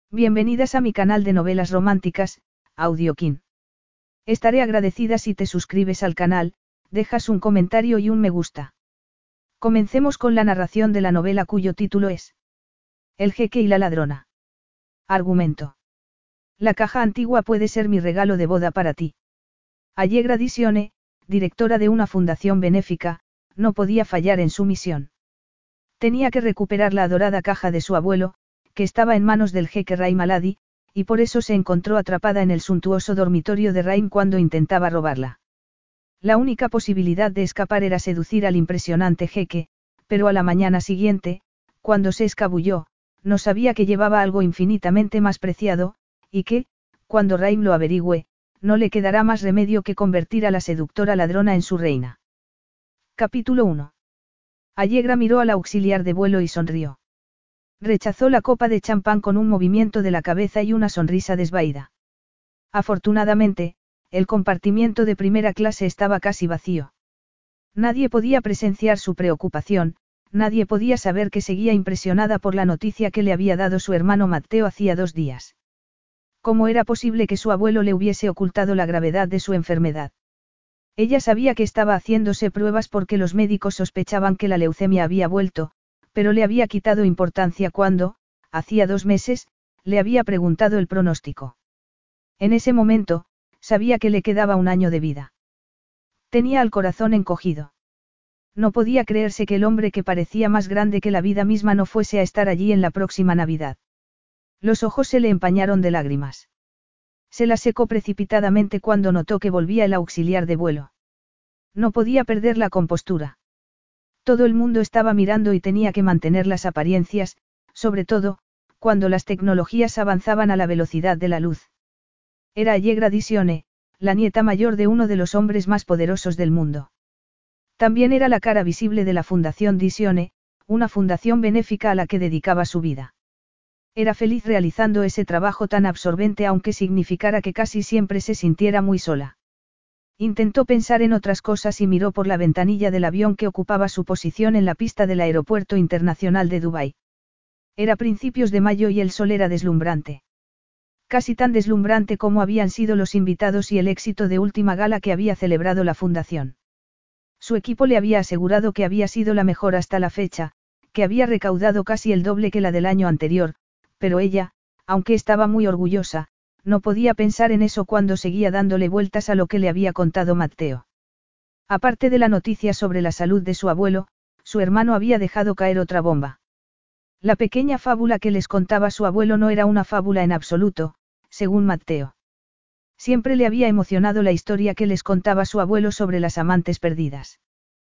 Bienvenidas a mi canal de novelas románticas, Audiokin. Estaré agradecida si te suscribes al canal, dejas un comentario y un me gusta. Comencemos con la narración de la novela cuyo título es El jeque y la ladrona. Argumento. La caja antigua puede ser mi regalo de boda para ti. Allegra Disione, directora de una fundación benéfica, no podía fallar en su misión. Tenía que recuperar la adorada caja de su abuelo, que estaba en manos del jeque Raim Aladi, y por eso se encontró atrapada en el suntuoso dormitorio de Raim cuando intentaba robarla. La única posibilidad de escapar era seducir al impresionante jeque, pero a la mañana siguiente, cuando se escabulló, no sabía que llevaba algo infinitamente más preciado, y que, cuando Raim lo averigüe, no le quedará más remedio que convertir a la seductora ladrona en su reina. Capítulo 1. Allegra miró al auxiliar de vuelo y sonrió. Rechazó la copa de champán con un movimiento de la cabeza y una sonrisa desvaída. Afortunadamente, el compartimiento de primera clase estaba casi vacío. Nadie podía presenciar su preocupación, nadie podía saber que seguía impresionada por la noticia que le había dado su hermano Matteo hacía 2 días. ¿Cómo era posible que su abuelo le hubiese ocultado la gravedad de su enfermedad? Ella sabía que estaba haciéndose pruebas porque los médicos sospechaban que la leucemia había vuelto, pero le había quitado importancia cuando, hacía 2 meses, le había preguntado el pronóstico. En ese momento, sabía que le quedaba 1 año de vida. Tenía el corazón encogido. No podía creerse que el hombre que parecía más grande que la vida misma no fuese a estar allí en la próxima Navidad. Los ojos se le empañaron de lágrimas. Se las secó precipitadamente cuando notó que volvía el auxiliar de vuelo. No podía perder la compostura. Todo el mundo estaba mirando y tenía que mantener las apariencias, sobre todo, cuando las tecnologías avanzaban a la velocidad de la luz. Era Allegra Disione, la nieta mayor de uno de los hombres más poderosos del mundo. También era la cara visible de la Fundación Disione, una fundación benéfica a la que dedicaba su vida. Era feliz realizando ese trabajo tan absorbente aunque significara que casi siempre se sintiera muy sola. Intentó pensar en otras cosas y miró por la ventanilla del avión que ocupaba su posición en la pista del Aeropuerto Internacional de Dubái. Era principios de mayo y el sol era deslumbrante. Casi tan deslumbrante como habían sido los invitados y el éxito de última gala que había celebrado la fundación. Su equipo le había asegurado que había sido la mejor hasta la fecha, que había recaudado casi el doble que la del año anterior, pero ella, aunque estaba muy orgullosa, no podía pensar en eso cuando seguía dándole vueltas a lo que le había contado Matteo. Aparte de la noticia sobre la salud de su abuelo, su hermano había dejado caer otra bomba. La pequeña fábula que les contaba su abuelo no era una fábula en absoluto, según Matteo. Siempre le había emocionado la historia que les contaba su abuelo sobre las amantes perdidas.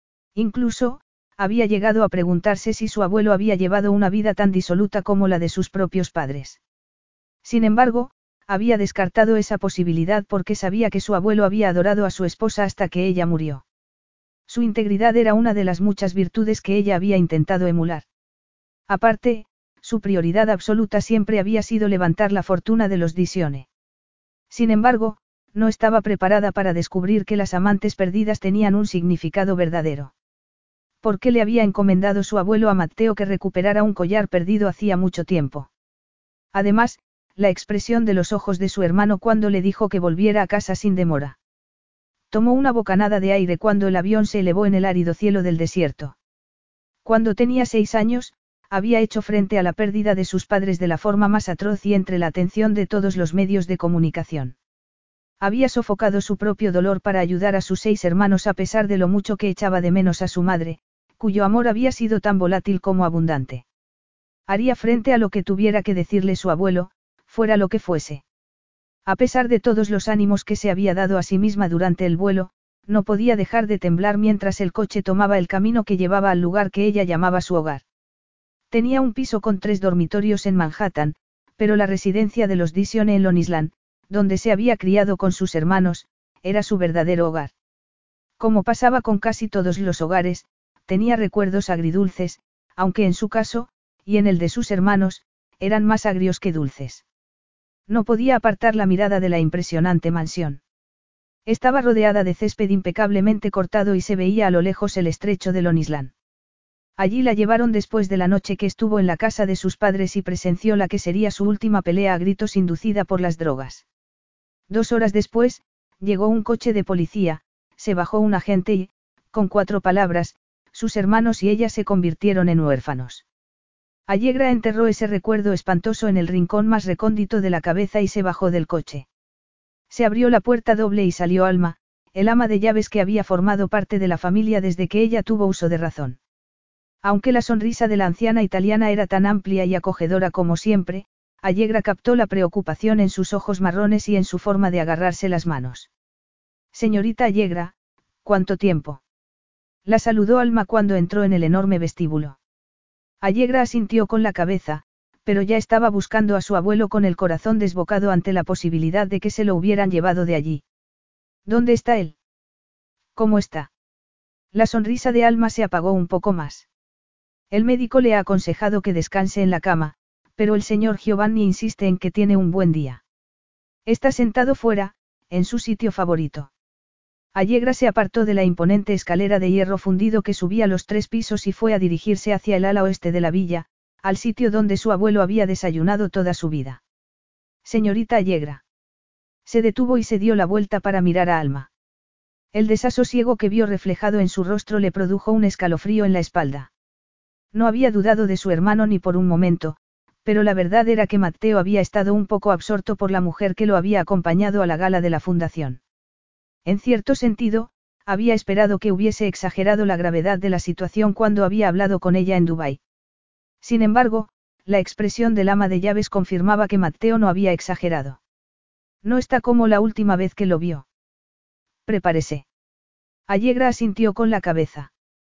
Incluso, había llegado a preguntarse si su abuelo había llevado una vida tan disoluta como la de sus propios padres. Sin embargo, había descartado esa posibilidad porque sabía que su abuelo había adorado a su esposa hasta que ella murió. Su integridad era una de las muchas virtudes que ella había intentado emular. Aparte, su prioridad absoluta siempre había sido levantar la fortuna de los Disione. Sin embargo, no estaba preparada para descubrir que las amantes perdidas tenían un significado verdadero. ¿Por qué le había encomendado su abuelo a Matteo que recuperara un collar perdido hacía mucho tiempo? Además, la expresión de los ojos de su hermano cuando le dijo que volviera a casa sin demora. Tomó una bocanada de aire cuando el avión se elevó en el árido cielo del desierto. Cuando tenía 6 años, había hecho frente a la pérdida de sus padres de la forma más atroz y entre la atención de todos los medios de comunicación. Había sofocado su propio dolor para ayudar a sus 6 hermanos a pesar de lo mucho que echaba de menos a su madre, cuyo amor había sido tan volátil como abundante. Haría frente a lo que tuviera que decirle su abuelo, fuera lo que fuese. A pesar de todos los ánimos que se había dado a sí misma durante el vuelo, no podía dejar de temblar mientras el coche tomaba el camino que llevaba al lugar que ella llamaba su hogar. Tenía un piso con 3 dormitorios en Manhattan, pero la residencia de los Disione en Long Island, donde se había criado con sus hermanos, era su verdadero hogar. Como pasaba con casi todos los hogares, tenía recuerdos agridulces, aunque en su caso, y en el de sus hermanos, eran más agrios que dulces. No podía apartar la mirada de la impresionante mansión. Estaba rodeada de césped impecablemente cortado y se veía a lo lejos el estrecho de Long Island. Allí la llevaron después de la noche que estuvo en la casa de sus padres y presenció la que sería su última pelea a gritos inducida por las drogas. 2 horas después, llegó un coche de policía, se bajó un agente y, con 4 palabras, sus hermanos y ella se convirtieron en huérfanos. Allegra enterró ese recuerdo espantoso en el rincón más recóndito de la cabeza y se bajó del coche. Se abrió la puerta doble y salió Alma, el ama de llaves que había formado parte de la familia desde que ella tuvo uso de razón. Aunque la sonrisa de la anciana italiana era tan amplia y acogedora como siempre, Allegra captó la preocupación en sus ojos marrones y en su forma de agarrarse las manos. Señorita Allegra, ¿cuánto tiempo? La saludó Alma cuando entró en el enorme vestíbulo. Allegra asintió con la cabeza, pero ya estaba buscando a su abuelo con el corazón desbocado ante la posibilidad de que se lo hubieran llevado de allí. ¿Dónde está él? ¿Cómo está? La sonrisa de Alma se apagó un poco más. El médico le ha aconsejado que descanse en la cama, pero el señor Giovanni insiste en que tiene un buen día. Está sentado fuera, en su sitio favorito. Allegra se apartó de la imponente escalera de hierro fundido que subía los 3 pisos y fue a dirigirse hacia el ala oeste de la villa, al sitio donde su abuelo había desayunado toda su vida. Señorita Allegra. Se detuvo y se dio la vuelta para mirar a Alma. El desasosiego que vio reflejado en su rostro le produjo un escalofrío en la espalda. No había dudado de su hermano ni por un momento, pero la verdad era que Matteo había estado un poco absorto por la mujer que lo había acompañado a la gala de la fundación. En cierto sentido, había esperado que hubiese exagerado la gravedad de la situación cuando había hablado con ella en Dubái. Sin embargo, la expresión del ama de llaves confirmaba que Matteo no había exagerado. No está como la última vez que lo vio. Prepárese. Allegra asintió con la cabeza.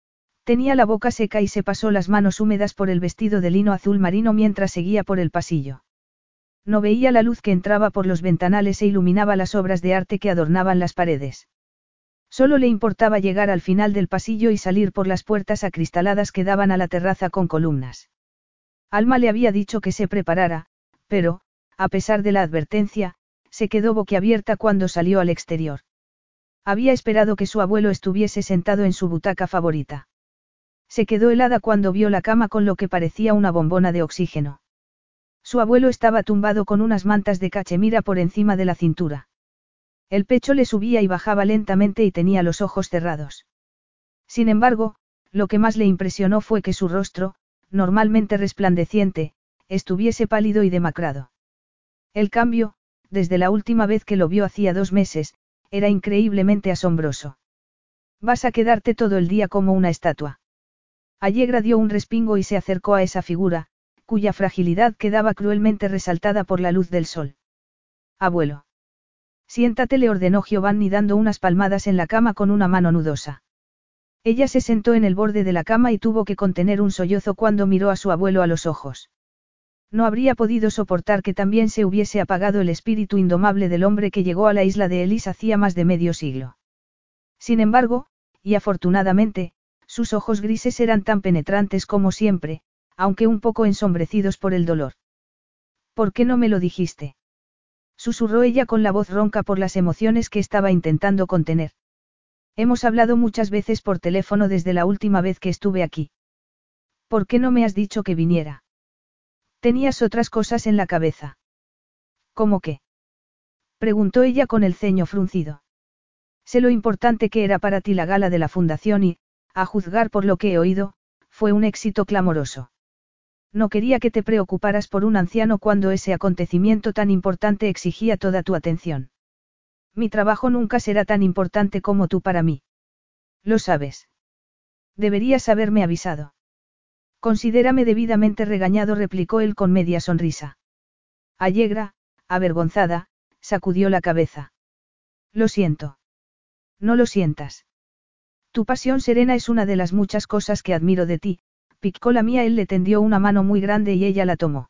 Tenía la boca seca y se pasó las manos húmedas por el vestido de lino azul marino mientras seguía por el pasillo. No veía la luz que entraba por los ventanales e iluminaba las obras de arte que adornaban las paredes. Solo le importaba llegar al final del pasillo y salir por las puertas acristaladas que daban a la terraza con columnas. Alma le había dicho que se preparara, pero, a pesar de la advertencia, se quedó boquiabierta cuando salió al exterior. Había esperado que su abuelo estuviese sentado en su butaca favorita. Se quedó helada cuando vio la cama con lo que parecía una bombona de oxígeno. Su abuelo estaba tumbado con unas mantas de cachemira por encima de la cintura. El pecho le subía y bajaba lentamente y tenía los ojos cerrados. Sin embargo, lo que más le impresionó fue que su rostro, normalmente resplandeciente, estuviese pálido y demacrado. El cambio, desde la última vez que lo vio hacía 2 meses, era increíblemente asombroso. Vas a quedarte todo el día como una estatua. Allegra dio un respingo y se acercó a esa figura, cuya fragilidad quedaba cruelmente resaltada por la luz del sol. Abuelo. Siéntate, le ordenó Giovanni dando unas palmadas en la cama con una mano nudosa. Ella se sentó en el borde de la cama y tuvo que contener un sollozo cuando miró a su abuelo a los ojos. No habría podido soportar que también se hubiese apagado el espíritu indomable del hombre que llegó a la isla de Elis hacía más de medio siglo. Sin embargo, y afortunadamente, sus ojos grises eran tan penetrantes como siempre, aunque un poco ensombrecidos por el dolor. ¿Por qué no me lo dijiste? Susurró ella con la voz ronca por las emociones que estaba intentando contener. Hemos hablado muchas veces por teléfono desde la última vez que estuve aquí. ¿Por qué no me has dicho que viniera? Tenías otras cosas en la cabeza. ¿Cómo qué? Preguntó ella con el ceño fruncido. Sé lo importante que era para ti la gala de la fundación y, a juzgar por lo que he oído, fue un éxito clamoroso. No quería que te preocuparas por un anciano cuando ese acontecimiento tan importante exigía toda tu atención. Mi trabajo nunca será tan importante como tú para mí. Lo sabes. Deberías haberme avisado. Considérame debidamente regañado, replicó él con media sonrisa. Allegra, avergonzada, sacudió la cabeza. Lo siento. No lo sientas. Tu pasión serena es una de las muchas cosas que admiro de ti, picó la mía. Él le tendió una mano muy grande y ella la tomó.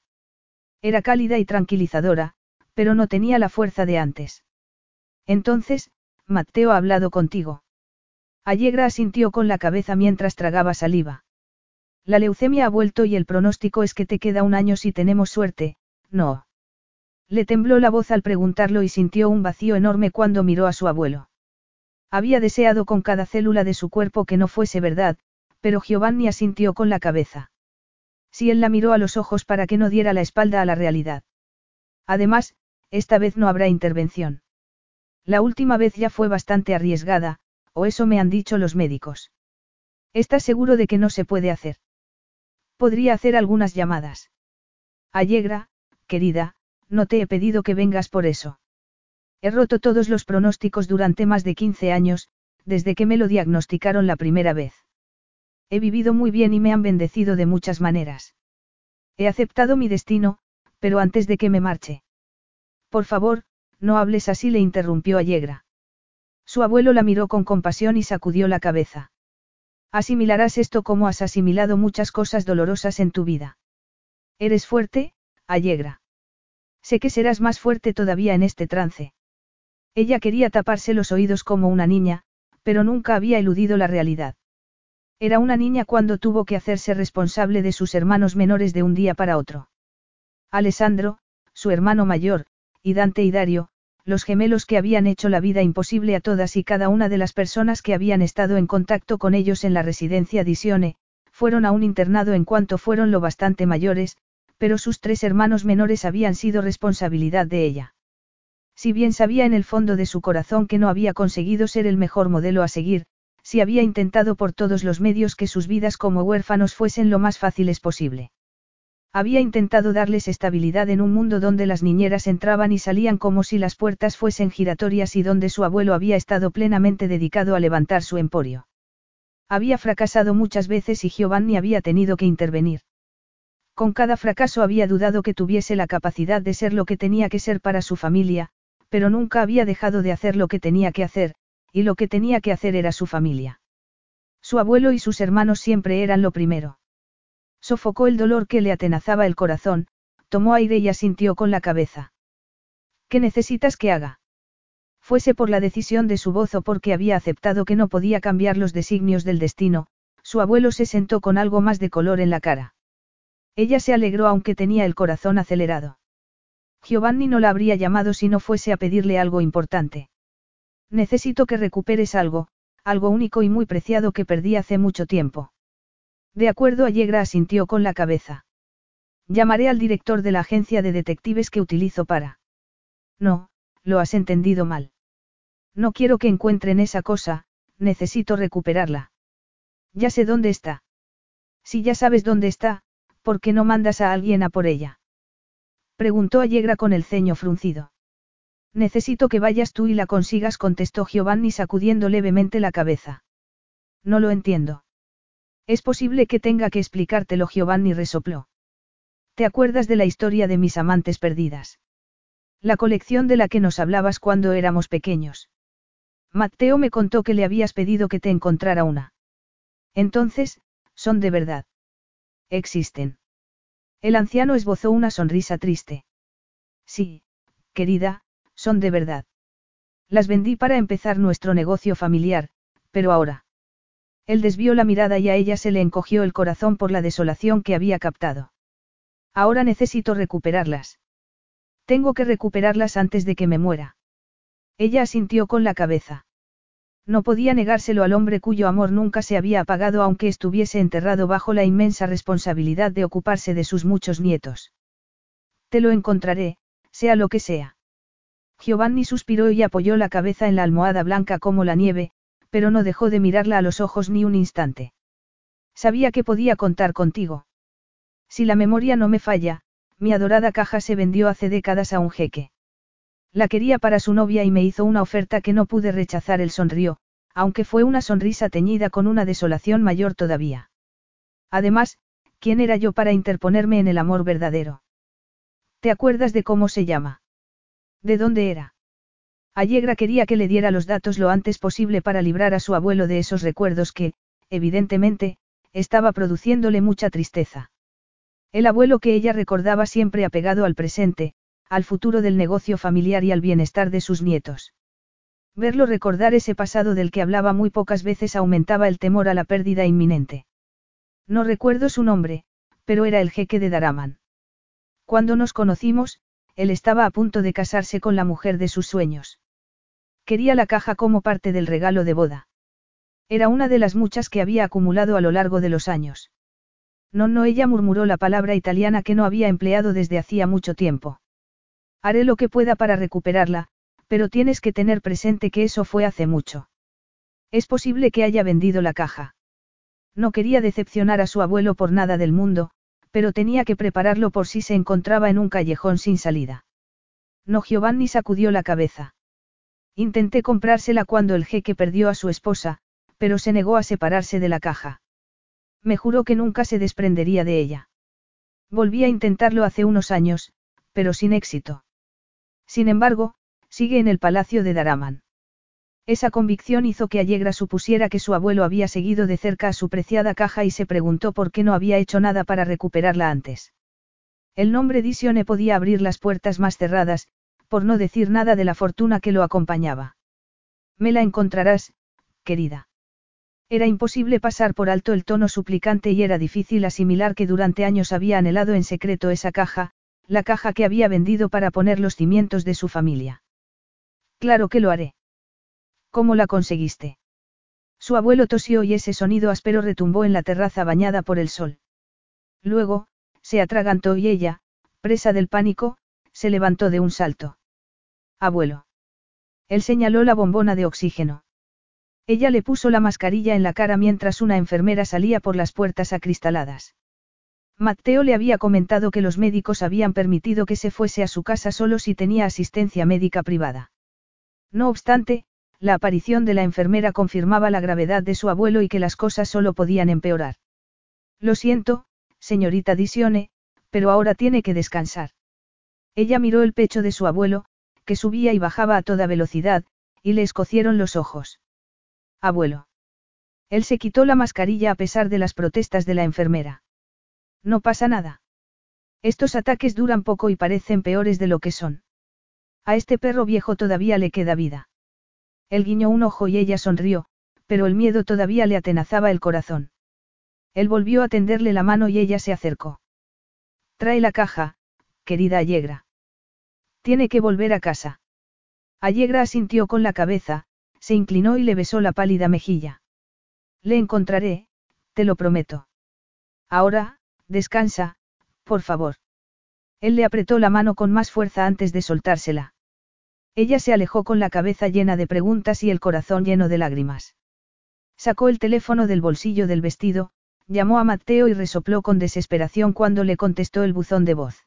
Era cálida y tranquilizadora, pero no tenía la fuerza de antes. Entonces, Matteo ha hablado contigo. Allegra asintió con la cabeza mientras tragaba saliva. La leucemia ha vuelto y el pronóstico es que te queda 1 año si tenemos suerte, ¿no? Le tembló la voz al preguntarlo y sintió un vacío enorme cuando miró a su abuelo. Había deseado con cada célula de su cuerpo que no fuese verdad, Pero Giovanni asintió con la cabeza. Si él la miró a los ojos para que no diera la espalda a la realidad. Además, esta vez no habrá intervención. La última vez ya fue bastante arriesgada, o eso me han dicho los médicos. ¿Estás seguro de que no se puede hacer? Podría hacer algunas llamadas. Allegra, querida, no te he pedido que vengas por eso. He roto todos los pronósticos durante más de 15 años, desde que me lo diagnosticaron la primera vez. He vivido muy bien y me han bendecido de muchas maneras. He aceptado mi destino, pero antes de que me marche. Por favor, no hables así, le interrumpió Allegra. Su abuelo la miró con compasión y sacudió la cabeza. Asimilarás esto como has asimilado muchas cosas dolorosas en tu vida. Eres fuerte, Allegra. Sé que serás más fuerte todavía en este trance. Ella quería taparse los oídos como una niña, pero nunca había eludido la realidad. Era una niña cuando tuvo que hacerse responsable de sus hermanos menores de un día para otro. Alessandro, su hermano mayor, y Dante y Dario, los gemelos que habían hecho la vida imposible a todas y cada una de las personas que habían estado en contacto con ellos en la residencia Disione, fueron a un internado en cuanto fueron lo bastante mayores, pero sus 3 hermanos menores habían sido responsabilidad de ella. Si bien sabía en el fondo de su corazón que no había conseguido ser el mejor modelo a seguir, sí había intentado por todos los medios que sus vidas como huérfanos fuesen lo más fáciles posible. Había intentado darles estabilidad en un mundo donde las niñeras entraban y salían como si las puertas fuesen giratorias y donde su abuelo había estado plenamente dedicado a levantar su emporio. Había fracasado muchas veces y Giovanni había tenido que intervenir. Con cada fracaso había dudado que tuviese la capacidad de ser lo que tenía que ser para su familia, pero nunca había dejado de hacer lo que tenía que hacer, y lo que tenía que hacer era su familia. Su abuelo y sus hermanos siempre eran lo primero. Sofocó el dolor que le atenazaba el corazón, tomó aire y asintió con la cabeza. ¿Qué necesitas que haga? Fuese por la decisión de su voz o porque había aceptado que no podía cambiar los designios del destino, su abuelo se sentó con algo más de color en la cara. Ella se alegró aunque tenía el corazón acelerado. Giovanni no la habría llamado si no fuese a pedirle algo importante. Necesito que recuperes algo, algo único y muy preciado que perdí hace mucho tiempo. De acuerdo, Allegra asintió con la cabeza. Llamaré al director de la agencia de detectives que utilizo para... No, lo has entendido mal. No quiero que encuentren esa cosa, necesito recuperarla. Ya sé dónde está. Si ya sabes dónde está, ¿por qué no mandas a alguien a por ella? Preguntó Allegra con el ceño fruncido. Necesito que vayas tú y la consigas, contestó Giovanni sacudiendo levemente la cabeza. No lo entiendo. Es posible que tenga que explicártelo, Giovanni resopló. ¿Te acuerdas de la historia de mis amantes perdidas? La colección de la que nos hablabas cuando éramos pequeños. Matteo me contó que le habías pedido que te encontrara una. Entonces, son de verdad. Existen. El anciano esbozó una sonrisa triste. Sí, querida, son de verdad. Las vendí para empezar nuestro negocio familiar, pero ahora. Él desvió la mirada y a ella se le encogió el corazón por la desolación que había captado. Ahora necesito recuperarlas. Tengo que recuperarlas antes de que me muera. Ella asintió con la cabeza. No podía negárselo al hombre cuyo amor nunca se había apagado aunque estuviese enterrado bajo la inmensa responsabilidad de ocuparse de sus muchos nietos. Te lo encontraré, sea lo que sea. Giovanni suspiró y apoyó la cabeza en la almohada blanca como la nieve, pero no dejó de mirarla a los ojos ni un instante. Sabía que podía contar contigo. Si la memoria no me falla, mi adorada caja se vendió hace décadas a un jeque. La quería para su novia y me hizo una oferta que no pude rechazar. Él sonrió, aunque fue una sonrisa teñida con una desolación mayor todavía. Además, ¿quién era yo para interponerme en el amor verdadero? ¿Te acuerdas de cómo se llama? ¿De dónde era? Allegra quería que le diera los datos lo antes posible para librar a su abuelo de esos recuerdos que, evidentemente, estaba produciéndole mucha tristeza. El abuelo que ella recordaba siempre apegado al presente, al futuro del negocio familiar y al bienestar de sus nietos. Verlo recordar ese pasado del que hablaba muy pocas veces aumentaba el temor a la pérdida inminente. No recuerdo su nombre, pero era el jeque de Daraman. Cuando nos conocimos, él estaba a punto de casarse con la mujer de sus sueños. Quería la caja como parte del regalo de boda. Era una de las muchas que había acumulado a lo largo de los años. No, ella murmuró la palabra italiana que no había empleado desde hacía mucho tiempo. Haré lo que pueda para recuperarla, pero tienes que tener presente que eso fue hace mucho. Es posible que haya vendido la caja. No quería decepcionar a su abuelo por nada del mundo, pero tenía que prepararlo por si se encontraba en un callejón sin salida. No, Giovanni sacudió la cabeza. Intenté comprársela cuando el jeque perdió a su esposa, pero se negó a separarse de la caja. Me juró que nunca se desprendería de ella. Volví a intentarlo hace unos años, pero sin éxito. Sin embargo, sigue en el palacio de Daraman. Esa convicción hizo que Allegra supusiera que su abuelo había seguido de cerca a su preciada caja y se preguntó por qué no había hecho nada para recuperarla antes. El nombre Disione podía abrir las puertas más cerradas, por no decir nada de la fortuna que lo acompañaba. Me la encontrarás, querida. Era imposible pasar por alto el tono suplicante y era difícil asimilar que durante años había anhelado en secreto esa caja, la caja que había vendido para poner los cimientos de su familia. Claro que lo haré. ¿Cómo la conseguiste? Su abuelo tosió y ese sonido áspero retumbó en la terraza bañada por el sol. Luego, se atragantó y ella, presa del pánico, se levantó de un salto. Abuelo. Él señaló la bombona de oxígeno. Ella le puso la mascarilla en la cara mientras una enfermera salía por las puertas acristaladas. Matteo le había comentado que los médicos habían permitido que se fuese a su casa solo si tenía asistencia médica privada. No obstante, la aparición de la enfermera confirmaba la gravedad de su abuelo y que las cosas solo podían empeorar. Lo siento, señorita Disione, pero ahora tiene que descansar. Ella miró el pecho de su abuelo, que subía y bajaba a toda velocidad, y le escocieron los ojos. Abuelo. Él se quitó la mascarilla a pesar de las protestas de la enfermera. No pasa nada. Estos ataques duran poco y parecen peores de lo que son. A este perro viejo todavía le queda vida. Él guiñó un ojo y ella sonrió, pero el miedo todavía le atenazaba el corazón. Él volvió a tenderle la mano y ella se acercó. Trae la caja, querida Allegra. Tiene que volver a casa. Allegra asintió con la cabeza, se inclinó y le besó la pálida mejilla. Le encontraré, te lo prometo. Ahora, descansa, por favor. Él le apretó la mano con más fuerza antes de soltársela. Ella se alejó con la cabeza llena de preguntas y el corazón lleno de lágrimas. Sacó el teléfono del bolsillo del vestido, llamó a Matteo y resopló con desesperación cuando le contestó el buzón de voz.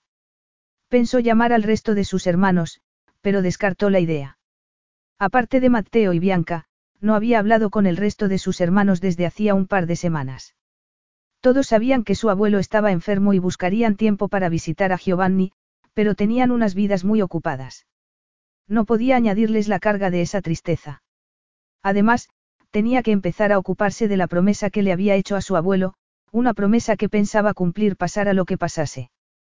Pensó llamar al resto de sus hermanos, pero descartó la idea. Aparte de Matteo y Bianca, no había hablado con el resto de sus hermanos desde hacía un par de semanas. Todos sabían que su abuelo estaba enfermo y buscarían tiempo para visitar a Giovanni, pero tenían unas vidas muy ocupadas. No podía añadirles la carga de esa tristeza. Además, tenía que empezar a ocuparse de la promesa que le había hecho a su abuelo, una promesa que pensaba cumplir pasara lo que pasase.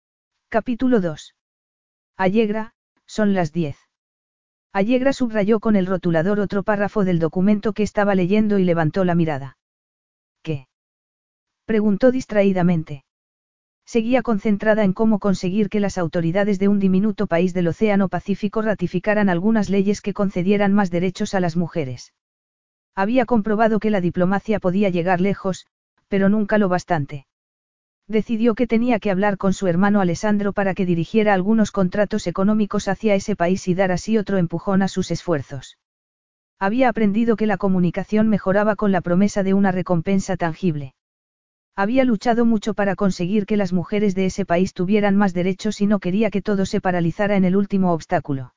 Capítulo 2. Allegra, son las 10. Allegra subrayó con el rotulador otro párrafo del documento que estaba leyendo y levantó la mirada. ¿Qué? Preguntó distraídamente. Seguía concentrada en cómo conseguir que las autoridades de un diminuto país del Océano Pacífico ratificaran algunas leyes que concedieran más derechos a las mujeres. Había comprobado que la diplomacia podía llegar lejos, pero nunca lo bastante. Decidió que tenía que hablar con su hermano Alessandro para que dirigiera algunos contratos económicos hacia ese país y dar así otro empujón a sus esfuerzos. Había aprendido que la comunicación mejoraba con la promesa de una recompensa tangible. Había luchado mucho para conseguir que las mujeres de ese país tuvieran más derechos y no quería que todo se paralizara en el último obstáculo.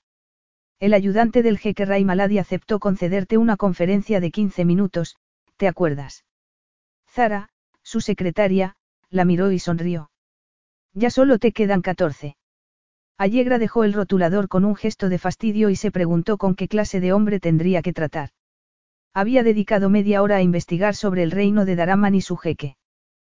El ayudante del jeque Ray Maladi aceptó concederte una conferencia de 15 minutos, ¿te acuerdas? Zara, su secretaria, la miró y sonrió. Ya solo te quedan 14. Allegra dejó el rotulador con un gesto de fastidio y se preguntó con qué clase de hombre tendría que tratar. Había dedicado media hora a investigar sobre el reino de Daraman y su jeque.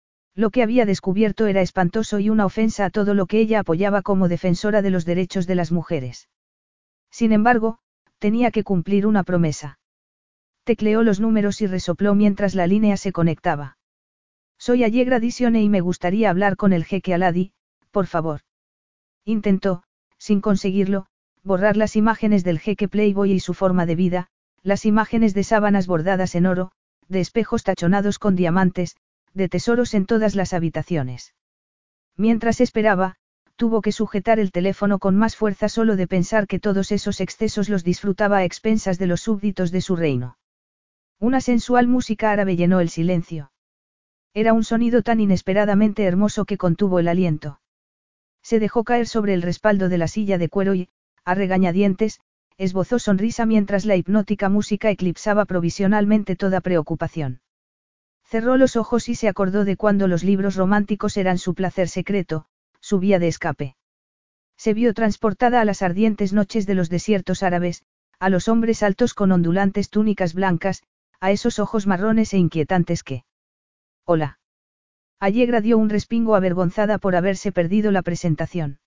Lo que había descubierto era espantoso y una ofensa a todo lo que ella apoyaba como defensora de los derechos de las mujeres. Sin embargo, tenía que cumplir una promesa. Tecleó los números y resopló mientras la línea se conectaba. Soy Allegra Disione y me gustaría hablar con el jeque Aladi, por favor. Intentó, sin conseguirlo, borrar las imágenes del jeque Playboy y su forma de vida, las imágenes de sábanas bordadas en oro, de espejos tachonados con diamantes, de tesoros en todas las habitaciones. Mientras esperaba, tuvo que sujetar el teléfono con más fuerza solo de pensar que todos esos excesos los disfrutaba a expensas de los súbditos de su reino. Una sensual música árabe llenó el silencio. Era un sonido tan inesperadamente hermoso que contuvo el aliento. Se dejó caer sobre el respaldo de la silla de cuero y, a regañadientes, esbozó sonrisa mientras la hipnótica música eclipsaba provisionalmente toda preocupación. Cerró los ojos y se acordó de cuando los libros románticos eran su placer secreto, su vía de escape. Se vio transportada a las ardientes noches de los desiertos árabes, a los hombres altos con ondulantes túnicas blancas, a esos ojos marrones e inquietantes que... Hola. Allegra dio un respingo avergonzada por haberse perdido la presentación.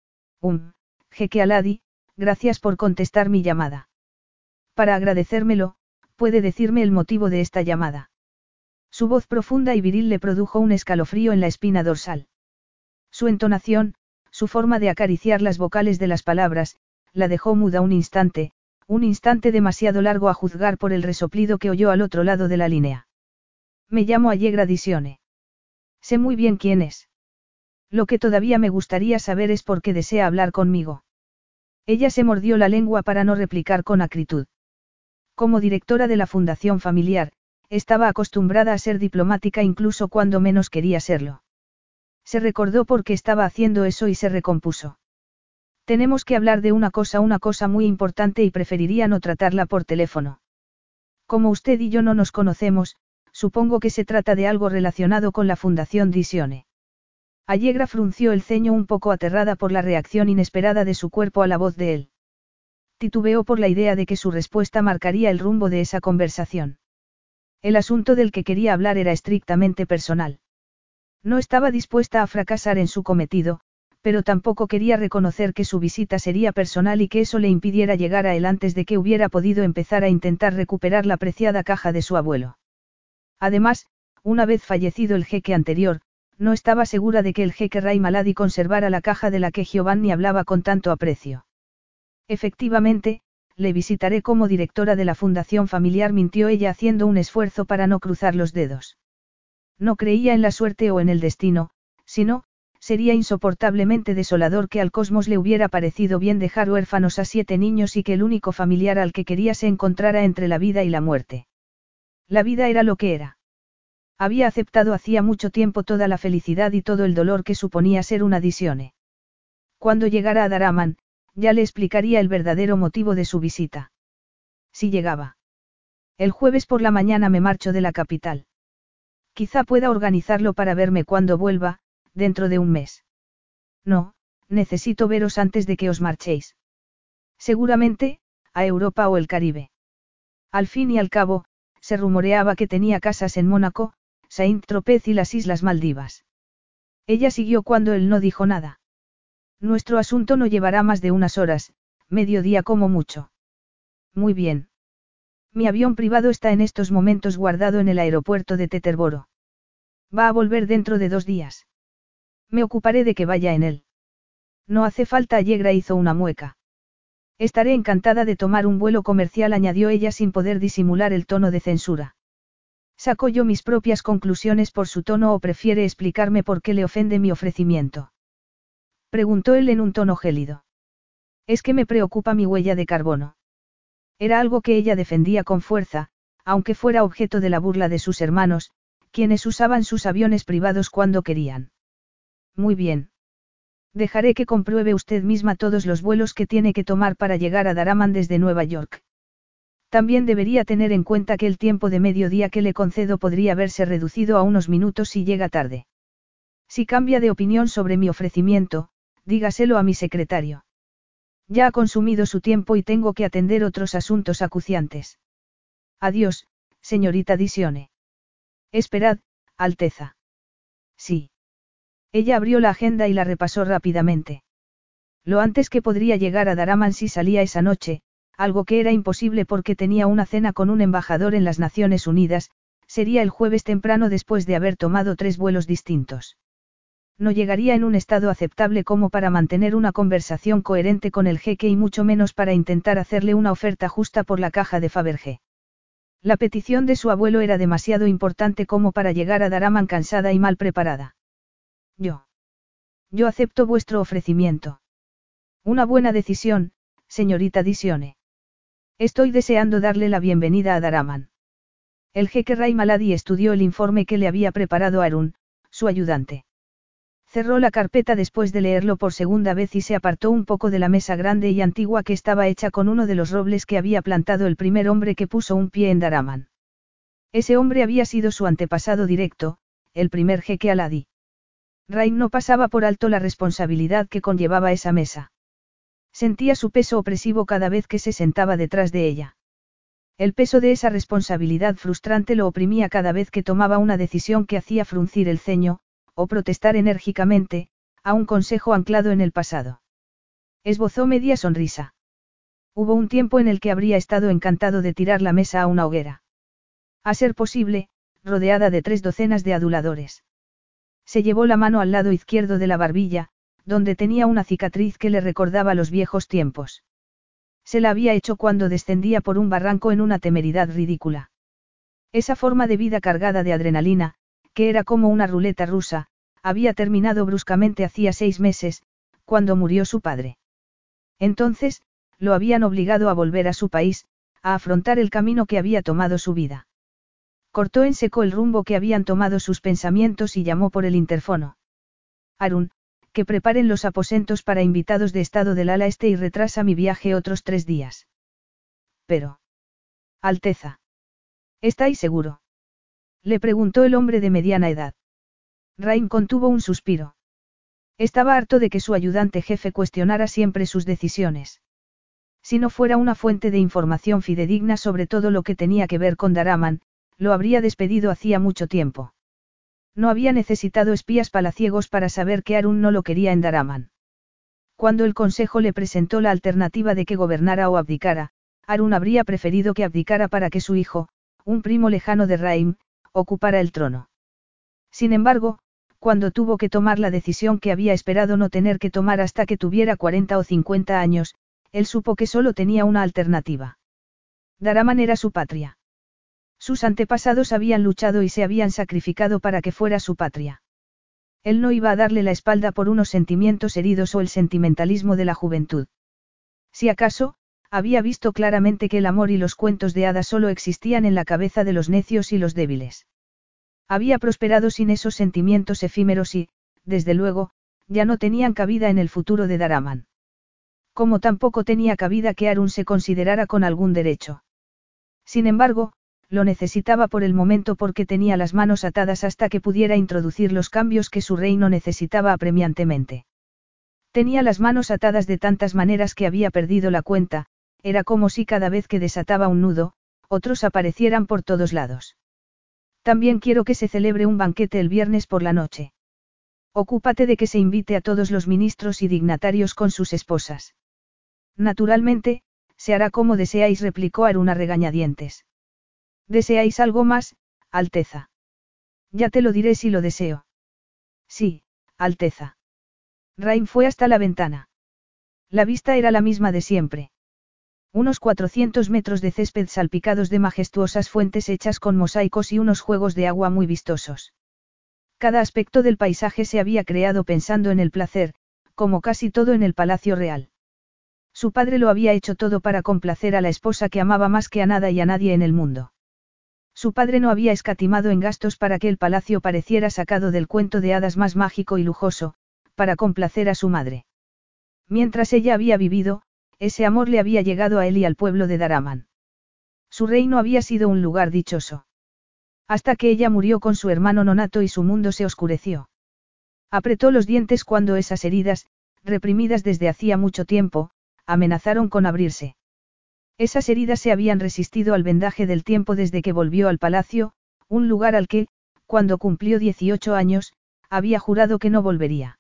Jeque Aladi, gracias por contestar mi llamada. Para agradecérmelo, puede decirme el motivo de esta llamada. Su voz profunda y viril le produjo un escalofrío en la espina dorsal. Su entonación, su forma de acariciar las vocales de las palabras, la dejó muda un instante demasiado largo a juzgar por el resoplido que oyó al otro lado de la línea. Me llamo Allegra Disione. Sé muy bien quién es. Lo que todavía me gustaría saber es por qué desea hablar conmigo. Ella se mordió la lengua para no replicar con acritud. Como directora de la Fundación Familiar, estaba acostumbrada a ser diplomática incluso cuando menos quería serlo. Se recordó por qué estaba haciendo eso y se recompuso. Tenemos que hablar de una cosa muy importante y preferiría no tratarla por teléfono. Como usted y yo no nos conocemos, supongo que se trata de algo relacionado con la Fundación Disione. Allegra frunció el ceño un poco aterrada por la reacción inesperada de su cuerpo a la voz de él. Titubeó por la idea de que su respuesta marcaría el rumbo de esa conversación. El asunto del que quería hablar era estrictamente personal. No estaba dispuesta a fracasar en su cometido, pero tampoco quería reconocer que su visita sería personal y que eso le impidiera llegar a él antes de que hubiera podido empezar a intentar recuperar la preciada caja de su abuelo. Además, una vez fallecido el jeque anterior, no estaba segura de que el jeque Ray Maladi conservara la caja de la que Giovanni hablaba con tanto aprecio. Efectivamente, le visitaré como directora de la Fundación Familiar, mintió ella haciendo un esfuerzo para no cruzar los dedos. No creía en la suerte o en el destino, sino, sería insoportablemente desolador que al cosmos le hubiera parecido bien dejar huérfanos a 7 niños y que el único familiar al que quería se encontrara entre la vida y la muerte. La vida era lo que era. Había aceptado hacía mucho tiempo toda la felicidad y todo el dolor que suponía ser una Disione. Cuando llegara a Daraman, ya le explicaría el verdadero motivo de su visita. Si llegaba. El jueves por la mañana me marcho de la capital. Quizá pueda organizarlo para verme cuando vuelva, dentro de un mes. No, necesito veros antes de que os marchéis. Seguramente, a Europa o el Caribe. Al fin y al cabo, se rumoreaba que tenía casas en Mónaco, Saint-Tropez y las Islas Maldivas. Ella siguió cuando él no dijo nada. Nuestro asunto no llevará más de unas horas, mediodía como mucho. Muy bien. Mi avión privado está en estos momentos guardado en el aeropuerto de Teterboro. Va a volver dentro de 2 días. Me ocuparé de que vaya en él. No hace falta, Allegra hizo una mueca. Estaré encantada de tomar un vuelo comercial, añadió ella sin poder disimular el tono de censura. ¿Saco yo mis propias conclusiones por su tono o prefiere explicarme por qué le ofende mi ofrecimiento? Preguntó él en un tono gélido. Es que me preocupa mi huella de carbono. Era algo que ella defendía con fuerza, aunque fuera objeto de la burla de sus hermanos, quienes usaban sus aviones privados cuando querían. Muy bien. Dejaré que compruebe usted misma todos los vuelos que tiene que tomar para llegar a Daraman desde Nueva York. También debería tener en cuenta que el tiempo de mediodía que le concedo podría verse reducido a unos minutos si llega tarde. Si cambia de opinión sobre mi ofrecimiento, dígaselo a mi secretario. Ya ha consumido su tiempo y tengo que atender otros asuntos acuciantes. Adiós, señorita Disione. Esperad, Alteza. Sí. Ella abrió la agenda y la repasó rápidamente. Lo antes que podría llegar a Daraman si salía esa noche, algo que era imposible porque tenía una cena con un embajador en las Naciones Unidas, sería el jueves temprano después de haber tomado 3 vuelos distintos. No llegaría en un estado aceptable como para mantener una conversación coherente con el jeque y mucho menos para intentar hacerle una oferta justa por la caja de Fabergé. La petición de su abuelo era demasiado importante como para llegar a Daraman cansada y mal preparada. Yo acepto vuestro ofrecimiento. Una buena decisión, señorita Disione. Estoy deseando darle la bienvenida a Daraman. El jeque Ray Maladi estudió el informe que le había preparado Arun, su ayudante. Cerró la carpeta después de leerlo por segunda vez y se apartó un poco de la mesa grande y antigua que estaba hecha con uno de los robles que había plantado el primer hombre que puso un pie en Daraman. Ese hombre había sido su antepasado directo, el primer jeque Aladi. Raim no pasaba por alto la responsabilidad que conllevaba esa mesa. Sentía su peso opresivo cada vez que se sentaba detrás de ella. El peso de esa responsabilidad frustrante lo oprimía cada vez que tomaba una decisión que hacía fruncir el ceño, o protestar enérgicamente, a un consejo anclado en el pasado. Esbozó media sonrisa. Hubo un tiempo en el que habría estado encantado de tirar la mesa a una hoguera. A ser posible, rodeada de 3 docenas de aduladores. Se llevó la mano al lado izquierdo de la barbilla, donde tenía una cicatriz que le recordaba los viejos tiempos. Se la había hecho cuando descendía por un barranco en una temeridad ridícula. Esa forma de vida cargada de adrenalina, que era como una ruleta rusa, había terminado bruscamente hacía 6 meses, cuando murió su padre. Entonces, lo habían obligado a volver a su país, a afrontar el camino que había tomado su vida. Cortó en seco el rumbo que habían tomado sus pensamientos y llamó por el interfono. Arun, que preparen los aposentos para invitados de estado del ala este y retrasa mi viaje otros 3 días. Pero. Alteza. ¿Estáis seguro? Le preguntó el hombre de mediana edad. Raim contuvo un suspiro. Estaba harto de que su ayudante jefe cuestionara siempre sus decisiones. Si no fuera una fuente de información fidedigna sobre todo lo que tenía que ver con Daraman, lo habría despedido hacía mucho tiempo. No había necesitado espías palaciegos para saber que Arun no lo quería en Daraman. Cuando el consejo le presentó la alternativa de que gobernara o abdicara, Arun habría preferido que abdicara para que su hijo, un primo lejano de Raim, ocupara el trono. Sin embargo, cuando tuvo que tomar la decisión que había esperado no tener que tomar hasta que tuviera 40 o 50 años, él supo que solo tenía una alternativa. Daraman era su patria. Sus antepasados habían luchado y se habían sacrificado para que fuera su patria. Él no iba a darle la espalda por unos sentimientos heridos o el sentimentalismo de la juventud. Si acaso, había visto claramente que el amor y los cuentos de hadas solo existían en la cabeza de los necios y los débiles. Había prosperado sin esos sentimientos efímeros y, desde luego, ya no tenían cabida en el futuro de Daraman. Como tampoco tenía cabida que Arun se considerara con algún derecho. Sin embargo, lo necesitaba por el momento porque tenía las manos atadas hasta que pudiera introducir los cambios que su reino necesitaba apremiantemente. Tenía las manos atadas de tantas maneras que había perdido la cuenta, era como si cada vez que desataba un nudo, otros aparecieran por todos lados. También quiero que se celebre un banquete el viernes por la noche. Ocúpate de que se invite a todos los ministros y dignatarios con sus esposas. Naturalmente, se hará como deseáis, replicó Arun a regañadientes. ¿Deseáis algo más, Alteza? Ya te lo diré si lo deseo. Sí, Alteza. Raim fue hasta la ventana. La vista era la misma de siempre. Unos 400 metros de césped salpicados de majestuosas fuentes hechas con mosaicos y unos juegos de agua muy vistosos. Cada aspecto del paisaje se había creado pensando en el placer, como casi todo en el Palacio Real. Su padre lo había hecho todo para complacer a la esposa que amaba más que a nada y a nadie en el mundo. Su padre no había escatimado en gastos para que el palacio pareciera sacado del cuento de hadas más mágico y lujoso, para complacer a su madre. Mientras ella había vivido, ese amor le había llegado a él y al pueblo de Daraman. Su reino había sido un lugar dichoso. Hasta que ella murió con su hermano nonato y su mundo se oscureció. Apretó los dientes cuando esas heridas, reprimidas desde hacía mucho tiempo, amenazaron con abrirse. Esas heridas se habían resistido al vendaje del tiempo desde que volvió al palacio, un lugar al que, cuando cumplió 18 años, había jurado que no volvería.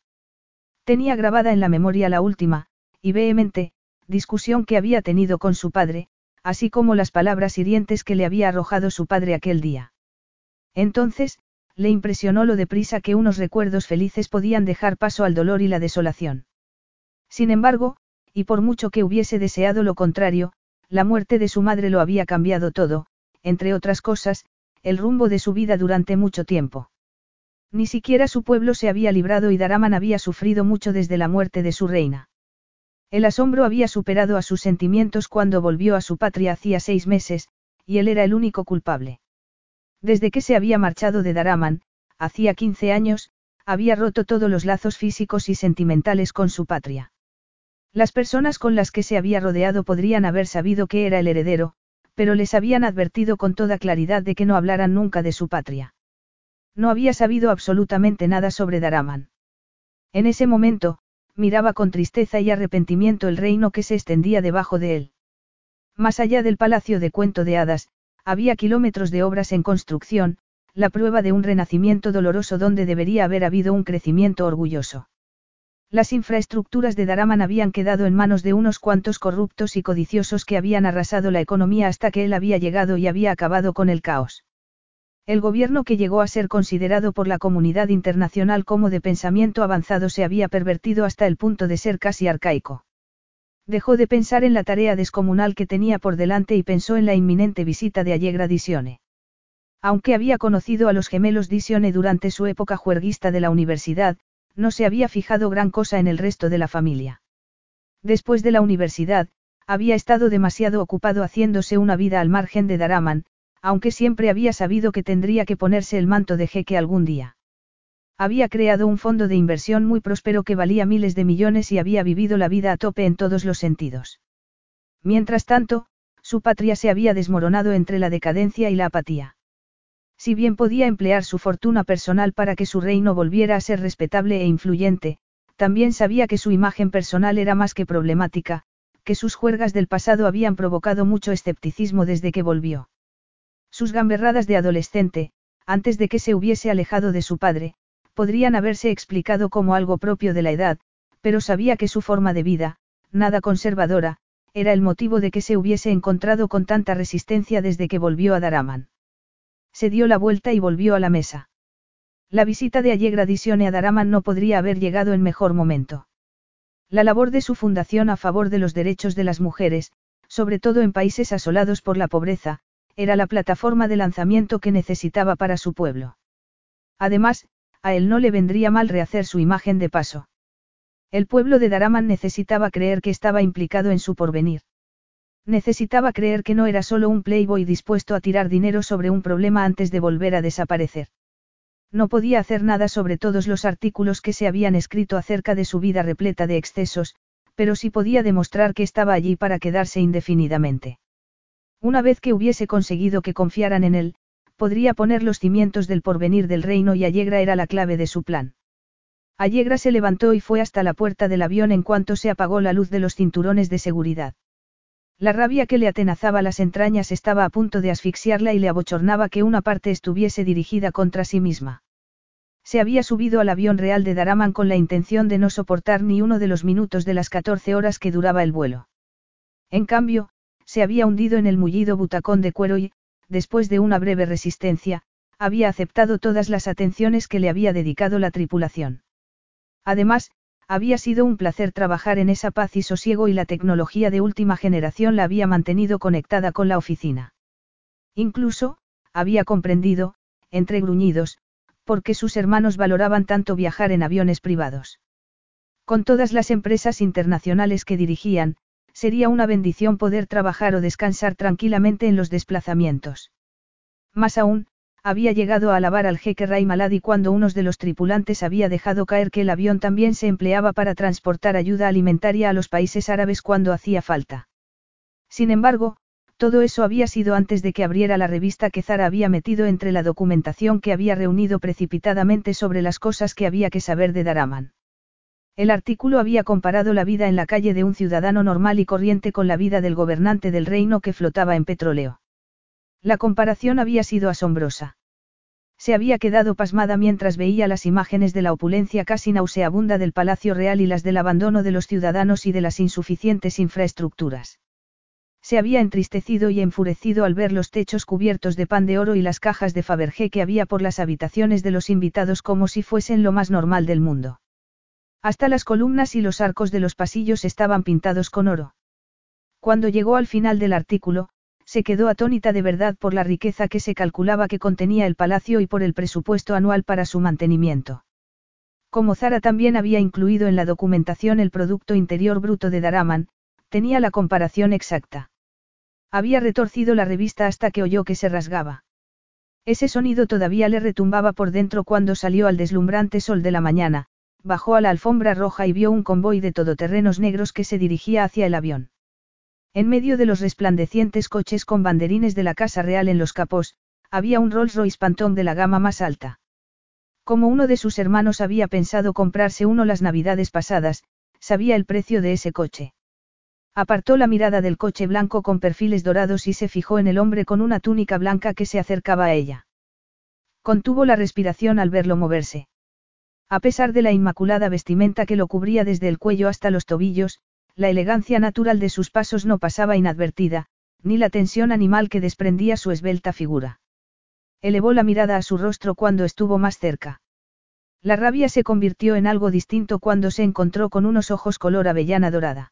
Tenía grabada en la memoria la última, y vehemente, discusión que había tenido con su padre, así como las palabras hirientes que le había arrojado su padre aquel día. Entonces, le impresionó lo deprisa que unos recuerdos felices podían dejar paso al dolor y la desolación. Sin embargo, y por mucho que hubiese deseado lo contrario, la muerte de su madre lo había cambiado todo, entre otras cosas, el rumbo de su vida durante mucho tiempo. Ni siquiera su pueblo se había librado y Daraman había sufrido mucho desde la muerte de su reina. El asombro había superado a sus sentimientos cuando volvió a su patria hacía 6 meses, y él era el único culpable. Desde que se había marchado de Daraman, hacía 15 años, había roto todos los lazos físicos y sentimentales con su patria. Las personas con las que se había rodeado podrían haber sabido que era el heredero, pero les habían advertido con toda claridad de que no hablaran nunca de su patria. No había sabido absolutamente nada sobre Daraman. En ese momento, miraba con tristeza y arrepentimiento el reino que se extendía debajo de él. Más allá del palacio de cuento de hadas, había kilómetros de obras en construcción, la prueba de un renacimiento doloroso donde debería haber habido un crecimiento orgulloso. Las infraestructuras de Daraman habían quedado en manos de unos cuantos corruptos y codiciosos que habían arrasado la economía hasta que él había llegado y había acabado con el caos. El gobierno que llegó a ser considerado por la comunidad internacional como de pensamiento avanzado se había pervertido hasta el punto de ser casi arcaico. Dejó de pensar en la tarea descomunal que tenía por delante y pensó en la inminente visita de Allegra Disione. Aunque había conocido a los gemelos Disione durante su época juerguista de la universidad, no se había fijado gran cosa en el resto de la familia. Después de la universidad, había estado demasiado ocupado haciéndose una vida al margen de Daraman, aunque siempre había sabido que tendría que ponerse el manto de jeque algún día. Había creado un fondo de inversión muy próspero que valía miles de millones y había vivido la vida a tope en todos los sentidos. Mientras tanto, su patria se había desmoronado entre la decadencia y la apatía. Si bien podía emplear su fortuna personal para que su reino volviera a ser respetable e influyente, también sabía que su imagen personal era más que problemática, que sus juergas del pasado habían provocado mucho escepticismo desde que volvió. Sus gamberradas de adolescente, antes de que se hubiese alejado de su padre, podrían haberse explicado como algo propio de la edad, pero sabía que su forma de vida, nada conservadora, era el motivo de que se hubiese encontrado con tanta resistencia desde que volvió a Daraman. Se dio la vuelta y volvió a la mesa. La visita de Allegra Disione a Daraman no podría haber llegado en mejor momento. La labor de su fundación a favor de los derechos de las mujeres, sobre todo en países asolados por la pobreza, era la plataforma de lanzamiento que necesitaba para su pueblo. Además, a él no le vendría mal rehacer su imagen de paso. El pueblo de Daraman necesitaba creer que estaba implicado en su porvenir. Necesitaba creer que no era solo un playboy dispuesto a tirar dinero sobre un problema antes de volver a desaparecer. No podía hacer nada sobre todos los artículos que se habían escrito acerca de su vida repleta de excesos, pero sí podía demostrar que estaba allí para quedarse indefinidamente. Una vez que hubiese conseguido que confiaran en él, podría poner los cimientos del porvenir del reino y Allegra era la clave de su plan. Allegra se levantó y fue hasta la puerta del avión en cuanto se apagó la luz de los cinturones de seguridad. La rabia que le atenazaba las entrañas estaba a punto de asfixiarla y le abochornaba que una parte estuviese dirigida contra sí misma. Se había subido al avión real de Daraman con la intención de no soportar ni uno de los minutos de las 14 horas que duraba el vuelo. En cambio, se había hundido en el mullido butacón de cuero y, después de una breve resistencia, había aceptado todas las atenciones que le había dedicado la tripulación. Además, había sido un placer trabajar en esa paz y sosiego y la tecnología de última generación la había mantenido conectada con la oficina. Incluso, había comprendido, entre gruñidos, por qué sus hermanos valoraban tanto viajar en aviones privados. Con todas las empresas internacionales que dirigían, sería una bendición poder trabajar o descansar tranquilamente en los desplazamientos. Más aún, había llegado a alabar al jeque Ray Maladi cuando uno de los tripulantes había dejado caer que el avión también se empleaba para transportar ayuda alimentaria a los países árabes cuando hacía falta. Sin embargo, todo eso había sido antes de que abriera la revista que Zara había metido entre la documentación que había reunido precipitadamente sobre las cosas que había que saber de Daraman. El artículo había comparado la vida en la calle de un ciudadano normal y corriente con la vida del gobernante del reino que flotaba en petróleo. La comparación había sido asombrosa. Se había quedado pasmada mientras veía las imágenes de la opulencia casi nauseabunda del Palacio Real y las del abandono de los ciudadanos y de las insuficientes infraestructuras. Se había entristecido y enfurecido al ver los techos cubiertos de pan de oro y las cajas de Fabergé que había por las habitaciones de los invitados como si fuesen lo más normal del mundo. Hasta las columnas y los arcos de los pasillos estaban pintados con oro. Cuando llegó al final del artículo, se quedó atónita de verdad por la riqueza que se calculaba que contenía el palacio y por el presupuesto anual para su mantenimiento. Como Zara también había incluido en la documentación el Producto Interior Bruto de Daraman, tenía la comparación exacta. Había retorcido la revista hasta que oyó que se rasgaba. Ese sonido todavía le retumbaba por dentro cuando salió al deslumbrante sol de la mañana, bajó a la alfombra roja y vio un convoy de todoterrenos negros que se dirigía hacia el avión. En medio de los resplandecientes coches con banderines de la Casa Real en los capós, había un Rolls-Royce Phantom de la gama más alta. Como uno de sus hermanos había pensado comprarse uno las navidades pasadas, sabía el precio de ese coche. Apartó la mirada del coche blanco con perfiles dorados y se fijó en el hombre con una túnica blanca que se acercaba a ella. Contuvo la respiración al verlo moverse. A pesar de la inmaculada vestimenta que lo cubría desde el cuello hasta los tobillos, la elegancia natural de sus pasos no pasaba inadvertida, ni la tensión animal que desprendía su esbelta figura. Elevó la mirada a su rostro cuando estuvo más cerca. La rabia se convirtió en algo distinto cuando se encontró con unos ojos color avellana dorada.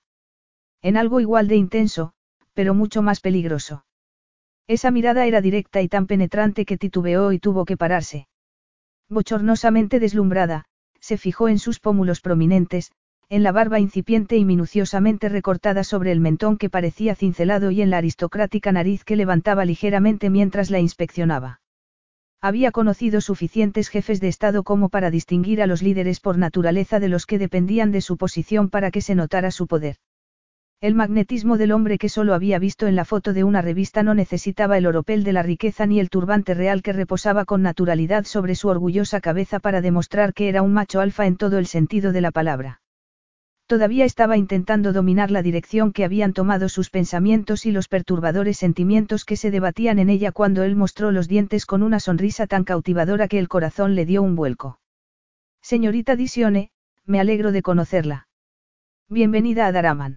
En algo igual de intenso, pero mucho más peligroso. Esa mirada era directa y tan penetrante que titubeó y tuvo que pararse. Bochornosamente deslumbrada, se fijó en sus pómulos prominentes, en la barba incipiente y minuciosamente recortada sobre el mentón que parecía cincelado y en la aristocrática nariz que levantaba ligeramente mientras la inspeccionaba. Había conocido suficientes jefes de Estado como para distinguir a los líderes por naturaleza de los que dependían de su posición para que se notara su poder. El magnetismo del hombre que solo había visto en la foto de una revista no necesitaba el oropel de la riqueza ni el turbante real que reposaba con naturalidad sobre su orgullosa cabeza para demostrar que era un macho alfa en todo el sentido de la palabra. Todavía estaba intentando dominar la dirección que habían tomado sus pensamientos y los perturbadores sentimientos que se debatían en ella cuando él mostró los dientes con una sonrisa tan cautivadora que el corazón le dio un vuelco. Señorita Disione, me alegro de conocerla. Bienvenida a Daraman.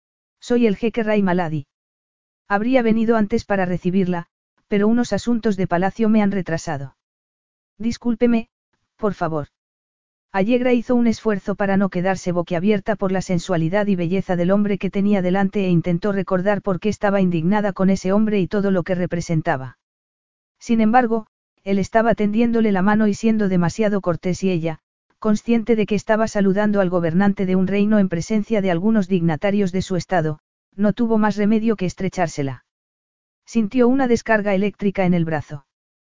Soy el jeque Ray Maladi. Habría venido antes para recibirla, pero unos asuntos de palacio me han retrasado. Discúlpeme, por favor. Allegra hizo un esfuerzo para no quedarse boquiabierta por la sensualidad y belleza del hombre que tenía delante e intentó recordar por qué estaba indignada con ese hombre y todo lo que representaba. Sin embargo, él estaba tendiéndole la mano y siendo demasiado cortés y ella, consciente de que estaba saludando al gobernante de un reino en presencia de algunos dignatarios de su estado, no tuvo más remedio que estrechársela. Sintió una descarga eléctrica en el brazo.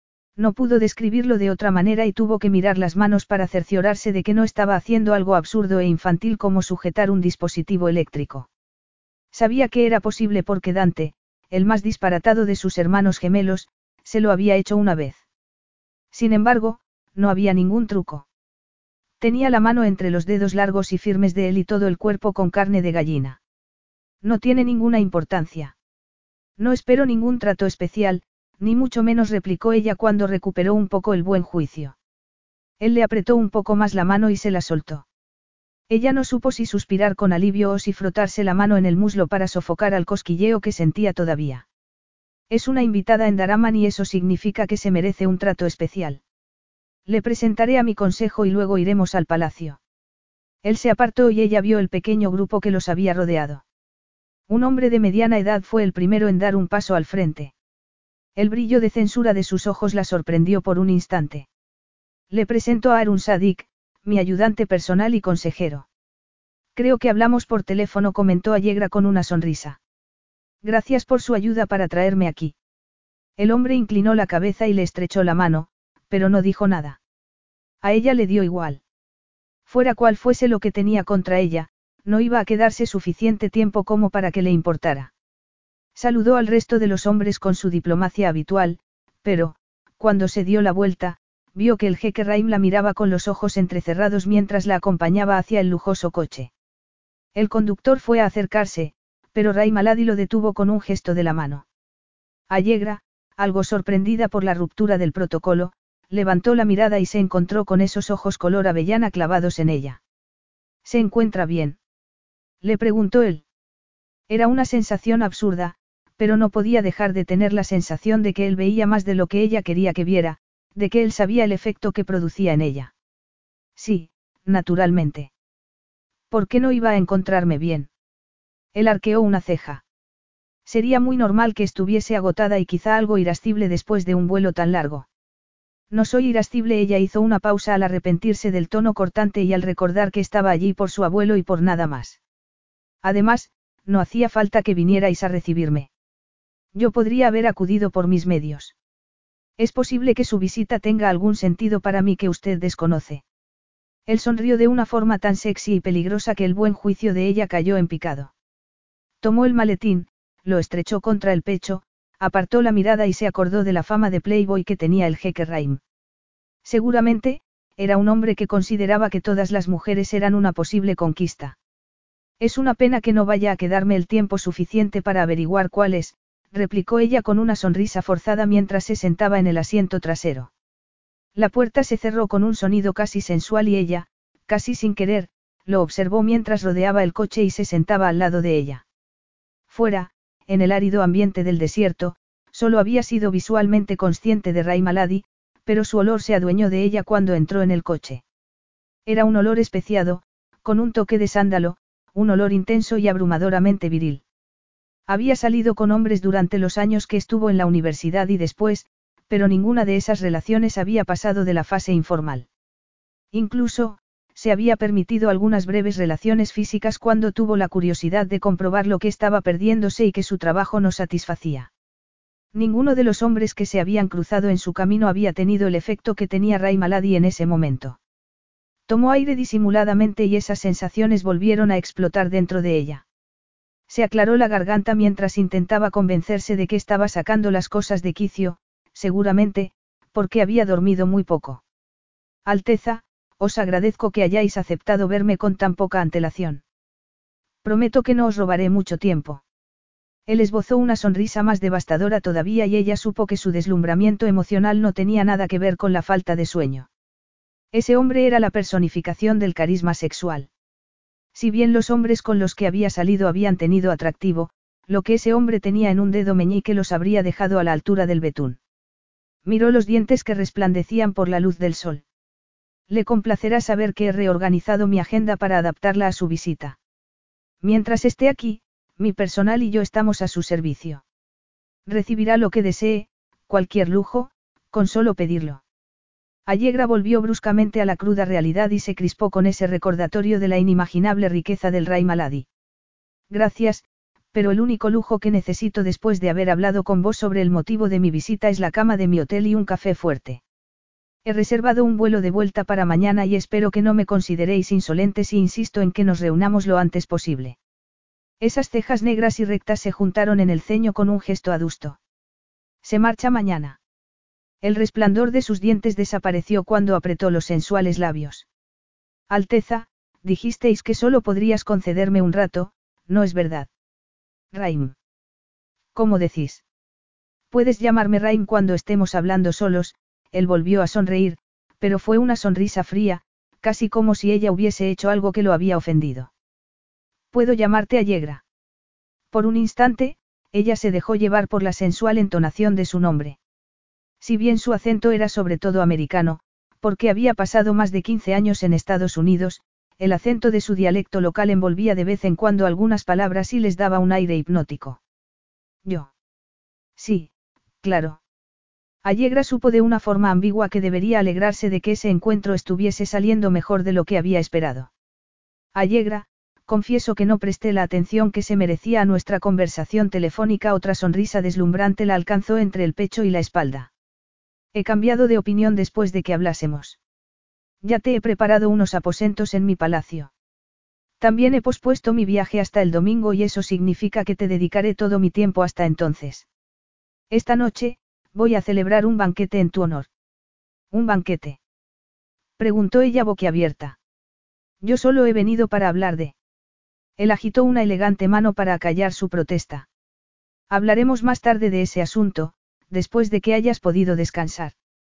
No pudo describirlo de otra manera y tuvo que mirar las manos para cerciorarse de que no estaba haciendo algo absurdo e infantil como sujetar un dispositivo eléctrico. Sabía que era posible porque Dante, el más disparatado de sus hermanos gemelos, se lo había hecho una vez. Sin embargo, no había ningún truco. Tenía la mano entre los dedos largos y firmes de él y todo el cuerpo con carne de gallina. No tiene ninguna importancia. No espero ningún trato especial, ni mucho menos replicó ella cuando recuperó un poco el buen juicio. Él le apretó un poco más la mano y se la soltó. Ella no supo si suspirar con alivio o si frotarse la mano en el muslo para sofocar al cosquilleo que sentía todavía. Es una invitada en Daraman y eso significa que se merece un trato especial. Le presentaré a mi consejo y luego iremos al palacio. Él se apartó y ella vio el pequeño grupo que los había rodeado. Un hombre de mediana edad fue el primero en dar un paso al frente. El brillo de censura de sus ojos la sorprendió por un instante. Le presento a Harun Sadik, mi ayudante personal y consejero. Creo que hablamos por teléfono, comentó Allegra con una sonrisa. Gracias por su ayuda para traerme aquí. El hombre inclinó la cabeza y le estrechó la mano, pero no dijo nada. A ella le dio igual. Fuera cual fuese lo que tenía contra ella, no iba a quedarse suficiente tiempo como para que le importara. Saludó al resto de los hombres con su diplomacia habitual, pero, cuando se dio la vuelta, vio que el jeque Raim la miraba con los ojos entrecerrados mientras la acompañaba hacia el lujoso coche. El conductor fue a acercarse, pero Ray Maladi lo detuvo con un gesto de la mano. Allegra, algo sorprendida por la ruptura del protocolo, levantó la mirada y se encontró con esos ojos color avellana clavados en ella. ¿Se encuentra bien?, le preguntó él. Era una sensación absurda, pero no podía dejar de tener la sensación de que él veía más de lo que ella quería que viera, de que él sabía el efecto que producía en ella. Sí, naturalmente. ¿Por qué no iba a encontrarme bien? Él arqueó una ceja. Sería muy normal que estuviese agotada y quizá algo irascible después de un vuelo tan largo. No soy irascible, ella hizo una pausa al arrepentirse del tono cortante y al recordar que estaba allí por su abuelo y por nada más. Además, no hacía falta que vinierais a recibirme. Yo podría haber acudido por mis medios. Es posible que su visita tenga algún sentido para mí que usted desconoce. Él sonrió de una forma tan sexy y peligrosa que el buen juicio de ella cayó en picado. Tomó el maletín, lo estrechó contra el pecho, apartó la mirada y se acordó de la fama de playboy que tenía el jeque Raim. Seguramente, era un hombre que consideraba que todas las mujeres eran una posible conquista. Es una pena que no vaya a quedarme el tiempo suficiente para averiguar cuál es, replicó ella con una sonrisa forzada mientras se sentaba en el asiento trasero. La puerta se cerró con un sonido casi sensual y ella, casi sin querer, lo observó mientras rodeaba el coche y se sentaba al lado de ella. Fuera, en el árido ambiente del desierto, solo había sido visualmente consciente de Ray Maladi, pero su olor se adueñó de ella cuando entró en el coche. Era un olor especiado, con un toque de sándalo, un olor intenso y abrumadoramente viril. Había salido con hombres durante los años que estuvo en la universidad y después, pero ninguna de esas relaciones había pasado de la fase informal. Incluso, se había permitido algunas breves relaciones físicas cuando tuvo la curiosidad de comprobar lo que estaba perdiéndose y que su trabajo no satisfacía. Ninguno de los hombres que se habían cruzado en su camino había tenido el efecto que tenía Ray Maladi en ese momento. Tomó aire disimuladamente y esas sensaciones volvieron a explotar dentro de ella. Se aclaró la garganta mientras intentaba convencerse de que estaba sacando las cosas de quicio, seguramente, porque había dormido muy poco. Alteza, os agradezco que hayáis aceptado verme con tan poca antelación. Prometo que no os robaré mucho tiempo. Él esbozó una sonrisa más devastadora todavía y ella supo que su deslumbramiento emocional no tenía nada que ver con la falta de sueño. Ese hombre era la personificación del carisma sexual. Si bien los hombres con los que había salido habían tenido atractivo, lo que ese hombre tenía en un dedo meñique los habría dejado a la altura del betún. Miró los dientes que resplandecían por la luz del sol. Le complacerá saber que he reorganizado mi agenda para adaptarla a su visita. Mientras esté aquí, mi personal y yo estamos a su servicio. Recibirá lo que desee, cualquier lujo, con solo pedirlo. Allegra volvió bruscamente a la cruda realidad y se crispó con ese recordatorio de la inimaginable riqueza del Ray Maladi. Gracias, pero el único lujo que necesito después de haber hablado con vos sobre el motivo de mi visita es la cama de mi hotel y un café fuerte. He reservado un vuelo de vuelta para mañana y espero que no me consideréis insolentes si insisto en que nos reunamos lo antes posible. Esas cejas negras y rectas se juntaron en el ceño con un gesto adusto. Se marcha mañana. El resplandor de sus dientes desapareció cuando apretó los sensuales labios. Alteza, dijisteis que solo podrías concederme un rato, ¿no es verdad? Raim. ¿Cómo decís? Puedes llamarme Raim cuando estemos hablando solos, él volvió a sonreír, pero fue una sonrisa fría, casi como si ella hubiese hecho algo que lo había ofendido. ¿Puedo llamarte Allegra? Por un instante, ella se dejó llevar por la sensual entonación de su nombre. Si bien su acento era sobre todo americano, porque había pasado más de 15 años en Estados Unidos, el acento de su dialecto local envolvía de vez en cuando algunas palabras y les daba un aire hipnótico. Yo. Sí, claro. Allegra supo de una forma ambigua que debería alegrarse de que ese encuentro estuviese saliendo mejor de lo que había esperado. Allegra, confieso que no presté la atención que se merecía a nuestra conversación telefónica. Otra sonrisa deslumbrante la alcanzó entre el pecho y la espalda. He cambiado de opinión después de que hablásemos. Ya te he preparado unos aposentos en mi palacio. También he pospuesto mi viaje hasta el domingo y eso significa que te dedicaré todo mi tiempo hasta entonces. Esta noche, voy a celebrar un banquete en tu honor. ¿Un banquete? Preguntó ella boquiabierta. Yo solo he venido para hablar de... Él agitó una elegante mano para acallar su protesta. Hablaremos más tarde de ese asunto, después de que hayas podido descansar.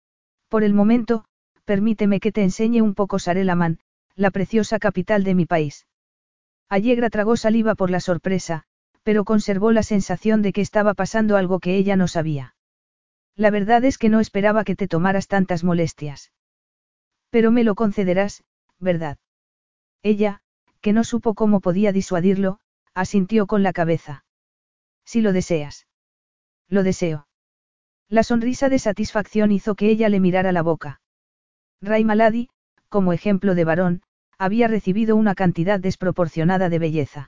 Por el momento, permíteme que te enseñe un poco Sarelaman, la preciosa capital de mi país. Allegra tragó saliva por la sorpresa, pero conservó la sensación de que estaba pasando algo que ella no sabía. La verdad es que no esperaba que te tomaras tantas molestias. Pero me lo concederás, ¿verdad? Ella, que no supo cómo podía disuadirlo, asintió con la cabeza. Si lo deseas. Lo deseo. La sonrisa de satisfacción hizo que ella le mirara la boca. Ray Maladi, como ejemplo de varón, había recibido una cantidad desproporcionada de belleza.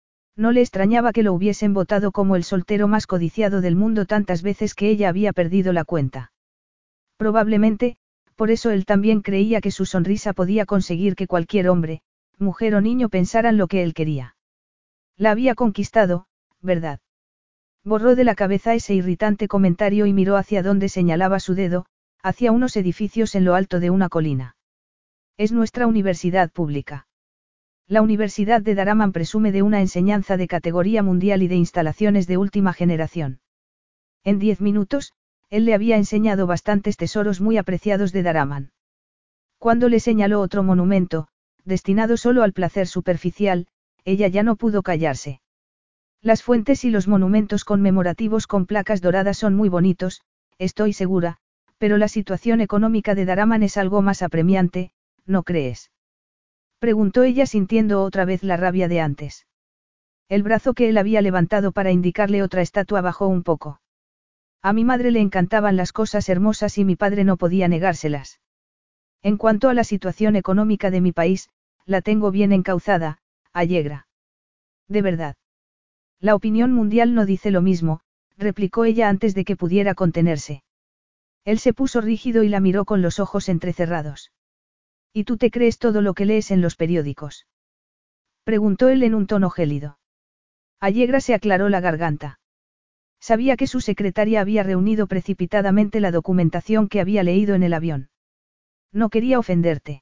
No le extrañaba que lo hubiesen votado como el soltero más codiciado del mundo tantas veces que ella había perdido la cuenta. Probablemente, por eso él también creía que su sonrisa podía conseguir que cualquier hombre, mujer o niño pensaran lo que él quería. La había conquistado, ¿verdad? Borró de la cabeza ese irritante comentario y miró hacia donde señalaba su dedo, hacia unos edificios en lo alto de una colina. Es nuestra universidad pública. La Universidad de Daraman presume de una enseñanza de categoría mundial y de instalaciones de última generación. En 10 minutos, él le había enseñado bastantes tesoros muy apreciados de Daraman. Cuando le señaló otro monumento, destinado solo al placer superficial, ella ya no pudo callarse. Las fuentes y los monumentos conmemorativos con placas doradas son muy bonitos, estoy segura, pero la situación económica de Daraman es algo más apremiante, ¿no crees? Preguntó ella sintiendo otra vez la rabia de antes. El brazo que él había levantado para indicarle otra estatua bajó un poco. A mi madre le encantaban las cosas hermosas y mi padre no podía negárselas. En cuanto a la situación económica de mi país, la tengo bien encauzada, Allegra. De verdad. La opinión mundial no dice lo mismo, replicó ella antes de que pudiera contenerse. Él se puso rígido y la miró con los ojos entrecerrados. ¿Y tú te crees todo lo que lees en los periódicos? Preguntó él en un tono gélido. Allegra se aclaró la garganta. Sabía que su secretaria había reunido precipitadamente la documentación que había leído en el avión. No quería ofenderte.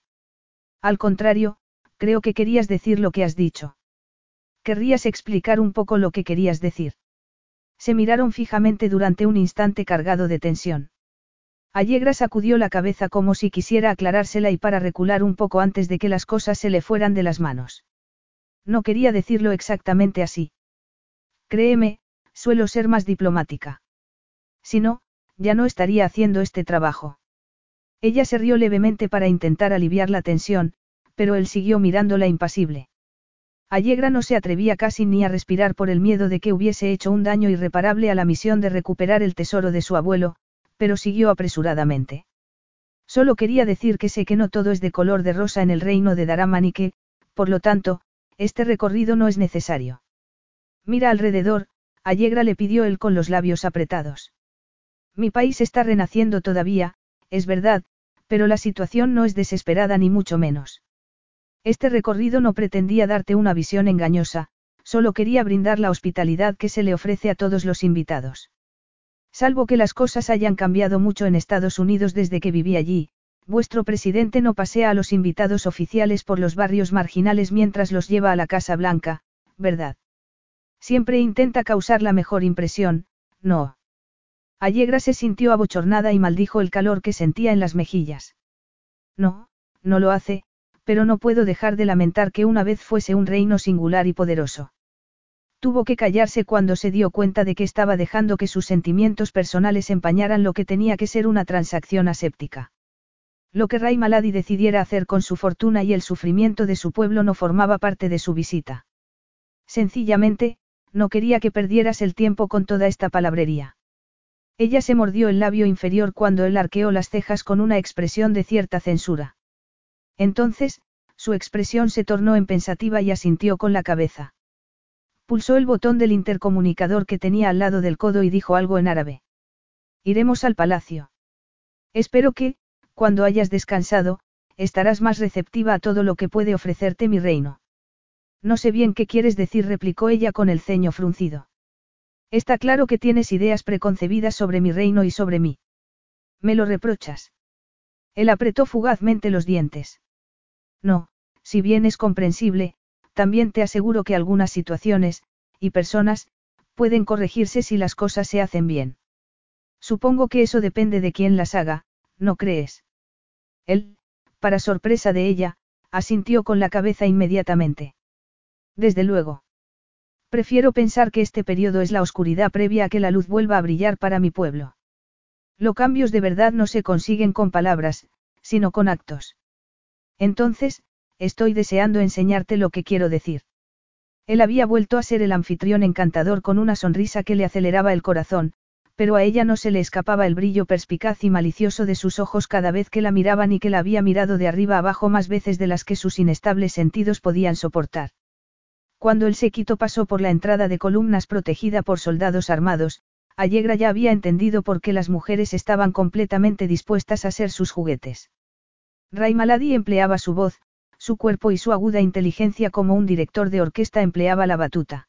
Al contrario, creo que querías decir lo que has dicho. ¿Querrías explicar un poco lo que querías decir? Se miraron fijamente durante un instante cargado de tensión. Allegra sacudió la cabeza como si quisiera aclarársela y para recular un poco antes de que las cosas se le fueran de las manos. No quería decirlo exactamente así. Créeme, suelo ser más diplomática. Si no, ya no estaría haciendo este trabajo. Ella se rió levemente para intentar aliviar la tensión, pero él siguió mirándola impasible. Allegra no se atrevía casi ni a respirar por el miedo de que hubiese hecho un daño irreparable a la misión de recuperar el tesoro de su abuelo, pero siguió apresuradamente. Solo quería decir que sé que no todo es de color de rosa en el reino de Daraman y que, por lo tanto, este recorrido no es necesario. Mira alrededor, Allegra le pidió él con los labios apretados. Mi país está renaciendo todavía, es verdad, pero la situación no es desesperada ni mucho menos. Este recorrido no pretendía darte una visión engañosa, solo quería brindar la hospitalidad que se le ofrece a todos los invitados. Salvo que las cosas hayan cambiado mucho en Estados Unidos desde que viví allí, vuestro presidente no pasea a los invitados oficiales por los barrios marginales mientras los lleva a la Casa Blanca, ¿verdad? Siempre intenta causar la mejor impresión, ¿no? Allegra se sintió abochornada y maldijo el calor que sentía en las mejillas. No, no lo hace, pero no puedo dejar de lamentar que una vez fuese un reino singular y poderoso. Tuvo que callarse cuando se dio cuenta de que estaba dejando que sus sentimientos personales empañaran lo que tenía que ser una transacción aséptica. Lo que Ray Maladi decidiera hacer con su fortuna y el sufrimiento de su pueblo no formaba parte de su visita. Sencillamente, no quería que perdieras el tiempo con toda esta palabrería. Ella se mordió el labio inferior cuando él arqueó las cejas con una expresión de cierta censura. Entonces, su expresión se tornó en pensativa y asintió con la cabeza. Pulsó el botón del intercomunicador que tenía al lado del codo y dijo algo en árabe. Iremos al palacio. Espero que, cuando hayas descansado, estarás más receptiva a todo lo que puede ofrecerte mi reino. No sé bien qué quieres decir, replicó ella con el ceño fruncido. Está claro que tienes ideas preconcebidas sobre mi reino y sobre mí. ¿Me lo reprochas? Él apretó fugazmente los dientes. No, si bien es comprensible, también te aseguro que algunas situaciones, y personas, pueden corregirse si las cosas se hacen bien. Supongo que eso depende de quién las haga, ¿no crees? Él, para sorpresa de ella, asintió con la cabeza inmediatamente. Desde luego. Prefiero pensar que este periodo es la oscuridad previa a que la luz vuelva a brillar para mi pueblo. Los cambios de verdad no se consiguen con palabras, sino con actos. Entonces, estoy deseando enseñarte lo que quiero decir. Él había vuelto a ser el anfitrión encantador con una sonrisa que le aceleraba el corazón, pero a ella no se le escapaba el brillo perspicaz y malicioso de sus ojos cada vez que la miraban y que la había mirado de arriba abajo más veces de las que sus inestables sentidos podían soportar. Cuando el séquito pasó por la entrada de columnas protegida por soldados armados, Allegra ya había entendido por qué las mujeres estaban completamente dispuestas a ser sus juguetes. Ray Maladi empleaba su voz, su cuerpo y su aguda inteligencia como un director de orquesta empleaba la batuta.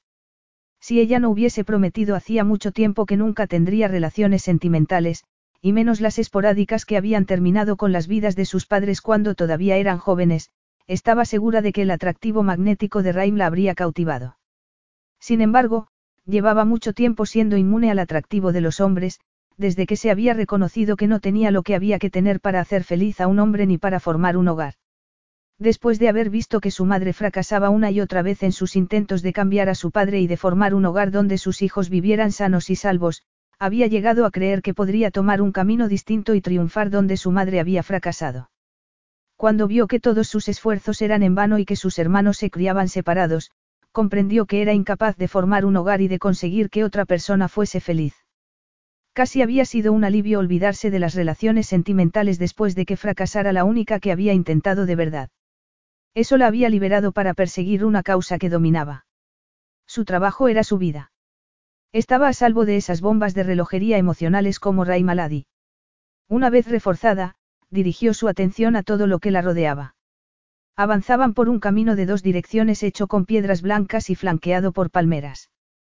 Si ella no hubiese prometido hacía mucho tiempo que nunca tendría relaciones sentimentales, y menos las esporádicas que habían terminado con las vidas de sus padres cuando todavía eran jóvenes, estaba segura de que el atractivo magnético de Raim la habría cautivado. Sin embargo, llevaba mucho tiempo siendo inmune al atractivo de los hombres, desde que se había reconocido que no tenía lo que había que tener para hacer feliz a un hombre ni para formar un hogar. Después de haber visto que su madre fracasaba una y otra vez en sus intentos de cambiar a su padre y de formar un hogar donde sus hijos vivieran sanos y salvos, había llegado a creer que podría tomar un camino distinto y triunfar donde su madre había fracasado. Cuando vio que todos sus esfuerzos eran en vano y que sus hermanos se criaban separados, comprendió que era incapaz de formar un hogar y de conseguir que otra persona fuese feliz. Casi había sido un alivio olvidarse de las relaciones sentimentales después de que fracasara la única que había intentado de verdad. Eso la había liberado para perseguir una causa que dominaba. Su trabajo era su vida. Estaba a salvo de esas bombas de relojería emocionales como Ray Maladi. Una vez reforzada, dirigió su atención a todo lo que la rodeaba. Avanzaban por un camino de dos direcciones hecho con piedras blancas y flanqueado por palmeras.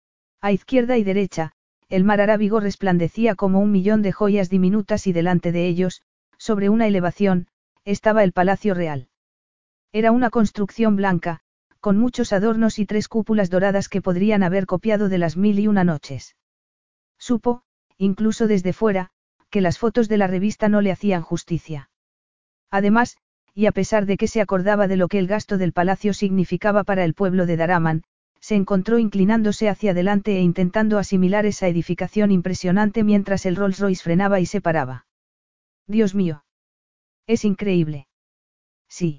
A izquierda y derecha, el mar Arábigo resplandecía como un millón de joyas diminutas y delante de ellos, sobre una elevación, estaba el Palacio Real. Era una construcción blanca, con muchos adornos y tres cúpulas doradas que podrían haber copiado de las 1001 noches. Supo, incluso desde fuera, que las fotos de la revista no le hacían justicia. Además, y a pesar de que se acordaba de lo que el gasto del palacio significaba para el pueblo de Daraman, se encontró inclinándose hacia adelante e intentando asimilar esa edificación impresionante mientras el Rolls Royce frenaba y se paraba. Dios mío. Es increíble. Sí.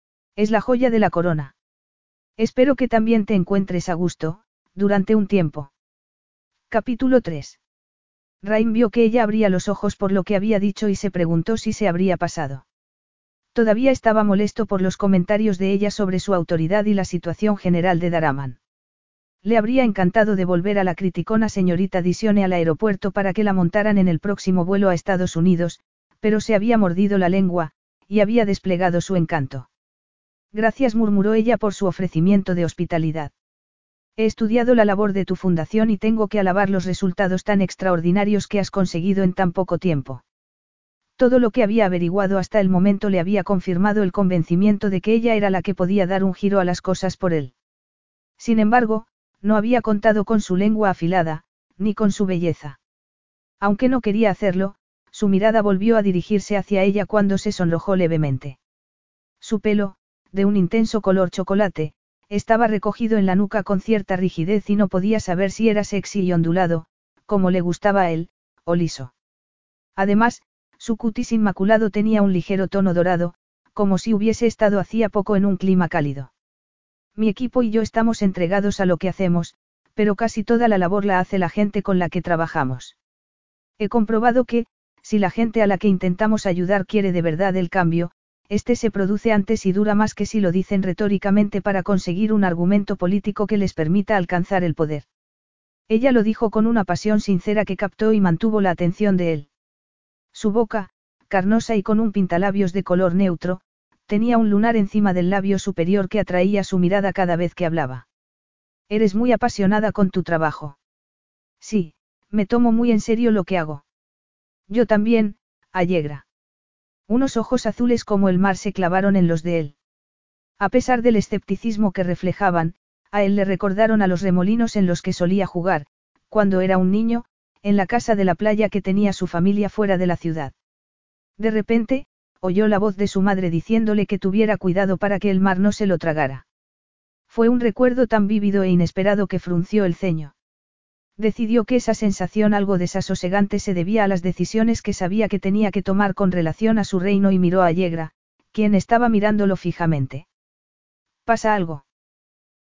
Es la joya de la corona. Espero que también te encuentres a gusto, durante un tiempo. Capítulo 3. Raim vio que ella abría los ojos por lo que había dicho y se preguntó si se habría pasado. Todavía estaba molesto por los comentarios de ella sobre su autoridad y la situación general de Daraman. Le habría encantado devolver a la criticona señorita Disione al aeropuerto para que la montaran en el próximo vuelo a Estados Unidos, pero se había mordido la lengua, y había desplegado su encanto. Gracias, murmuró ella por su ofrecimiento de hospitalidad. He estudiado la labor de tu fundación y tengo que alabar los resultados tan extraordinarios que has conseguido en tan poco tiempo. Todo lo que había averiguado hasta el momento le había confirmado el convencimiento de que ella era la que podía dar un giro a las cosas por él. Sin embargo, no había contado con su lengua afilada, ni con su belleza. Aunque no quería hacerlo, su mirada volvió a dirigirse hacia ella cuando se sonrojó levemente. Su pelo, de un intenso color chocolate, estaba recogido en la nuca con cierta rigidez y no podía saber si era sexy y ondulado, como le gustaba a él, o liso. Además, su cutis inmaculado tenía un ligero tono dorado, como si hubiese estado hacía poco en un clima cálido. Mi equipo y yo estamos entregados a lo que hacemos, pero casi toda la labor la hace la gente con la que trabajamos. He comprobado que, si la gente a la que intentamos ayudar quiere de verdad el cambio, este se produce antes y dura más que si lo dicen retóricamente para conseguir un argumento político que les permita alcanzar el poder. Ella lo dijo con una pasión sincera que captó y mantuvo la atención de él. Su boca, carnosa y con un pintalabios de color neutro, tenía un lunar encima del labio superior que atraía su mirada cada vez que hablaba. Eres muy apasionada con tu trabajo. Sí, me tomo muy en serio lo que hago. Yo también, Allegra. Unos ojos azules como el mar se clavaron en los de él. A pesar del escepticismo que reflejaban, a él le recordaron a los remolinos en los que solía jugar, cuando era un niño, en la casa de la playa que tenía su familia fuera de la ciudad. De repente, oyó la voz de su madre diciéndole que tuviera cuidado para que el mar no se lo tragara. Fue un recuerdo tan vívido e inesperado que frunció el ceño. Decidió que esa sensación algo desasosegante se debía a las decisiones que sabía que tenía que tomar con relación a su reino y miró a Allegra, quien estaba mirándolo fijamente. ¿Pasa algo?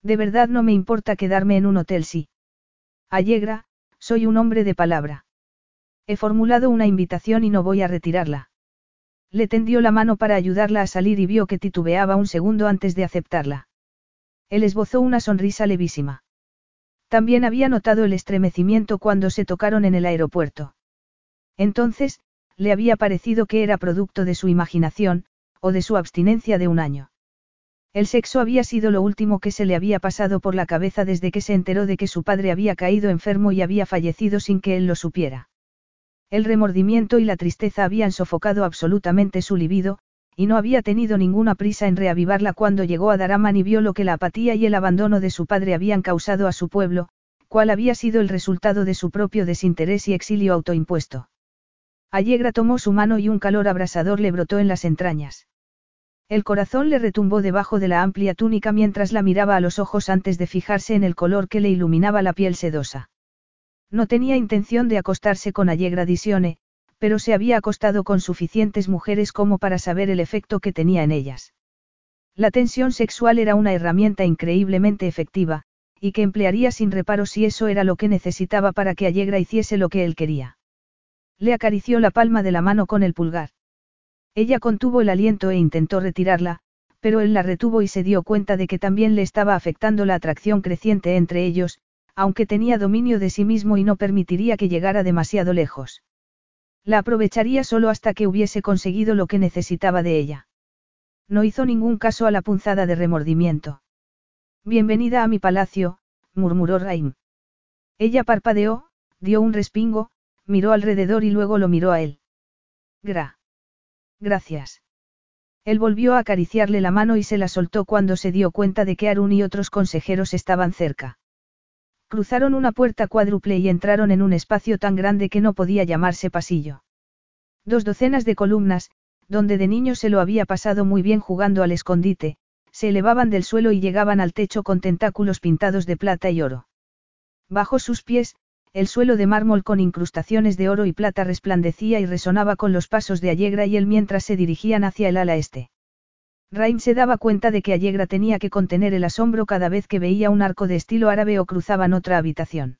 De verdad no me importa quedarme en un hotel si. Allegra, soy un hombre de palabra. He formulado una invitación y no voy a retirarla. Le tendió la mano para ayudarla a salir y vio que titubeaba un segundo antes de aceptarla. Él esbozó una sonrisa levísima. También había notado el estremecimiento cuando se tocaron en el aeropuerto. Entonces, le había parecido que era producto de su imaginación, o de su abstinencia de un año. El sexo había sido lo último que se le había pasado por la cabeza desde que se enteró de que su padre había caído enfermo y había fallecido sin que él lo supiera. El remordimiento y la tristeza habían sofocado absolutamente su libido, y no había tenido ninguna prisa en reavivarla cuando llegó a Daraman y vio lo que la apatía y el abandono de su padre habían causado a su pueblo, cuál había sido el resultado de su propio desinterés y exilio autoimpuesto. Allegra tomó su mano y un calor abrasador le brotó en las entrañas. El corazón le retumbó debajo de la amplia túnica mientras la miraba a los ojos antes de fijarse en el color que le iluminaba la piel sedosa. No tenía intención de acostarse con Allegra Disione, pero se había acostado con suficientes mujeres como para saber el efecto que tenía en ellas. La tensión sexual era una herramienta increíblemente efectiva, y que emplearía sin reparo si eso era lo que necesitaba para que Allegra hiciese lo que él quería. Le acarició la palma de la mano con el pulgar. Ella contuvo el aliento e intentó retirarla, pero él la retuvo y se dio cuenta de que también le estaba afectando la atracción creciente entre ellos, aunque tenía dominio de sí mismo y no permitiría que llegara demasiado lejos. La aprovecharía solo hasta que hubiese conseguido lo que necesitaba de ella. No hizo ningún caso a la punzada de remordimiento. Bienvenida a mi palacio, murmuró Raim. Ella parpadeó, dio un respingo, miró alrededor y luego lo miró a él. Gracias. Él volvió a acariciarle la mano y se la soltó cuando se dio cuenta de que Arun y otros consejeros estaban cerca. Cruzaron una puerta cuádruple y entraron en un espacio tan grande que no podía llamarse pasillo. 2 docenas de columnas, donde de niño se lo había pasado muy bien jugando al escondite, se elevaban del suelo y llegaban al techo con tentáculos pintados de plata y oro. Bajo sus pies, el suelo de mármol con incrustaciones de oro y plata resplandecía y resonaba con los pasos de Allegra y él mientras se dirigían hacia el ala este. Raim se daba cuenta de que Allegra tenía que contener el asombro cada vez que veía un arco de estilo árabe o cruzaban otra habitación.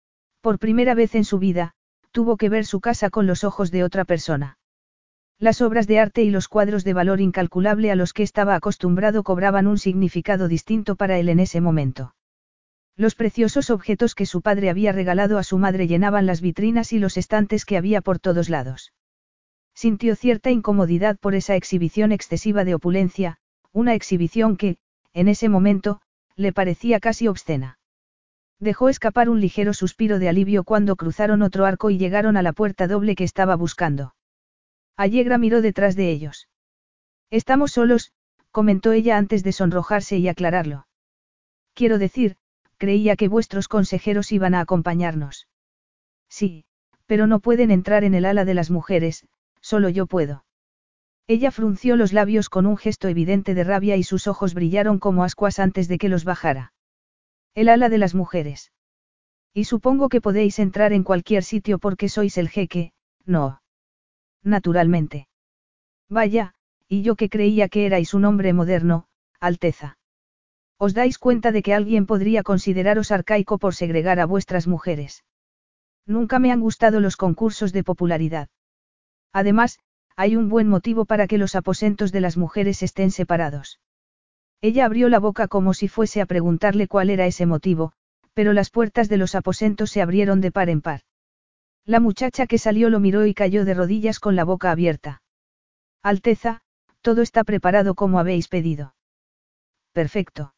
Por primera vez en su vida, tuvo que ver su casa con los ojos de otra persona. Las obras de arte y los cuadros de valor incalculable a los que estaba acostumbrado cobraban un significado distinto para él en ese momento. Los preciosos objetos que su padre había regalado a su madre llenaban las vitrinas y los estantes que había por todos lados. Sintió cierta incomodidad por esa exhibición excesiva de opulencia, una exhibición que, en ese momento, le parecía casi obscena. Dejó escapar un ligero suspiro de alivio cuando cruzaron otro arco y llegaron a la puerta doble que estaba buscando. Allegra miró detrás de ellos. Estamos solos, comentó ella antes de sonrojarse y aclararlo. Quiero decir, creía que vuestros consejeros iban a acompañarnos. Sí, pero no pueden entrar en el ala de las mujeres, solo yo puedo. Ella frunció los labios con un gesto evidente de rabia y sus ojos brillaron como ascuas antes de que los bajara. El ala de las mujeres. Y supongo que podéis entrar en cualquier sitio porque sois el jeque, ¿no? Naturalmente. Vaya, y yo que creía que erais un hombre moderno, Alteza. ¿Os dais cuenta de que alguien podría consideraros arcaico por segregar a vuestras mujeres? Nunca me han gustado los concursos de popularidad. Además, hay un buen motivo para que los aposentos de las mujeres estén separados. Ella abrió la boca como si fuese a preguntarle cuál era ese motivo, pero las puertas de los aposentos se abrieron de par en par. La muchacha que salió lo miró y cayó de rodillas con la boca abierta. Alteza, todo está preparado como habéis pedido. Perfecto.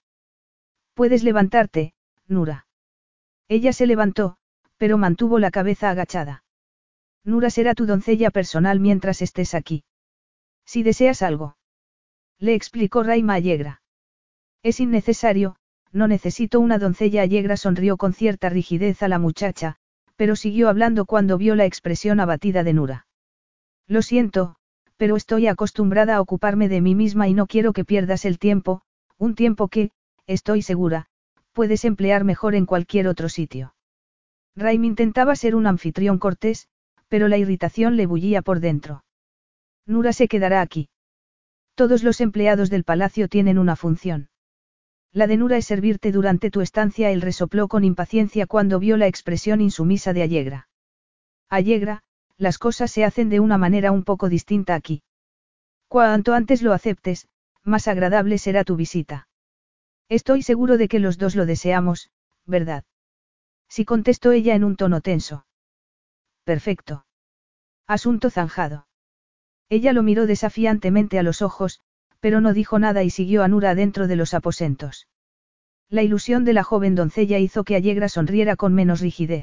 Puedes levantarte, Nura. Ella se levantó, pero mantuvo la cabeza agachada. Nura será tu doncella personal mientras estés aquí. Si deseas algo. Le explicó Raima Allegra. Es innecesario, no necesito una doncella. Allegra sonrió con cierta rigidez a la muchacha, pero siguió hablando cuando vio la expresión abatida de Nura. Lo siento, pero estoy acostumbrada a ocuparme de mí misma y no quiero que pierdas el tiempo, un tiempo que, estoy segura, puedes emplear mejor en cualquier otro sitio. Raim intentaba ser un anfitrión cortés, pero la irritación le bullía por dentro. Nura se quedará aquí. Todos los empleados del palacio tienen una función. La denura es servirte durante tu estancia. Él resopló con impaciencia cuando vio la expresión insumisa de Allegra. Allegra, las cosas se hacen de una manera un poco distinta aquí. Cuanto antes lo aceptes, más agradable será tu visita. Estoy seguro de que los dos lo deseamos, ¿verdad? Sí, contestó ella en un tono tenso. Perfecto. Asunto zanjado. Ella lo miró desafiantemente a los ojos, pero no dijo nada y siguió a Nura dentro de los aposentos. La ilusión de la joven doncella hizo que Allegra sonriera con menos rigidez.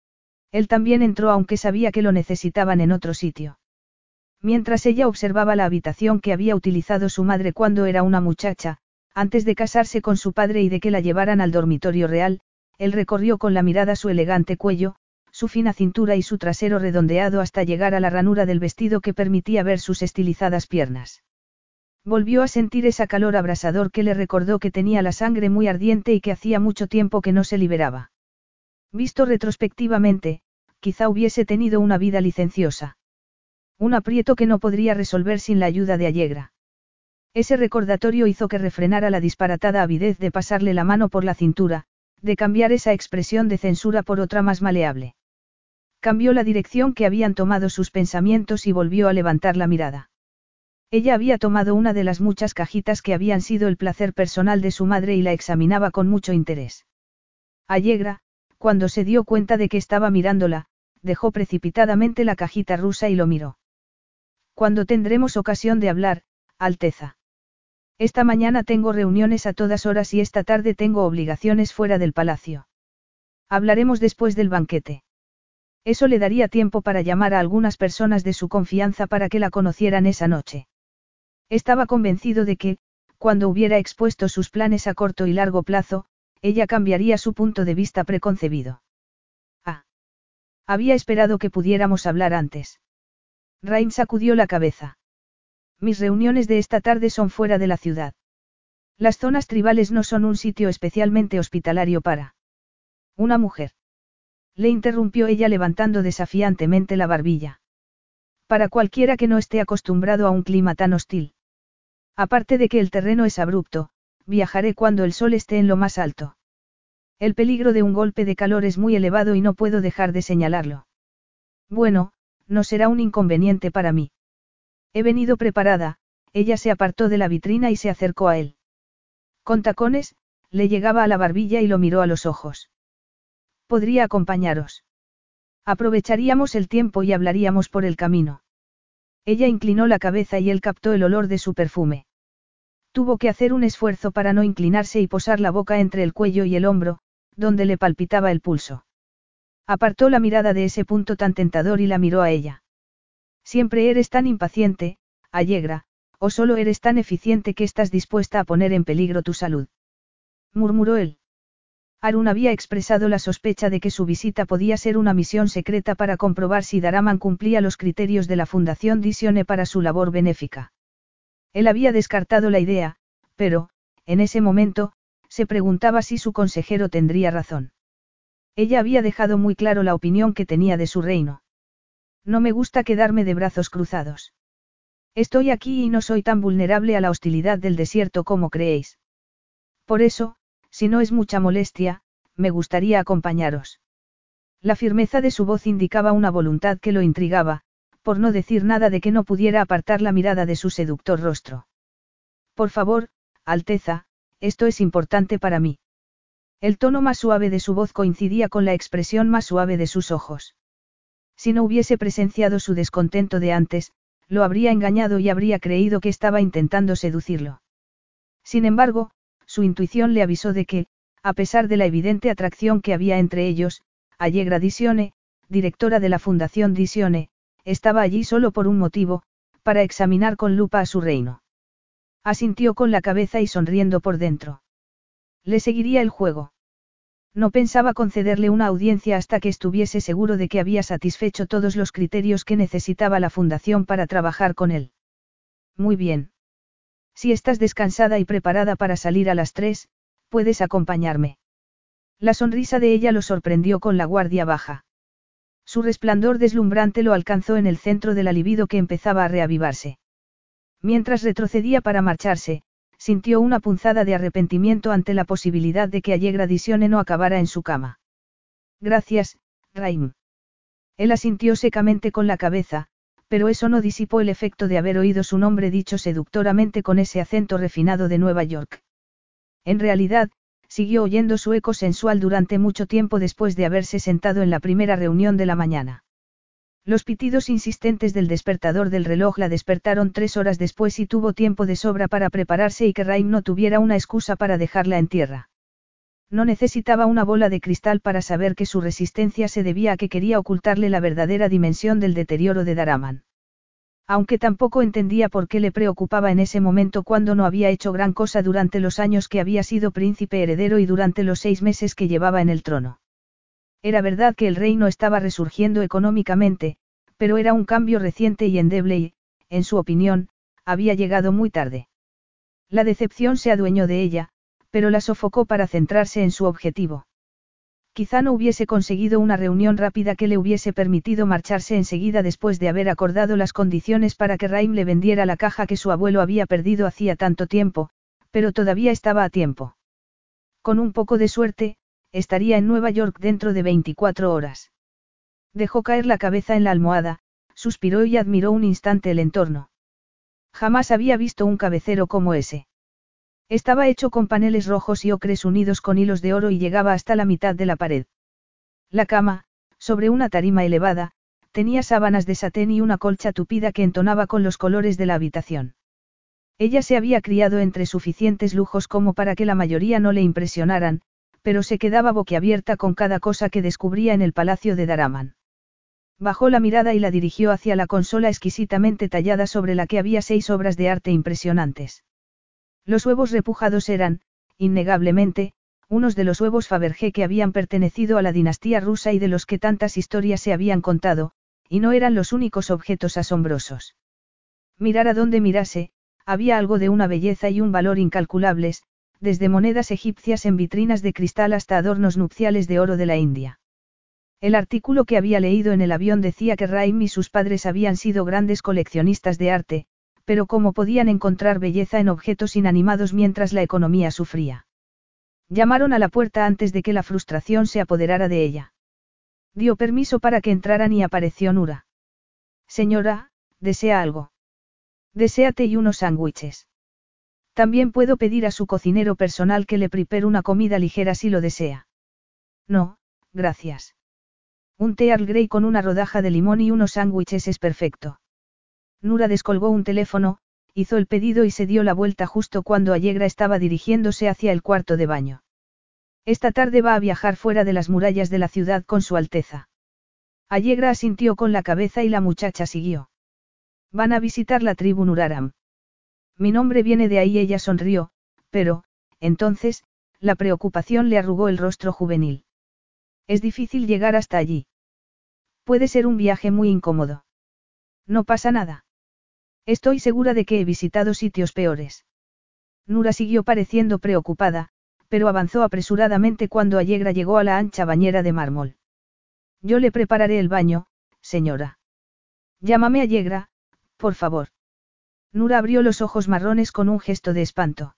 Él también entró aunque sabía que lo necesitaban en otro sitio. Mientras ella observaba la habitación que había utilizado su madre cuando era una muchacha, antes de casarse con su padre y de que la llevaran al dormitorio real, él recorrió con la mirada su elegante cuello, su fina cintura y su trasero redondeado hasta llegar a la ranura del vestido que permitía ver sus estilizadas piernas. Volvió a sentir esa calor abrasador que le recordó que tenía la sangre muy ardiente y que hacía mucho tiempo que no se liberaba. Visto retrospectivamente, quizá hubiese tenido una vida licenciosa. Un aprieto que no podría resolver sin la ayuda de Allegra. Ese recordatorio hizo que refrenara la disparatada avidez de pasarle la mano por la cintura, de cambiar esa expresión de censura por otra más maleable. Cambió la dirección que habían tomado sus pensamientos y volvió a levantar la mirada. Ella había tomado una de las muchas cajitas que habían sido el placer personal de su madre y la examinaba con mucho interés. Allegra, cuando se dio cuenta de que estaba mirándola, dejó precipitadamente la cajita rusa y lo miró. «¿Cuándo tendremos ocasión de hablar, Alteza? Esta mañana tengo reuniones a todas horas y esta tarde tengo obligaciones fuera del palacio. Hablaremos después del banquete». Eso le daría tiempo para llamar a algunas personas de su confianza para que la conocieran esa noche. Estaba convencido de que, cuando hubiera expuesto sus planes a corto y largo plazo, ella cambiaría su punto de vista preconcebido. Ah. Había esperado que pudiéramos hablar antes. Rain sacudió la cabeza. Mis reuniones de esta tarde son fuera de la ciudad. Las zonas tribales no son un sitio especialmente hospitalario para una mujer. Le interrumpió ella levantando desafiantemente la barbilla. Para cualquiera que no esté acostumbrado a un clima tan hostil. Aparte de que el terreno es abrupto, viajaré cuando el sol esté en lo más alto. El peligro de un golpe de calor es muy elevado y no puedo dejar de señalarlo. Bueno, no será un inconveniente para mí. He venido preparada. Ella se apartó de la vitrina y se acercó a él. Con tacones, le llegaba a la barbilla y lo miró a los ojos. ¿Podría acompañaros? Aprovecharíamos el tiempo y hablaríamos por el camino. Ella inclinó la cabeza y él captó el olor de su perfume. Tuvo que hacer un esfuerzo para no inclinarse y posar la boca entre el cuello y el hombro, donde le palpitaba el pulso. Apartó la mirada de ese punto tan tentador y la miró a ella. Siempre eres tan impaciente, Allegra, o solo eres tan eficiente que estás dispuesta a poner en peligro tu salud. Murmuró él. Arun había expresado la sospecha de que su visita podía ser una misión secreta para comprobar si Daraman cumplía los criterios de la Fundación Disione para su labor benéfica. Él había descartado la idea, pero, en ese momento, se preguntaba si su consejero tendría razón. Ella había dejado muy claro la opinión que tenía de su reino. No me gusta quedarme de brazos cruzados. Estoy aquí y no soy tan vulnerable a la hostilidad del desierto como creéis. Por eso, si no es mucha molestia, me gustaría acompañaros. La firmeza de su voz indicaba una voluntad que lo intrigaba, por no decir nada de que no pudiera apartar la mirada de su seductor rostro. Por favor, Alteza, esto es importante para mí. El tono más suave de su voz coincidía con la expresión más suave de sus ojos. Si no hubiese presenciado su descontento de antes, lo habría engañado y habría creído que estaba intentando seducirlo. Sin embargo, su intuición le avisó de que, a pesar de la evidente atracción que había entre ellos, Allegra Disione, directora de la Fundación Disione, estaba allí solo por un motivo, para examinar con lupa a su reino. Asintió con la cabeza y sonriendo por dentro. Le seguiría el juego. No pensaba concederle una audiencia hasta que estuviese seguro de que había satisfecho todos los criterios que necesitaba la fundación para trabajar con él. Muy bien. Si estás descansada y preparada para salir a las 3, puedes acompañarme. La sonrisa de ella lo sorprendió con la guardia baja. Su resplandor deslumbrante lo alcanzó en el centro de la libido que empezaba a reavivarse. Mientras retrocedía para marcharse, sintió una punzada de arrepentimiento ante la posibilidad de que Allegra Disione no acabara en su cama. Gracias, Raim. Él asintió secamente con la cabeza, pero eso no disipó el efecto de haber oído su nombre dicho seductoramente con ese acento refinado de Nueva York. En realidad, siguió oyendo su eco sensual durante mucho tiempo después de haberse sentado en la primera reunión de la mañana. Los pitidos insistentes del despertador del reloj la despertaron 3 horas después y tuvo tiempo de sobra para prepararse y que Raim no tuviera una excusa para dejarla en tierra. No necesitaba una bola de cristal para saber que su resistencia se debía a que quería ocultarle la verdadera dimensión del deterioro de Daraman. Aunque tampoco entendía por qué le preocupaba en ese momento cuando no había hecho gran cosa durante los años que había sido príncipe heredero y durante los 6 meses que llevaba en el trono. Era verdad que el reino estaba resurgiendo económicamente, pero era un cambio reciente y endeble y, en su opinión, había llegado muy tarde. La decepción se adueñó de ella, pero la sofocó para centrarse en su objetivo. Quizá no hubiese conseguido una reunión rápida que le hubiese permitido marcharse enseguida después de haber acordado las condiciones para que Raim le vendiera la caja que su abuelo había perdido hacía tanto tiempo, pero todavía estaba a tiempo. Con un poco de suerte, estaría en Nueva York dentro de 24 horas. Dejó caer la cabeza en la almohada, suspiró y admiró un instante el entorno. Jamás había visto un cabecero como ese. Estaba hecho con paneles rojos y ocres unidos con hilos de oro y llegaba hasta la mitad de la pared. La cama, sobre una tarima elevada, tenía sábanas de satén y una colcha tupida que entonaba con los colores de la habitación. Ella se había criado entre suficientes lujos como para que la mayoría no le impresionaran, pero se quedaba boquiabierta con cada cosa que descubría en el palacio de Daraman. Bajó la mirada y la dirigió hacia la consola exquisitamente tallada sobre la que había 6 obras de arte impresionantes. Los huevos repujados eran, innegablemente, unos de los huevos Fabergé que habían pertenecido a la dinastía rusa y de los que tantas historias se habían contado, y no eran los únicos objetos asombrosos. Mirara donde mirase, había algo de una belleza y un valor incalculables, desde monedas egipcias en vitrinas de cristal hasta adornos nupciales de oro de la India. El artículo que había leído en el avión decía que Raim y sus padres habían sido grandes coleccionistas de arte, pero cómo podían encontrar belleza en objetos inanimados mientras la economía sufría. Llamaron a la puerta antes de que la frustración se apoderara de ella. Dio permiso para que entraran y apareció Nura. Señora, ¿desea algo? Desea té y unos sándwiches. También puedo pedir a su cocinero personal que le prepare una comida ligera si lo desea. No, gracias. Un té Earl Grey con una rodaja de limón y unos sándwiches es perfecto. Nura descolgó un teléfono, hizo el pedido y se dio la vuelta justo cuando Allegra estaba dirigiéndose hacia el cuarto de baño. Esta tarde va a viajar fuera de las murallas de la ciudad con Su Alteza. Allegra asintió con la cabeza y la muchacha siguió. Van a visitar la tribu Nuraram. Mi nombre viene de ahí, ella sonrió, pero, entonces, la preocupación le arrugó el rostro juvenil. Es difícil llegar hasta allí. Puede ser un viaje muy incómodo. No pasa nada. Estoy segura de que he visitado sitios peores. Nura siguió pareciendo preocupada, pero avanzó apresuradamente cuando Allegra llegó a la ancha bañera de mármol. Yo le prepararé el baño, señora. Llámame Allegra, por favor. Nura abrió los ojos marrones con un gesto de espanto.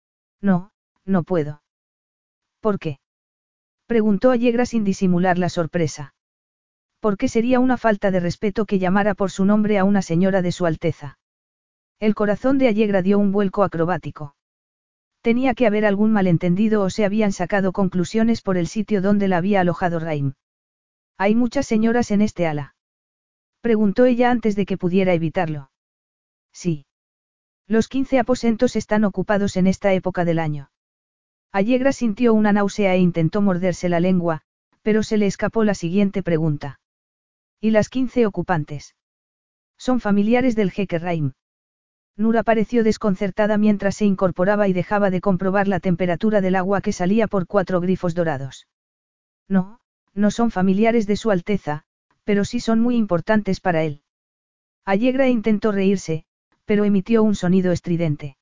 No, no puedo. ¿Por qué? Preguntó Allegra sin disimular la sorpresa. ¿Por qué sería una falta de respeto que llamara por su nombre a una señora de Su Alteza? El corazón de Allegra dio un vuelco acrobático. Tenía que haber algún malentendido o se habían sacado conclusiones por el sitio donde la había alojado Raim. ¿Hay muchas señoras en este ala? Preguntó ella antes de que pudiera evitarlo. Sí. Los 15 aposentos están ocupados en esta época del año. Allegra sintió una náusea e intentó morderse la lengua, pero se le escapó la siguiente pregunta. ¿Y las 15 ocupantes? Son familiares del jeque Raim. Nura pareció desconcertada mientras se incorporaba y dejaba de comprobar la temperatura del agua que salía por 4 grifos dorados. No, no son familiares de Su Alteza, pero sí son muy importantes para él. Allegra intentó reírse, pero emitió un sonido estridente.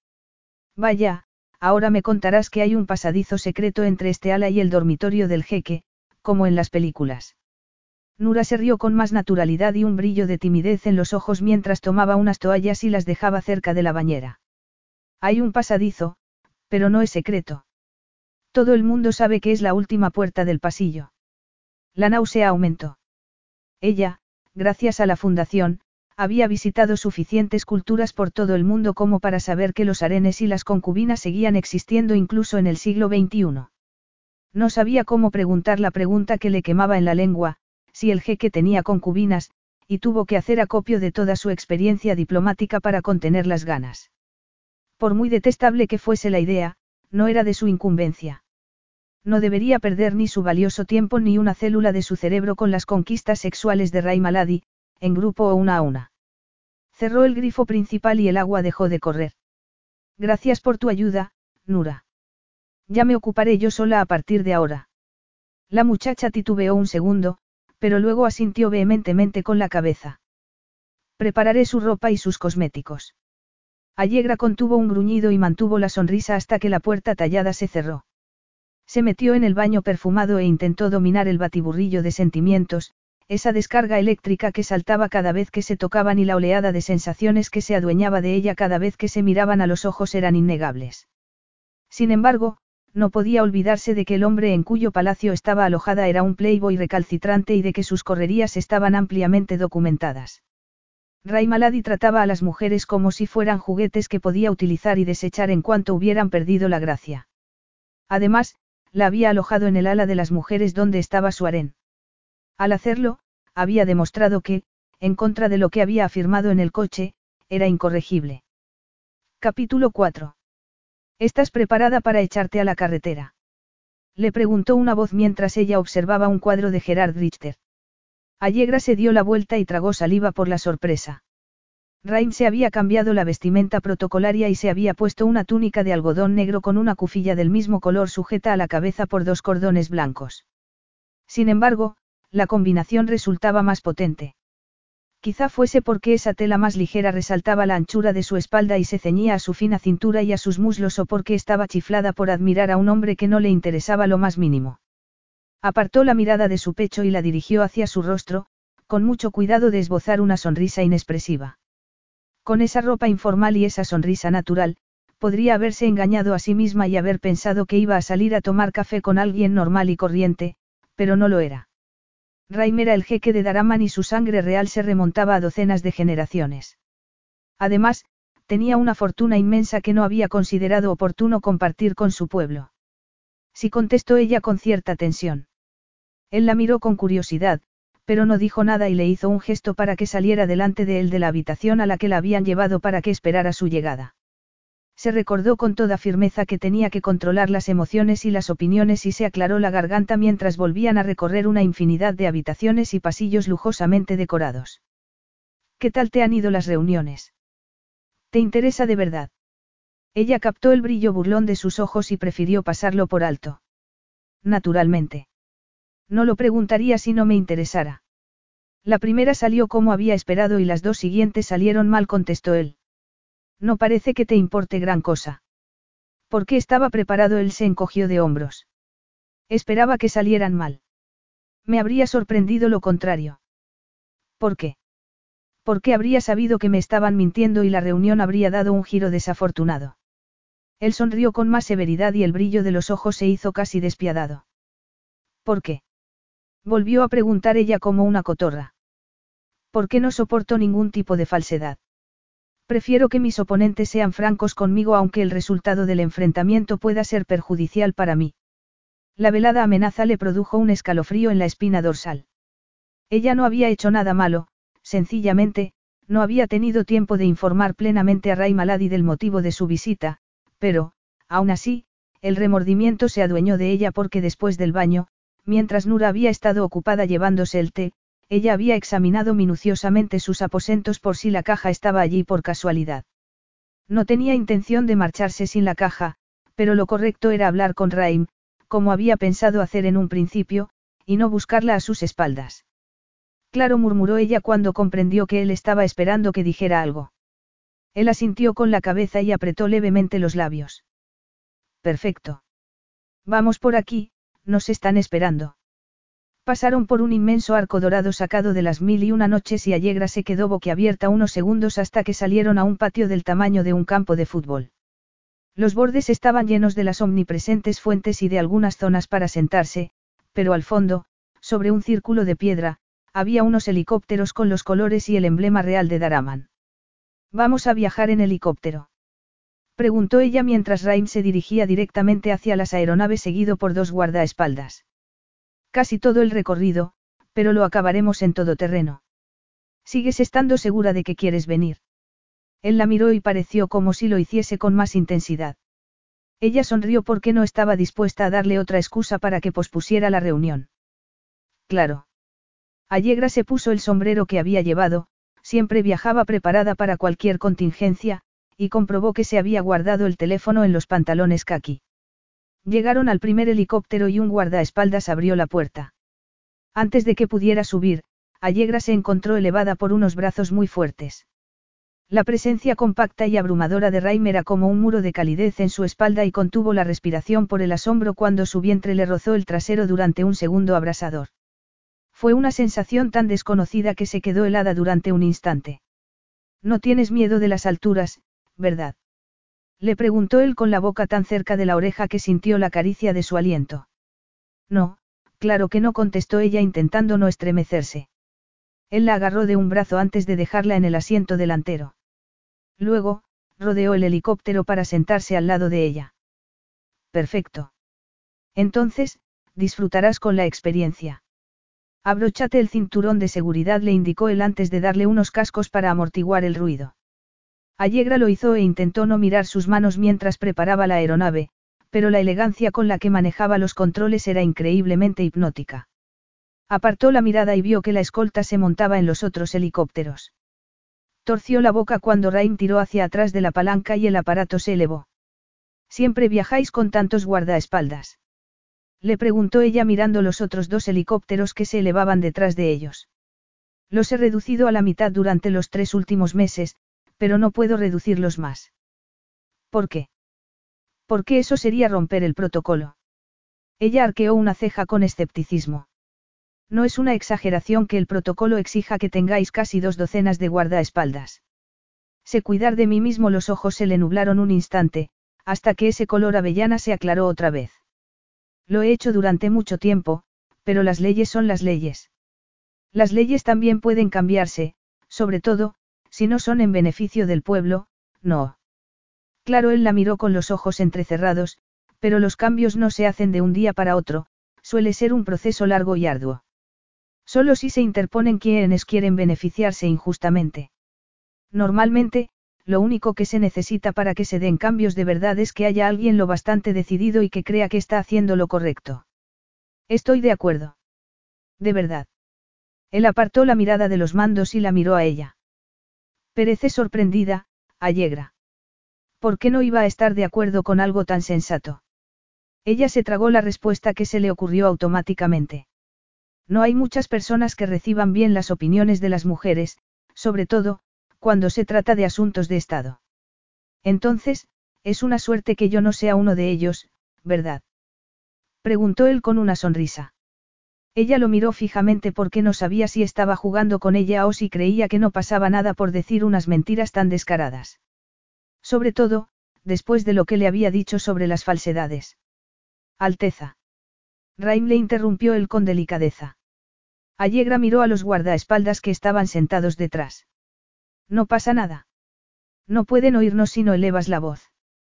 Vaya, ahora me contarás que hay un pasadizo secreto entre este ala y el dormitorio del jeque, como en las películas. Nura se rió con más naturalidad y un brillo de timidez en los ojos mientras tomaba unas toallas y las dejaba cerca de la bañera. Hay un pasadizo, pero no es secreto. Todo el mundo sabe que es la última puerta del pasillo. La náusea aumentó. Ella, gracias a la fundación, había visitado suficientes culturas por todo el mundo como para saber que los harenes y las concubinas seguían existiendo incluso en el siglo XXI. No sabía cómo preguntar la pregunta que le quemaba en la lengua, si el jeque tenía concubinas, y tuvo que hacer acopio de toda su experiencia diplomática para contener las ganas. Por muy detestable que fuese la idea, no era de su incumbencia. No debería perder ni su valioso tiempo ni una célula de su cerebro con las conquistas sexuales de Ray Maladi, en grupo o una a una. Cerró el grifo principal y el agua dejó de correr. Gracias por tu ayuda, Nura. Ya me ocuparé yo sola a partir de ahora. La muchacha titubeó un segundo, pero luego asintió vehementemente con la cabeza. Prepararé su ropa y sus cosméticos. Allegra contuvo un gruñido y mantuvo la sonrisa hasta que la puerta tallada se cerró. Se metió en el baño perfumado e intentó dominar el batiburrillo de sentimientos, esa descarga eléctrica que saltaba cada vez que se tocaban y la oleada de sensaciones que se adueñaba de ella cada vez que se miraban a los ojos eran innegables. Sin embargo, no podía olvidarse de que el hombre en cuyo palacio estaba alojada era un playboy recalcitrante y de que sus correrías estaban ampliamente documentadas. Ray Maladi trataba a las mujeres como si fueran juguetes que podía utilizar y desechar en cuanto hubieran perdido la gracia. Además, la había alojado en el ala de las mujeres donde estaba su harén. Al hacerlo, había demostrado que, en contra de lo que había afirmado en el coche, era incorregible. Capítulo 4. ¿Estás preparada para echarte a la carretera? Le preguntó una voz mientras ella observaba un cuadro de Gerard Richter. Allegra se dio la vuelta y tragó saliva por la sorpresa. Rain se había cambiado la vestimenta protocolaria y se había puesto una túnica de algodón negro con una cufilla del mismo color sujeta a la cabeza por dos cordones blancos. Sin embargo, la combinación resultaba más potente. Quizá fuese porque esa tela más ligera resaltaba la anchura de su espalda y se ceñía a su fina cintura y a sus muslos o porque estaba chiflada por admirar a un hombre que no le interesaba lo más mínimo. Apartó la mirada de su pecho y la dirigió hacia su rostro, con mucho cuidado de esbozar una sonrisa inexpresiva. Con esa ropa informal y esa sonrisa natural, podría haberse engañado a sí misma y haber pensado que iba a salir a tomar café con alguien normal y corriente, pero no lo era. Raim era el jeque de Daraman y su sangre real se remontaba a docenas de generaciones. Además, tenía una fortuna inmensa que no había considerado oportuno compartir con su pueblo. Sí, contestó ella con cierta tensión. Él la miró con curiosidad, pero no dijo nada y le hizo un gesto para que saliera delante de él de la habitación a la que la habían llevado para que esperara su llegada. Se recordó con toda firmeza que tenía que controlar las emociones y las opiniones y se aclaró la garganta mientras volvían a recorrer una infinidad de habitaciones y pasillos lujosamente decorados. ¿Qué tal te han ido las reuniones? ¿Te interesa de verdad? Ella captó el brillo burlón de sus ojos y prefirió pasarlo por alto. Naturalmente. No lo preguntaría si no me interesara. La primera salió como había esperado y las dos siguientes salieron mal, contestó él. No parece que te importe gran cosa. ¿Por qué estaba preparado? Él se encogió de hombros. Esperaba que salieran mal. Me habría sorprendido lo contrario. ¿Por qué? Porque habría sabido que me estaban mintiendo y la reunión habría dado un giro desafortunado. Él sonrió con más severidad y el brillo de los ojos se hizo casi despiadado. ¿Por qué? Volvió a preguntar ella como una cotorra. ¿Por qué no soporto ningún tipo de falsedad? Prefiero que mis oponentes sean francos conmigo aunque el resultado del enfrentamiento pueda ser perjudicial para mí. La velada amenaza le produjo un escalofrío en la espina dorsal. Ella no había hecho nada malo, sencillamente, no había tenido tiempo de informar plenamente a Ray Maladi del motivo de su visita, pero, aún así, el remordimiento se adueñó de ella porque después del baño, mientras Nura había estado ocupada llevándose el té, ella había examinado minuciosamente sus aposentos por si la caja estaba allí por casualidad. No tenía intención de marcharse sin la caja, pero lo correcto era hablar con Raim, como había pensado hacer en un principio, y no buscarla a sus espaldas. Claro, murmuró ella cuando comprendió que él estaba esperando que dijera algo. Él asintió con la cabeza y apretó levemente los labios. Perfecto. Vamos por aquí, nos están esperando. Pasaron por un inmenso arco dorado sacado de las 1001 noches y Allegra se quedó boquiabierta unos segundos hasta que salieron a un patio del tamaño de un campo de fútbol. Los bordes estaban llenos de las omnipresentes fuentes y de algunas zonas para sentarse, pero al fondo, sobre un círculo de piedra, había unos helicópteros con los colores y el emblema real de Daraman. ¿Vamos a viajar en helicóptero?, preguntó ella mientras Raim se dirigía directamente hacia las aeronaves seguido por dos guardaespaldas. Casi todo el recorrido, pero lo acabaremos en todoterreno. ¿Sigues estando segura de que quieres venir? Él la miró y pareció como si lo hiciese con más intensidad. Ella sonrió porque no estaba dispuesta a darle otra excusa para que pospusiera la reunión. Claro. Allegra se puso el sombrero que había llevado, siempre viajaba preparada para cualquier contingencia, y comprobó que se había guardado el teléfono en los pantalones caqui. Llegaron al primer helicóptero y un guardaespaldas abrió la puerta. Antes de que pudiera subir, Allegra se encontró elevada por unos brazos muy fuertes. La presencia compacta y abrumadora de Raim era como un muro de calidez en su espalda y contuvo la respiración por el asombro cuando su vientre le rozó el trasero durante un segundo abrasador. Fue una sensación tan desconocida que se quedó helada durante un instante. No tienes miedo de las alturas, ¿verdad? Le preguntó él con la boca tan cerca de la oreja que sintió la caricia de su aliento. No, claro que no, contestó ella intentando no estremecerse. Él la agarró de un brazo antes de dejarla en el asiento delantero. Luego, rodeó el helicóptero para sentarse al lado de ella. Perfecto. Entonces, disfrutarás con la experiencia. Abróchate el cinturón de seguridad, le indicó él antes de darle unos cascos para amortiguar el ruido. Allegra lo hizo e intentó no mirar sus manos mientras preparaba la aeronave, pero la elegancia con la que manejaba los controles era increíblemente hipnótica. Apartó la mirada y vio que la escolta se montaba en los otros helicópteros. Torció la boca cuando Raim tiró hacia atrás de la palanca y el aparato se elevó. ¿Siempre viajáis con tantos guardaespaldas?, le preguntó ella mirando los otros dos helicópteros que se elevaban detrás de ellos. Los he reducido a la mitad durante los 3 últimos meses, pero no puedo reducirlos más. ¿Por qué? Porque eso sería romper el protocolo. Ella arqueó una ceja con escepticismo. No es una exageración que el protocolo exija que tengáis casi 2 docenas de guardaespaldas. Sé cuidar de mí mismo. Los ojos se le nublaron un instante, hasta que ese color avellana se aclaró otra vez. Lo he hecho durante mucho tiempo, pero las leyes son las leyes. Las leyes también pueden cambiarse, sobre todo, si no son en beneficio del pueblo, no. Claro, él la miró con los ojos entrecerrados, pero los cambios no se hacen de un día para otro, suele ser un proceso largo y arduo. Solo si se interponen quienes quieren beneficiarse injustamente. Normalmente, lo único que se necesita para que se den cambios de verdad es que haya alguien lo bastante decidido y que crea que está haciendo lo correcto. Estoy de acuerdo. De verdad. Él apartó la mirada de los mandos y la miró a ella. Parece sorprendida, Allegra. ¿Por qué no iba a estar de acuerdo con algo tan sensato? Ella se tragó la respuesta que se le ocurrió automáticamente. No hay muchas personas que reciban bien las opiniones de las mujeres, sobre todo, cuando se trata de asuntos de Estado. Entonces, es una suerte que yo no sea uno de ellos, ¿verdad?, preguntó él con una sonrisa. Ella lo miró fijamente porque no sabía si estaba jugando con ella o si creía que no pasaba nada por decir unas mentiras tan descaradas. Sobre todo, después de lo que le había dicho sobre las falsedades. Alteza. Raim le interrumpió él con delicadeza. Allegra miró a los guardaespaldas que estaban sentados detrás. No pasa nada. No pueden oírnos si no elevas la voz.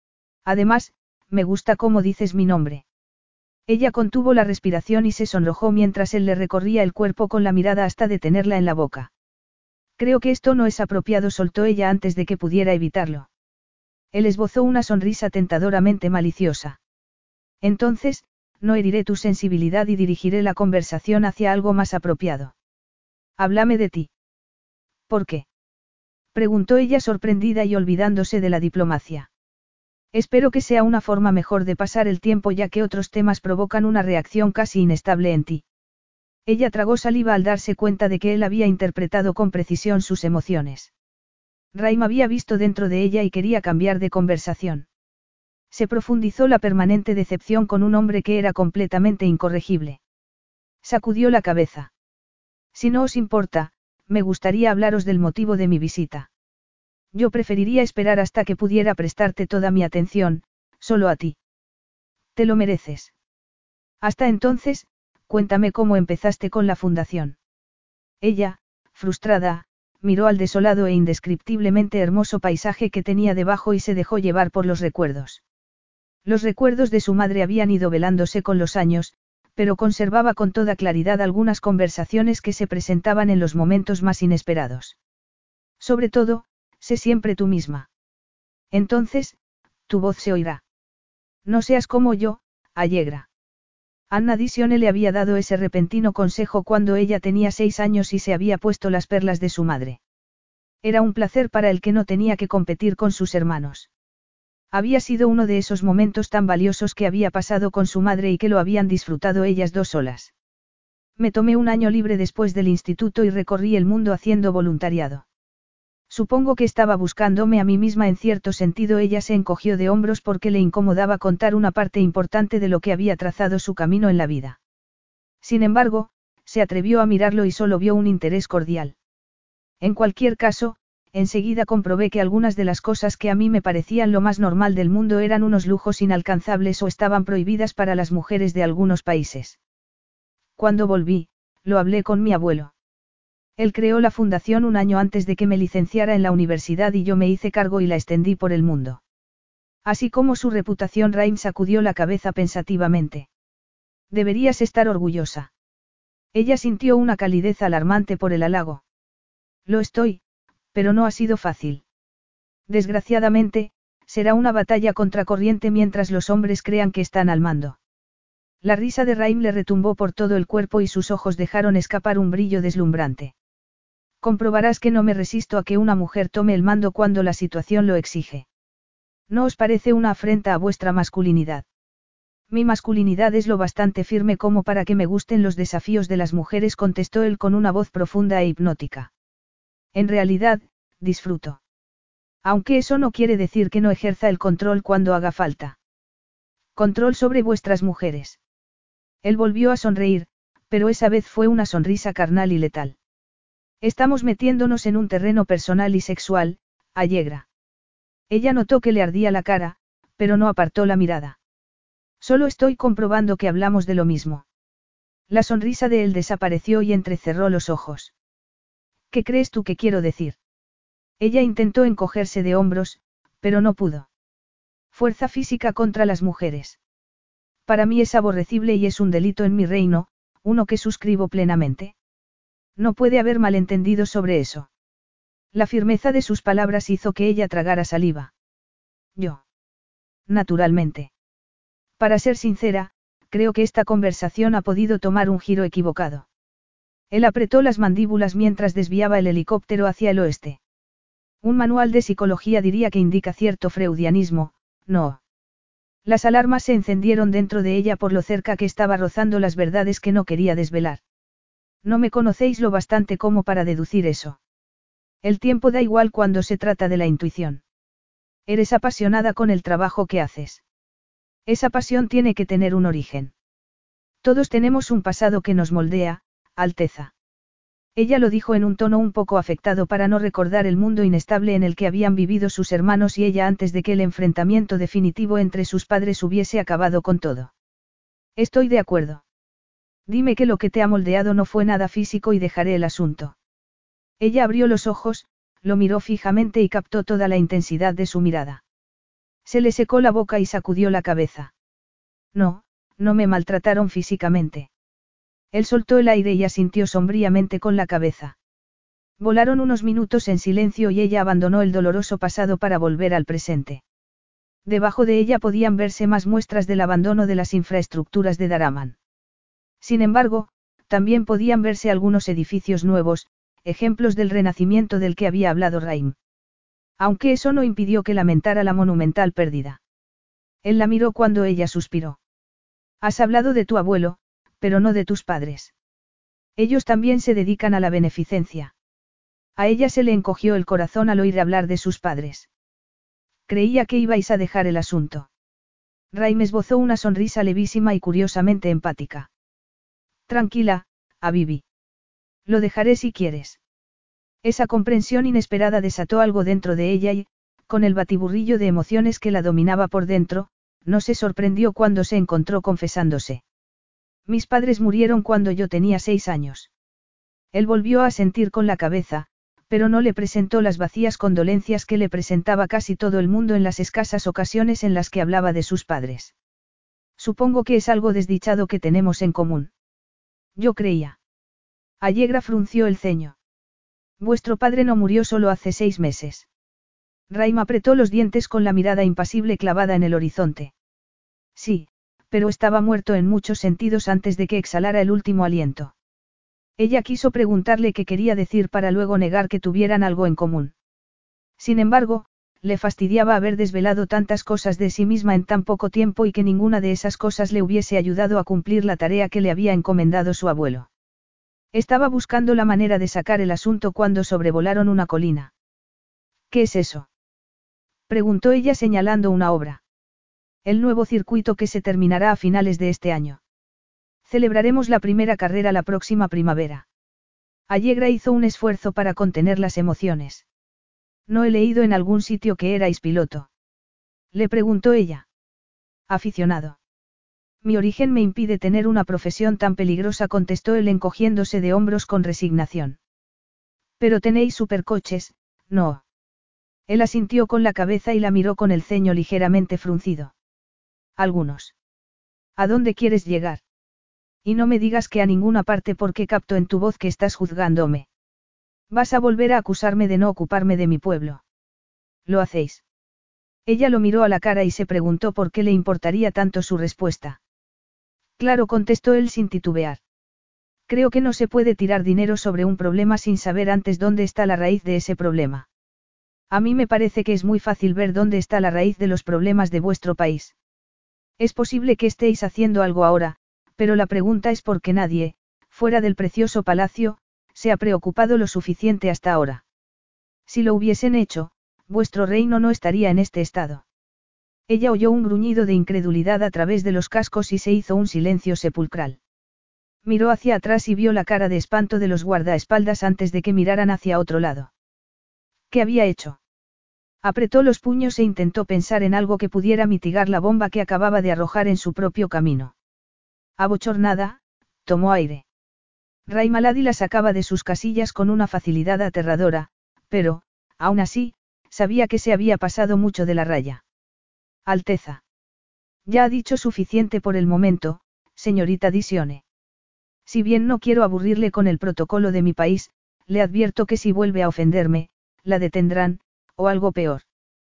Además, me gusta cómo dices mi nombre. Ella contuvo la respiración y se sonrojó mientras él le recorría el cuerpo con la mirada hasta detenerla en la boca. Creo que esto no es apropiado, soltó ella antes de que pudiera evitarlo. Él esbozó una sonrisa tentadoramente maliciosa. Entonces, no heriré tu sensibilidad y dirigiré la conversación hacia algo más apropiado. Háblame de ti. ¿Por qué?, preguntó ella sorprendida y olvidándose de la diplomacia. Espero que sea una forma mejor de pasar el tiempo ya que otros temas provocan una reacción casi inestable en ti. Ella tragó saliva al darse cuenta de que él había interpretado con precisión sus emociones. Raim había visto dentro de ella y quería cambiar de conversación. Se profundizó la permanente decepción con un hombre que era completamente incorregible. Sacudió la cabeza. Si no os importa, me gustaría hablaros del motivo de mi visita. Yo preferiría esperar hasta que pudiera prestarte toda mi atención, solo a ti. Te lo mereces. Hasta entonces, cuéntame cómo empezaste con la fundación. Ella, frustrada, miró al desolado e indescriptiblemente hermoso paisaje que tenía debajo y se dejó llevar por los recuerdos. Los recuerdos de su madre habían ido velándose con los años, pero conservaba con toda claridad algunas conversaciones que se presentaban en los momentos más inesperados. Sobre todo, sé siempre tú misma. Entonces, tu voz se oirá. No seas como yo, Allegra. Anna Disione le había dado ese repentino consejo cuando ella tenía 6 años y se había puesto las perlas de su madre. Era un placer para el que no tenía que competir con sus hermanos. Había sido uno de esos momentos tan valiosos que había pasado con su madre y que lo habían disfrutado ellas dos solas. Me tomé un año libre después del instituto y recorrí el mundo haciendo voluntariado. Supongo que estaba buscándome a mí misma en cierto sentido. Ella se encogió de hombros porque le incomodaba contar una parte importante de lo que había trazado su camino en la vida. Sin embargo, se atrevió a mirarlo y solo vio un interés cordial. En cualquier caso, enseguida comprobé que algunas de las cosas que a mí me parecían lo más normal del mundo eran unos lujos inalcanzables o estaban prohibidas para las mujeres de algunos países. Cuando volví, lo hablé con mi abuelo. Él creó la fundación un año antes de que me licenciara en la universidad y yo me hice cargo y la extendí por el mundo. Así como su reputación. Raim sacudió la cabeza pensativamente. Deberías estar orgullosa. Ella sintió una calidez alarmante por el halago. Lo estoy, pero no ha sido fácil. Desgraciadamente, será una batalla contracorriente mientras los hombres crean que están al mando. La risa de Raim le retumbó por todo el cuerpo y sus ojos dejaron escapar un brillo deslumbrante. Comprobarás que no me resisto a que una mujer tome el mando cuando la situación lo exige. ¿No os parece una afrenta a vuestra masculinidad? Mi masculinidad es lo bastante firme como para que me gusten los desafíos de las mujeres, contestó él con una voz profunda e hipnótica. En realidad, disfruto. Aunque eso no quiere decir que no ejerza el control cuando haga falta. Control sobre vuestras mujeres. Él volvió a sonreír, pero esa vez fue una sonrisa carnal y letal. Estamos metiéndonos en un terreno personal y sexual, Allegra. Ella notó que le ardía la cara, pero no apartó la mirada. Solo estoy comprobando que hablamos de lo mismo. La sonrisa de él desapareció y entrecerró los ojos. ¿Qué crees tú que quiero decir? Ella intentó encogerse de hombros, pero no pudo. Fuerza física contra las mujeres. Para mí es aborrecible y es un delito en mi reino, uno que suscribo plenamente. No puede haber malentendido sobre eso. La firmeza de sus palabras hizo que ella tragara saliva. Yo. Naturalmente. Para ser sincera, creo que esta conversación ha podido tomar un giro equivocado. Él apretó las mandíbulas mientras desviaba el helicóptero hacia el oeste. Un manual de psicología diría que indica cierto freudianismo, no. Las alarmas se encendieron dentro de ella por lo cerca que estaba rozando las verdades que no quería desvelar. No me conocéis lo bastante como para deducir eso. El tiempo da igual cuando se trata de la intuición. Eres apasionada con el trabajo que haces. Esa pasión tiene que tener un origen. Todos tenemos un pasado que nos moldea, Alteza. Ella lo dijo en un tono un poco afectado para no recordar el mundo inestable en el que habían vivido sus hermanos y ella antes de que el enfrentamiento definitivo entre sus padres hubiese acabado con todo. Estoy de acuerdo. Dime que lo que te ha moldeado no fue nada físico y dejaré el asunto. Ella abrió los ojos, lo miró fijamente y captó toda la intensidad de su mirada. Se le secó la boca y sacudió la cabeza. No, no me maltrataron físicamente. Él soltó el aire y asintió sombríamente con la cabeza. Volaron unos minutos en silencio y ella abandonó el doloroso pasado para volver al presente. Debajo de ella podían verse más muestras del abandono de las infraestructuras de Daraman. Sin embargo, también podían verse algunos edificios nuevos, ejemplos del renacimiento del que había hablado Raim. Aunque eso no impidió que lamentara la monumental pérdida. Él la miró cuando ella suspiró. Has hablado de tu abuelo, pero no de tus padres. Ellos también se dedican a la beneficencia. A ella se le encogió el corazón al oír hablar de sus padres. Creía que ibais a dejar el asunto. Raim esbozó una sonrisa levísima y curiosamente empática. Tranquila, Abibi. Lo dejaré si quieres. Esa comprensión inesperada desató algo dentro de ella y, con el batiburrillo de emociones que la dominaba por dentro, no se sorprendió cuando se encontró confesándose. Mis padres murieron cuando yo tenía 6 años. Él volvió a sentir con la cabeza, pero no le presentó las vacías condolencias que le presentaba casi todo el mundo en las escasas ocasiones en las que hablaba de sus padres. Supongo que es algo desdichado que tenemos en común. Yo creía. Allegra frunció el ceño. Vuestro padre no murió solo hace 6 meses. Raim apretó los dientes con la mirada impasible clavada en el horizonte. Sí, pero estaba muerto en muchos sentidos antes de que exhalara el último aliento. Ella quiso preguntarle qué quería decir para luego negar que tuvieran algo en común. Sin embargo, le fastidiaba haber desvelado tantas cosas de sí misma en tan poco tiempo y que ninguna de esas cosas le hubiese ayudado a cumplir la tarea que le había encomendado su abuelo. Estaba buscando la manera de sacar el asunto cuando sobrevolaron una colina. ¿Qué es eso?, preguntó ella señalando una obra. El nuevo circuito que se terminará a finales de este año. Celebraremos la primera carrera la próxima primavera. Allegra hizo un esfuerzo para contener las emociones. No he leído en algún sitio que erais piloto. Le preguntó ella. Aficionado. Mi origen me impide tener una profesión tan peligrosa, contestó él encogiéndose de hombros con resignación. Pero tenéis supercoches, ¿no? Él asintió con la cabeza y la miró con el ceño ligeramente fruncido. Algunos. ¿A dónde quieres llegar? Y no me digas que a ninguna parte, porque capto en tu voz que estás juzgándome. Vas a volver a acusarme de no ocuparme de mi pueblo. ¿Lo hacéis? Ella lo miró a la cara y se preguntó por qué le importaría tanto su respuesta. Claro, contestó él sin titubear. Creo que no se puede tirar dinero sobre un problema sin saber antes dónde está la raíz de ese problema. A mí me parece que es muy fácil ver dónde está la raíz de los problemas de vuestro país. Es posible que estéis haciendo algo ahora, pero la pregunta es por qué nadie, fuera del precioso palacio, se ha preocupado lo suficiente hasta ahora. Si lo hubiesen hecho, vuestro reino no estaría en este estado. Ella oyó un gruñido de incredulidad a través de los cascos y se hizo un silencio sepulcral. Miró hacia atrás y vio la cara de espanto de los guardaespaldas antes de que miraran hacia otro lado. ¿Qué había hecho? Apretó los puños e intentó pensar en algo que pudiera mitigar la bomba que acababa de arrojar en su propio camino. Abochornada, tomó aire. Raimaladi la sacaba de sus casillas con una facilidad aterradora, pero, aún así, sabía que se había pasado mucho de la raya. Alteza. Ya ha dicho suficiente por el momento, señorita Disione. Si bien no quiero aburrirle con el protocolo de mi país, le advierto que si vuelve a ofenderme, la detendrán, o algo peor.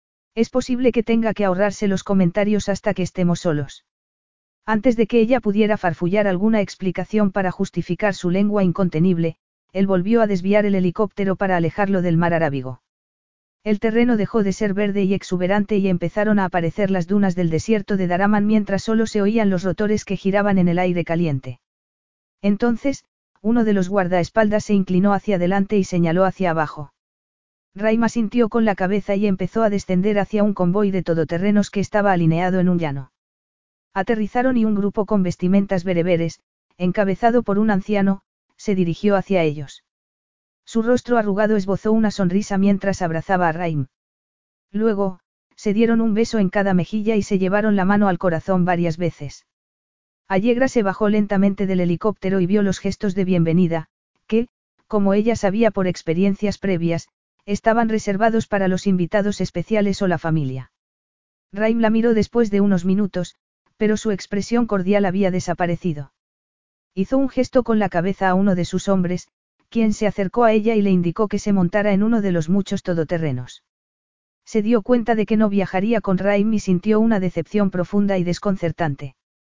Es posible que tenga que ahorrarse los comentarios hasta que estemos solos. Antes de que ella pudiera farfullar alguna explicación para justificar su lengua incontenible, él volvió a desviar el helicóptero para alejarlo del mar Arábigo. El terreno dejó de ser verde y exuberante y empezaron a aparecer las dunas del desierto de Daraman mientras solo se oían los rotores que giraban en el aire caliente. Entonces, uno de los guardaespaldas se inclinó hacia adelante y señaló hacia abajo. Raima sintió con la cabeza y empezó a descender hacia un convoy de todoterrenos que estaba alineado en un llano. Aterrizaron y un grupo con vestimentas bereberes, encabezado por un anciano, se dirigió hacia ellos. Su rostro arrugado esbozó una sonrisa mientras abrazaba a Raim. Luego, se dieron un beso en cada mejilla y se llevaron la mano al corazón varias veces. Allegra se bajó lentamente del helicóptero y vio los gestos de bienvenida, que, como ella sabía por experiencias previas, estaban reservados para los invitados especiales o la familia. Raim la miró después de unos minutos, pero su expresión cordial había desaparecido. Hizo un gesto con la cabeza a uno de sus hombres, quien se acercó a ella y le indicó que se montara en uno de los muchos todoterrenos. Se dio cuenta de que no viajaría con Raim y sintió una decepción profunda y desconcertante.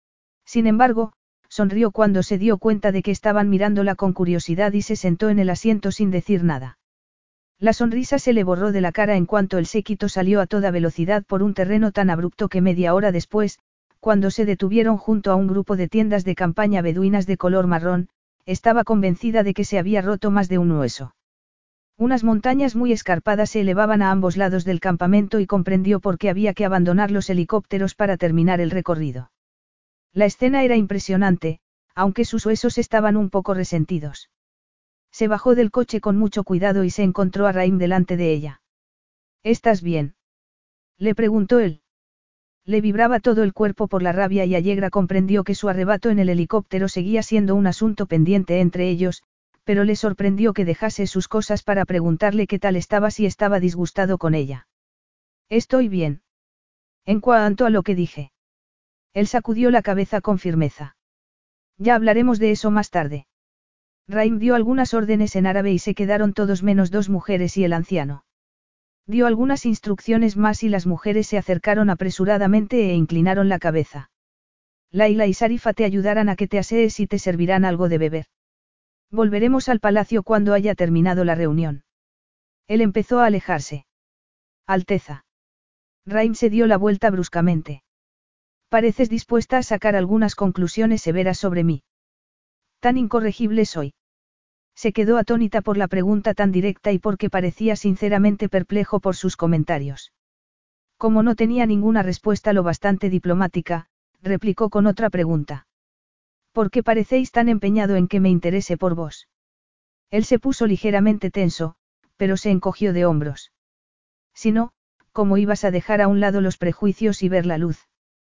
Sin embargo, sonrió cuando se dio cuenta de que estaban mirándola con curiosidad y se sentó en el asiento sin decir nada. La sonrisa se le borró de la cara en cuanto el séquito salió a toda velocidad por un terreno tan abrupto que media hora después, cuando se detuvieron junto a un grupo de tiendas de campaña beduinas de color marrón, estaba convencida de que se había roto más de un hueso. Unas montañas muy escarpadas se elevaban a ambos lados del campamento y comprendió por qué había que abandonar los helicópteros para terminar el recorrido. La escena era impresionante, aunque sus huesos estaban un poco resentidos. Se bajó del coche con mucho cuidado y se encontró a Raim delante de ella. ¿Estás bien?, le preguntó él. Le vibraba todo el cuerpo por la rabia y Allegra comprendió que su arrebato en el helicóptero seguía siendo un asunto pendiente entre ellos, pero le sorprendió que dejase sus cosas para preguntarle qué tal estaba si estaba disgustado con ella. Estoy bien. En cuanto a lo que dije. Él sacudió la cabeza con firmeza. Ya hablaremos de eso más tarde. Raim dio algunas órdenes en árabe y se quedaron todos menos dos mujeres y el anciano. Dio algunas instrucciones más y las mujeres se acercaron apresuradamente e inclinaron la cabeza. Laila y Sarifa te ayudarán a que te asees y te servirán algo de beber. Volveremos al palacio cuando haya terminado la reunión. Él empezó a alejarse. Alteza. Raim se dio la vuelta bruscamente. Pareces dispuesta a sacar algunas conclusiones severas sobre mí. Tan incorregible soy. Se quedó atónita por la pregunta tan directa y porque parecía sinceramente perplejo por sus comentarios. Como no tenía ninguna respuesta lo bastante diplomática, replicó con otra pregunta. ¿Por qué parecéis tan empeñado en que me interese por vos? Él se puso ligeramente tenso, pero se encogió de hombros. Si no, ¿cómo ibas a dejar a un lado los prejuicios y ver la luz?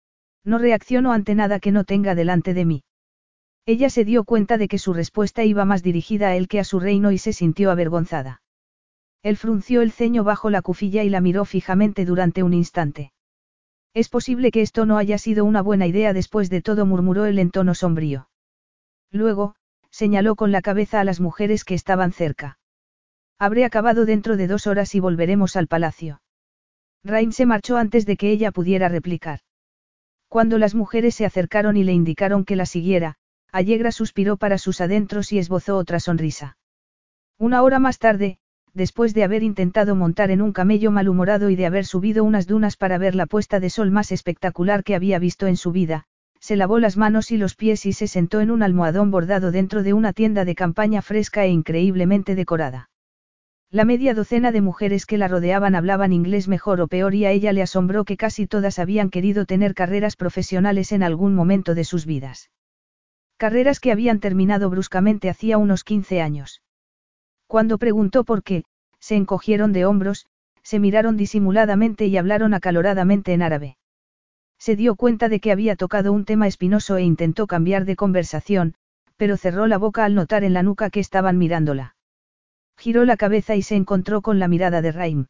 No reacciono ante nada que no tenga delante de mí. Ella se dio cuenta de que su respuesta iba más dirigida a él que a su reino y se sintió avergonzada. Él frunció el ceño bajo la cufilla y la miró fijamente durante un instante. Es posible que esto no haya sido una buena idea después de todo, murmuró él en tono sombrío. Luego, señaló con la cabeza a las mujeres que estaban cerca. Habré acabado dentro de 2 horas y volveremos al palacio. Raim se marchó antes de que ella pudiera replicar. Cuando las mujeres se acercaron y le indicaron que la siguiera, Allegra suspiró para sus adentros y esbozó otra sonrisa. 1 hora más tarde, después de haber intentado montar en un camello malhumorado y de haber subido unas dunas para ver la puesta de sol más espectacular que había visto en su vida, se lavó las manos y los pies y se sentó en un almohadón bordado dentro de una tienda de campaña fresca e increíblemente decorada. La media docena de mujeres que la rodeaban hablaban inglés mejor o peor y a ella le asombró que casi todas habían querido tener carreras profesionales en algún momento de sus vidas. Carreras que habían terminado bruscamente hacía unos 15 años. Cuando preguntó por qué, se encogieron de hombros, se miraron disimuladamente y hablaron acaloradamente en árabe. Se dio cuenta de que había tocado un tema espinoso e intentó cambiar de conversación, pero cerró la boca al notar en la nuca que estaban mirándola. Giró la cabeza y se encontró con la mirada de Raim.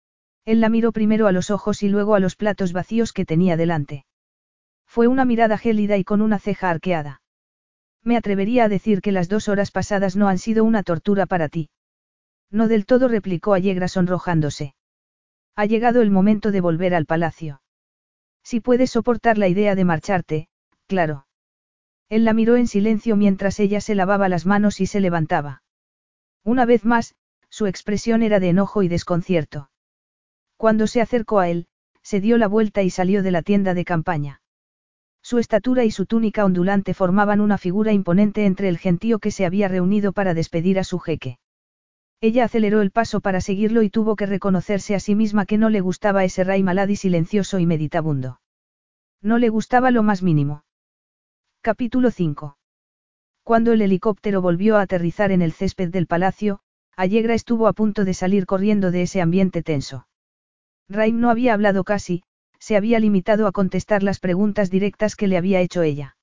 Él la miró primero a los ojos y luego a los platos vacíos que tenía delante. Fue una mirada gélida y con una ceja arqueada. Me atrevería a decir que las 2 horas pasadas no han sido una tortura para ti. No del todo, replicó Allegra sonrojándose. Ha llegado el momento de volver al palacio. Si puedes soportar la idea de marcharte, claro. Él la miró en silencio mientras ella se lavaba las manos y se levantaba. Una vez más, su expresión era de enojo y desconcierto. Cuando se acercó a él, se dio la vuelta y salió de la tienda de campaña. Su estatura y su túnica ondulante formaban una figura imponente entre el gentío que se había reunido para despedir a su jeque. Ella aceleró el paso para seguirlo y tuvo que reconocerse a sí misma que no le gustaba ese Raim Aladi silencioso y meditabundo. No le gustaba lo más mínimo. Capítulo 5. Cuando el helicóptero volvió a aterrizar en el césped del palacio, Allegra estuvo a punto de salir corriendo de ese ambiente tenso. Raim no había hablado casi, se había limitado a contestar las preguntas directas que le había hecho ella.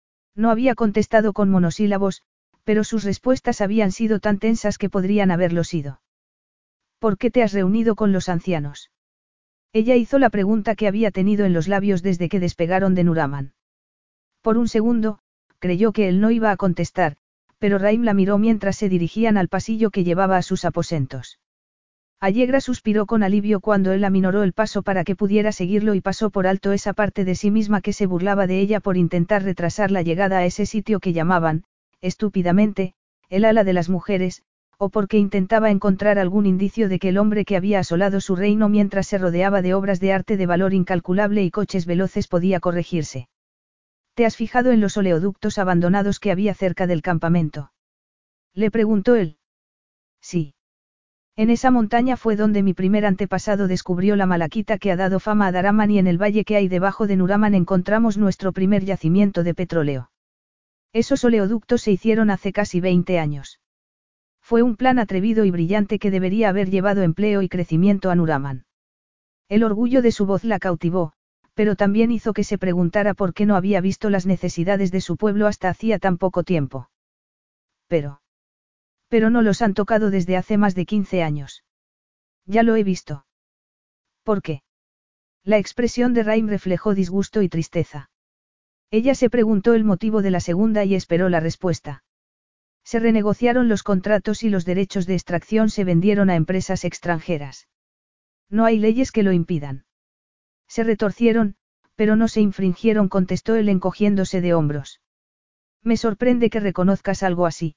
No había contestado con monosílabos, pero sus respuestas habían sido tan tensas que podrían haberlo sido. ¿Por qué te has reunido con los ancianos? Ella hizo la pregunta que había tenido en los labios desde que despegaron de Nuraman. Por un segundo, creyó que él no iba a contestar, pero Raim la miró mientras se dirigían al pasillo que llevaba a sus aposentos. Allegra suspiró con alivio cuando él aminoró el paso para que pudiera seguirlo y pasó por alto esa parte de sí misma que se burlaba de ella por intentar retrasar la llegada a ese sitio que llamaban, estúpidamente, el ala de las mujeres, o porque intentaba encontrar algún indicio de que el hombre que había asolado su reino mientras se rodeaba de obras de arte de valor incalculable y coches veloces podía corregirse. ¿Te has fijado en los oleoductos abandonados que había cerca del campamento? Le preguntó él. Sí. En esa montaña fue donde mi primer antepasado descubrió la malaquita que ha dado fama a Daraman y en el valle que hay debajo de Nuraman encontramos nuestro primer yacimiento de petróleo. Esos oleoductos se hicieron hace casi 20 años. Fue un plan atrevido y brillante que debería haber llevado empleo y crecimiento a Nuraman. El orgullo de su voz la cautivó, pero también hizo que se preguntara por qué no había visto las necesidades de su pueblo hasta hacía tan poco tiempo. Pero. Pero no los han tocado desde hace más de 15 años. Ya lo he visto. ¿Por qué? La expresión de Raim reflejó disgusto y tristeza. Ella se preguntó el motivo de la segunda y esperó la respuesta. Se renegociaron los contratos y los derechos de extracción se vendieron a empresas extranjeras. No hay leyes que lo impidan. Se retorcieron, pero no se infringieron, contestó él encogiéndose de hombros. Me sorprende que reconozcas algo así.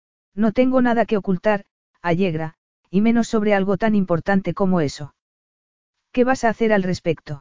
No tengo nada que ocultar, Allegra, y menos sobre algo tan importante como eso. ¿Qué vas a hacer al respecto?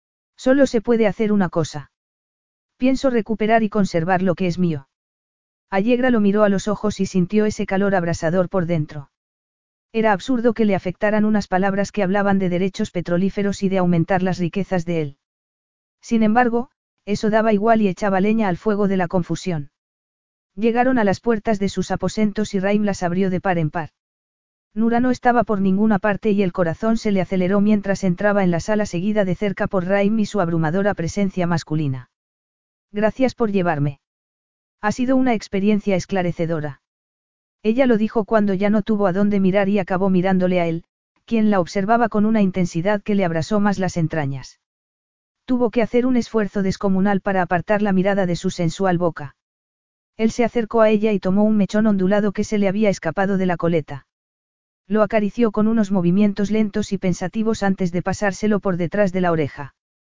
Solo se puede hacer una cosa. Pienso recuperar y conservar lo que es mío. Allegra lo miró a los ojos y sintió ese calor abrasador por dentro. Era absurdo que le afectaran unas palabras que hablaban de derechos petrolíferos y de aumentar las riquezas de él. Sin embargo, eso daba igual y echaba leña al fuego de la confusión. Llegaron a las puertas de sus aposentos y Raim las abrió de par en par. Nura no estaba por ninguna parte y el corazón se le aceleró mientras entraba en la sala seguida de cerca por Raim y su abrumadora presencia masculina. Gracias por llevarme. Ha sido una experiencia esclarecedora. Ella lo dijo cuando ya no tuvo a dónde mirar y acabó mirándole a él, quien la observaba con una intensidad que le abrasó más las entrañas. Tuvo que hacer un esfuerzo descomunal para apartar la mirada de su sensual boca. Él se acercó a ella y tomó un mechón ondulado que se le había escapado de la coleta. Lo acarició con unos movimientos lentos y pensativos antes de pasárselo por detrás de la oreja.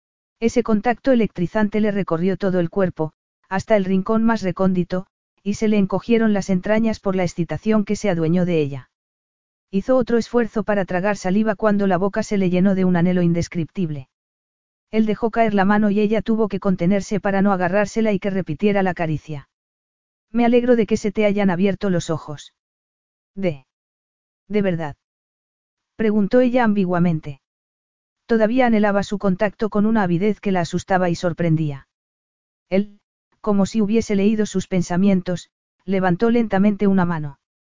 Ese contacto electrizante le recorrió todo el cuerpo, hasta el rincón más recóndito, y se le encogieron las entrañas por la excitación que se adueñó de ella. Hizo otro esfuerzo para tragar saliva cuando la boca se le llenó de un anhelo indescriptible. Él dejó caer la mano y ella tuvo que contenerse para no agarrársela y que repitiera la caricia. Me alegro de que se te hayan abierto los ojos. ¿De verdad? Preguntó ella ambiguamente. Todavía anhelaba su contacto con una avidez que la asustaba y sorprendía. Él, como si hubiese leído sus pensamientos, levantó lentamente una mano.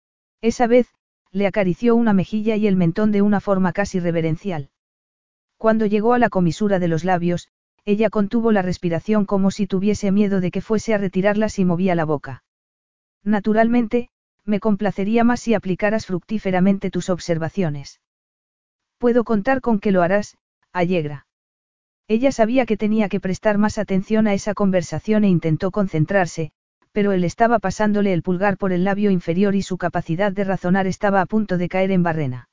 Esa vez, le acarició una mejilla y el mentón de una forma casi reverencial. Cuando llegó a la comisura de los labios, ella contuvo la respiración como si tuviese miedo de que fuese a retirarlas y movía la boca. Naturalmente, me complacería más si aplicaras fructíferamente tus observaciones. Puedo contar con que lo harás, Allegra. Ella sabía que tenía que prestar más atención a esa conversación e intentó concentrarse, pero él estaba pasándole el pulgar por el labio inferior y su capacidad de razonar estaba a punto de caer en barrena.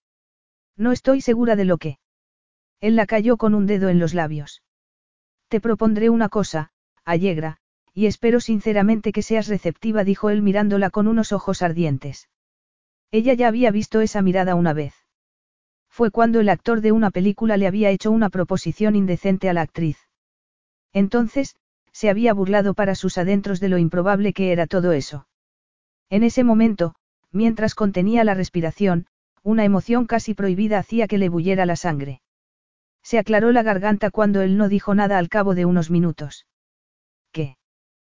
No estoy segura de lo que. Él la cayó con un dedo en los labios. Te propondré una cosa, Allegra, y espero sinceramente que seas receptiva, dijo él mirándola con unos ojos ardientes. Ella ya había visto esa mirada una vez. Fue cuando el actor de una película le había hecho una proposición indecente a la actriz. Entonces, se había burlado para sus adentros de lo improbable que era todo eso. En ese momento, mientras contenía la respiración, una emoción casi prohibida hacía que le bulliera la sangre. Se aclaró la garganta cuando él no dijo nada al cabo de unos minutos. ¿Qué?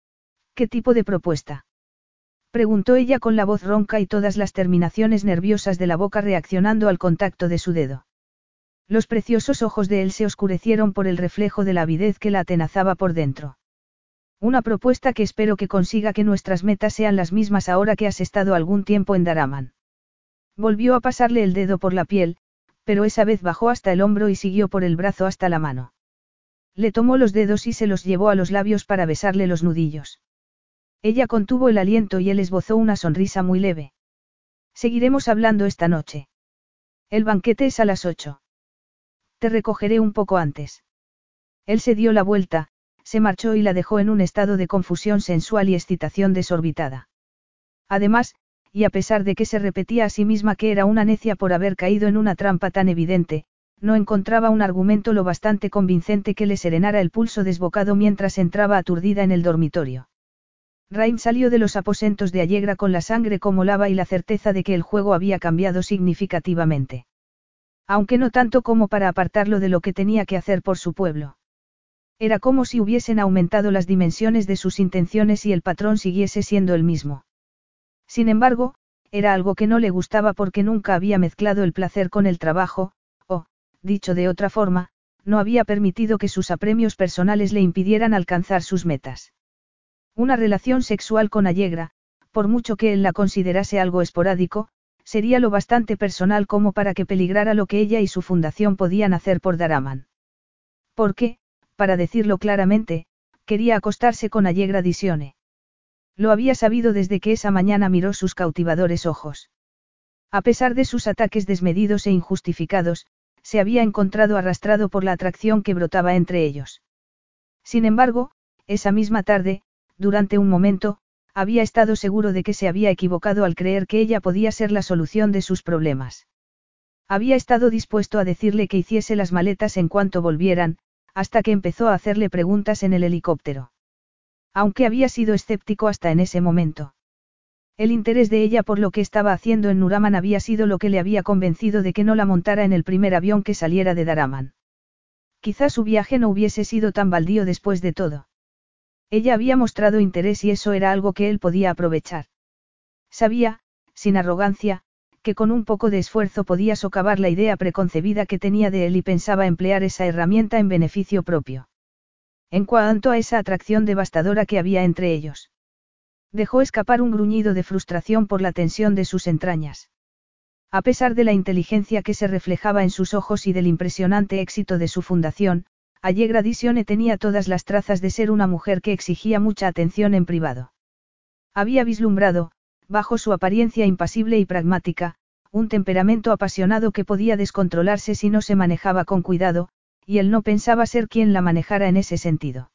¿Qué tipo de propuesta? Preguntó ella con la voz ronca y todas las terminaciones nerviosas de la boca reaccionando al contacto de su dedo. Los preciosos ojos de él se oscurecieron por el reflejo de la avidez que la atenazaba por dentro. Una propuesta que espero que consiga que nuestras metas sean las mismas ahora que has estado algún tiempo en Daraman. Volvió a pasarle el dedo por la piel, pero esa vez bajó hasta el hombro y siguió por el brazo hasta la mano. Le tomó los dedos y se los llevó a los labios para besarle los nudillos. Ella contuvo el aliento y él esbozó una sonrisa muy leve. Seguiremos hablando esta noche. El banquete es a las 8. Te recogeré un poco antes. Él se dio la vuelta, se marchó y la dejó en un estado de confusión sensual y excitación desorbitada. Además, y a pesar de que se repetía a sí misma que era una necia por haber caído en una trampa tan evidente, no encontraba un argumento lo bastante convincente que le serenara el pulso desbocado mientras entraba aturdida en el dormitorio. Raim salió de los aposentos de Allegra con la sangre como lava y la certeza de que el juego había cambiado significativamente. Aunque no tanto como para apartarlo de lo que tenía que hacer por su pueblo. Era como si hubiesen aumentado las dimensiones de sus intenciones y el patrón siguiese siendo el mismo. Sin embargo, era algo que no le gustaba porque nunca había mezclado el placer con el trabajo, o, dicho de otra forma, no había permitido que sus apremios personales le impidieran alcanzar sus metas. Una relación sexual con Allegra, por mucho que él la considerase algo esporádico, sería lo bastante personal como para que peligrara lo que ella y su fundación podían hacer por Daraman. Porque, para decirlo claramente, quería acostarse con Allegra Disione. Lo había sabido desde que esa mañana miró sus cautivadores ojos. A pesar de sus ataques desmedidos e injustificados, se había encontrado arrastrado por la atracción que brotaba entre ellos. Sin embargo, esa misma tarde, durante un momento, había estado seguro de que se había equivocado al creer que ella podía ser la solución de sus problemas. Había estado dispuesto a decirle que hiciese las maletas en cuanto volvieran, hasta que empezó a hacerle preguntas en el helicóptero. Aunque había sido escéptico hasta en ese momento. El interés de ella por lo que estaba haciendo en Nuraman había sido lo que le había convencido de que no la montara en el primer avión que saliera de Daraman. Quizás su viaje no hubiese sido tan baldío después de todo. Ella había mostrado interés y eso era algo que él podía aprovechar. Sabía, sin arrogancia, que con un poco de esfuerzo podía socavar la idea preconcebida que tenía de él y pensaba emplear esa herramienta en beneficio propio. En cuanto a esa atracción devastadora que había entre ellos. Dejó escapar un gruñido de frustración por la tensión de sus entrañas. A pesar de la inteligencia que se reflejaba en sus ojos y del impresionante éxito de su fundación, Allegra Disione tenía todas las trazas de ser una mujer que exigía mucha atención en privado. Había vislumbrado, bajo su apariencia impasible y pragmática, un temperamento apasionado que podía descontrolarse si no se manejaba con cuidado, y él no pensaba ser quien la manejara en ese sentido.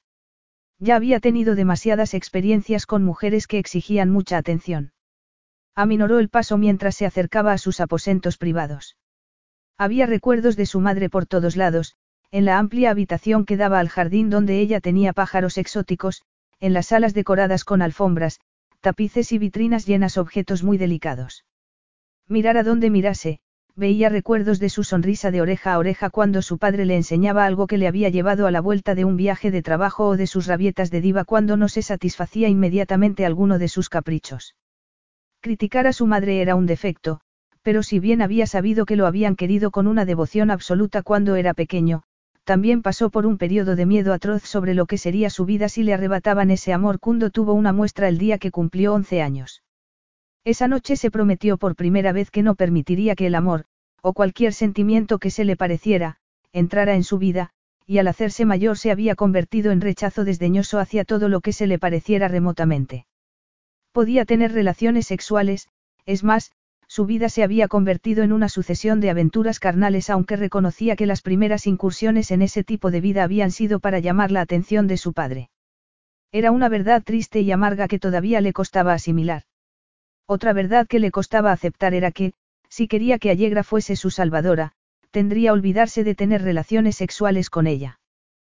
Ya había tenido demasiadas experiencias con mujeres que exigían mucha atención. Aminoró el paso mientras se acercaba a sus aposentos privados. Había recuerdos de su madre por todos lados, en la amplia habitación que daba al jardín donde ella tenía pájaros exóticos, en las salas decoradas con alfombras, tapices y vitrinas llenas de objetos muy delicados. Mirara donde mirase, veía recuerdos de su sonrisa de oreja a oreja cuando su padre le enseñaba algo que le había llevado a la vuelta de un viaje de trabajo o de sus rabietas de diva cuando no se satisfacía inmediatamente alguno de sus caprichos. Criticar a su madre era un defecto, pero si bien había sabido que lo habían querido con una devoción absoluta cuando era pequeño, también pasó por un periodo de miedo atroz sobre lo que sería su vida si le arrebataban ese amor cuando tuvo una muestra el día que cumplió 11 años. Esa noche se prometió por primera vez que no permitiría que el amor, o cualquier sentimiento que se le pareciera, entrara en su vida, y al hacerse mayor se había convertido en rechazo desdeñoso hacia todo lo que se le pareciera remotamente. Podía tener relaciones sexuales, es más, su vida se había convertido en una sucesión de aventuras carnales aunque reconocía que las primeras incursiones en ese tipo de vida habían sido para llamar la atención de su padre. Era una verdad triste y amarga que todavía le costaba asimilar. Otra verdad que le costaba aceptar era que, si quería que Allegra fuese su salvadora, tendría que olvidarse de tener relaciones sexuales con ella.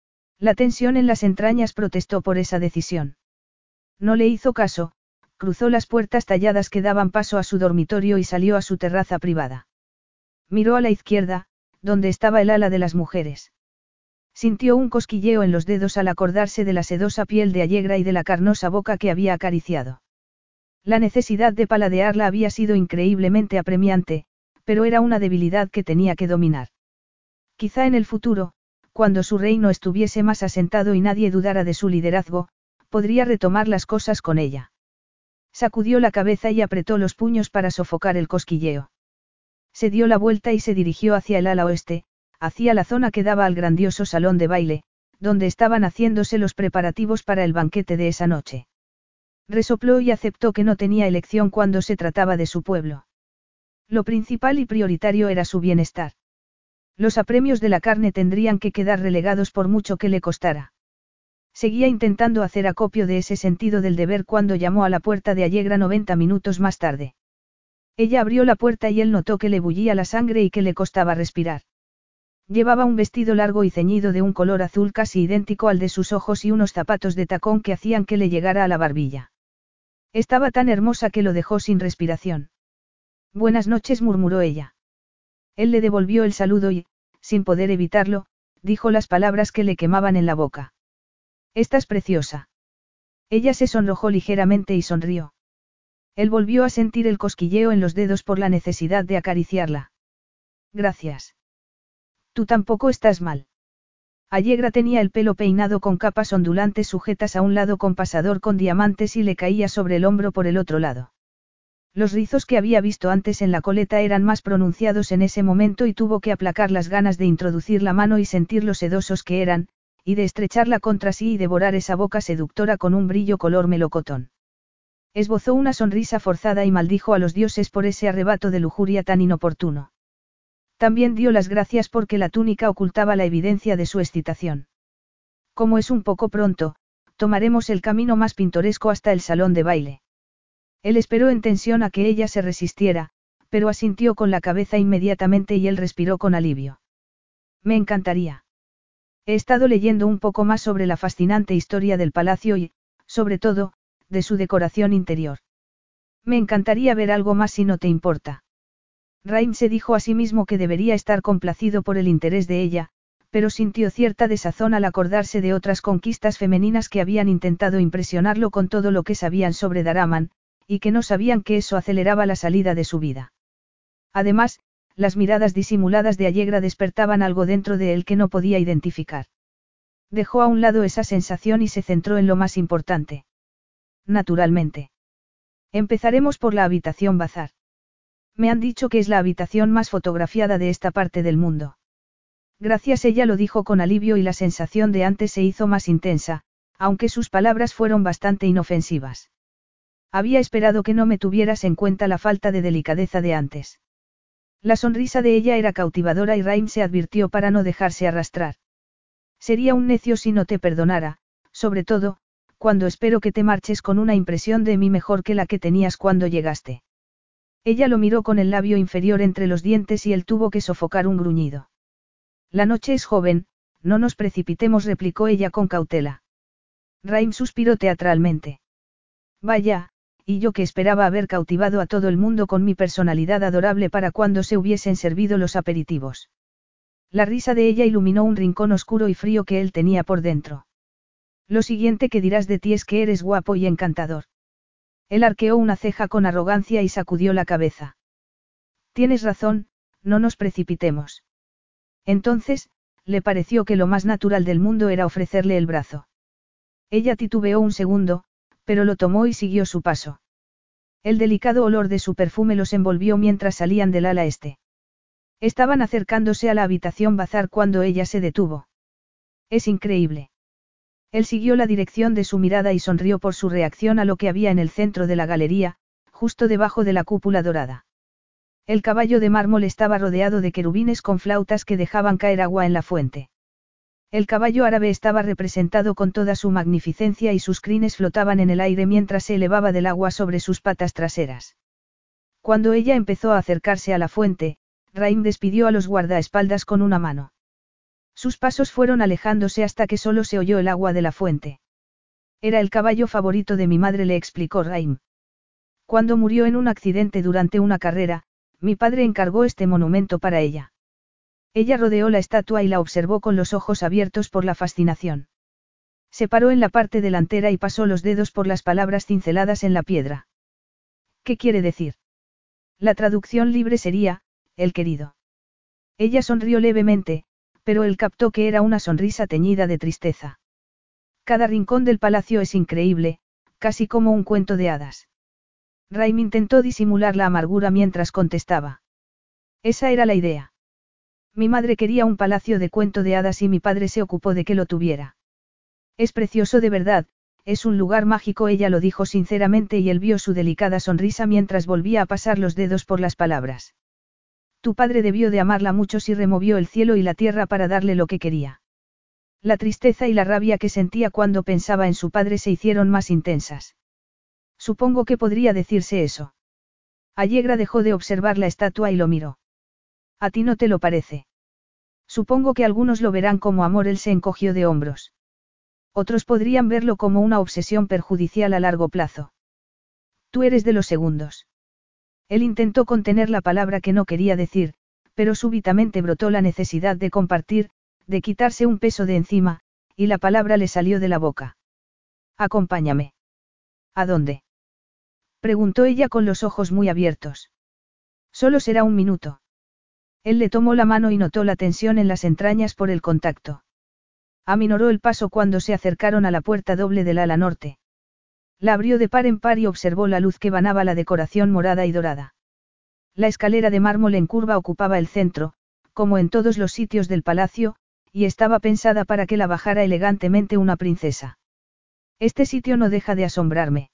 La tensión en las entrañas protestó por esa decisión. No le hizo caso, cruzó las puertas talladas que daban paso a su dormitorio y salió a su terraza privada. Miró a la izquierda, donde estaba el ala de las mujeres. Sintió un cosquilleo en los dedos al acordarse de la sedosa piel de Allegra y de la carnosa boca que había acariciado. La necesidad de paladearla había sido increíblemente apremiante, pero era una debilidad que tenía que dominar. Quizá en el futuro, cuando su reino estuviese más asentado y nadie dudara de su liderazgo, podría retomar las cosas con ella. Sacudió la cabeza y apretó los puños para sofocar el cosquilleo. Se dio la vuelta y se dirigió hacia el ala oeste, hacia la zona que daba al grandioso salón de baile, donde estaban haciéndose los preparativos para el banquete de esa noche. Resopló y aceptó que no tenía elección cuando se trataba de su pueblo. Lo principal y prioritario era su bienestar. Los apremios de la carne tendrían que quedar relegados por mucho que le costara. Seguía intentando hacer acopio de ese sentido del deber cuando llamó a la puerta de Allegra 90 minutos más tarde. Ella abrió la puerta y él notó que le bullía la sangre y que le costaba respirar. Llevaba un vestido largo y ceñido de un color azul casi idéntico al de sus ojos y unos zapatos de tacón que hacían que le llegara a la barbilla. Estaba tan hermosa que lo dejó sin respiración. Buenas noches, murmuró ella. Él le devolvió el saludo y, sin poder evitarlo, dijo las palabras que le quemaban en la boca. Estás preciosa. Ella se sonrojó ligeramente y sonrió. Él volvió a sentir el cosquilleo en los dedos por la necesidad de acariciarla. Gracias. Tú tampoco estás mal. Allegra tenía el pelo peinado con capas ondulantes sujetas a un lado con pasador con diamantes y le caía sobre el hombro por el otro lado. Los rizos que había visto antes en la coleta eran más pronunciados en ese momento y tuvo que aplacar las ganas de introducir la mano y sentir lo sedosos que eran, y de estrecharla contra sí y devorar esa boca seductora con un brillo color melocotón. Esbozó una sonrisa forzada y maldijo a los dioses por ese arrebato de lujuria tan inoportuno. También dio las gracias porque la túnica ocultaba la evidencia de su excitación. Como es un poco pronto, tomaremos el camino más pintoresco hasta el salón de baile. Él esperó en tensión a que ella se resistiera, pero asintió con la cabeza inmediatamente y él respiró con alivio. Me encantaría. He estado leyendo un poco más sobre la fascinante historia del palacio y, sobre todo, de su decoración interior. Me encantaría ver algo más si no te importa. Raim se dijo a sí mismo que debería estar complacido por el interés de ella, pero sintió cierta desazón al acordarse de otras conquistas femeninas que habían intentado impresionarlo con todo lo que sabían sobre Daraman, y que no sabían que eso aceleraba la salida de su vida. Además, las miradas disimuladas de Allegra despertaban algo dentro de él que no podía identificar. Dejó a un lado esa sensación y se centró en lo más importante. Naturalmente. Empezaremos por la habitación bazar. Me han dicho que es la habitación más fotografiada de esta parte del mundo. Gracias, ella lo dijo con alivio y la sensación de antes se hizo más intensa, aunque sus palabras fueron bastante inofensivas. Había esperado que no me tuvieras en cuenta la falta de delicadeza de antes. La sonrisa de ella era cautivadora y Raim se advirtió para no dejarse arrastrar. Sería un necio si no te perdonara, sobre todo, cuando espero que te marches con una impresión de mí mejor que la que tenías cuando llegaste. Ella lo miró con el labio inferior entre los dientes y él tuvo que sofocar un gruñido. La noche es joven, no nos precipitemos, replicó ella con cautela. Raim suspiró teatralmente. Vaya, y yo que esperaba haber cautivado a todo el mundo con mi personalidad adorable para cuando se hubiesen servido los aperitivos. La risa de ella iluminó un rincón oscuro y frío que él tenía por dentro. Lo siguiente que dirás de ti es que eres guapo y encantador. Él arqueó una ceja con arrogancia y sacudió la cabeza. Tienes razón, no nos precipitemos. Entonces, le pareció que lo más natural del mundo era ofrecerle el brazo. Ella titubeó un segundo, pero lo tomó y siguió su paso. El delicado olor de su perfume los envolvió mientras salían del ala este. Estaban acercándose a la habitación bazar cuando ella se detuvo. Es increíble. Él siguió la dirección de su mirada y sonrió por su reacción a lo que había en el centro de la galería, justo debajo de la cúpula dorada. El caballo de mármol estaba rodeado de querubines con flautas que dejaban caer agua en la fuente. El caballo árabe estaba representado con toda su magnificencia y sus crines flotaban en el aire mientras se elevaba del agua sobre sus patas traseras. Cuando ella empezó a acercarse a la fuente, Raim despidió a los guardaespaldas con una mano. Sus pasos fueron alejándose hasta que solo se oyó el agua de la fuente. Era el caballo favorito de mi madre, le explicó Raim. Cuando murió en un accidente durante una carrera, mi padre encargó este monumento para ella. Ella rodeó la estatua y la observó con los ojos abiertos por la fascinación. Se paró en la parte delantera y pasó los dedos por las palabras cinceladas en la piedra. ¿Qué quiere decir? La traducción libre sería, el querido. Ella sonrió levemente, pero él captó que era una sonrisa teñida de tristeza. Cada rincón del palacio es increíble, casi como un cuento de hadas. Raim intentó disimular la amargura mientras contestaba. Esa era la idea. Mi madre quería un palacio de cuento de hadas y mi padre se ocupó de que lo tuviera. Es precioso de verdad, es un lugar mágico, ella lo dijo sinceramente y él vio su delicada sonrisa mientras volvía a pasar los dedos por las palabras. Tu padre debió de amarla mucho si removió el cielo y la tierra para darle lo que quería. La tristeza y la rabia que sentía cuando pensaba en su padre se hicieron más intensas. Supongo que podría decirse eso. Allegra dejó de observar la estatua y lo miró. ¿A ti no te lo parece? Supongo que algunos lo verán como amor, él se encogió de hombros. Otros podrían verlo como una obsesión perjudicial a largo plazo. Tú eres de los segundos. Él intentó contener la palabra que no quería decir, pero súbitamente brotó la necesidad de compartir, de quitarse un peso de encima, y la palabra le salió de la boca. Acompáñame. ¿A dónde? Preguntó ella con los ojos muy abiertos. Solo será un minuto. Él le tomó la mano y notó la tensión en las entrañas por el contacto. Aminoró el paso cuando se acercaron a la puerta doble del ala norte. La abrió de par en par y observó la luz que banaba la decoración morada y dorada. La escalera de mármol en curva ocupaba el centro, como en todos los sitios del palacio, y estaba pensada para que la bajara elegantemente una princesa. Este sitio no deja de asombrarme.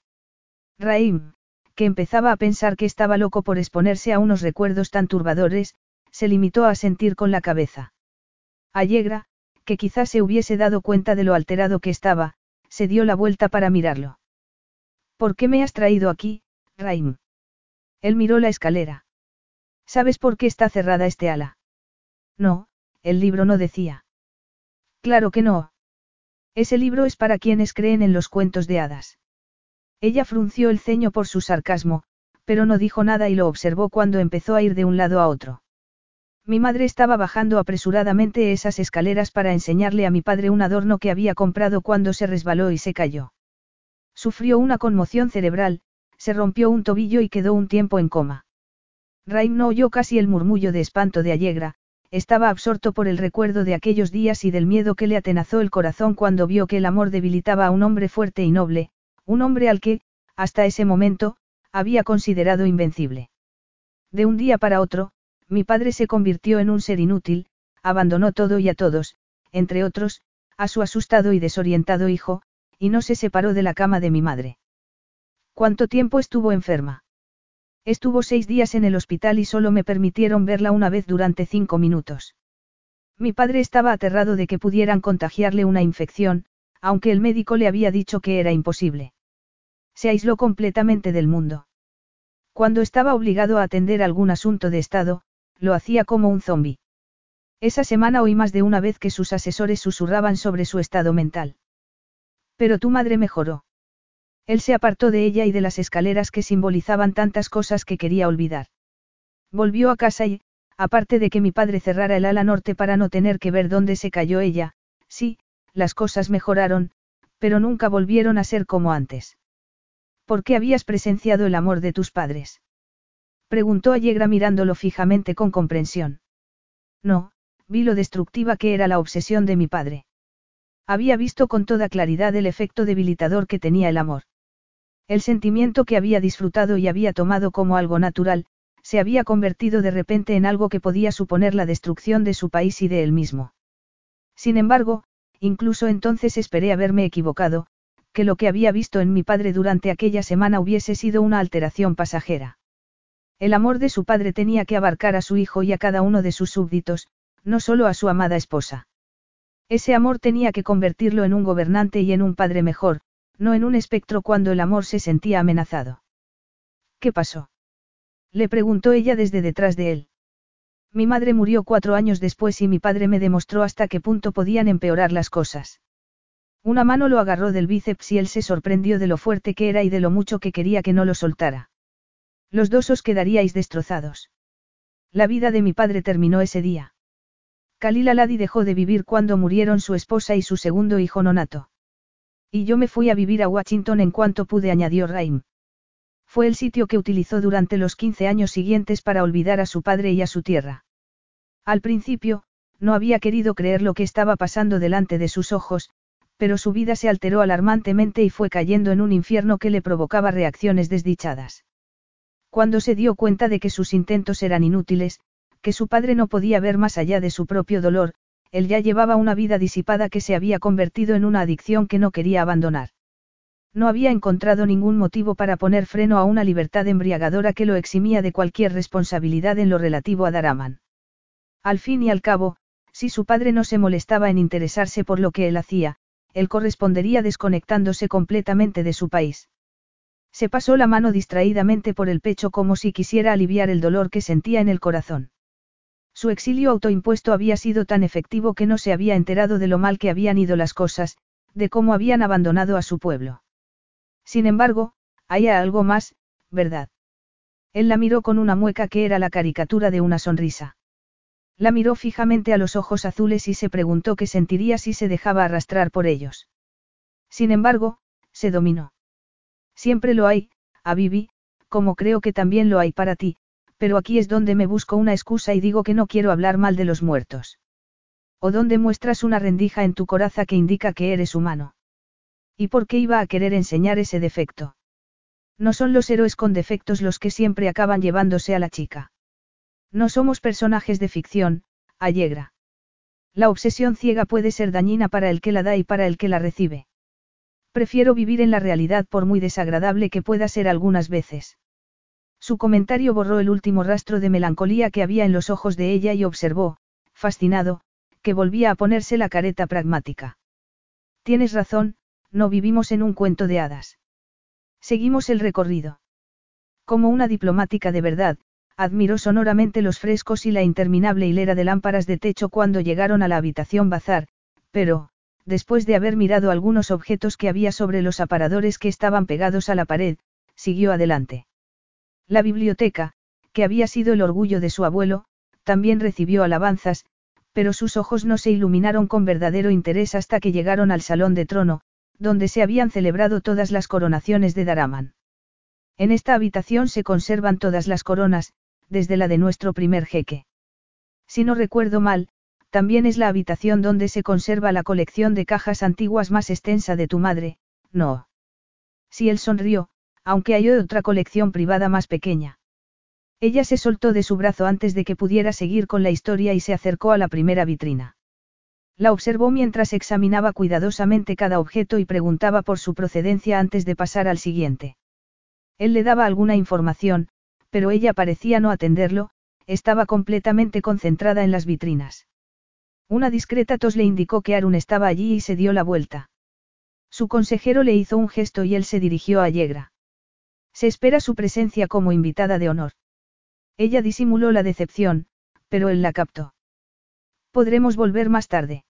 Raim, que empezaba a pensar que estaba loco por exponerse a unos recuerdos tan turbadores, se limitó a asentir con la cabeza. Allegra, que quizás se hubiese dado cuenta de lo alterado que estaba, se dio la vuelta para mirarlo. ¿Por qué me has traído aquí, Raim? Él miró la escalera. ¿Sabes por qué está cerrada este ala? No, el libro no decía. Claro que no. Ese libro es para quienes creen en los cuentos de hadas. Ella frunció el ceño por su sarcasmo, pero no dijo nada y lo observó cuando empezó a ir de un lado a otro. Mi madre estaba bajando apresuradamente esas escaleras para enseñarle a mi padre un adorno que había comprado cuando se resbaló y se cayó. Sufrió una conmoción cerebral, se rompió un tobillo y quedó un tiempo en coma. Raim no oyó casi el murmullo de espanto de Allegra, estaba absorto por el recuerdo de aquellos días y del miedo que le atenazó el corazón cuando vio que el amor debilitaba a un hombre fuerte y noble, un hombre al que, hasta ese momento, había considerado invencible. De un día para otro, mi padre se convirtió en un ser inútil, abandonó todo y a todos, entre otros, a su asustado y desorientado hijo, y no se separó de la cama de mi madre. ¿Cuánto tiempo estuvo enferma? Estuvo 6 días en el hospital y solo me permitieron verla una vez durante 5 minutos. Mi padre estaba aterrado de que pudieran contagiarle una infección, aunque el médico le había dicho que era imposible. Se aisló completamente del mundo. Cuando estaba obligado a atender algún asunto de estado, lo hacía como un zombi. Esa semana oí más de una vez que sus asesores susurraban sobre su estado mental. Pero tu madre mejoró. Él se apartó de ella y de las escaleras que simbolizaban tantas cosas que quería olvidar. Volvió a casa y, aparte de que mi padre cerrara el ala norte para no tener que ver dónde se cayó ella, sí, las cosas mejoraron, pero nunca volvieron a ser como antes. ¿Por qué habías presenciado el amor de tus padres? Preguntó Allegra mirándolo fijamente con comprensión. No, vi lo destructiva que era la obsesión de mi padre. Había visto con toda claridad el efecto debilitador que tenía el amor. El sentimiento que había disfrutado y había tomado como algo natural, se había convertido de repente en algo que podía suponer la destrucción de su país y de él mismo. Sin embargo, incluso entonces esperé haberme equivocado, que lo que había visto en mi padre durante aquella semana hubiese sido una alteración pasajera. El amor de su padre tenía que abarcar a su hijo y a cada uno de sus súbditos, no solo a su amada esposa. Ese amor tenía que convertirlo en un gobernante y en un padre mejor, no en un espectro cuando el amor se sentía amenazado. ¿Qué pasó? Le preguntó ella desde detrás de él. Mi madre murió 4 años después y mi padre me demostró hasta qué punto podían empeorar las cosas. Una mano lo agarró del bíceps y él se sorprendió de lo fuerte que era y de lo mucho que quería que no lo soltara. Los dos os quedaríais destrozados. La vida de mi padre terminó ese día. Khalil Aladi dejó de vivir cuando murieron su esposa y su segundo hijo nonato. Y yo me fui a vivir a Washington en cuanto pude, añadió Raim. Fue el sitio que utilizó durante los 15 años siguientes para olvidar a su padre y a su tierra. Al principio, no había querido creer lo que estaba pasando delante de sus ojos, pero su vida se alteró alarmantemente y fue cayendo en un infierno que le provocaba reacciones desdichadas. Cuando se dio cuenta de que sus intentos eran inútiles, que su padre no podía ver más allá de su propio dolor, él ya llevaba una vida disipada que se había convertido en una adicción que no quería abandonar. No había encontrado ningún motivo para poner freno a una libertad embriagadora que lo eximía de cualquier responsabilidad en lo relativo a Daraman. Al fin y al cabo, si su padre no se molestaba en interesarse por lo que él hacía, él correspondería desconectándose completamente de su país. Se pasó la mano distraídamente por el pecho como si quisiera aliviar el dolor que sentía en el corazón. Su exilio autoimpuesto había sido tan efectivo que no se había enterado de lo mal que habían ido las cosas, de cómo habían abandonado a su pueblo. Sin embargo, hay algo más, ¿verdad? Él la miró con una mueca que era la caricatura de una sonrisa. La miró fijamente a los ojos azules y se preguntó qué sentiría si se dejaba arrastrar por ellos. Sin embargo, se dominó. Siempre lo hay, Abibi, como creo que también lo hay para ti, pero aquí es donde me busco una excusa y digo que no quiero hablar mal de los muertos. ¿O dónde muestras una rendija en tu coraza que indica que eres humano? ¿Y por qué iba a querer enseñar ese defecto? No son los héroes con defectos los que siempre acaban llevándose a la chica. No somos personajes de ficción, Allegra. La obsesión ciega puede ser dañina para el que la da y para el que la recibe. Prefiero vivir en la realidad por muy desagradable que pueda ser algunas veces. Su comentario borró el último rastro de melancolía que había en los ojos de ella y observó, fascinado, que volvía a ponerse la careta pragmática. Tienes razón, no vivimos en un cuento de hadas. Seguimos el recorrido. Como una diplomática de verdad, admiró sonoramente los frescos y la interminable hilera de lámparas de techo cuando llegaron a la habitación bazar, pero, después de haber mirado algunos objetos que había sobre los aparadores que estaban pegados a la pared, siguió adelante. La biblioteca, que había sido el orgullo de su abuelo, también recibió alabanzas, pero sus ojos no se iluminaron con verdadero interés hasta que llegaron al salón de trono, donde se habían celebrado todas las coronaciones de Daraman. En esta habitación se conservan todas las coronas, desde la de nuestro primer jeque. Si no recuerdo mal, también es la habitación donde se conserva la colección de cajas antiguas más extensa de tu madre, ¿no? Sí, él sonrió, aunque hay otra colección privada más pequeña. Ella se soltó de su brazo antes de que pudiera seguir con la historia y se acercó a la primera vitrina. La observó mientras examinaba cuidadosamente cada objeto y preguntaba por su procedencia antes de pasar al siguiente. Él le daba alguna información, pero ella parecía no atenderlo, estaba completamente concentrada en las vitrinas. Una discreta tos le indicó que Arun estaba allí y se dio la vuelta. Su consejero le hizo un gesto y él se dirigió a Allegra. Se espera su presencia como invitada de honor. Ella disimuló la decepción, pero él la captó. Podremos volver más tarde.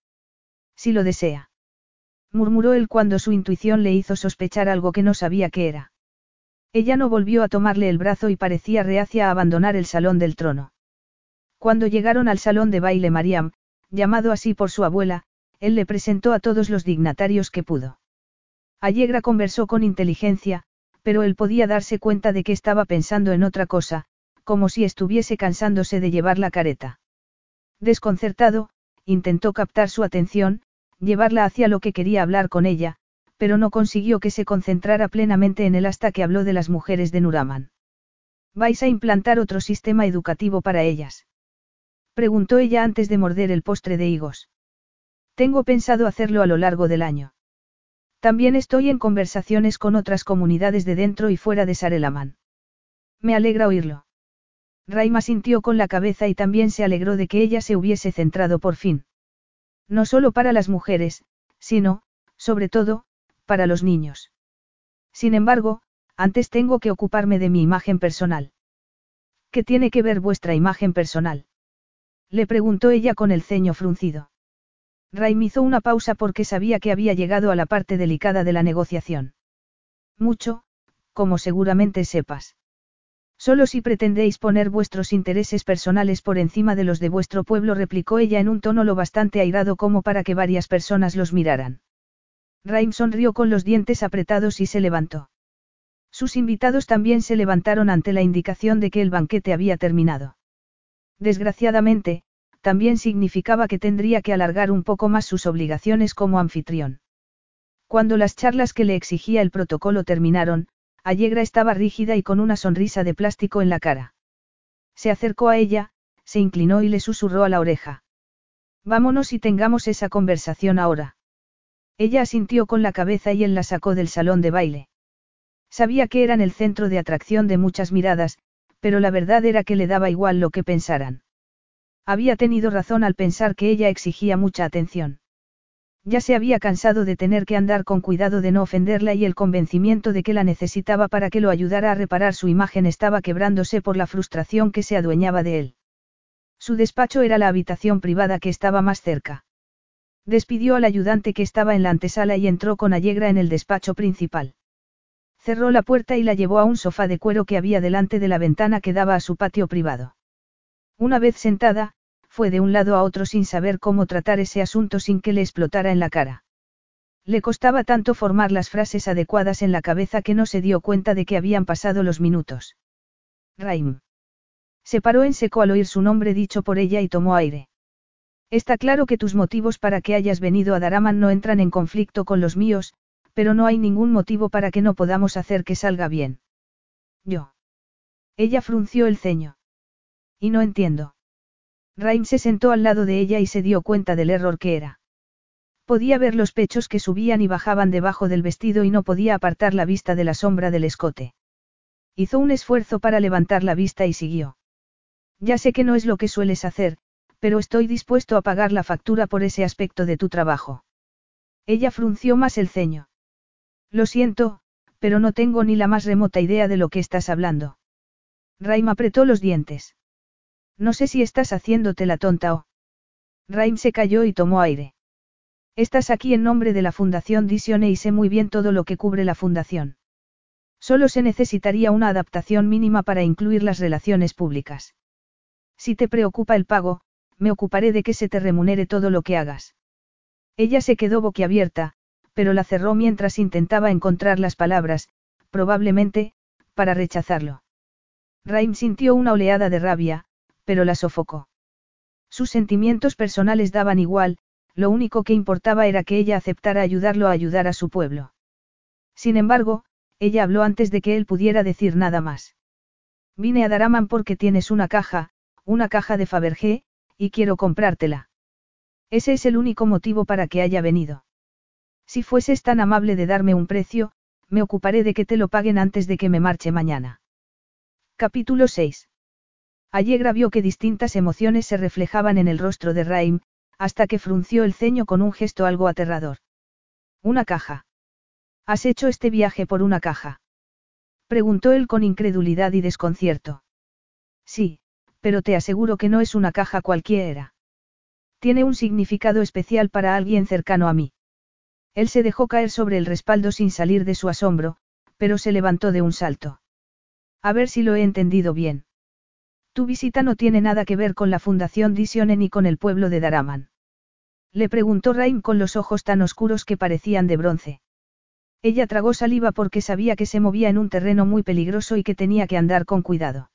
Si lo desea. Murmuró él cuando su intuición le hizo sospechar algo que no sabía qué era. Ella no volvió a tomarle el brazo y parecía reacia a abandonar el salón del trono. Cuando llegaron al salón de baile Mariam, llamado así por su abuela, él le presentó a todos los dignatarios que pudo. Allegra conversó con inteligencia, pero él podía darse cuenta de que estaba pensando en otra cosa, como si estuviese cansándose de llevar la careta. Desconcertado, intentó captar su atención, llevarla hacia lo que quería hablar con ella, pero no consiguió que se concentrara plenamente en él hasta que habló de las mujeres de Nuraman. ¿Vais a implantar otro sistema educativo para ellas? Preguntó ella antes de morder el postre de higos. Tengo pensado hacerlo a lo largo del año. También estoy en conversaciones con otras comunidades de dentro y fuera de Sarelaman. Me alegra oírlo. Raima sintió con la cabeza y también se alegró de que ella se hubiese centrado por fin. No solo para las mujeres, sino, sobre todo, para los niños. Sin embargo, antes tengo que ocuparme de mi imagen personal. ¿Qué tiene que ver vuestra imagen personal? Le preguntó ella con el ceño fruncido. Raim hizo una pausa porque sabía que había llegado a la parte delicada de la negociación. Mucho, como seguramente sepas. Solo si pretendéis poner vuestros intereses personales por encima de los de vuestro pueblo, replicó ella en un tono lo bastante airado como para que varias personas los miraran. Raim sonrió con los dientes apretados y se levantó. Sus invitados también se levantaron ante la indicación de que el banquete había terminado. Desgraciadamente, también significaba que tendría que alargar un poco más sus obligaciones como anfitrión. Cuando las charlas que le exigía el protocolo terminaron, Allegra estaba rígida y con una sonrisa de plástico en la cara. Se acercó a ella, se inclinó y le susurró a la oreja. Vámonos y tengamos esa conversación ahora. Ella asintió con la cabeza y él la sacó del salón de baile. Sabía que eran el centro de atracción de muchas miradas, pero la verdad era que le daba igual lo que pensaran. Había tenido razón al pensar que ella exigía mucha atención. Ya se había cansado de tener que andar con cuidado de no ofenderla y el convencimiento de que la necesitaba para que lo ayudara a reparar su imagen estaba quebrándose por la frustración que se adueñaba de él. Su despacho era la habitación privada que estaba más cerca. Despidió al ayudante que estaba en la antesala y entró con Allegra en el despacho principal. Cerró la puerta y la llevó a un sofá de cuero que había delante de la ventana que daba a su patio privado. Una vez sentada, fue de un lado a otro sin saber cómo tratar ese asunto sin que le explotara en la cara. Le costaba tanto formar las frases adecuadas en la cabeza que no se dio cuenta de que habían pasado los minutos. Raim. Se paró en seco al oír su nombre dicho por ella y tomó aire. Está claro que tus motivos para que hayas venido a Daraman no entran en conflicto con los míos, pero no hay ningún motivo para que no podamos hacer que salga bien. Yo. Ella frunció el ceño. Y no entiendo. Raim se sentó al lado de ella y se dio cuenta del error que era. Podía ver los pechos que subían y bajaban debajo del vestido y no podía apartar la vista de la sombra del escote. Hizo un esfuerzo para levantar la vista y siguió. Ya sé que no es lo que sueles hacer, pero estoy dispuesto a pagar la factura por ese aspecto de tu trabajo. Ella frunció más el ceño. Lo siento, pero no tengo ni la más remota idea de lo que estás hablando. Raim apretó los dientes. No sé si estás haciéndote la tonta o... Raim se calló y tomó aire. Estás aquí en nombre de la Fundación Disione y sé muy bien todo lo que cubre la fundación. Solo se necesitaría una adaptación mínima para incluir las relaciones públicas. Si te preocupa el pago, me ocuparé de que se te remunere todo lo que hagas. Ella se quedó boquiabierta, pero la cerró mientras intentaba encontrar las palabras, probablemente, para rechazarlo. Raim sintió una oleada de rabia, pero la sofocó. Sus sentimientos personales daban igual, lo único que importaba era que ella aceptara ayudarlo a ayudar a su pueblo. Sin embargo, ella habló antes de que él pudiera decir nada más. Vine a Daraman porque tienes una caja de Fabergé, y quiero comprártela. Ese es el único motivo para que haya venido. Si fueses tan amable de darme un precio, me ocuparé de que te lo paguen antes de que me marche mañana. Capítulo 6. Allegra vio que distintas emociones se reflejaban en el rostro de Raim, hasta que frunció el ceño con un gesto algo aterrador. ¿Una caja? ¿Has hecho este viaje por una caja? Preguntó él con incredulidad y desconcierto. Sí, pero te aseguro que no es una caja cualquiera. Tiene un significado especial para alguien cercano a mí. Él se dejó caer sobre el respaldo sin salir de su asombro, pero se levantó de un salto. A ver si lo he entendido bien. Tu visita no tiene nada que ver con la Fundación Disione ni con el pueblo de Daraman. Le preguntó Raim con los ojos tan oscuros que parecían de bronce. Ella tragó saliva porque sabía que se movía en un terreno muy peligroso y que tenía que andar con cuidado.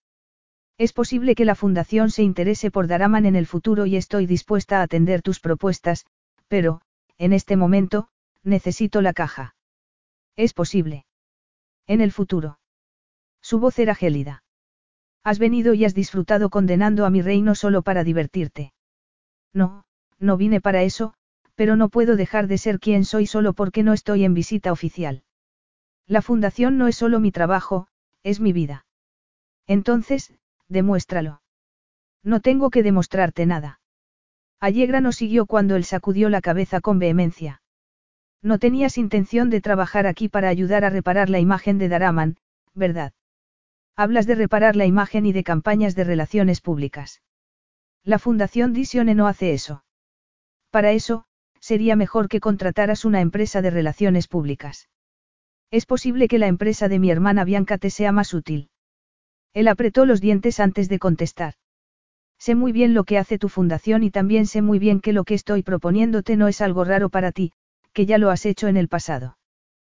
Es posible que la Fundación se interese por Daraman en el futuro y estoy dispuesta a atender tus propuestas, pero, en este momento, necesito la caja. Es posible. En el futuro. Su voz era gélida. Has venido y has disfrutado condenando a mi reino solo para divertirte. No, no vine para eso, pero no puedo dejar de ser quien soy solo porque no estoy en visita oficial. La fundación no es solo mi trabajo, es mi vida. Entonces, demuéstralo. No tengo que demostrarte nada. Allegra no siguió cuando él sacudió la cabeza con vehemencia. No tenías intención de trabajar aquí para ayudar a reparar la imagen de Daraman, ¿verdad? Hablas de reparar la imagen y de campañas de relaciones públicas. La Fundación Disione no hace eso. Para eso, sería mejor que contrataras una empresa de relaciones públicas. Es posible que la empresa de mi hermana Bianca te sea más útil. Él apretó los dientes antes de contestar. Sé muy bien lo que hace tu fundación y también sé muy bien que lo que estoy proponiéndote no es algo raro para ti, que ya lo has hecho en el pasado.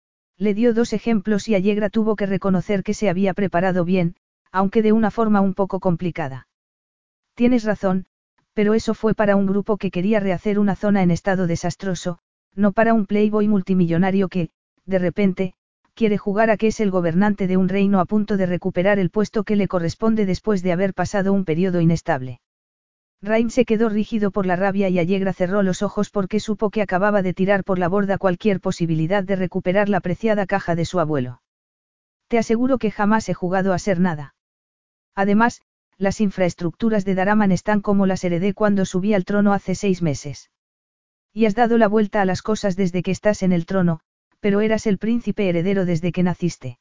Le dio 2 ejemplos y Allegra tuvo que reconocer que se había preparado bien, aunque de una forma un poco complicada. Tienes razón, pero eso fue para un grupo que quería rehacer una zona en estado desastroso, no para un playboy multimillonario que, de repente, quiere jugar a que es el gobernante de un reino a punto de recuperar el puesto que le corresponde después de haber pasado un periodo inestable. Raim se quedó rígido por la rabia y Allegra cerró los ojos porque supo que acababa de tirar por la borda cualquier posibilidad de recuperar la preciada caja de su abuelo. Te aseguro que jamás he jugado a ser nada. Además, las infraestructuras de Daraman están como las heredé cuando subí al trono hace 6 meses. Y has dado la vuelta a las cosas desde que estás en el trono, pero eras el príncipe heredero desde que naciste.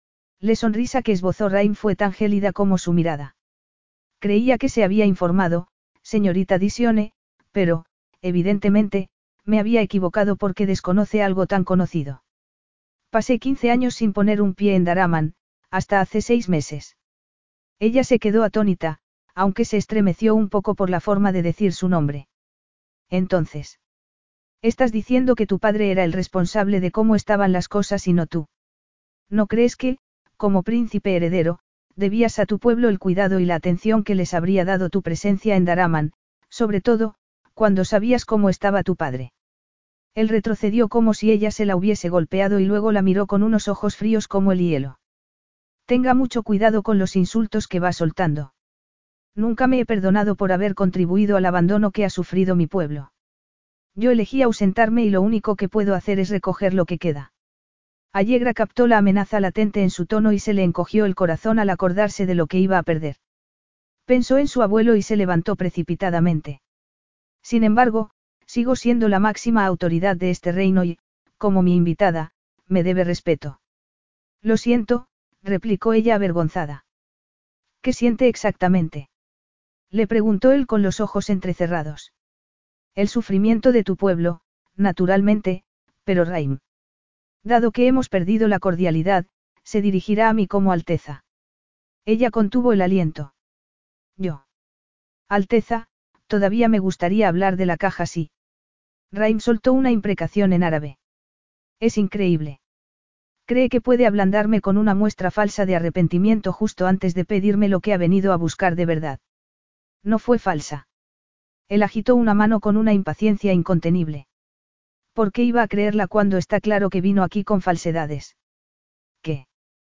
La sonrisa que esbozó Raim fue tan gélida como su mirada. Creía que se había informado, señorita Disione, pero, evidentemente, me había equivocado porque desconoce algo tan conocido. Pasé 15 años sin poner un pie en Daraman, hasta hace 6 meses. Ella se quedó atónita, aunque se estremeció un poco por la forma de decir su nombre. Entonces. Estás diciendo que tu padre era el responsable de cómo estaban las cosas y no tú. ¿No crees que, como príncipe heredero, debías a tu pueblo el cuidado y la atención que les habría dado tu presencia en Daraman, sobre todo, cuando sabías cómo estaba tu padre. Él retrocedió como si ella se la hubiese golpeado y luego la miró con unos ojos fríos como el hielo. Tenga mucho cuidado con los insultos que va soltando. Nunca me he perdonado por haber contribuido al abandono que ha sufrido mi pueblo. Yo elegí ausentarme y lo único que puedo hacer es recoger lo que queda. Allegra captó la amenaza latente en su tono y se le encogió el corazón al acordarse de lo que iba a perder. Pensó en su abuelo y se levantó precipitadamente. Sin embargo, sigo siendo la máxima autoridad de este reino y, como mi invitada, me debe respeto. Lo siento, replicó ella avergonzada. ¿Qué siente exactamente? Le preguntó él con los ojos entrecerrados. El sufrimiento de tu pueblo, naturalmente, pero Raim. Dado que hemos perdido la cordialidad, se dirigirá a mí como Alteza. Ella contuvo el aliento. Yo. Alteza, todavía me gustaría hablar de la caja sí. Raim soltó una imprecación en árabe. Es increíble. Cree que puede ablandarme con una muestra falsa de arrepentimiento justo antes de pedirme lo que ha venido a buscar de verdad. No fue falsa. Él agitó una mano con una impaciencia incontenible. ¿Por qué iba a creerla cuando está claro que vino aquí con falsedades? ¿Qué?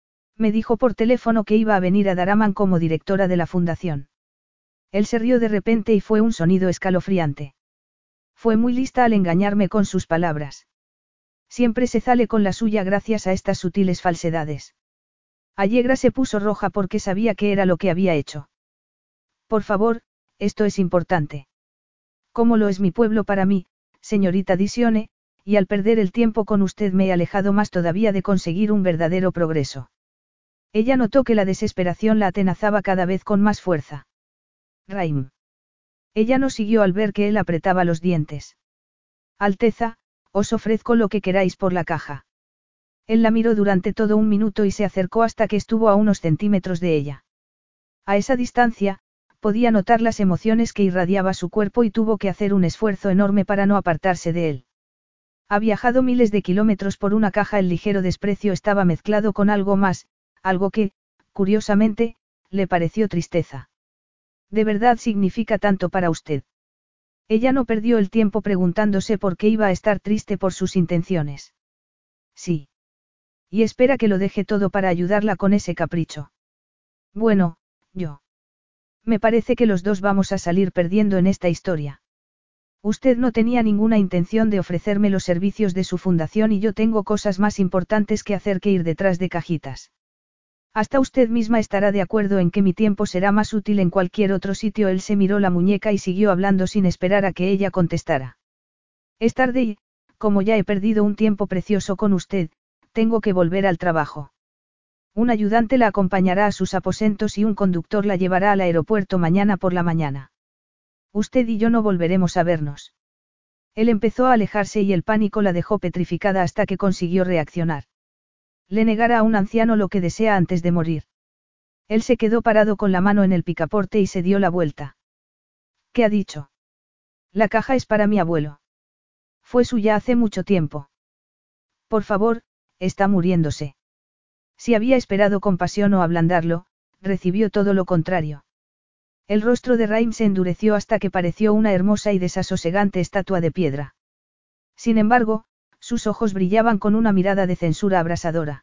Me dijo por teléfono que iba a venir a Daraman como directora de la fundación. Él se rió de repente y fue un sonido escalofriante. Fue muy lista al engañarme con sus palabras. Siempre se sale con la suya gracias a estas sutiles falsedades. Allegra se puso roja porque sabía qué era lo que había hecho. Por favor, esto es importante. ¿Cómo lo es mi pueblo para mí, señorita Disione? Y al perder el tiempo con usted me he alejado más todavía de conseguir un verdadero progreso. Ella notó que la desesperación la atenazaba cada vez con más fuerza. Raim. Ella no siguió al ver que él apretaba los dientes. Alteza, os ofrezco lo que queráis por la caja. Él la miró durante todo un minuto y se acercó hasta que estuvo a unos centímetros de ella. A esa distancia, podía notar las emociones que irradiaba su cuerpo y tuvo que hacer un esfuerzo enorme para no apartarse de él. Ha viajado miles de kilómetros por una caja. El ligero desprecio estaba mezclado con algo más, algo que, curiosamente, le pareció tristeza. ¿De verdad significa tanto para usted? Ella no perdió el tiempo preguntándose por qué iba a estar triste por sus intenciones. Sí. Y espera que lo deje todo para ayudarla con ese capricho. Bueno, yo. Me parece que los dos vamos a salir perdiendo en esta historia. Usted no tenía ninguna intención de ofrecerme los servicios de su fundación y yo tengo cosas más importantes que hacer que ir detrás de cajitas. Hasta usted misma estará de acuerdo en que mi tiempo será más útil en cualquier otro sitio. Él se miró la muñeca y siguió hablando sin esperar a que ella contestara. Es tarde y, como ya he perdido un tiempo precioso con usted, tengo que volver al trabajo. Un ayudante la acompañará a sus aposentos y un conductor la llevará al aeropuerto mañana por la mañana. Usted y yo no volveremos a vernos. Él empezó a alejarse y el pánico la dejó petrificada hasta que consiguió reaccionar. Le negará a un anciano lo que desea antes de morir. Él se quedó parado con la mano en el picaporte y se dio la vuelta. ¿Qué ha dicho? La caja es para mi abuelo. Fue suya hace mucho tiempo. Por favor, está muriéndose. Si había esperado compasión o ablandarlo, recibió todo lo contrario. El rostro de Raim se endureció hasta que pareció una hermosa y desasosegante estatua de piedra. Sin embargo, sus ojos brillaban con una mirada de censura abrasadora.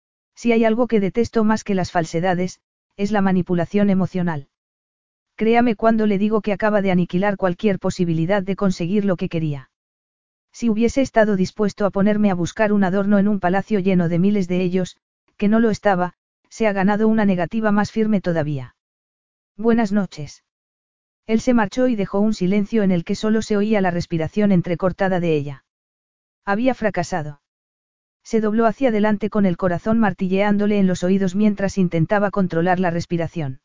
Si hay algo que detesto más que las falsedades, es la manipulación emocional. Créame cuando le digo que acaba de aniquilar cualquier posibilidad de conseguir lo que quería. Si hubiese estado dispuesto a ponerme a buscar un adorno en un palacio lleno de miles de ellos, que no lo estaba, se ha ganado una negativa más firme todavía. Buenas noches. Él se marchó y dejó un silencio en el que solo se oía la respiración entrecortada de ella. Había fracasado. Se dobló hacia adelante con el corazón martilleándole en los oídos mientras intentaba controlar la respiración.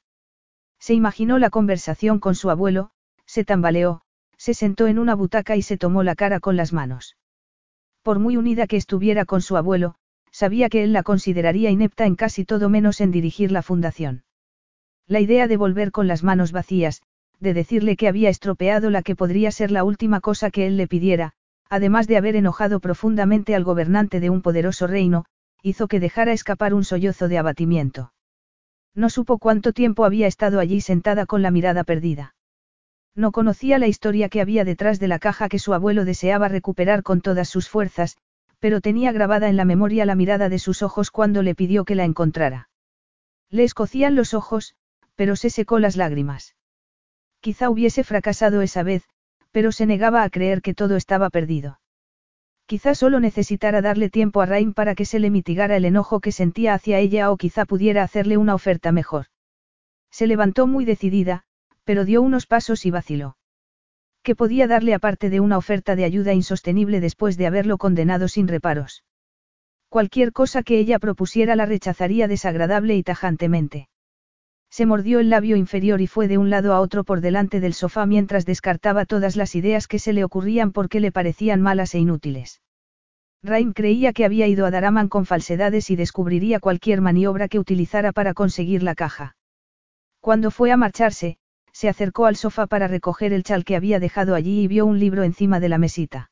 Se imaginó la conversación con su abuelo, se tambaleó, se sentó en una butaca y se tomó la cara con las manos. Por muy unida que estuviera con su abuelo, sabía que él la consideraría inepta en casi todo menos en dirigir la fundación. La idea de volver con las manos vacías, de decirle que había estropeado la que podría ser la última cosa que él le pidiera, además de haber enojado profundamente al gobernante de un poderoso reino, hizo que dejara escapar un sollozo de abatimiento. No supo cuánto tiempo había estado allí sentada con la mirada perdida. No conocía la historia que había detrás de la caja que su abuelo deseaba recuperar con todas sus fuerzas, pero tenía grabada en la memoria la mirada de sus ojos cuando le pidió que la encontrara. Le escocían los ojos, pero se secó las lágrimas. Quizá hubiese fracasado esa vez, pero se negaba a creer que todo estaba perdido. Quizá solo necesitara darle tiempo a Raim para que se le mitigara el enojo que sentía hacia ella o quizá pudiera hacerle una oferta mejor. Se levantó muy decidida, pero dio unos pasos y vaciló. ¿Qué podía darle aparte de una oferta de ayuda insostenible después de haberlo condenado sin reparos? Cualquier cosa que ella propusiera la rechazaría desagradable y tajantemente. Se mordió el labio inferior y fue de un lado a otro por delante del sofá mientras descartaba todas las ideas que se le ocurrían porque le parecían malas e inútiles. Raim creía que había ido a Daraman con falsedades y descubriría cualquier maniobra que utilizara para conseguir la caja. Cuando fue a marcharse, se acercó al sofá para recoger el chal que había dejado allí y vio un libro encima de la mesita.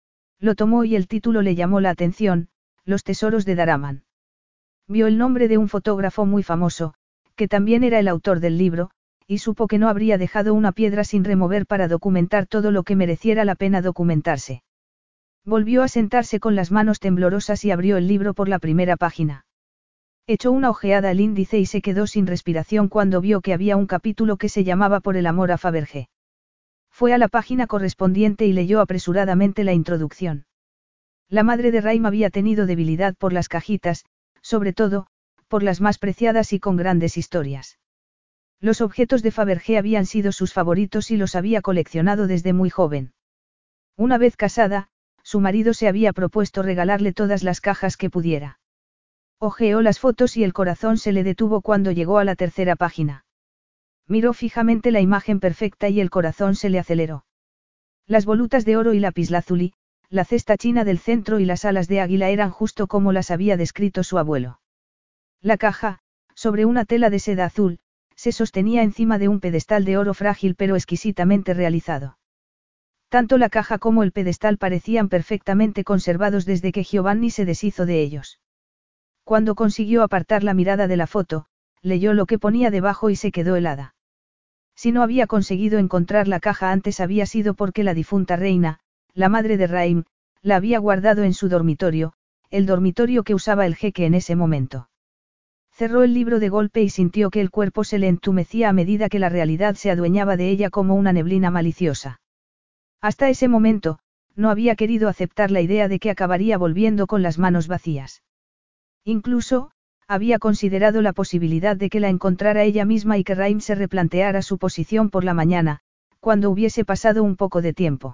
Lo tomó y el título le llamó la atención, Los tesoros de Daraman. Vio el nombre de un fotógrafo muy famoso, que también era el autor del libro, y supo que no habría dejado una piedra sin remover para documentar todo lo que mereciera la pena documentarse. Volvió a sentarse con las manos temblorosas y abrió el libro por la primera página. Echó una ojeada al índice y se quedó sin respiración cuando vio que había un capítulo que se llamaba Por el amor a Fabergé. Fue a la página correspondiente y leyó apresuradamente la introducción. La madre de Raim había tenido debilidad por las cajitas, sobre todo, por las más preciadas y con grandes historias. Los objetos de Fabergé habían sido sus favoritos y los había coleccionado desde muy joven. Una vez casada, su marido se había propuesto regalarle todas las cajas que pudiera. Ojeó las fotos y el corazón se le detuvo cuando llegó a la tercera página. Miró fijamente la imagen perfecta y el corazón se le aceleró. Las volutas de oro y lapislázuli, la cesta china del centro y las alas de águila eran justo como las había descrito su abuelo. La caja, sobre una tela de seda azul, se sostenía encima de un pedestal de oro frágil pero exquisitamente realizado. Tanto la caja como el pedestal parecían perfectamente conservados desde que Giovanni se deshizo de ellos. Cuando consiguió apartar la mirada de la foto, leyó lo que ponía debajo y se quedó helada. Si no había conseguido encontrar la caja antes había sido porque la difunta reina, la madre de Raim, la había guardado en su dormitorio, el dormitorio que usaba el jeque en ese momento. Cerró el libro de golpe y sintió que el cuerpo se le entumecía a medida que la realidad se adueñaba de ella como una neblina maliciosa. Hasta ese momento, no había querido aceptar la idea de que acabaría volviendo con las manos vacías. Incluso, había considerado la posibilidad de que la encontrara ella misma y que Raim se replanteara su posición por la mañana, cuando hubiese pasado un poco de tiempo.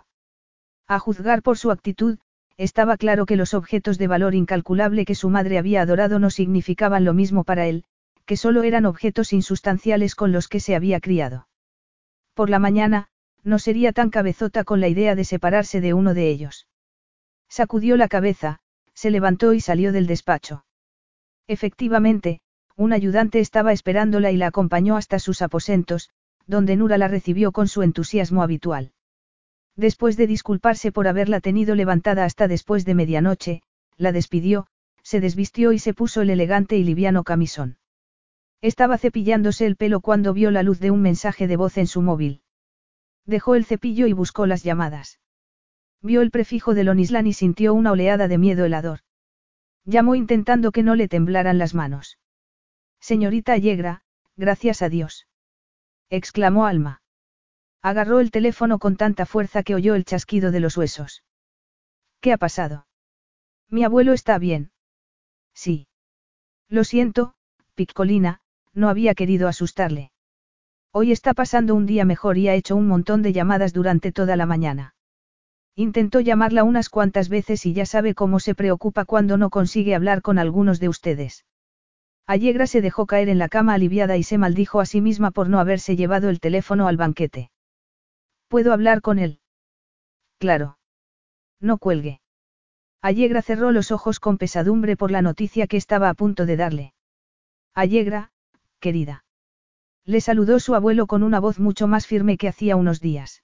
A juzgar por su actitud, estaba claro que los objetos de valor incalculable que su madre había adorado no significaban lo mismo para él, que solo eran objetos insustanciales con los que se había criado. Por la mañana, no sería tan cabezota con la idea de separarse de uno de ellos. Sacudió la cabeza, se levantó y salió del despacho. Efectivamente, un ayudante estaba esperándola y la acompañó hasta sus aposentos, donde Nura la recibió con su entusiasmo habitual. Después de disculparse por haberla tenido levantada hasta después de medianoche, la despidió, se desvistió y se puso el elegante y liviano camisón. Estaba cepillándose el pelo cuando vio la luz de un mensaje de voz en su móvil. Dejó el cepillo y buscó las llamadas. Vio el prefijo de Lonislan y sintió una oleada de miedo helador. Llamó intentando que no le temblaran las manos. Señorita Allegra, gracias a Dios, exclamó Alma. Agarró el teléfono con tanta fuerza que oyó el chasquido de los huesos. ¿Qué ha pasado? Mi abuelo está bien. Sí. Lo siento, Piccolina, no había querido asustarle. Hoy está pasando un día mejor y ha hecho un montón de llamadas durante toda la mañana. Intentó llamarla unas cuantas veces y ya sabe cómo se preocupa cuando no consigue hablar con algunos de ustedes. Allegra se dejó caer en la cama aliviada y se maldijo a sí misma por no haberse llevado el teléfono al banquete. ¿Puedo hablar con él? Claro. No cuelgue. Allegra cerró los ojos con pesadumbre por la noticia que estaba a punto de darle. Allegra, querida. Le saludó su abuelo con una voz mucho más firme que hacía unos días.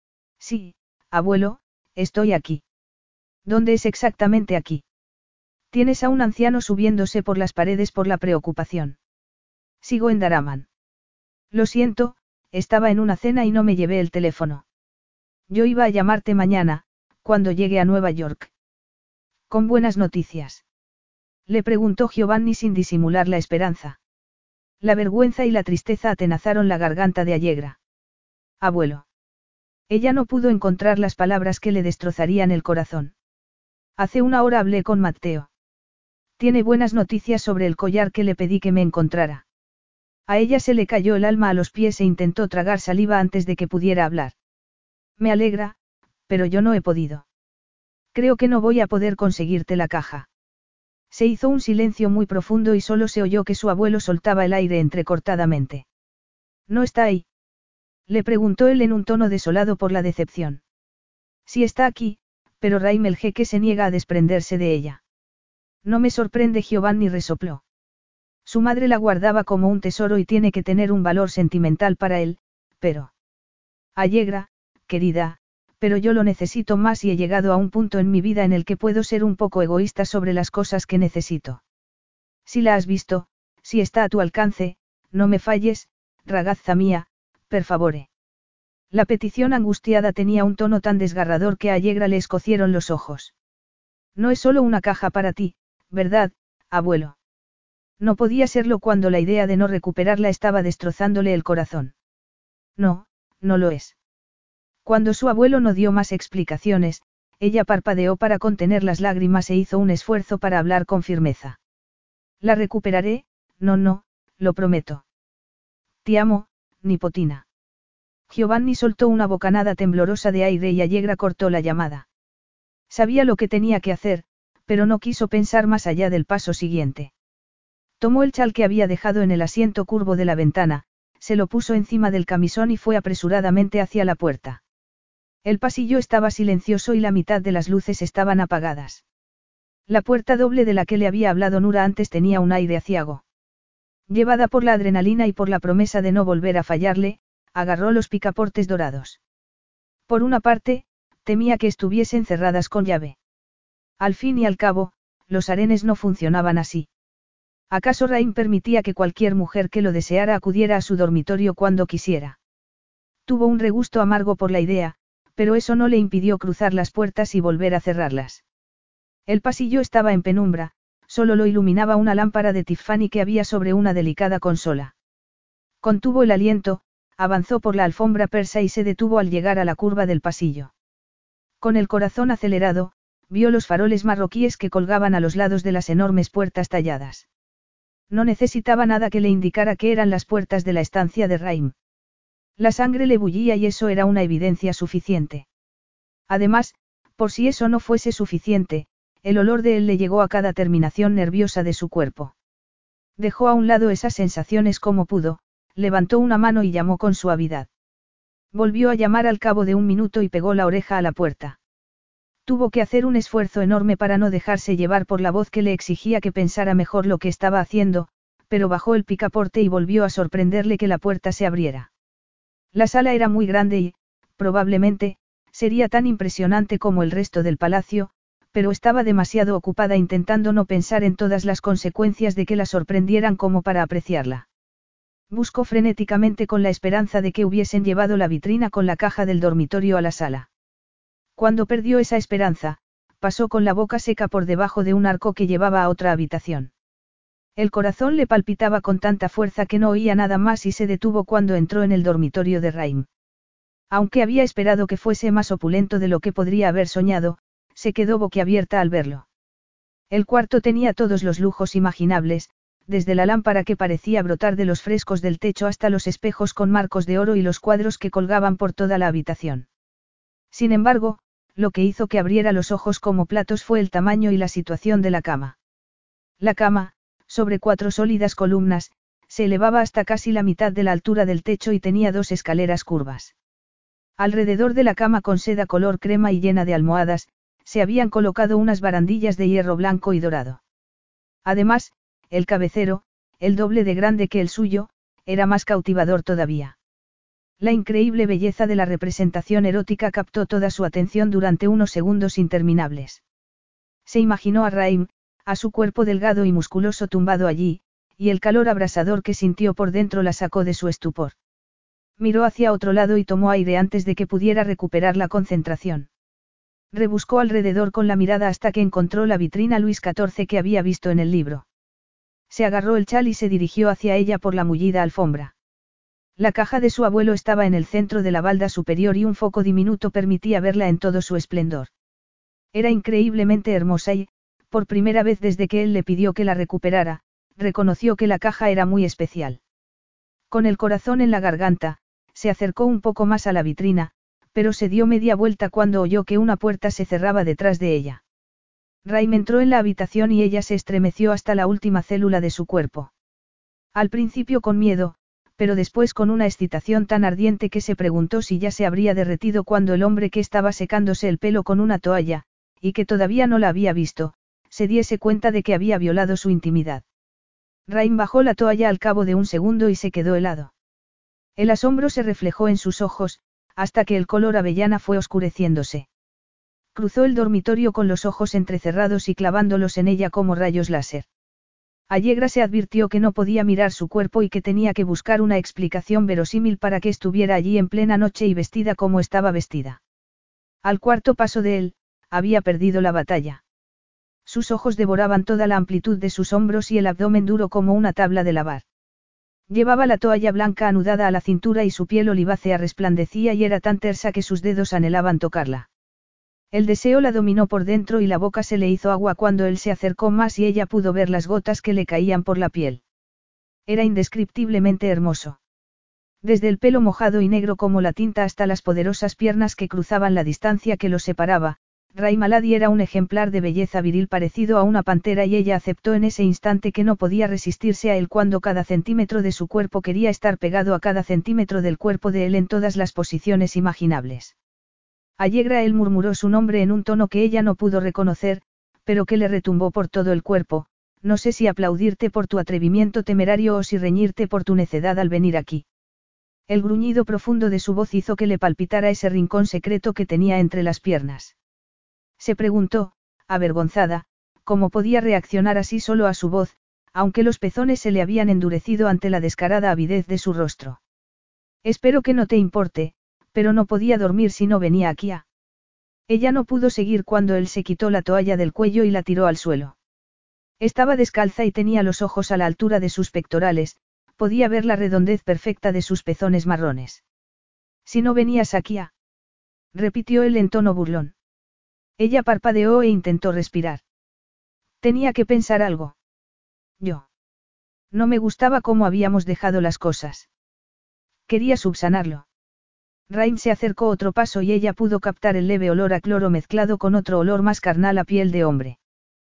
Sí, abuelo, estoy aquí. ¿Dónde es exactamente aquí? Tienes a un anciano subiéndose por las paredes por la preocupación. Sigo en Daraman. Lo siento, estaba en una cena y no me llevé el teléfono. Yo iba a llamarte mañana, cuando llegue a Nueva York. Con buenas noticias. Le preguntó Giovanni sin disimular la esperanza. La vergüenza y la tristeza atenazaron la garganta de Allegra. Abuelo. Ella no pudo encontrar las palabras que le destrozarían el corazón. Hace una hora hablé con Matteo. Tiene buenas noticias sobre el collar que le pedí que me encontrara. A ella se le cayó el alma a los pies e intentó tragar saliva antes de que pudiera hablar. Me alegra, pero yo no he podido. Creo que no voy a poder conseguirte la caja. Se hizo un silencio muy profundo y solo se oyó que su abuelo soltaba el aire entrecortadamente. ¿No está ahí? Le preguntó él en un tono desolado por la decepción. Sí está aquí, pero Raim el jeque se niega a desprenderse de ella. No me sorprende, Giovanni resopló. Su madre la guardaba como un tesoro y tiene que tener un valor sentimental para él, pero... Allegra, querida, pero yo lo necesito más y he llegado a un punto en mi vida en el que puedo ser un poco egoísta sobre las cosas que necesito. Si la has visto, si está a tu alcance, no me falles, ragazza mía, per favore. La petición angustiada tenía un tono tan desgarrador que a Allegra le escocieron los ojos. No es solo una caja para ti, ¿verdad, abuelo? No podía serlo cuando la idea de no recuperarla estaba destrozándole el corazón. No, no lo es. Cuando su abuelo no dio más explicaciones, ella parpadeó para contener las lágrimas e hizo un esfuerzo para hablar con firmeza. La recuperaré, no, lo prometo. Te amo, nipotina. Giovanni soltó una bocanada temblorosa de aire y Allegra cortó la llamada. Sabía lo que tenía que hacer, pero no quiso pensar más allá del paso siguiente. Tomó el chal que había dejado en el asiento curvo de la ventana, se lo puso encima del camisón y fue apresuradamente hacia la puerta. El pasillo estaba silencioso y la mitad de las luces estaban apagadas. La puerta doble de la que le había hablado Nura antes tenía un aire aciago. Llevada por la adrenalina y por la promesa de no volver a fallarle, agarró los picaportes dorados. Por una parte, temía que estuviesen cerradas con llave. Al fin y al cabo, los arenes no funcionaban así. ¿Acaso Raim permitía que cualquier mujer que lo deseara acudiera a su dormitorio cuando quisiera? Tuvo un regusto amargo por la idea, pero eso no le impidió cruzar las puertas y volver a cerrarlas. El pasillo estaba en penumbra, solo lo iluminaba una lámpara de Tiffany que había sobre una delicada consola. Contuvo el aliento, avanzó por la alfombra persa y se detuvo al llegar a la curva del pasillo. Con el corazón acelerado, vio los faroles marroquíes que colgaban a los lados de las enormes puertas talladas. No necesitaba nada que le indicara que eran las puertas de la estancia de Raim. La sangre le bullía y eso era una evidencia suficiente. Además, por si eso no fuese suficiente, el olor de él le llegó a cada terminación nerviosa de su cuerpo. Dejó a un lado esas sensaciones como pudo, levantó una mano y llamó con suavidad. Volvió a llamar al cabo de un minuto y pegó la oreja a la puerta. Tuvo que hacer un esfuerzo enorme para no dejarse llevar por la voz que le exigía que pensara mejor lo que estaba haciendo, pero bajó el picaporte y volvió a sorprenderle que la puerta se abriera. La sala era muy grande y, probablemente, sería tan impresionante como el resto del palacio, pero estaba demasiado ocupada intentando no pensar en todas las consecuencias de que la sorprendieran como para apreciarla. Buscó frenéticamente con la esperanza de que hubiesen llevado la vitrina con la caja del dormitorio a la sala. Cuando perdió esa esperanza, pasó con la boca seca por debajo de un arco que llevaba a otra habitación. El corazón le palpitaba con tanta fuerza que no oía nada más y se detuvo cuando entró en el dormitorio de Raim. Aunque había esperado que fuese más opulento de lo que podría haber soñado, se quedó boquiabierta al verlo. El cuarto tenía todos los lujos imaginables, desde la lámpara que parecía brotar de los frescos del techo hasta los espejos con marcos de oro y los cuadros que colgaban por toda la habitación. Sin embargo, lo que hizo que abriera los ojos como platos fue el tamaño y la situación de la cama. La cama, sobre 4 sólidas columnas, se elevaba hasta casi la mitad de la altura del techo y tenía 2 escaleras curvas. Alrededor de la cama con seda color crema y llena de almohadas, se habían colocado unas barandillas de hierro blanco y dorado. Además, el cabecero, el doble de grande que el suyo, era más cautivador todavía. La increíble belleza de la representación erótica captó toda su atención durante unos segundos interminables. Se imaginó a Raim, a su cuerpo delgado y musculoso tumbado allí, y el calor abrasador que sintió por dentro la sacó de su estupor. Miró hacia otro lado y tomó aire antes de que pudiera recuperar la concentración. Rebuscó alrededor con la mirada hasta que encontró la vitrina Luis XIV que había visto en el libro. Se agarró el chal y se dirigió hacia ella por la mullida alfombra. La caja de su abuelo estaba en el centro de la balda superior y un foco diminuto permitía verla en todo su esplendor. Era increíblemente hermosa y, por primera vez desde que él le pidió que la recuperara, reconoció que la caja era muy especial. Con el corazón en la garganta, se acercó un poco más a la vitrina, pero se dio media vuelta cuando oyó que una puerta se cerraba detrás de ella. Raim entró en la habitación y ella se estremeció hasta la última célula de su cuerpo. Al principio con miedo, pero después con una excitación tan ardiente que se preguntó si ya se habría derretido cuando el hombre que estaba secándose el pelo con una toalla, y que todavía no la había visto, se diese cuenta de que había violado su intimidad. Raim bajó la toalla al cabo de un segundo y se quedó helado. El asombro se reflejó en sus ojos, hasta que el color avellana fue oscureciéndose. Cruzó el dormitorio con los ojos entrecerrados y clavándolos en ella como rayos láser. Allegra se advirtió que no podía mirar su cuerpo y que tenía que buscar una explicación verosímil para que estuviera allí en plena noche y vestida como estaba vestida. Al cuarto paso de él, había perdido la batalla. Sus ojos devoraban toda la amplitud de sus hombros y el abdomen duro como una tabla de lavar. Llevaba la toalla blanca anudada a la cintura y su piel olivácea resplandecía y era tan tersa que sus dedos anhelaban tocarla. El deseo la dominó por dentro y la boca se le hizo agua cuando él se acercó más y ella pudo ver las gotas que le caían por la piel. Era indescriptiblemente hermoso. Desde el pelo mojado y negro como la tinta hasta las poderosas piernas que cruzaban la distancia que los separaba, Raim Aladi era un ejemplar de belleza viril parecido a una pantera y ella aceptó en ese instante que no podía resistirse a él cuando cada centímetro de su cuerpo quería estar pegado a cada centímetro del cuerpo de él en todas las posiciones imaginables. Allegra él murmuró su nombre en un tono que ella no pudo reconocer, pero que le retumbó por todo el cuerpo, no sé si aplaudirte por tu atrevimiento temerario o si reñirte por tu necedad al venir aquí. El gruñido profundo de su voz hizo que le palpitara ese rincón secreto que tenía entre las piernas. Se preguntó, avergonzada, cómo podía reaccionar así solo a su voz, aunque los pezones se le habían endurecido ante la descarada avidez de su rostro. Espero que no te importe, pero no podía dormir si no venía aquí a... Ella no pudo seguir cuando él se quitó la toalla del cuello y la tiró al suelo. Estaba descalza y tenía los ojos a la altura de sus pectorales, podía ver la redondez perfecta de sus pezones marrones. Si no venías aquí a... repitió él en tono burlón. Ella parpadeó e intentó respirar. Tenía que pensar algo. Yo. No me gustaba cómo habíamos dejado las cosas. Quería subsanarlo. Raim se acercó otro paso y ella pudo captar el leve olor a cloro mezclado con otro olor más carnal a piel de hombre.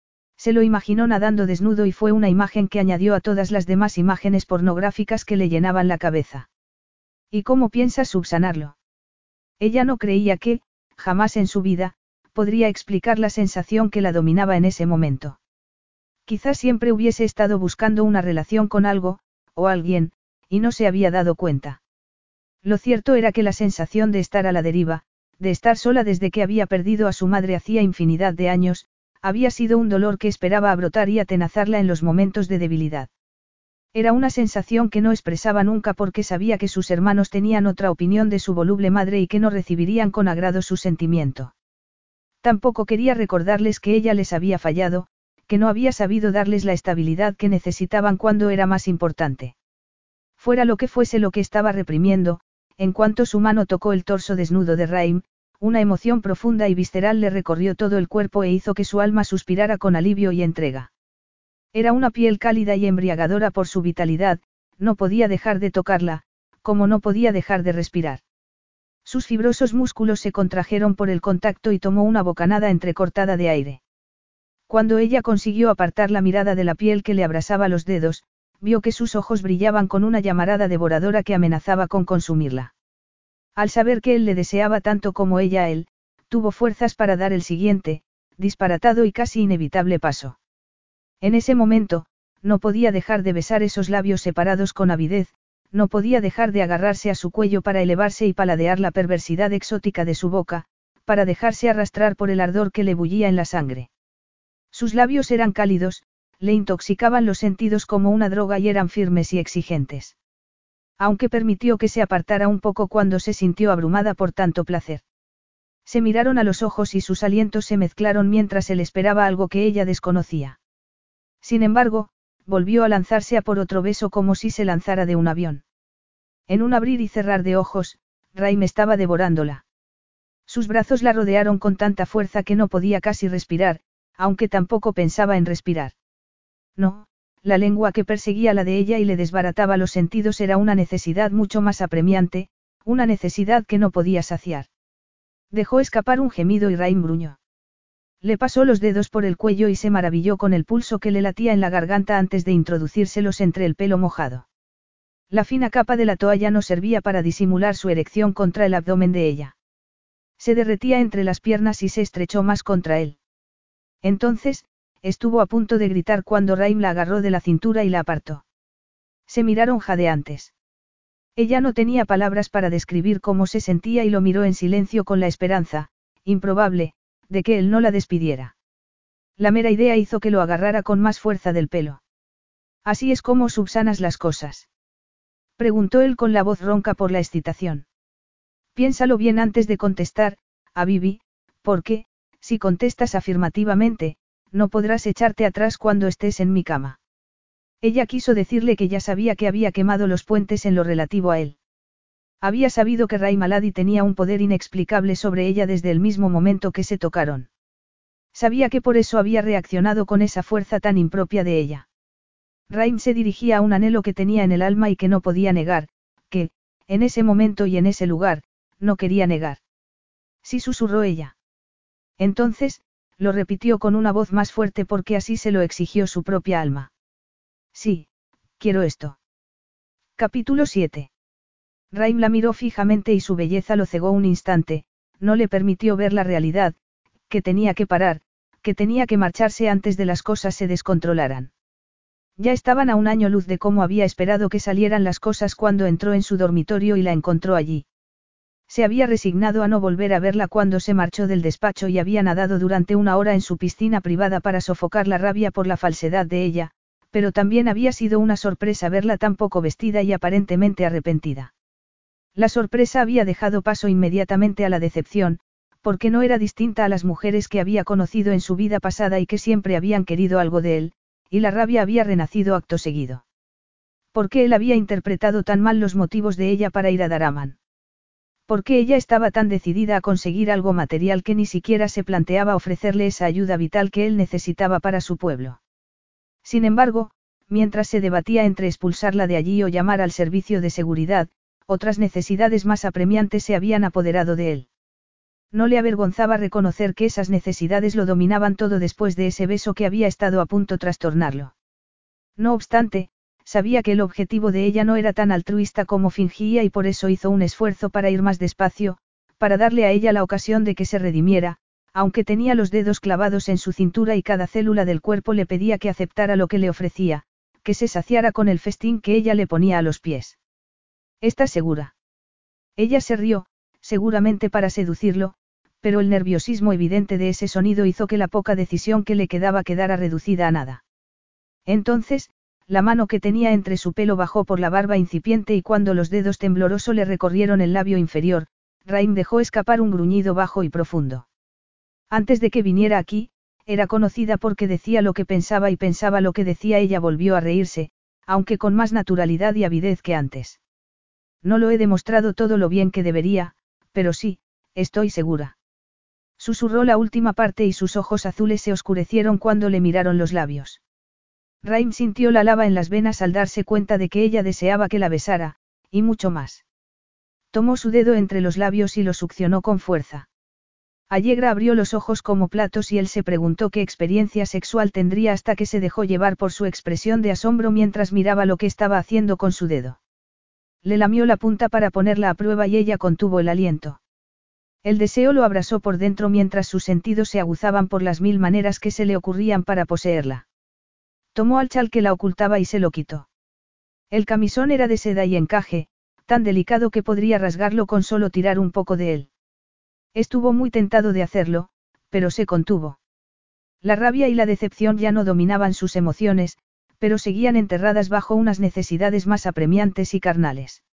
Se lo imaginó nadando desnudo y fue una imagen que añadió a todas las demás imágenes pornográficas que le llenaban la cabeza. ¿Y cómo piensas subsanarlo? Ella no creía que, jamás en su vida, podría explicar la sensación que la dominaba en ese momento. Quizás siempre hubiese estado buscando una relación con algo, o alguien, y no se había dado cuenta. Lo cierto era que la sensación de estar a la deriva, de estar sola desde que había perdido a su madre hacía infinidad de años, había sido un dolor que esperaba a brotar y atenazarla en los momentos de debilidad. Era una sensación que no expresaba nunca porque sabía que sus hermanos tenían otra opinión de su voluble madre y que no recibirían con agrado su sentimiento. Tampoco quería recordarles que ella les había fallado, que no había sabido darles la estabilidad que necesitaban cuando era más importante. Fuera lo que fuese lo que estaba reprimiendo, en cuanto su mano tocó el torso desnudo de Raim, una emoción profunda y visceral le recorrió todo el cuerpo e hizo que su alma suspirara con alivio y entrega. Era una piel cálida y embriagadora por su vitalidad, no podía dejar de tocarla, como no podía dejar de respirar. Sus fibrosos músculos se contrajeron por el contacto y tomó una bocanada entrecortada de aire. Cuando ella consiguió apartar la mirada de la piel que le abrasaba los dedos, vio que sus ojos brillaban con una llamarada devoradora que amenazaba con consumirla. Al saber que él le deseaba tanto como ella a él, tuvo fuerzas para dar el siguiente, disparatado y casi inevitable paso. En ese momento, no podía dejar de besar esos labios separados con avidez, no podía dejar de agarrarse a su cuello para elevarse y paladear la perversidad exótica de su boca, para dejarse arrastrar por el ardor que le bullía en la sangre. Sus labios eran cálidos, le intoxicaban los sentidos como una droga y eran firmes y exigentes. Aunque permitió que se apartara un poco cuando se sintió abrumada por tanto placer. Se miraron a los ojos y sus alientos se mezclaron mientras él esperaba algo que ella desconocía. Sin embargo, volvió a lanzarse a por otro beso como si se lanzara de un avión. En un abrir y cerrar de ojos, Raim estaba devorándola. Sus brazos la rodearon con tanta fuerza que no podía casi respirar, aunque tampoco pensaba en respirar. No, la lengua que perseguía la de ella y le desbarataba los sentidos era una necesidad mucho más apremiante, una necesidad que no podía saciar. Dejó escapar un gemido y Raim gruñó. Le pasó los dedos por el cuello y se maravilló con el pulso que le latía en la garganta antes de introducírselos entre el pelo mojado. La fina capa de la toalla no servía para disimular su erección contra el abdomen de ella. Se derretía entre las piernas y se estrechó más contra él. Entonces, estuvo a punto de gritar cuando Raim la agarró de la cintura y la apartó. Se miraron jadeantes. Ella no tenía palabras para describir cómo se sentía y lo miró en silencio con la esperanza, improbable, de que él no la despidiera. La mera idea hizo que lo agarrara con más fuerza del pelo. «¿Así es como subsanas las cosas?», preguntó él con la voz ronca por la excitación. «Piénsalo bien antes de contestar, Abibi, porque, si contestas afirmativamente, no podrás echarte atrás cuando estés en mi cama». Ella quiso decirle que ya sabía que había quemado los puentes en lo relativo a él. Había sabido que Raim Aladi tenía un poder inexplicable sobre ella desde el mismo momento que se tocaron. Sabía que por eso había reaccionado con esa fuerza tan impropia de ella. Raim se dirigía a un anhelo que tenía en el alma y que no podía negar, que, en ese momento y en ese lugar, no quería negar. Sí, susurró ella. Entonces, lo repitió con una voz más fuerte porque así se lo exigió su propia alma. Sí, quiero esto. Capítulo 7. Raim la miró fijamente y su belleza lo cegó un instante, no le permitió ver la realidad, que tenía que parar, que tenía que marcharse antes de las cosas se descontrolaran. Ya estaban a un año luz de cómo había esperado que salieran las cosas cuando entró en su dormitorio y la encontró allí. Se había resignado a no volver a verla cuando se marchó del despacho y había nadado durante una hora en su piscina privada para sofocar la rabia por la falsedad de ella, pero también había sido una sorpresa verla tan poco vestida y aparentemente arrepentida. La sorpresa había dejado paso inmediatamente a la decepción, porque no era distinta a las mujeres que había conocido en su vida pasada y que siempre habían querido algo de él, y la rabia había renacido acto seguido. ¿Por qué él había interpretado tan mal los motivos de ella para ir a Daraman? ¿Por qué ella estaba tan decidida a conseguir algo material que ni siquiera se planteaba ofrecerle esa ayuda vital que él necesitaba para su pueblo? Sin embargo, mientras se debatía entre expulsarla de allí o llamar al servicio de seguridad, otras necesidades más apremiantes se habían apoderado de él. No le avergonzaba reconocer que esas necesidades lo dominaban todo después de ese beso que había estado a punto trastornarlo. No obstante, sabía que el objetivo de ella no era tan altruista como fingía y por eso hizo un esfuerzo para ir más despacio, para darle a ella la ocasión de que se redimiera, aunque tenía los dedos clavados en su cintura y cada célula del cuerpo le pedía que aceptara lo que le ofrecía, que se saciara con el festín que ella le ponía a los pies. ¿Estás segura? Ella se rió, seguramente para seducirlo, pero el nerviosismo evidente de ese sonido hizo que la poca decisión que le quedaba quedara reducida a nada. Entonces, la mano que tenía entre su pelo bajó por la barba incipiente y cuando los dedos temblorosos le recorrieron el labio inferior, Raim dejó escapar un gruñido bajo y profundo. Antes de que viniera aquí, era conocida porque decía lo que pensaba y pensaba lo que decía. Ella volvió a reírse, aunque con más naturalidad y avidez que antes. No lo he demostrado todo lo bien que debería, pero sí, estoy segura. Susurró la última parte y sus ojos azules se oscurecieron cuando le miraron los labios. Raim sintió la lava en las venas al darse cuenta de que ella deseaba que la besara, y mucho más. Tomó su dedo entre los labios y lo succionó con fuerza. Allegra abrió los ojos como platos y él se preguntó qué experiencia sexual tendría hasta que se dejó llevar por su expresión de asombro mientras miraba lo que estaba haciendo con su dedo. Le lamió la punta para ponerla a prueba y ella contuvo el aliento. El deseo lo abrasó por dentro mientras sus sentidos se aguzaban por las 1000 maneras que se le ocurrían para poseerla. Tomó al chal que la ocultaba y se lo quitó. El camisón era de seda y encaje, tan delicado que podría rasgarlo con solo tirar un poco de él. Estuvo muy tentado de hacerlo, pero se contuvo. La rabia y la decepción ya no dominaban sus emociones, pero seguían enterradas bajo unas necesidades más apremiantes y carnales.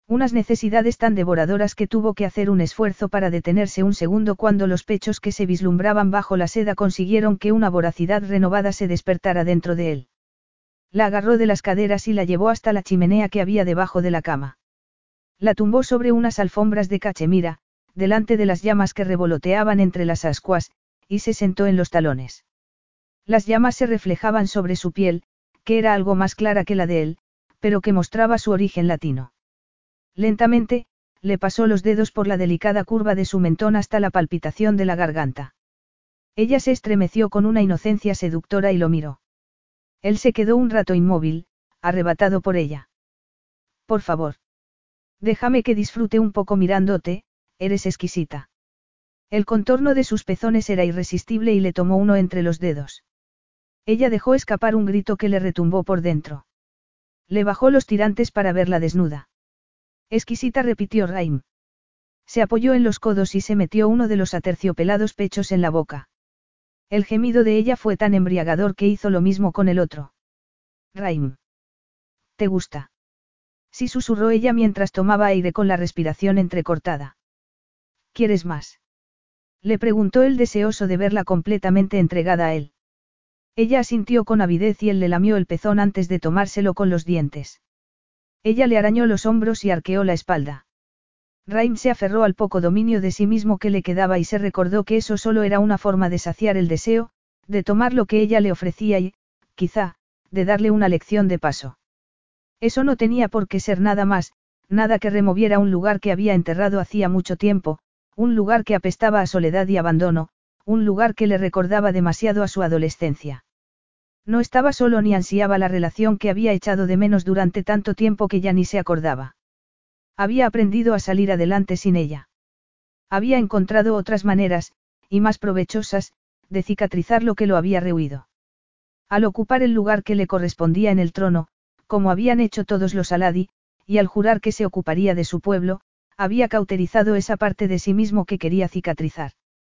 Unas necesidades tan devoradoras que tuvo que hacer un esfuerzo para detenerse un segundo cuando los pechos que se vislumbraban bajo la seda consiguieron que una voracidad renovada se despertara dentro de él. La agarró de las caderas y la llevó hasta la chimenea que había debajo de la cama. La tumbó sobre unas alfombras de cachemira, delante de las llamas que revoloteaban entre las ascuas, y se sentó en los talones. Las llamas se reflejaban sobre su piel, que era algo más clara que la de él, pero que mostraba su origen latino. Lentamente, le pasó los dedos por la delicada curva de su mentón hasta la palpitación de la garganta. Ella se estremeció con una inocencia seductora y lo miró. Él se quedó un rato inmóvil, arrebatado por ella. Por favor. Déjame que disfrute un poco mirándote, eres exquisita. El contorno de sus pezones era irresistible y le tomó uno entre los dedos. Ella dejó escapar un grito que le retumbó por dentro. Le bajó los tirantes para verla desnuda. Exquisita, repitió Raim. Se apoyó en los codos y se metió uno de los aterciopelados pechos en la boca. El gemido de ella fue tan embriagador que hizo lo mismo con el otro. Raim. ¿Te gusta? Sí, susurró ella mientras tomaba aire con la respiración entrecortada. ¿Quieres más? Le preguntó él, deseoso de verla completamente entregada a él. Ella asintió con avidez y él le lamió el pezón antes de tomárselo con los dientes. Ella le arañó los hombros y arqueó la espalda. Raim se aferró al poco dominio de sí mismo que le quedaba y se recordó que eso solo era una forma de saciar el deseo, de tomar lo que ella le ofrecía y, quizá, de darle una lección de paso. Eso no tenía por qué ser nada más, nada que removiera un lugar que había enterrado hacía mucho tiempo, un lugar que apestaba a soledad y abandono, un lugar que le recordaba demasiado a su adolescencia. No estaba solo ni ansiaba la relación que había echado de menos durante tanto tiempo que ya ni se acordaba. Había aprendido a salir adelante sin ella. Había encontrado otras maneras, y más provechosas, de cicatrizar lo que lo había rehuido. Al ocupar el lugar que le correspondía en el trono, como habían hecho todos los Aladi, y al jurar que se ocuparía de su pueblo, había cauterizado esa parte de sí mismo que quería cicatrizar.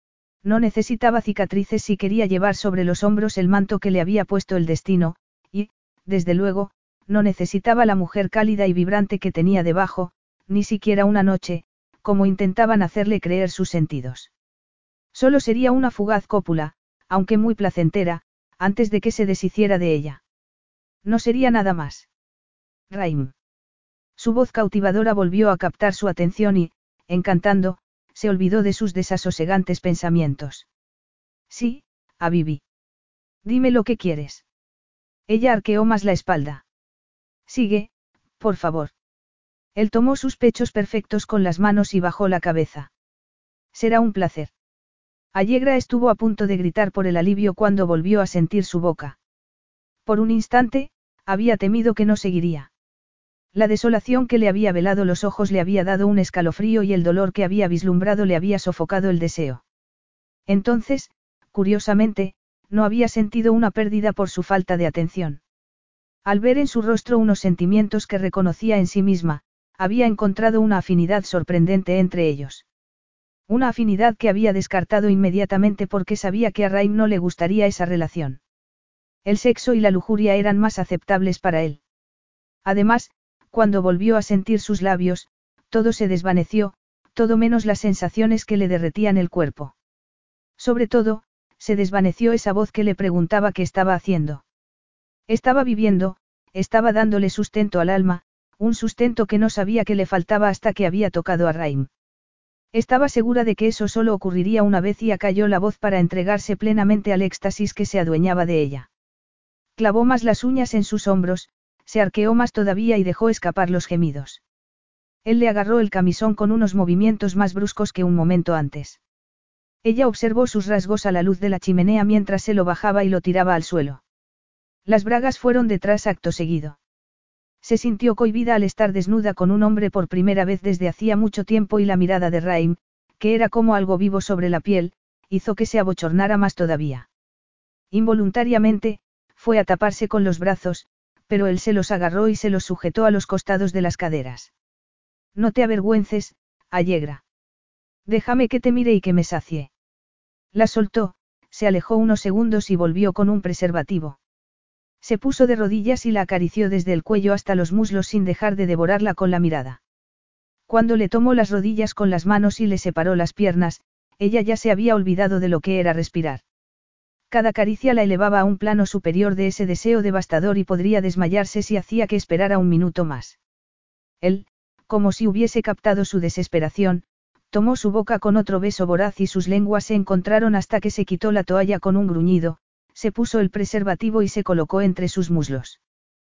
No necesitaba cicatrices si quería llevar sobre los hombros el manto que le había puesto el destino, y, desde luego, no necesitaba la mujer cálida y vibrante que tenía debajo, ni siquiera una noche, como intentaban hacerle creer sus sentidos. Solo sería una fugaz cópula, aunque muy placentera, antes de que se deshiciera de ella. No sería nada más. Raim. Su voz cautivadora volvió a captar su atención y, encantando, se olvidó de sus desasosegantes pensamientos. Sí, Abibi. Dime lo que quieres. Ella arqueó más la espalda. Sigue, por favor. Él tomó sus pechos perfectos con las manos y bajó la cabeza. Será un placer. Allegra estuvo a punto de gritar por el alivio cuando volvió a sentir su boca. Por un instante, había temido que no seguiría. La desolación que le había velado los ojos le había dado un escalofrío y el dolor que había vislumbrado le había sofocado el deseo. Entonces, curiosamente, no había sentido una pérdida por su falta de atención. Al ver en su rostro unos sentimientos que reconocía en sí misma, había encontrado una afinidad sorprendente entre ellos. Una afinidad que había descartado inmediatamente porque sabía que a Raim no le gustaría esa relación. El sexo y la lujuria eran más aceptables para él. Además, cuando volvió a sentir sus labios, todo se desvaneció, todo menos las sensaciones que le derretían el cuerpo. Sobre todo, se desvaneció esa voz que le preguntaba qué estaba haciendo. Estaba viviendo, estaba dándole sustento al alma, un sustento que no sabía que le faltaba hasta que había tocado a Raim. Estaba segura de que eso solo ocurriría una vez y acalló la voz para entregarse plenamente al éxtasis que se adueñaba de ella. Clavó más las uñas en sus hombros, se arqueó más todavía y dejó escapar los gemidos. Él le agarró el camisón con unos movimientos más bruscos que un momento antes. Ella observó sus rasgos a la luz de la chimenea mientras se lo bajaba y lo tiraba al suelo. Las bragas fueron detrás acto seguido. Se sintió cohibida al estar desnuda con un hombre por primera vez desde hacía mucho tiempo y la mirada de Raim, que era como algo vivo sobre la piel, hizo que se abochornara más todavía. Involuntariamente, fue a taparse con los brazos, pero él se los agarró y se los sujetó a los costados de las caderas. No te avergüences, Allegra. Déjame que te mire y que me sacie. La soltó, se alejó unos segundos y volvió con un preservativo. Se puso de rodillas y la acarició desde el cuello hasta los muslos sin dejar de devorarla con la mirada. Cuando le tomó las rodillas con las manos y le separó las piernas, ella ya se había olvidado de lo que era respirar. Cada caricia la elevaba a un plano superior de ese deseo devastador y podría desmayarse si hacía que esperara un minuto más. Él, como si hubiese captado su desesperación, tomó su boca con otro beso voraz y sus lenguas se encontraron hasta que se quitó la toalla con un gruñido, se puso el preservativo y se colocó entre sus muslos.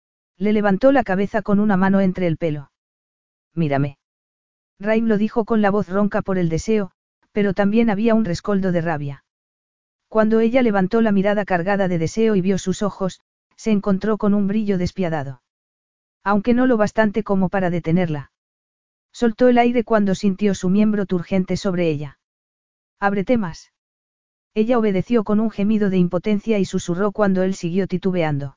Le levantó la cabeza con una mano entre el pelo. Mírame. Raim lo dijo con la voz ronca por el deseo, pero también había un rescoldo de rabia. Cuando ella levantó la mirada cargada de deseo y vio sus ojos, se encontró con un brillo despiadado. Aunque no lo bastante como para detenerla. Soltó el aire cuando sintió su miembro turgente sobre ella. Ábrete más. Ella obedeció con un gemido de impotencia y susurró cuando él siguió titubeando.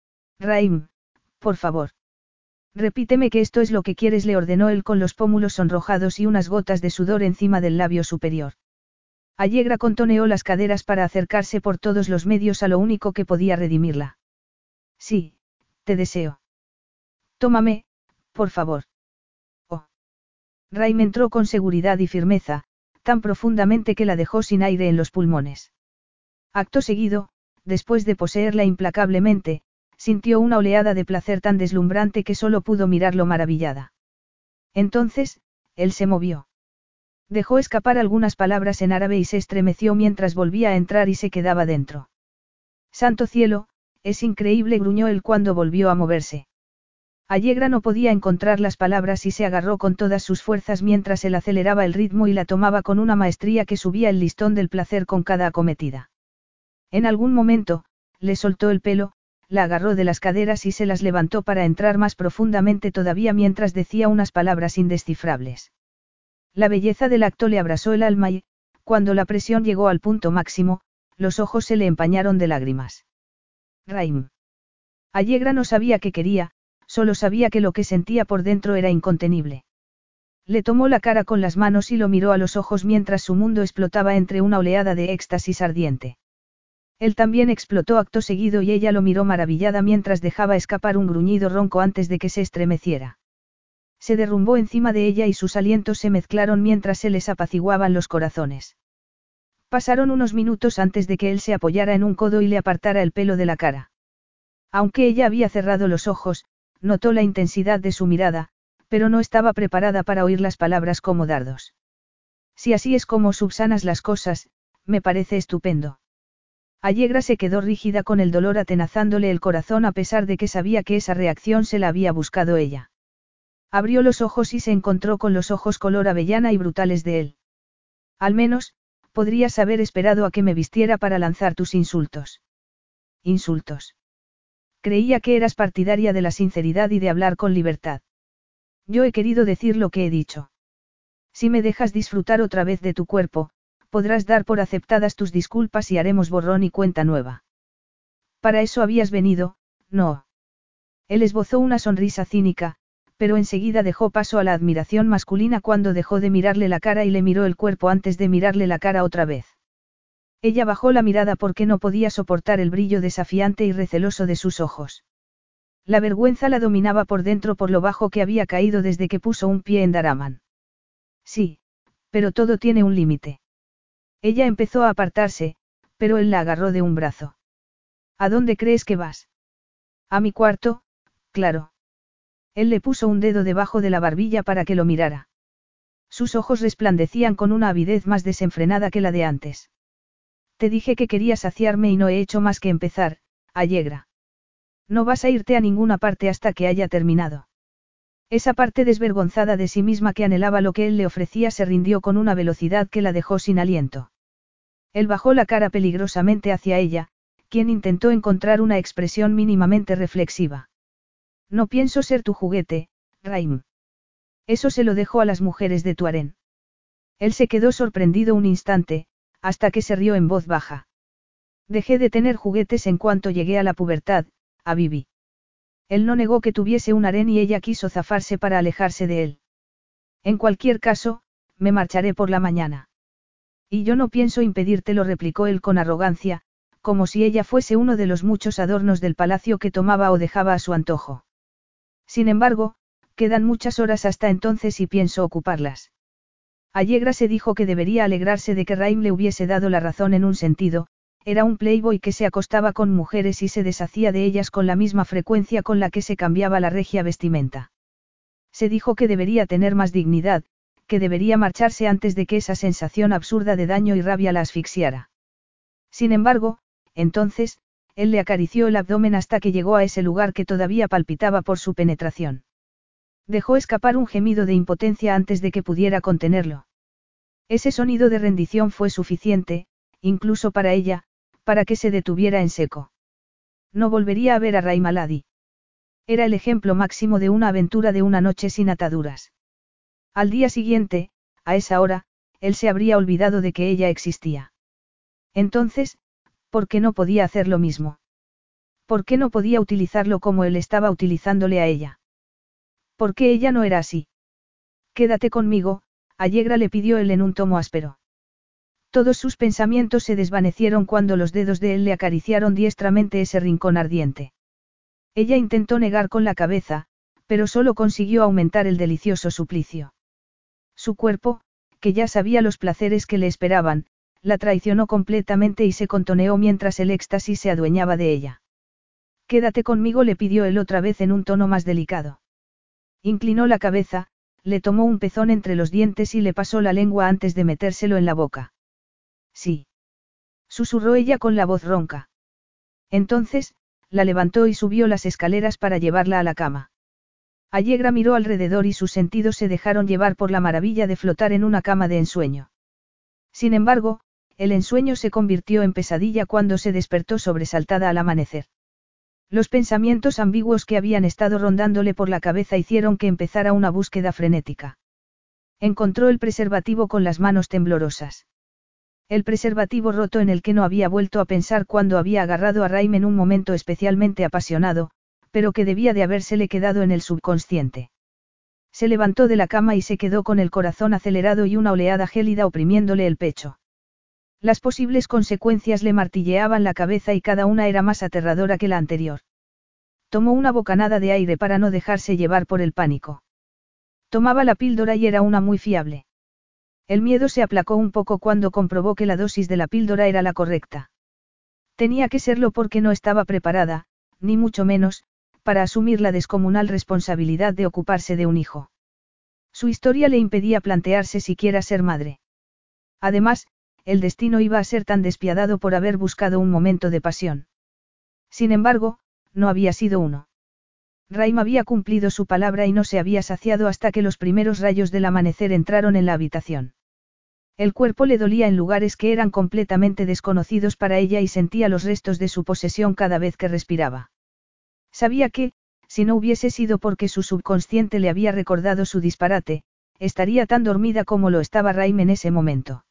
Raim, por favor. Repíteme que esto es lo que quieres, le ordenó él con los pómulos sonrojados y unas gotas de sudor encima del labio superior. Allegra contoneó las caderas para acercarse por todos los medios a lo único que podía redimirla. Sí, te deseo. Tómame, por favor. Oh. Raim entró con seguridad y firmeza, tan profundamente que la dejó sin aire en los pulmones. Acto seguido, después de poseerla implacablemente, sintió una oleada de placer tan deslumbrante que solo pudo mirarlo maravillada. Entonces, él se movió. Dejó escapar algunas palabras en árabe y se estremeció mientras volvía a entrar y se quedaba dentro. Santo cielo, es increíble, gruñó él cuando volvió a moverse. Allegra no podía encontrar las palabras y se agarró con todas sus fuerzas mientras él aceleraba el ritmo y la tomaba con una maestría que subía el listón del placer con cada acometida. En algún momento, le soltó el pelo, la agarró de las caderas y se las levantó para entrar más profundamente todavía mientras decía unas palabras indescifrables. La belleza del acto le abrasó el alma y, cuando la presión llegó al punto máximo, los ojos se le empañaron de lágrimas. Raim. Allegra no sabía qué quería, solo sabía que lo que sentía por dentro era incontenible. Le tomó la cara con las manos y lo miró a los ojos mientras su mundo explotaba entre una oleada de éxtasis ardiente. Él también explotó acto seguido y ella lo miró maravillada mientras dejaba escapar un gruñido ronco antes de que se estremeciera. Se derrumbó encima de ella y sus alientos se mezclaron mientras se les apaciguaban los corazones. Pasaron unos minutos antes de que él se apoyara en un codo y le apartara el pelo de la cara. Aunque ella había cerrado los ojos, notó la intensidad de su mirada, pero no estaba preparada para oír las palabras como dardos. Si así es como subsanas las cosas, me parece estupendo. Allegra se quedó rígida con el dolor atenazándole el corazón a pesar de que sabía que esa reacción se la había buscado ella. Abrió los ojos y se encontró con los ojos color avellana y brutales de él. Al menos, podrías haber esperado a que me vistiera para lanzar tus insultos. ¿Insultos? Creía que eras partidaria de la sinceridad y de hablar con libertad. Yo he querido decir lo que he dicho. Si me dejas disfrutar otra vez de tu cuerpo, podrás dar por aceptadas tus disculpas y haremos borrón y cuenta nueva. Para eso habías venido, ¿no? Él esbozó una sonrisa cínica, pero enseguida dejó paso a la admiración masculina cuando dejó de mirarle la cara y le miró el cuerpo antes de mirarle la cara otra vez. Ella bajó la mirada porque no podía soportar el brillo desafiante y receloso de sus ojos. La vergüenza la dominaba por dentro por lo bajo que había caído desde que puso un pie en Daraman. Sí, pero todo tiene un límite. Ella empezó a apartarse, pero él la agarró de un brazo. ¿A dónde crees que vas? A mi cuarto, claro. Él le puso un dedo debajo de la barbilla para que lo mirara. Sus ojos resplandecían con una avidez más desenfrenada que la de antes. Te dije que quería saciarme y no he hecho más que empezar, Allegra. No vas a irte a ninguna parte hasta que haya terminado. Esa parte desvergonzada de sí misma que anhelaba lo que él le ofrecía se rindió con una velocidad que la dejó sin aliento. Él bajó la cara peligrosamente hacia ella, quien intentó encontrar una expresión mínimamente reflexiva. No pienso ser tu juguete, Raim. Eso se lo dejo a las mujeres de tu harén. Él se quedó sorprendido un instante, hasta que se rió en voz baja. Dejé de tener juguetes en cuanto llegué a la pubertad, a Bibi. Él no negó que tuviese un harén y ella quiso zafarse para alejarse de él. En cualquier caso, me marcharé por la mañana. Y yo no pienso impedírtelo, replicó él con arrogancia, como si ella fuese uno de los muchos adornos del palacio que tomaba o dejaba a su antojo. Sin embargo, quedan muchas horas hasta entonces y pienso ocuparlas. Allegra se dijo que debería alegrarse de que Raim le hubiese dado la razón en un sentido, era un playboy que se acostaba con mujeres y se deshacía de ellas con la misma frecuencia con la que se cambiaba la regia vestimenta. Se dijo que debería tener más dignidad, que debería marcharse antes de que esa sensación absurda de daño y rabia la asfixiara. Sin embargo, entonces, él le acarició el abdomen hasta que llegó a ese lugar que todavía palpitaba por su penetración. Dejó escapar un gemido de impotencia antes de que pudiera contenerlo. Ese sonido de rendición fue suficiente, incluso para ella, para que se detuviera en seco. No volvería a ver a Raim Aladi. Era el ejemplo máximo de una aventura de una noche sin ataduras. Al día siguiente, a esa hora, él se habría olvidado de que ella existía. Entonces, ¿por qué no podía hacer lo mismo? ¿Por qué no podía utilizarlo como él estaba utilizándole a ella? ¿Por qué ella no era así? Quédate conmigo, Allegra le pidió él en un tono áspero. Todos sus pensamientos se desvanecieron cuando los dedos de él le acariciaron diestramente ese rincón ardiente. Ella intentó negar con la cabeza, pero solo consiguió aumentar el delicioso suplicio. Su cuerpo, que ya sabía los placeres que le esperaban, la traicionó completamente y se contoneó mientras el éxtasis se adueñaba de ella. Quédate conmigo, le pidió él otra vez en un tono más delicado. Inclinó la cabeza, le tomó un pezón entre los dientes y le pasó la lengua antes de metérselo en la boca. Sí. Susurró ella con la voz ronca. Entonces, la levantó y subió las escaleras para llevarla a la cama. Allegra miró alrededor y sus sentidos se dejaron llevar por la maravilla de flotar en una cama de ensueño. Sin embargo, el ensueño se convirtió en pesadilla cuando se despertó sobresaltada al amanecer. Los pensamientos ambiguos que habían estado rondándole por la cabeza hicieron que empezara una búsqueda frenética. Encontró el preservativo con las manos temblorosas. El preservativo roto en el que no había vuelto a pensar cuando había agarrado a Raim en un momento especialmente apasionado, pero que debía de habérsele quedado en el subconsciente. Se levantó de la cama y se quedó con el corazón acelerado y una oleada gélida oprimiéndole el pecho. Las posibles consecuencias le martilleaban la cabeza y cada una era más aterradora que la anterior. Tomó una bocanada de aire para no dejarse llevar por el pánico. Tomaba la píldora y era una muy fiable. El miedo se aplacó un poco cuando comprobó que la dosis de la píldora era la correcta. Tenía que serlo porque no estaba preparada, ni mucho menos, para asumir la descomunal responsabilidad de ocuparse de un hijo. Su historia le impedía plantearse siquiera ser madre. Además, el destino iba a ser tan despiadado por haber buscado un momento de pasión. Sin embargo, no había sido uno. Raim había cumplido su palabra y no se había saciado hasta que los primeros rayos del amanecer entraron en la habitación. El cuerpo le dolía en lugares que eran completamente desconocidos para ella y sentía los restos de su posesión cada vez que respiraba. Sabía que, si no hubiese sido porque su subconsciente le había recordado su disparate, estaría tan dormida como lo estaba Raim en ese momento.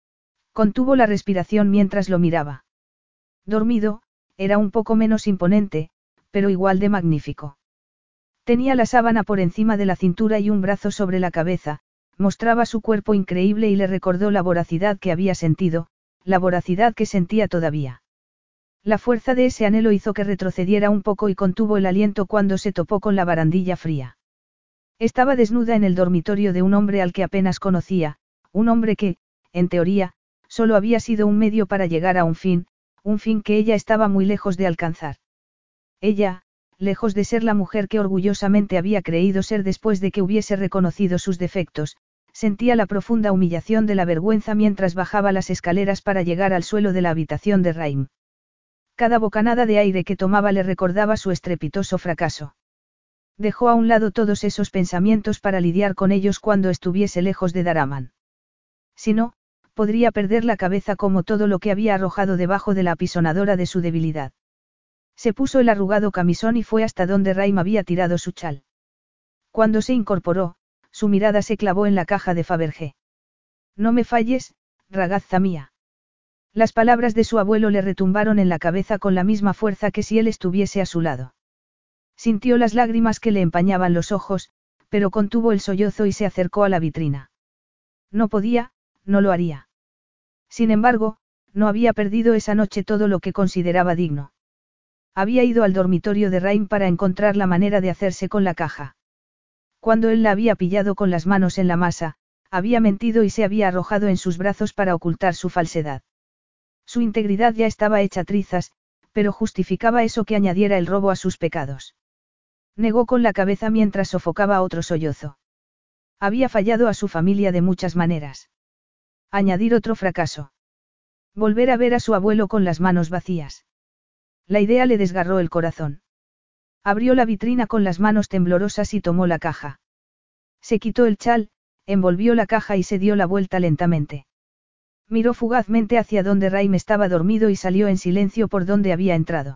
Contuvo la respiración mientras lo miraba. Dormido, era un poco menos imponente, pero igual de magnífico. Tenía la sábana por encima de la cintura y un brazo sobre la cabeza, mostraba su cuerpo increíble y le recordó la voracidad que había sentido, la voracidad que sentía todavía. La fuerza de ese anhelo hizo que retrocediera un poco y contuvo el aliento cuando se topó con la barandilla fría. Estaba desnuda en el dormitorio de un hombre al que apenas conocía, un hombre que, en teoría, solo había sido un medio para llegar a un fin que ella estaba muy lejos de alcanzar. Ella, lejos de ser la mujer que orgullosamente había creído ser después de que hubiese reconocido sus defectos, sentía la profunda humillación de la vergüenza mientras bajaba las escaleras para llegar al suelo de la habitación de Raim. Cada bocanada de aire que tomaba le recordaba su estrepitoso fracaso. Dejó a un lado todos esos pensamientos para lidiar con ellos cuando estuviese lejos de Daraman. Si no, podría perder la cabeza como todo lo que había arrojado debajo de la apisonadora de su debilidad. Se puso el arrugado camisón y fue hasta donde Raim había tirado su chal. Cuando se incorporó, su mirada se clavó en la caja de Fabergé. No me falles, ragazza mía. Las palabras de su abuelo le retumbaron en la cabeza con la misma fuerza que si él estuviese a su lado. Sintió las lágrimas que le empañaban los ojos, pero contuvo el sollozo y se acercó a la vitrina. No podía, no lo haría. Sin embargo, no había perdido esa noche todo lo que consideraba digno. Había ido al dormitorio de Raim para encontrar la manera de hacerse con la caja. Cuando él la había pillado con las manos en la masa, había mentido y se había arrojado en sus brazos para ocultar su falsedad. Su integridad ya estaba hecha trizas, pero justificaba eso que añadiera el robo a sus pecados. Negó con la cabeza mientras sofocaba otro sollozo. Había fallado a su familia de muchas maneras. Añadir otro fracaso. Volver a ver a su abuelo con las manos vacías. La idea le desgarró el corazón. Abrió la vitrina con las manos temblorosas y tomó la caja. Se quitó el chal, envolvió la caja y se dio la vuelta lentamente. Miró fugazmente hacia donde Raim estaba dormido y salió en silencio por donde había entrado.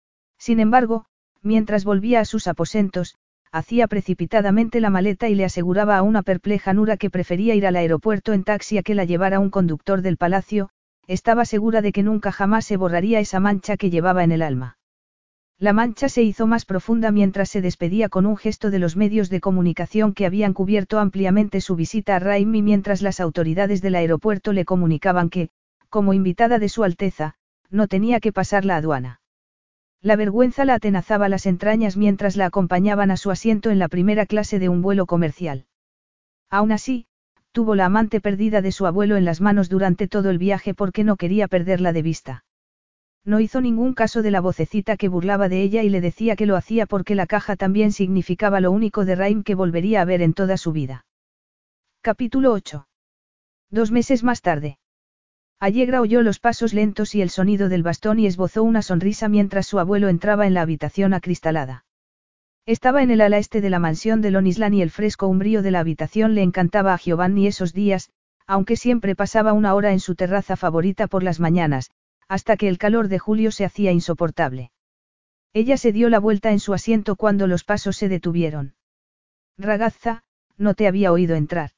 Sin embargo, mientras volvía a sus aposentos, hacía precipitadamente la maleta y le aseguraba a una perpleja Nura que prefería ir al aeropuerto en taxi a que la llevara un conductor del palacio. Estaba segura de que nunca jamás se borraría esa mancha que llevaba en el alma. La mancha se hizo más profunda mientras se despedía con un gesto de los medios de comunicación que habían cubierto ampliamente su visita a Raim y mientras las autoridades del aeropuerto le comunicaban que, como invitada de Su Alteza, no tenía que pasar la aduana. La vergüenza la atenazaba las entrañas mientras la acompañaban a su asiento en la primera clase de un vuelo comercial. Aún así, tuvo la amante perdida de su abuelo en las manos durante todo el viaje porque no quería perderla de vista. No hizo ningún caso de la vocecita que burlaba de ella y le decía que lo hacía porque la caja también significaba lo único de Raim que volvería a ver en toda su vida. Capítulo 8. 2 meses más tarde. Allegra oyó los pasos lentos y el sonido del bastón y esbozó una sonrisa mientras su abuelo entraba en la habitación acristalada. Estaba en el ala este de la mansión de Lonislan y el fresco umbrío de la habitación le encantaba a Giovanni esos días, aunque siempre pasaba una hora en su terraza favorita por las mañanas, hasta que el calor de julio se hacía insoportable. Ella se dio la vuelta en su asiento cuando los pasos se detuvieron. Ragazza, no te había oído entrar.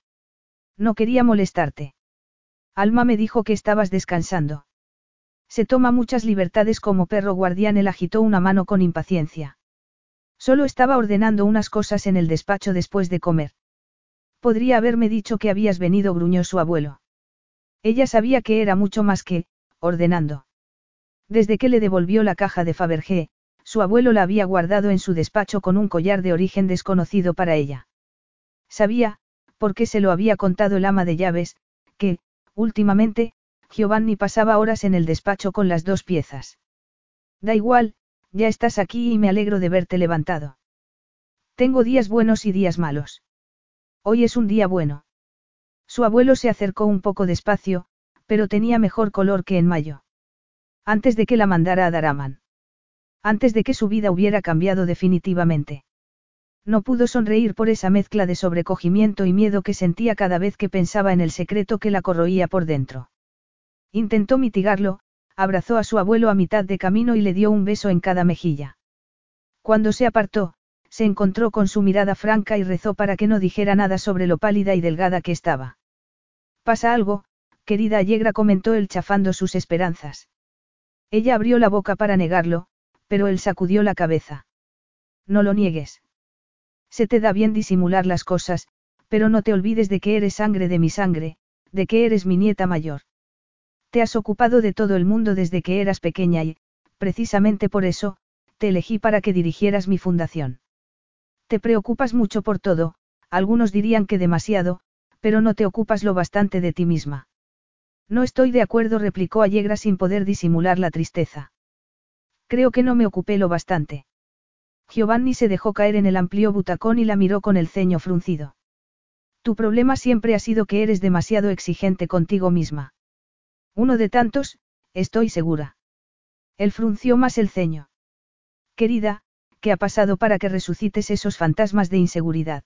No quería molestarte. Alma me dijo que estabas descansando. Se toma muchas libertades como perro guardián. Él agitó una mano con impaciencia. Solo estaba ordenando unas cosas en el despacho después de comer. Podría haberme dicho que habías venido, gruñó su abuelo. Ella sabía que era mucho más que, ordenando. Desde que le devolvió la caja de Fabergé, su abuelo la había guardado en su despacho con un collar de origen desconocido para ella. Sabía, porque se lo había contado el ama de llaves, que, últimamente, Giovanni pasaba horas en el despacho con las dos piezas. Da igual, ya estás aquí y me alegro de verte levantado. Tengo días buenos y días malos. Hoy es un día bueno. Su abuelo se acercó un poco despacio, pero tenía mejor color que en mayo. Antes de que la mandara a Daraman. Antes de que su vida hubiera cambiado definitivamente. No pudo sonreír por esa mezcla de sobrecogimiento y miedo que sentía cada vez que pensaba en el secreto que la corroía por dentro. Intentó mitigarlo, abrazó a su abuelo a mitad de camino y le dio un beso en cada mejilla. Cuando se apartó, se encontró con su mirada franca y rezó para que no dijera nada sobre lo pálida y delgada que estaba. «¿Pasa algo, querida Allegra?», comentó él chafando sus esperanzas. Ella abrió la boca para negarlo, pero él sacudió la cabeza. «No lo niegues. Se te da bien disimular las cosas, pero no te olvides de que eres sangre de mi sangre, de que eres mi nieta mayor. Te has ocupado de todo el mundo desde que eras pequeña y, precisamente por eso, te elegí para que dirigieras mi fundación. Te preocupas mucho por todo, algunos dirían que demasiado, pero no te ocupas lo bastante de ti misma». «No estoy de acuerdo», replicó Allegra sin poder disimular la tristeza. «Creo que no me ocupé lo bastante». Giovanni se dejó caer en el amplio butacón y la miró con el ceño fruncido. «Tu problema siempre ha sido que eres demasiado exigente contigo misma. Uno de tantos, estoy segura». Él frunció más el ceño. «Querida, ¿qué ha pasado para que resucites esos fantasmas de inseguridad?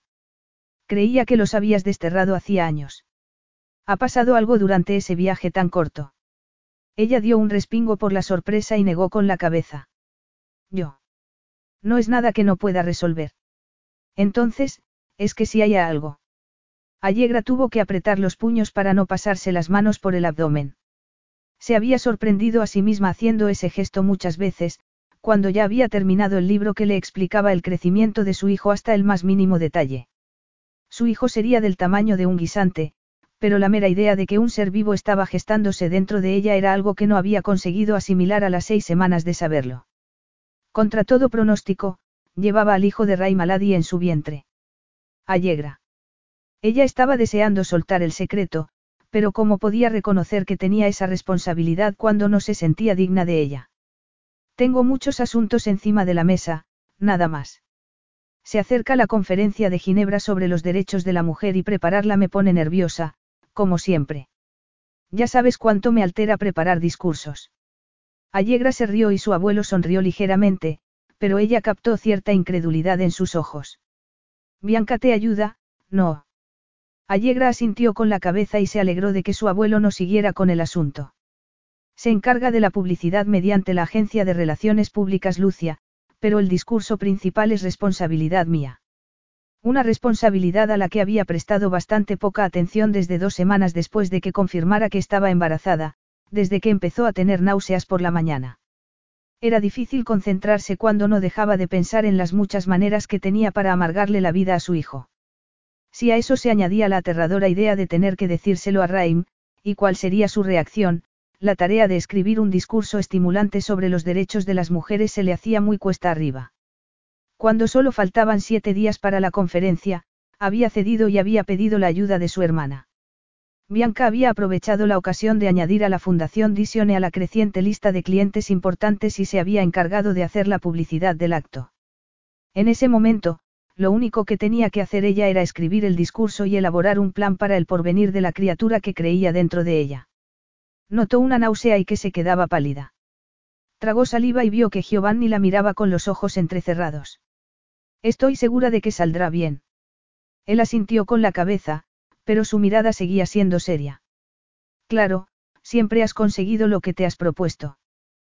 Creía que los habías desterrado hacía años. ¿Ha pasado algo durante ese viaje tan corto?» Ella dio un respingo por la sorpresa y negó con la cabeza. «Yo. No es nada que no pueda resolver». «Entonces, es que si hay algo». Allegra tuvo que apretar los puños para no pasarse las manos por el abdomen. Se había sorprendido a sí misma haciendo ese gesto muchas veces, cuando ya había terminado el libro que le explicaba el crecimiento de su hijo hasta el más mínimo detalle. Su hijo sería del tamaño de un guisante, pero la mera idea de que un ser vivo estaba gestándose dentro de ella era algo que no había conseguido asimilar a las 6 semanas de saberlo. Contra todo pronóstico, llevaba al hijo de Ray Maladi en su vientre. Allegra. Ella estaba deseando soltar el secreto, pero ¿cómo podía reconocer que tenía esa responsabilidad cuando no se sentía digna de ella? Tengo muchos asuntos encima de la mesa, nada más. Se acerca la conferencia de Ginebra sobre los derechos de la mujer y prepararla me pone nerviosa, como siempre. Ya sabes cuánto me altera preparar discursos. Allegra se rió y su abuelo sonrió ligeramente, pero ella captó cierta incredulidad en sus ojos. Bianca te ayuda, no. Allegra asintió con la cabeza y se alegró de que su abuelo no siguiera con el asunto. Se encarga de la publicidad mediante la agencia de relaciones públicas Lucia, pero el discurso principal es responsabilidad mía. Una responsabilidad a la que había prestado bastante poca atención desde 2 semanas después de que confirmara que estaba embarazada, desde que empezó a tener náuseas por la mañana. Era difícil concentrarse cuando no dejaba de pensar en las muchas maneras que tenía para amargarle la vida a su hijo. Si a eso se añadía la aterradora idea de tener que decírselo a Raim, y cuál sería su reacción, la tarea de escribir un discurso estimulante sobre los derechos de las mujeres se le hacía muy cuesta arriba. Cuando solo faltaban 7 días para la conferencia, había cedido y había pedido la ayuda de su hermana. Bianca había aprovechado la ocasión de añadir a la Fundación Disione a la creciente lista de clientes importantes y se había encargado de hacer la publicidad del acto. En ese momento, lo único que tenía que hacer ella era escribir el discurso y elaborar un plan para el porvenir de la criatura que creía dentro de ella. Notó una náusea y que se quedaba pálida. Tragó saliva y vio que Giovanni la miraba con los ojos entrecerrados. Estoy segura de que saldrá bien. Él asintió con la cabeza, pero su mirada seguía siendo seria. Claro, siempre has conseguido lo que te has propuesto.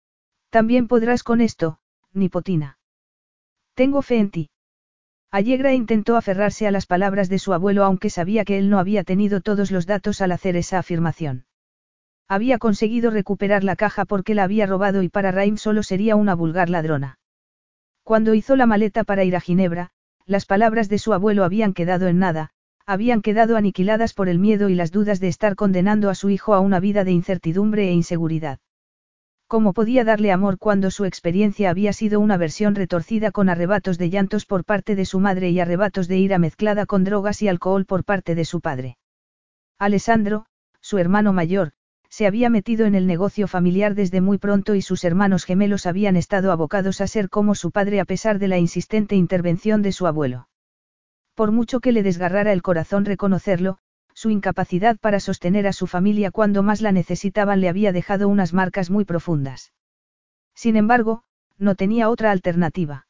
También podrás con esto, nipotina. Tengo fe en ti. Allegra intentó aferrarse a las palabras de su abuelo aunque sabía que él no había tenido todos los datos al hacer esa afirmación. Había conseguido recuperar la caja porque la había robado y para Raim solo sería una vulgar ladrona. Cuando hizo la maleta para ir a Ginebra, las palabras de su abuelo habían quedado en nada, habían quedado aniquiladas por el miedo y las dudas de estar condenando a su hijo a una vida de incertidumbre e inseguridad. ¿Cómo podía darle amor cuando su experiencia había sido una versión retorcida con arrebatos de llantos por parte de su madre y arrebatos de ira mezclada con drogas y alcohol por parte de su padre? Alessandro, su hermano mayor, se había metido en el negocio familiar desde muy pronto y sus hermanos gemelos habían estado abocados a ser como su padre a pesar de la insistente intervención de su abuelo. Por mucho que le desgarrara el corazón reconocerlo, su incapacidad para sostener a su familia cuando más la necesitaban le había dejado unas marcas muy profundas. Sin embargo, no tenía otra alternativa.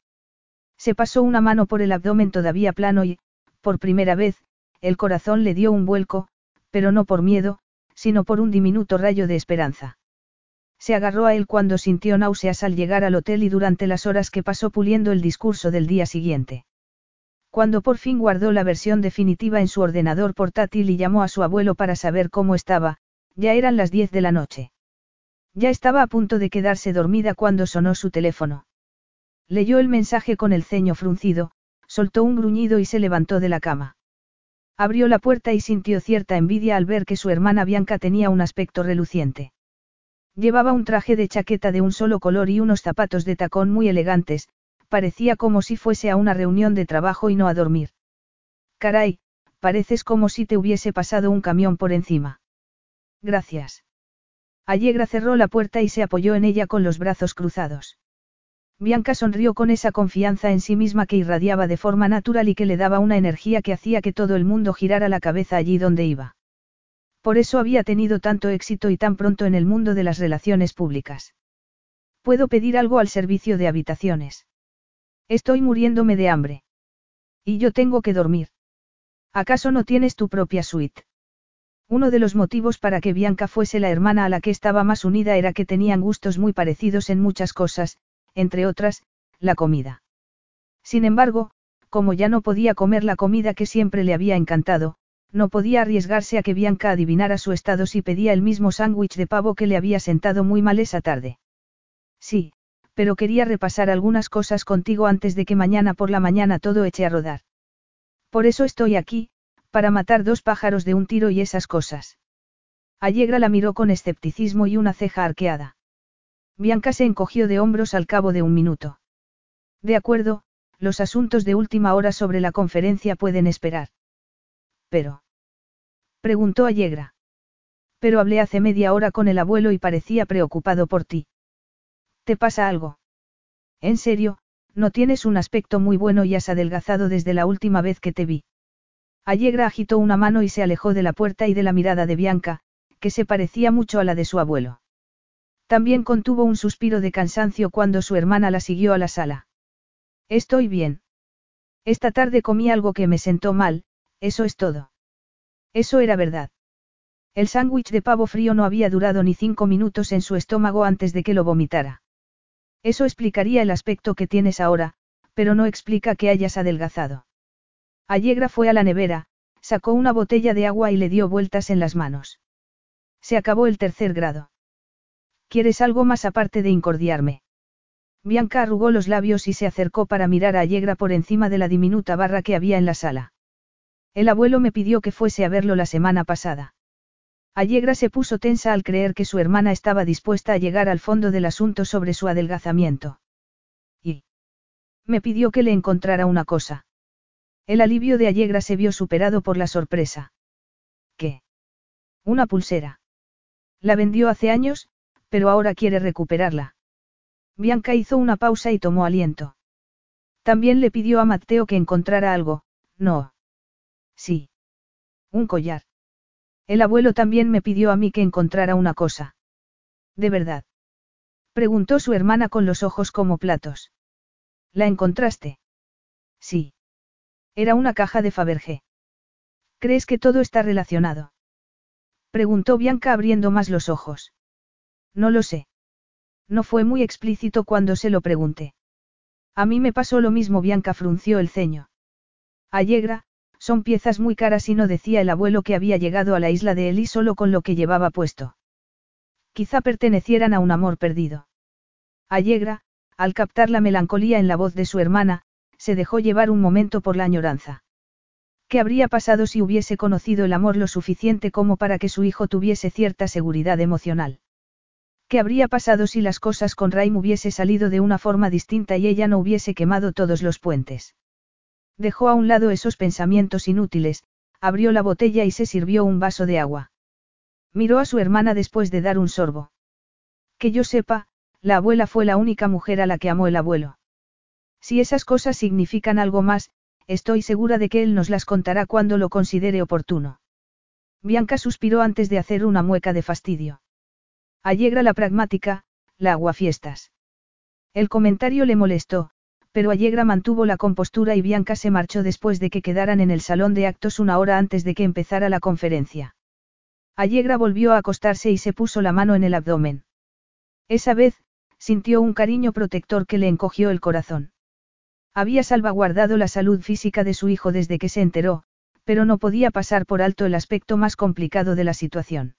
Se pasó una mano por el abdomen todavía plano y, por primera vez, el corazón le dio un vuelco, pero no por miedo, sino por un diminuto rayo de esperanza. Se agarró a él cuando sintió náuseas al llegar al hotel y durante las horas que pasó puliendo el discurso del día siguiente. Cuando por fin guardó la versión definitiva en su ordenador portátil y llamó a su abuelo para saber cómo estaba, ya eran las 10 de la noche. Ya estaba a punto de quedarse dormida cuando sonó su teléfono. Leyó el mensaje con el ceño fruncido, soltó un gruñido y se levantó de la cama. Abrió la puerta y sintió cierta envidia al ver que su hermana Bianca tenía un aspecto reluciente. Llevaba un traje de chaqueta de un solo color y unos zapatos de tacón muy elegantes, parecía como si fuese a una reunión de trabajo y no a dormir. Caray, pareces como si te hubiese pasado un camión por encima. Gracias. Allegra cerró la puerta y se apoyó en ella con los brazos cruzados. Bianca sonrió con esa confianza en sí misma que irradiaba de forma natural y que le daba una energía que hacía que todo el mundo girara la cabeza allí donde iba. Por eso había tenido tanto éxito y tan pronto en el mundo de las relaciones públicas. ¿Puedo pedir algo al servicio de habitaciones? Estoy muriéndome de hambre. Y yo tengo que dormir. ¿Acaso no tienes tu propia suite? Uno de los motivos para que Bianca fuese la hermana a la que estaba más unida era que tenían gustos muy parecidos en muchas cosas, entre otras, la comida. Sin embargo, como ya no podía comer la comida que siempre le había encantado, no podía arriesgarse a que Bianca adivinara su estado si pedía el mismo sándwich de pavo que le había sentado muy mal esa tarde. Sí, pero quería repasar algunas cosas contigo antes de que mañana por la mañana todo eche a rodar. Por eso estoy aquí, para matar 2 pájaros de un tiro y esas cosas. Allegra la miró con escepticismo y una ceja arqueada. Bianca se encogió de hombros al cabo de un minuto. De acuerdo, los asuntos de última hora sobre la conferencia pueden esperar. Pero. Preguntó Allegra. Pero hablé hace media hora con el abuelo y parecía preocupado por ti. ¿Te pasa algo? En serio, no tienes un aspecto muy bueno y has adelgazado desde la última vez que te vi. Allegra agitó una mano y se alejó de la puerta y de la mirada de Bianca, que se parecía mucho a la de su abuelo. También contuvo un suspiro de cansancio cuando su hermana la siguió a la sala. Estoy bien. Esta tarde comí algo que me sentó mal, eso es todo. Eso era verdad. El sándwich de pavo frío no había durado ni 5 minutos en su estómago antes de que lo vomitara. Eso explicaría el aspecto que tienes ahora, pero no explica que hayas adelgazado. Allegra fue a la nevera, sacó una botella de agua y le dio vueltas en las manos. Se acabó el 3er grado. ¿Quieres algo más aparte de incordiarme? Bianca arrugó los labios y se acercó para mirar a Allegra por encima de la diminuta barra que había en la sala. El abuelo me pidió que fuese a verlo la semana pasada. Allegra se puso tensa al creer que su hermana estaba dispuesta a llegar al fondo del asunto sobre su adelgazamiento. Y me pidió que le encontrara una cosa. El alivio de Allegra se vio superado por la sorpresa. ¿Qué? Una pulsera. La vendió hace años, pero ahora quiere recuperarla. Bianca hizo una pausa y tomó aliento. También le pidió a Matteo que encontrara algo, ¿no? Sí. Un collar. El abuelo también me pidió a mí que encontrara una cosa. ¿De verdad? Preguntó su hermana con los ojos como platos. ¿La encontraste? Sí. Era una caja de Fabergé. ¿Crees que todo está relacionado? Preguntó Bianca abriendo más los ojos. No lo sé. No fue muy explícito cuando se lo pregunté. A mí me pasó lo mismo, Bianca frunció el ceño. Allegra, son piezas muy caras y no decía el abuelo que había llegado a la isla de Eli solo con lo que llevaba puesto. Quizá pertenecieran a un amor perdido. Allegra, al captar la melancolía en la voz de su hermana, se dejó llevar un momento por la añoranza. ¿Qué habría pasado si hubiese conocido el amor lo suficiente como para que su hijo tuviese cierta seguridad emocional? ¿Qué habría pasado si las cosas con Raim hubiese salido de una forma distinta y ella no hubiese quemado todos los puentes? Dejó a un lado esos pensamientos inútiles, abrió la botella y se sirvió un vaso de agua. Miró a su hermana después de dar un sorbo. Que yo sepa, la abuela fue la única mujer a la que amó el abuelo. Si esas cosas significan algo más, estoy segura de que él nos las contará cuando lo considere oportuno. Bianca suspiró antes de hacer una mueca de fastidio. Allegra la pragmática, la aguafiestas. El comentario le molestó, pero Allegra mantuvo la compostura y Bianca se marchó después de que quedaran en el salón de actos una hora antes de que empezara la conferencia. Allegra volvió a acostarse y se puso la mano en el abdomen. Esa vez, sintió un cariño protector que le encogió el corazón. Había salvaguardado la salud física de su hijo desde que se enteró, pero no podía pasar por alto el aspecto más complicado de la situación.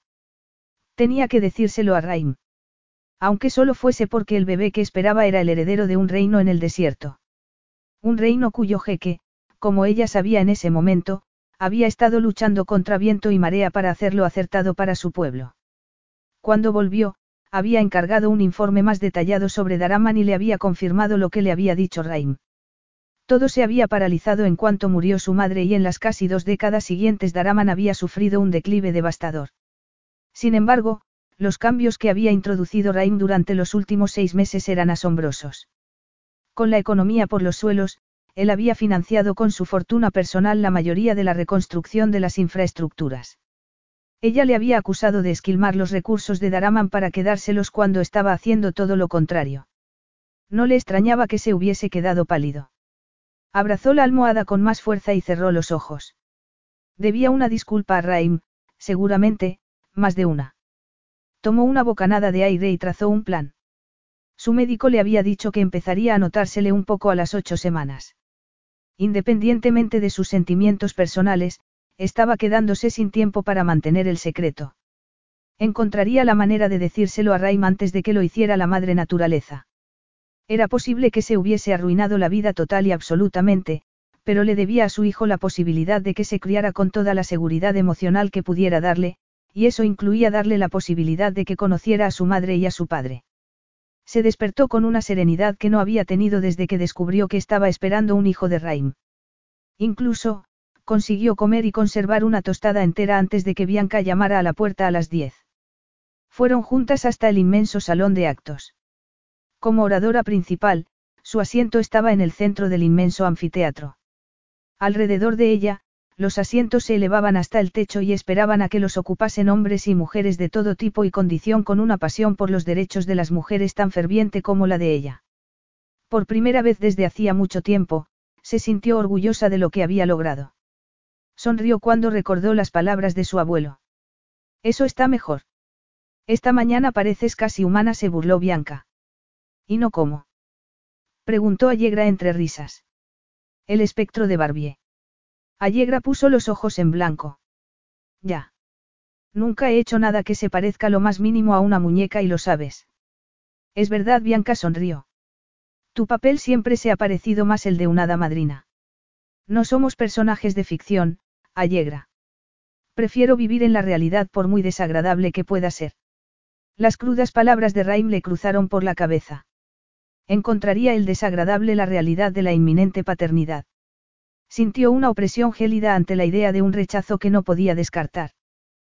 Tenía que decírselo a Raim. Aunque solo fuese porque el bebé que esperaba era el heredero de un reino en el desierto. Un reino cuyo jeque, como ella sabía en ese momento, había estado luchando contra viento y marea para hacerlo acertado para su pueblo. Cuando volvió, había encargado un informe más detallado sobre Daraman y le había confirmado lo que le había dicho Raim. Todo se había paralizado en cuanto murió su madre y en las casi 2 décadas siguientes Daraman había sufrido un declive devastador. Sin embargo, los cambios que había introducido Raim durante los últimos 6 meses eran asombrosos. Con la economía por los suelos, él había financiado con su fortuna personal la mayoría de la reconstrucción de las infraestructuras. Ella le había acusado de esquilmar los recursos de Daraman para quedárselos cuando estaba haciendo todo lo contrario. No le extrañaba que se hubiese quedado pálido. Abrazó la almohada con más fuerza y cerró los ojos. Debía una disculpa a Raim, seguramente, más de una. Tomó una bocanada de aire y trazó un plan. Su médico le había dicho que empezaría a notársele un poco a las 8 semanas. Independientemente de sus sentimientos personales, estaba quedándose sin tiempo para mantener el secreto. Encontraría la manera de decírselo a Raim antes de que lo hiciera la madre naturaleza. Era posible que se hubiese arruinado la vida total y absolutamente, pero le debía a su hijo la posibilidad de que se criara con toda la seguridad emocional que pudiera darle, y eso incluía darle la posibilidad de que conociera a su madre y a su padre. Se despertó con una serenidad que no había tenido desde que descubrió que estaba esperando un hijo de Raim. Incluso, consiguió comer y conservar una tostada entera antes de que Bianca llamara a la puerta a las 10. Fueron juntas hasta el inmenso salón de actos. Como oradora principal, su asiento estaba en el centro del inmenso anfiteatro. Alrededor de ella, los asientos se elevaban hasta el techo y esperaban a que los ocupasen hombres y mujeres de todo tipo y condición con una pasión por los derechos de las mujeres tan ferviente como la de ella. Por primera vez desde hacía mucho tiempo, se sintió orgullosa de lo que había logrado. Sonrió cuando recordó las palabras de su abuelo. Eso está mejor. Esta mañana pareces casi humana, se burló Bianca. ¿Y no cómo? Preguntó Allegra entre risas. El espectro de Barbie. Allegra puso los ojos en blanco. Ya. Nunca he hecho nada que se parezca lo más mínimo a una muñeca y lo sabes. Es verdad, Bianca sonrió. Tu papel siempre se ha parecido más el de una hada madrina. No somos personajes de ficción, Allegra. Prefiero vivir en la realidad por muy desagradable que pueda ser. Las crudas palabras de Raim le cruzaron por la cabeza. Encontraría el desagradable la realidad de la inminente paternidad. Sintió una opresión gélida ante la idea de un rechazo que no podía descartar.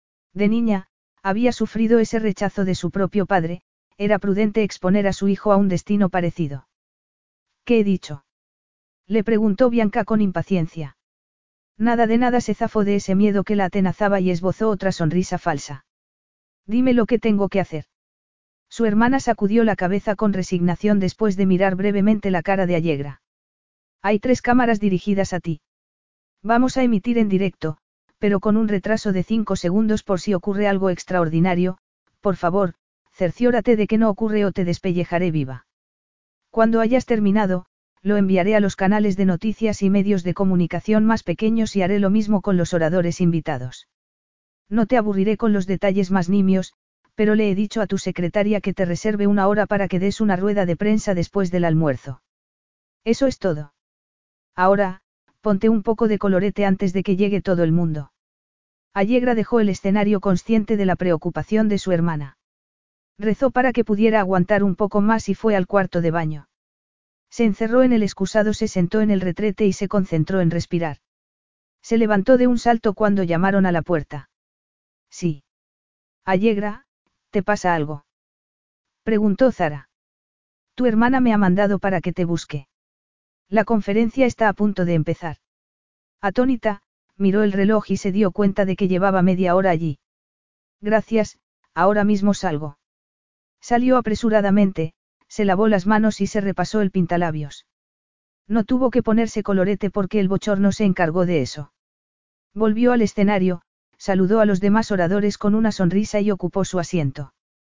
De niña, había sufrido ese rechazo de su propio padre, era prudente exponer a su hijo a un destino parecido. ¿Qué he dicho? Le preguntó Bianca con impaciencia. Nada de nada, se zafó de ese miedo que la atenazaba y esbozó otra sonrisa falsa. Dime lo que tengo que hacer. Su hermana sacudió la cabeza con resignación después de mirar brevemente la cara de Allegra. Hay 3 cámaras dirigidas a ti. Vamos a emitir en directo, pero con un retraso de 5 segundos por si ocurre algo extraordinario. Por favor, cerciórate de que no ocurre o te despellejaré viva. Cuando hayas terminado, lo enviaré a los canales de noticias y medios de comunicación más pequeños y haré lo mismo con los oradores invitados. No te aburriré con los detalles más nimios, pero le he dicho a tu secretaria que te reserve una hora para que des una rueda de prensa después del almuerzo. Eso es todo. Ahora, ponte un poco de colorete antes de que llegue todo el mundo. Allegra dejó el escenario consciente de la preocupación de su hermana. Rezó para que pudiera aguantar un poco más y fue al cuarto de baño. Se encerró en el excusado, se sentó en el retrete y se concentró en respirar. Se levantó de un salto cuando llamaron a la puerta. Sí. Allegra, ¿te pasa algo? Preguntó Zara. Tu hermana me ha mandado para que te busque. La conferencia está a punto de empezar. Atónita, miró el reloj y se dio cuenta de que llevaba media hora allí. Gracias, ahora mismo salgo. Salió apresuradamente, se lavó las manos y se repasó el pintalabios. No tuvo que ponerse colorete porque el bochorno se encargó de eso. Volvió al escenario, saludó a los demás oradores con una sonrisa y ocupó su asiento.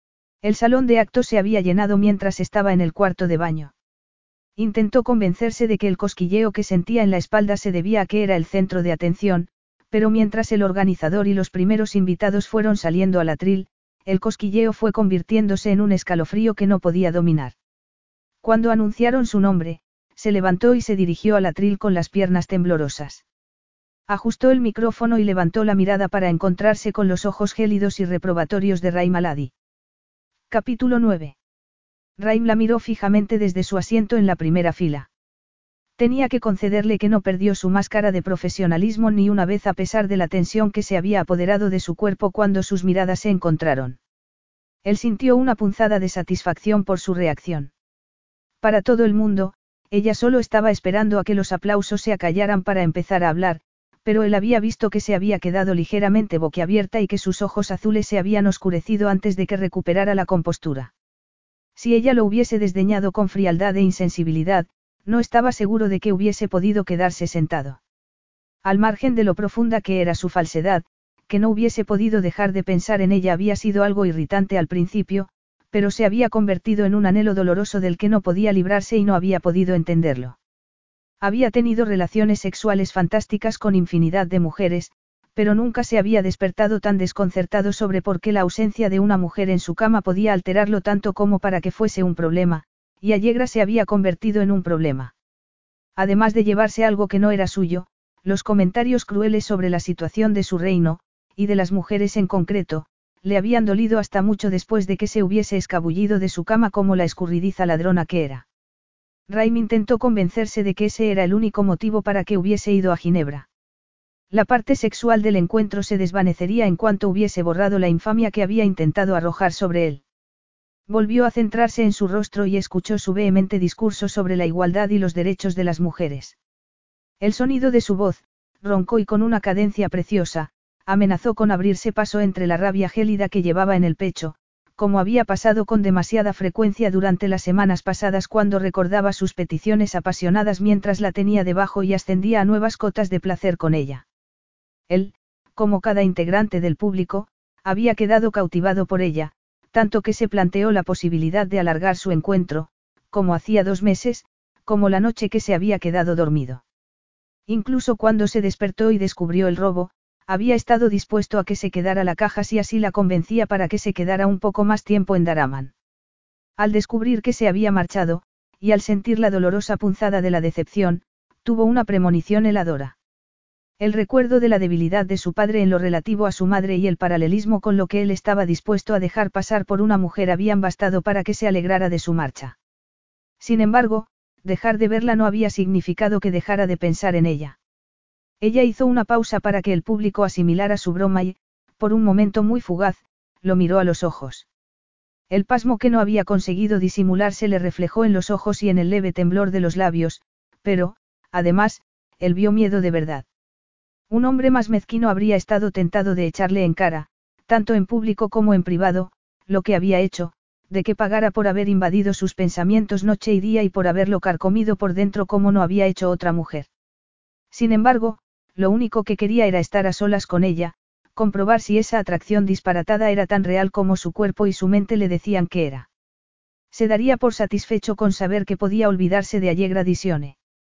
El salón de actos se había llenado mientras estaba en el cuarto de baño. Intentó convencerse de que el cosquilleo que sentía en la espalda se debía a que era el centro de atención, pero mientras el organizador y los primeros invitados fueron saliendo al atril, el cosquilleo fue convirtiéndose en un escalofrío que no podía dominar. Cuando anunciaron su nombre, se levantó y se dirigió al atril con las piernas temblorosas. Ajustó el micrófono y levantó la mirada para encontrarse con los ojos gélidos y reprobatorios de Raim Aladi. Capítulo 9. Raim la miró fijamente desde su asiento en la primera fila. Tenía que concederle que no perdió su máscara de profesionalismo ni una vez a pesar de la tensión que se había apoderado de su cuerpo cuando sus miradas se encontraron. Él sintió una punzada de satisfacción por su reacción. Para todo el mundo, ella solo estaba esperando a que los aplausos se acallaran para empezar a hablar, pero él había visto que se había quedado ligeramente boquiabierta y que sus ojos azules se habían oscurecido antes de que recuperara la compostura. Si ella lo hubiese desdeñado con frialdad e insensibilidad, no estaba seguro de que hubiese podido quedarse sentado. Al margen de lo profunda que era su falsedad, que no hubiese podido dejar de pensar en ella había sido algo irritante al principio, pero se había convertido en un anhelo doloroso del que no podía librarse y no había podido entenderlo. Había tenido relaciones sexuales fantásticas con infinidad de mujeres, pero nunca se había despertado tan desconcertado sobre por qué la ausencia de una mujer en su cama podía alterarlo tanto como para que fuese un problema, y Allegra se había convertido en un problema. Además de llevarse algo que no era suyo, los comentarios crueles sobre la situación de su reino, y de las mujeres en concreto, le habían dolido hasta mucho después de que se hubiese escabullido de su cama como la escurridiza ladrona que era. Raim intentó convencerse de que ese era el único motivo para que hubiese ido a Ginebra. La parte sexual del encuentro se desvanecería en cuanto hubiese borrado la infamia que había intentado arrojar sobre él. Volvió a centrarse en su rostro y escuchó su vehemente discurso sobre la igualdad y los derechos de las mujeres. El sonido de su voz, ronco y con una cadencia preciosa, amenazó con abrirse paso entre la rabia gélida que llevaba en el pecho, como había pasado con demasiada frecuencia durante las semanas pasadas cuando recordaba sus peticiones apasionadas mientras la tenía debajo y ascendía a nuevas cotas de placer con ella. Él, como cada integrante del público, había quedado cautivado por ella, tanto que se planteó la posibilidad de alargar su encuentro, como hacía 2 meses, como la noche que se había quedado dormido. Incluso cuando se despertó y descubrió el robo, había estado dispuesto a que se quedara la caja si así la convencía para que se quedara un poco más tiempo en Daraman. Al descubrir que se había marchado, y al sentir la dolorosa punzada de la decepción, tuvo una premonición heladora. El recuerdo de la debilidad de su padre en lo relativo a su madre y el paralelismo con lo que él estaba dispuesto a dejar pasar por una mujer habían bastado para que se alegrara de su marcha. Sin embargo, dejar de verla no había significado que dejara de pensar en ella. Ella hizo una pausa para que el público asimilara su broma y, por un momento muy fugaz, lo miró a los ojos. El pasmo que no había conseguido disimular se le reflejó en los ojos y en el leve temblor de los labios, pero, además, él vio miedo de verdad. Un hombre más mezquino habría estado tentado de echarle en cara, tanto en público como en privado, lo que había hecho, de que pagara por haber invadido sus pensamientos noche y día y por haberlo carcomido por dentro como no había hecho otra mujer. Sin embargo, lo único que quería era estar a solas con ella, comprobar si esa atracción disparatada era tan real como su cuerpo y su mente le decían que era. Se daría por satisfecho con saber que podía olvidarse de Allegra Disione.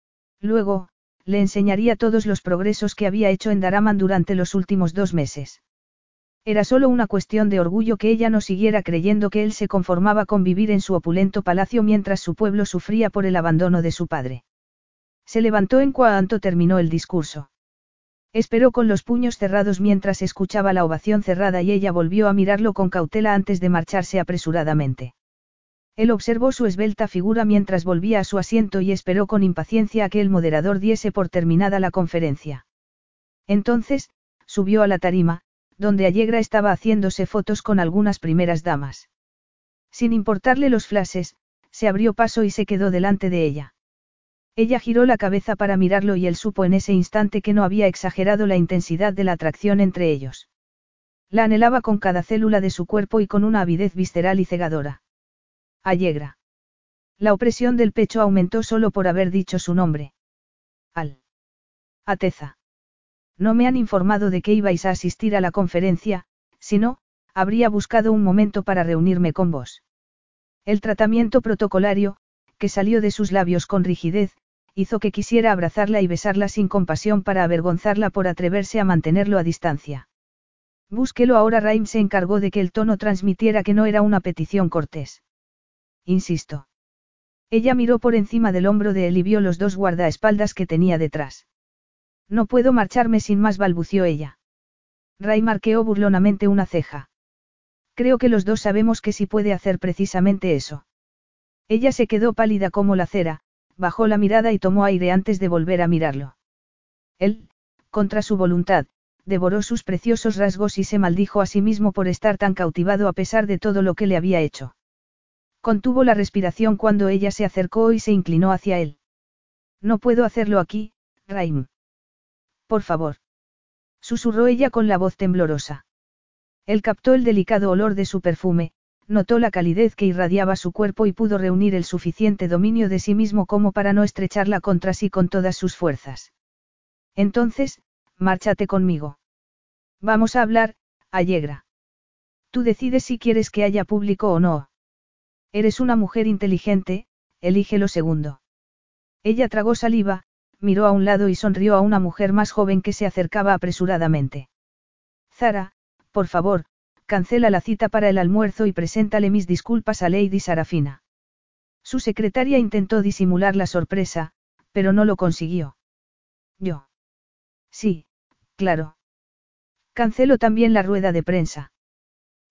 Luego, le enseñaría todos los progresos que había hecho en Daraman durante los últimos 2 meses. Era solo una cuestión de orgullo que ella no siguiera creyendo que él se conformaba con vivir en su opulento palacio mientras su pueblo sufría por el abandono de su padre. Se levantó en cuanto terminó el discurso. Esperó con los puños cerrados mientras escuchaba la ovación cerrada y ella volvió a mirarlo con cautela antes de marcharse apresuradamente. Él observó su esbelta figura mientras volvía a su asiento y esperó con impaciencia a que el moderador diese por terminada la conferencia. Entonces, subió a la tarima, donde Allegra estaba haciéndose fotos con algunas primeras damas. Sin importarle los flashes, se abrió paso y se quedó delante de ella. Ella giró la cabeza para mirarlo y él supo en ese instante que no había exagerado la intensidad de la atracción entre ellos. La anhelaba con cada célula de su cuerpo y con una avidez visceral y cegadora. Allegra. La opresión del pecho aumentó solo por haber dicho su nombre. Alteza. No me han informado de que ibais a asistir a la conferencia, si no, habría buscado un momento para reunirme con vos. El tratamiento protocolario, que salió de sus labios con rigidez, hizo que quisiera abrazarla y besarla sin compasión para avergonzarla por atreverse a mantenerlo a distancia. Búsquelo ahora. Raim se encargó de que el tono transmitiera que no era una petición cortés. Insisto. Ella miró por encima del hombro de él y vio los 2 guardaespaldas que tenía detrás. No puedo marcharme sin más, balbució ella. Raim arqueó burlonamente una ceja. Creo que los 2 sabemos que sí puede hacer precisamente eso. Ella se quedó pálida como la cera, bajó la mirada y tomó aire antes de volver a mirarlo. Él, contra su voluntad, devoró sus preciosos rasgos y se maldijo a sí mismo por estar tan cautivado a pesar de todo lo que le había hecho. Contuvo la respiración cuando ella se acercó y se inclinó hacia él. No puedo hacerlo aquí, Raim. Por favor. Susurró ella con la voz temblorosa. Él captó el delicado olor de su perfume, notó la calidez que irradiaba su cuerpo y pudo reunir el suficiente dominio de sí mismo como para no estrecharla contra sí con todas sus fuerzas. Entonces, márchate conmigo. Vamos a hablar, Allegra. Tú decides si quieres que haya público o no. Eres una mujer inteligente, elige lo segundo. Ella tragó saliva, miró a un lado y sonrió a una mujer más joven que se acercaba apresuradamente. Zara, por favor, cancela la cita para el almuerzo y preséntale mis disculpas a Lady Sarafina. Su secretaria intentó disimular la sorpresa, pero no lo consiguió. Yo. Sí, claro. Cancelo también la rueda de prensa.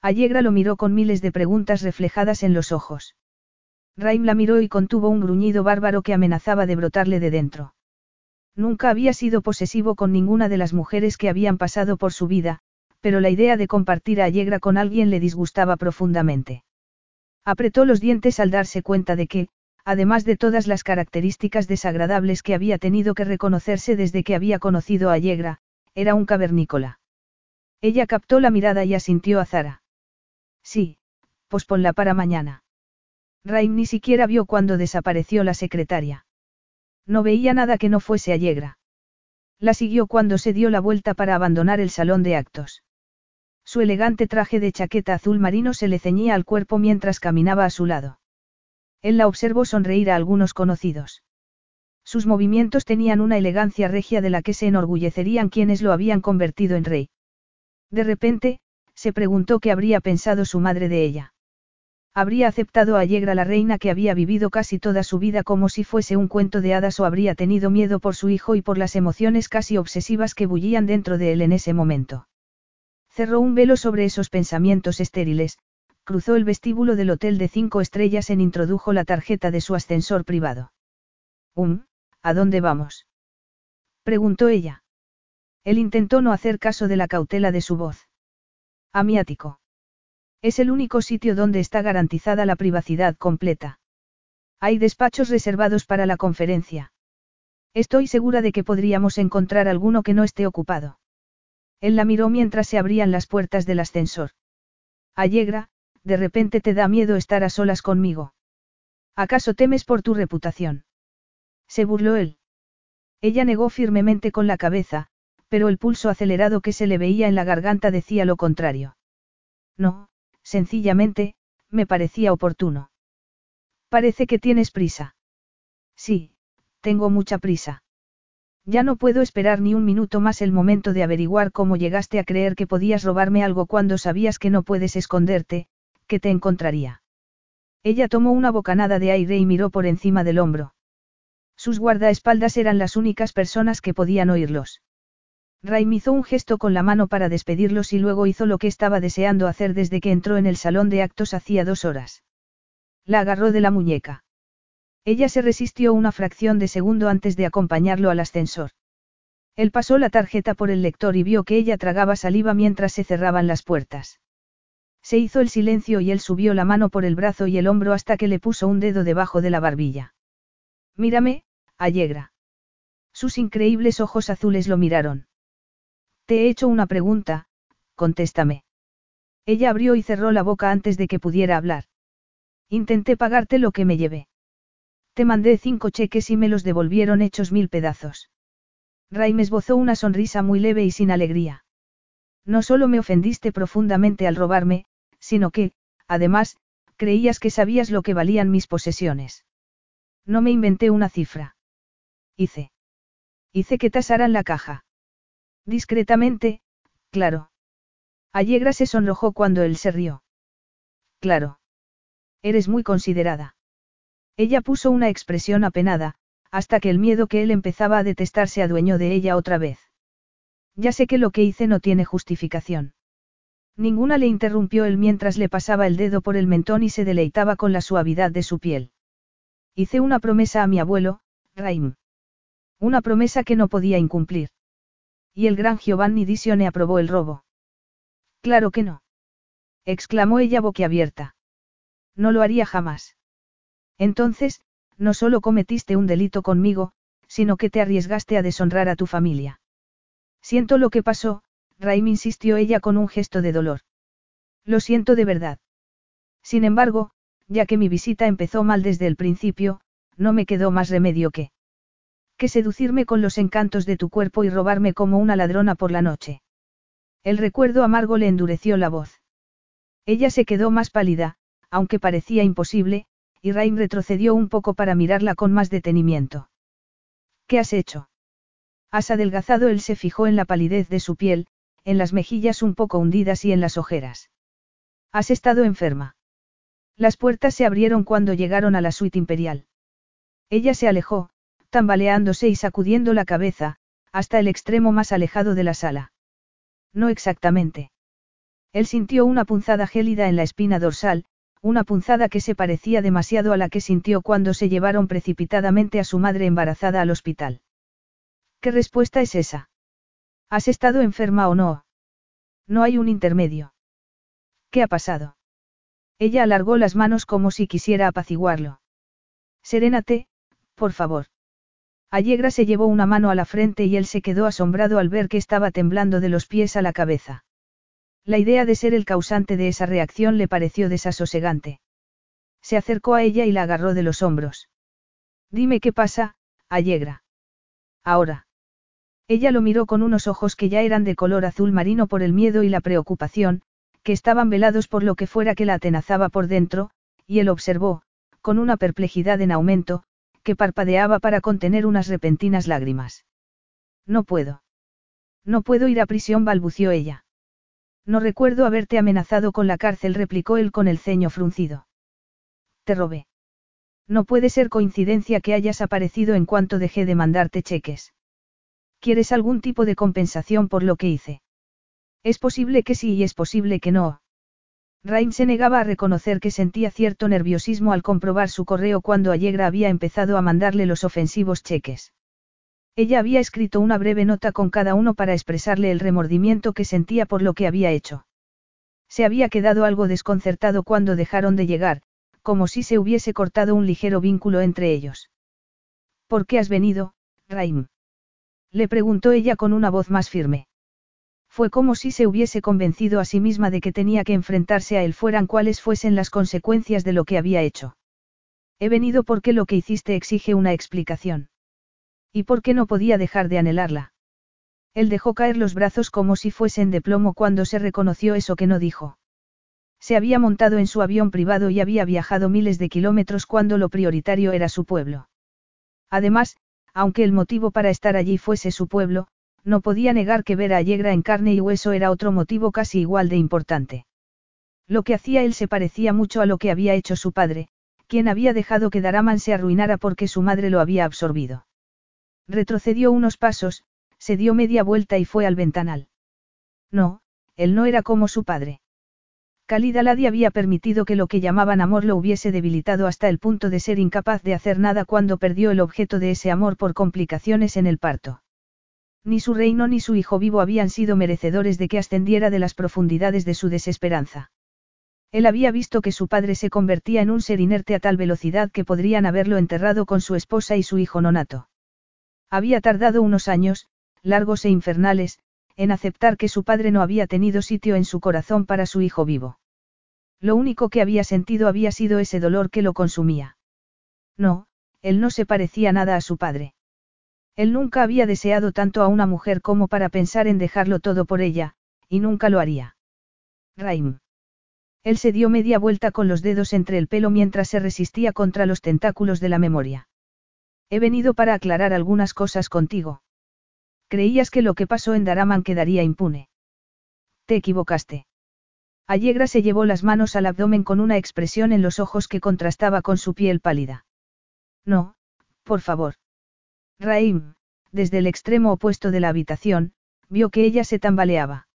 Allegra lo miró con miles de preguntas reflejadas en los ojos. Raim la miró y contuvo un gruñido bárbaro que amenazaba de brotarle de dentro. Nunca había sido posesivo con ninguna de las mujeres que habían pasado por su vida, pero la idea de compartir a Allegra con alguien le disgustaba profundamente. Apretó los dientes al darse cuenta de que, además de todas las características desagradables que había tenido que reconocerse desde que había conocido a Allegra, era un cavernícola. Ella captó la mirada y asintió a Zara. Sí, posponla para mañana. Raim ni siquiera vio cuando desapareció la secretaria. No veía nada que no fuese Allegra. La siguió cuando se dio la vuelta para abandonar el salón de actos. Su elegante traje de chaqueta azul marino se le ceñía al cuerpo mientras caminaba a su lado. Él la observó sonreír a algunos conocidos. Sus movimientos tenían una elegancia regia de la que se enorgullecerían quienes lo habían convertido en rey. De repente, se preguntó qué habría pensado su madre de ella. ¿Habría aceptado a Allegra la reina que había vivido casi toda su vida como si fuese un cuento de hadas o habría tenido miedo por su hijo y por las emociones casi obsesivas que bullían dentro de él en ese momento? Cerró un velo sobre esos pensamientos estériles, cruzó el vestíbulo del hotel de 5 estrellas e introdujo la tarjeta de su ascensor privado. ¿A dónde vamos?, preguntó ella. Él intentó no hacer caso de la cautela de su voz. A mi ático. Es el único sitio donde está garantizada la privacidad completa. Hay despachos reservados para la conferencia. Estoy segura de que podríamos encontrar alguno que no esté ocupado. Él la miró mientras se abrían las puertas del ascensor. Allegra, de repente te da miedo estar a solas conmigo. ¿Acaso temes por tu reputación? Se burló él. Ella negó firmemente con la cabeza, pero el pulso acelerado que se le veía en la garganta decía lo contrario. No, sencillamente, me parecía oportuno. Parece que tienes prisa. Sí, tengo mucha prisa. Ya no puedo esperar ni un minuto más el momento de averiguar cómo llegaste a creer que podías robarme algo cuando sabías que no puedes esconderte, que te encontraría. Ella tomó una bocanada de aire y miró por encima del hombro. Sus guardaespaldas eran las únicas personas que podían oírlos. Raim hizo un gesto con la mano para despedirlos y luego hizo lo que estaba deseando hacer desde que entró en el salón de actos hacía 2 horas. La agarró de la muñeca. Ella se resistió una fracción de segundo antes de acompañarlo al ascensor. Él pasó la tarjeta por el lector y vio que ella tragaba saliva mientras se cerraban las puertas. Se hizo el silencio y él subió la mano por el brazo y el hombro hasta que le puso un dedo debajo de la barbilla. Mírame, Allegra. Sus increíbles ojos azules lo miraron. Te he hecho una pregunta, contéstame. Ella abrió y cerró la boca antes de que pudiera hablar. Intenté pagarte lo que me llevé. Te mandé 5 cheques y me los devolvieron hechos 1000 pedazos. Raim esbozó una sonrisa muy leve y sin alegría. No solo me ofendiste profundamente al robarme, sino que, además, creías que sabías lo que valían mis posesiones. No me inventé una cifra. Hice que tasaran la caja. Discretamente, claro. Allegra se sonrojó cuando él se rió. Claro. Eres muy considerada. Ella puso una expresión apenada, hasta que el miedo que él empezaba a detestar se adueñó de ella otra vez. Ya sé que lo que hice no tiene justificación. Ninguna, le interrumpió él mientras le pasaba el dedo por el mentón y se deleitaba con la suavidad de su piel. Hice una promesa a mi abuelo, Raim. Una promesa que no podía incumplir. Y el gran Giovanni Disione aprobó el robo. Claro que no. Exclamó ella boquiabierta. No lo haría jamás. Entonces, no solo cometiste un delito conmigo, sino que te arriesgaste a deshonrar a tu familia. Siento lo que pasó, Raim, insistió ella con un gesto de dolor. Lo siento de verdad. Sin embargo, ya que mi visita empezó mal desde el principio, no me quedó más remedio que seducirme con los encantos de tu cuerpo y robarme como una ladrona por la noche. El recuerdo amargo le endureció la voz. Ella se quedó más pálida, aunque parecía imposible, y Raim retrocedió un poco para mirarla con más detenimiento. ¿Qué has hecho? Has adelgazado. Él se fijó en la palidez de su piel, en las mejillas un poco hundidas y en las ojeras. Has estado enferma. Las puertas se abrieron cuando llegaron a la suite imperial. Ella se alejó, tambaleándose y sacudiendo la cabeza, hasta el extremo más alejado de la sala. No exactamente. Él sintió una punzada gélida en la espina dorsal, una punzada que se parecía demasiado a la que sintió cuando se llevaron precipitadamente a su madre embarazada al hospital. ¿Qué respuesta es esa? ¿Has estado enferma o no? No hay un intermedio. ¿Qué ha pasado? Ella alargó las manos como si quisiera apaciguarlo. Serénate, por favor. Allegra se llevó una mano a la frente y él se quedó asombrado al ver que estaba temblando de los pies a la cabeza. La idea de ser el causante de esa reacción le pareció desasosegante. Se acercó a ella y la agarró de los hombros. Dime qué pasa, Allegra. Ahora. Ella lo miró con unos ojos que ya eran de color azul marino por el miedo y la preocupación, que estaban velados por lo que fuera que la atenazaba por dentro, y él observó, con una perplejidad en aumento, que parpadeaba para contener unas repentinas lágrimas. No puedo. No puedo ir a prisión, balbució ella. No recuerdo haberte amenazado con la cárcel, replicó él con el ceño fruncido. Te robé. No puede ser coincidencia que hayas aparecido en cuanto dejé de mandarte cheques. ¿Quieres algún tipo de compensación por lo que hice? Es posible que sí y es posible que no. Raim se negaba a reconocer que sentía cierto nerviosismo al comprobar su correo cuando Allegra había empezado a mandarle los ofensivos cheques. Ella había escrito una breve nota con cada uno para expresarle el remordimiento que sentía por lo que había hecho. Se había quedado algo desconcertado cuando dejaron de llegar, como si se hubiese cortado un ligero vínculo entre ellos. ¿Por qué has venido, Raim? Le preguntó ella con una voz más firme. Fue como si se hubiese convencido a sí misma de que tenía que enfrentarse a él fueran cuales fuesen las consecuencias de lo que había hecho. He venido porque lo que hiciste exige una explicación. ¿Y por qué no podía dejar de anhelarla? Él dejó caer los brazos como si fuesen de plomo cuando se reconoció eso que no dijo. Se había montado en su avión privado y había viajado miles de kilómetros cuando lo prioritario era su pueblo. Además, aunque el motivo para estar allí fuese su pueblo, no podía negar que ver a Allegra en carne y hueso era otro motivo casi igual de importante. Lo que hacía él se parecía mucho a lo que había hecho su padre, quien había dejado que Daraman se arruinara porque su madre lo había absorbido. Retrocedió unos pasos, se dio media vuelta y fue al ventanal. No, él no era como su padre. Khalid Al-Hadi había permitido que lo que llamaban amor lo hubiese debilitado hasta el punto de ser incapaz de hacer nada cuando perdió el objeto de ese amor por complicaciones en el parto. Ni su reino ni su hijo vivo habían sido merecedores de que ascendiera de las profundidades de su desesperanza. Él había visto que su padre se convertía en un ser inerte a tal velocidad que podrían haberlo enterrado con su esposa y su hijo nonato. Había tardado unos años, largos e infernales, en aceptar que su padre no había tenido sitio en su corazón para su hijo vivo. Lo único que había sentido había sido ese dolor que lo consumía. No, él no se parecía nada a su padre. Él nunca había deseado tanto a una mujer como para pensar en dejarlo todo por ella, y nunca lo haría. Raim. Él se dio media vuelta con los dedos entre el pelo mientras se resistía contra los tentáculos de la memoria. He venido para aclarar algunas cosas contigo. Creías que lo que pasó en Daraman quedaría impune. Te equivocaste. Allegra se llevó las manos al abdomen con una expresión en los ojos que contrastaba con su piel pálida. No, por favor. Raim, desde el extremo opuesto de la habitación, vio que ella se tambaleaba.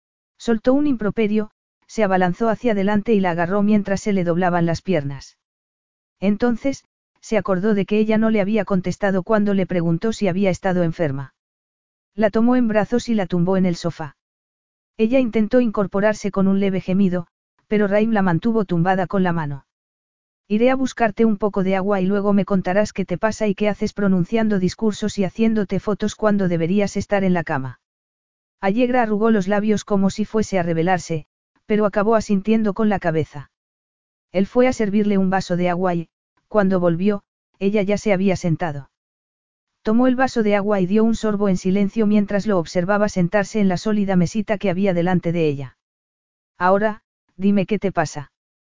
Soltó un improperio, se abalanzó hacia adelante y la agarró mientras se le doblaban las piernas. Entonces, se acordó de que ella no le había contestado cuando le preguntó si había estado enferma. La tomó en brazos y la tumbó en el sofá. Ella intentó incorporarse con un leve gemido, pero Raim la mantuvo tumbada con la mano. Iré a buscarte un poco de agua y luego me contarás qué te pasa y qué haces pronunciando discursos y haciéndote fotos cuando deberías estar en la cama. Allegra arrugó los labios como si fuese a rebelarse, pero acabó asintiendo con la cabeza. Él fue a servirle un vaso de agua y, cuando volvió, ella ya se había sentado. Tomó el vaso de agua y dio un sorbo en silencio mientras lo observaba sentarse en la sólida mesita que había delante de ella. Ahora, dime qué te pasa.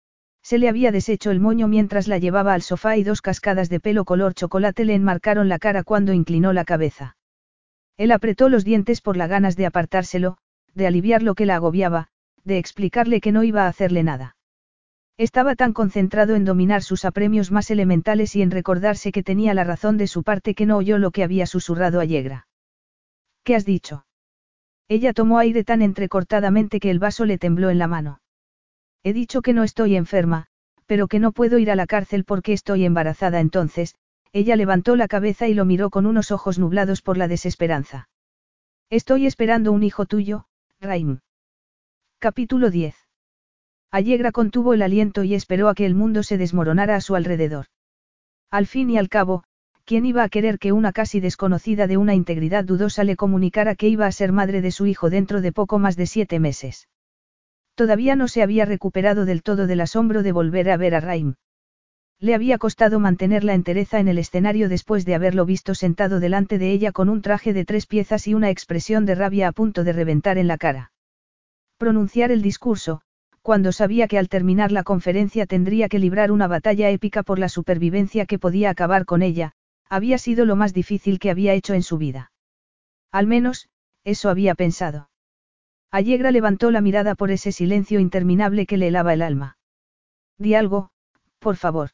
Se le había deshecho el moño mientras la llevaba al sofá y dos cascadas de pelo color chocolate le enmarcaron la cara cuando inclinó la cabeza. Él apretó los dientes por las ganas de apartárselo, de aliviar lo que la agobiaba, de explicarle que no iba a hacerle nada. Estaba tan concentrado en dominar sus apremios más elementales y en recordarse que tenía la razón de su parte que no oyó lo que había susurrado Allegra. ¿Qué has dicho? Ella tomó aire tan entrecortadamente que el vaso le tembló en la mano. He dicho que no estoy enferma, pero que no puedo ir a la cárcel porque estoy embarazada entonces. Ella levantó la cabeza y lo miró con unos ojos nublados por la desesperanza. Estoy esperando un hijo tuyo, Raim. Capítulo 10. Allegra contuvo el aliento y esperó a que el mundo se desmoronara a su alrededor. Al fin y al cabo, ¿quién iba a querer que una casi desconocida de una integridad dudosa le comunicara que iba a ser madre de su hijo dentro de poco más de 7 meses? Todavía no se había recuperado del todo del asombro de volver a ver a Raim. Le había costado mantener la entereza en el escenario después de haberlo visto sentado delante de ella con un traje de 3 piezas y una expresión de rabia a punto de reventar en la cara. Pronunciar el discurso, cuando sabía que al terminar la conferencia tendría que librar una batalla épica por la supervivencia que podía acabar con ella, había sido lo más difícil que había hecho en su vida. Al menos, eso había pensado. Allegra levantó la mirada por ese silencio interminable que le helaba el alma. Di algo, por favor.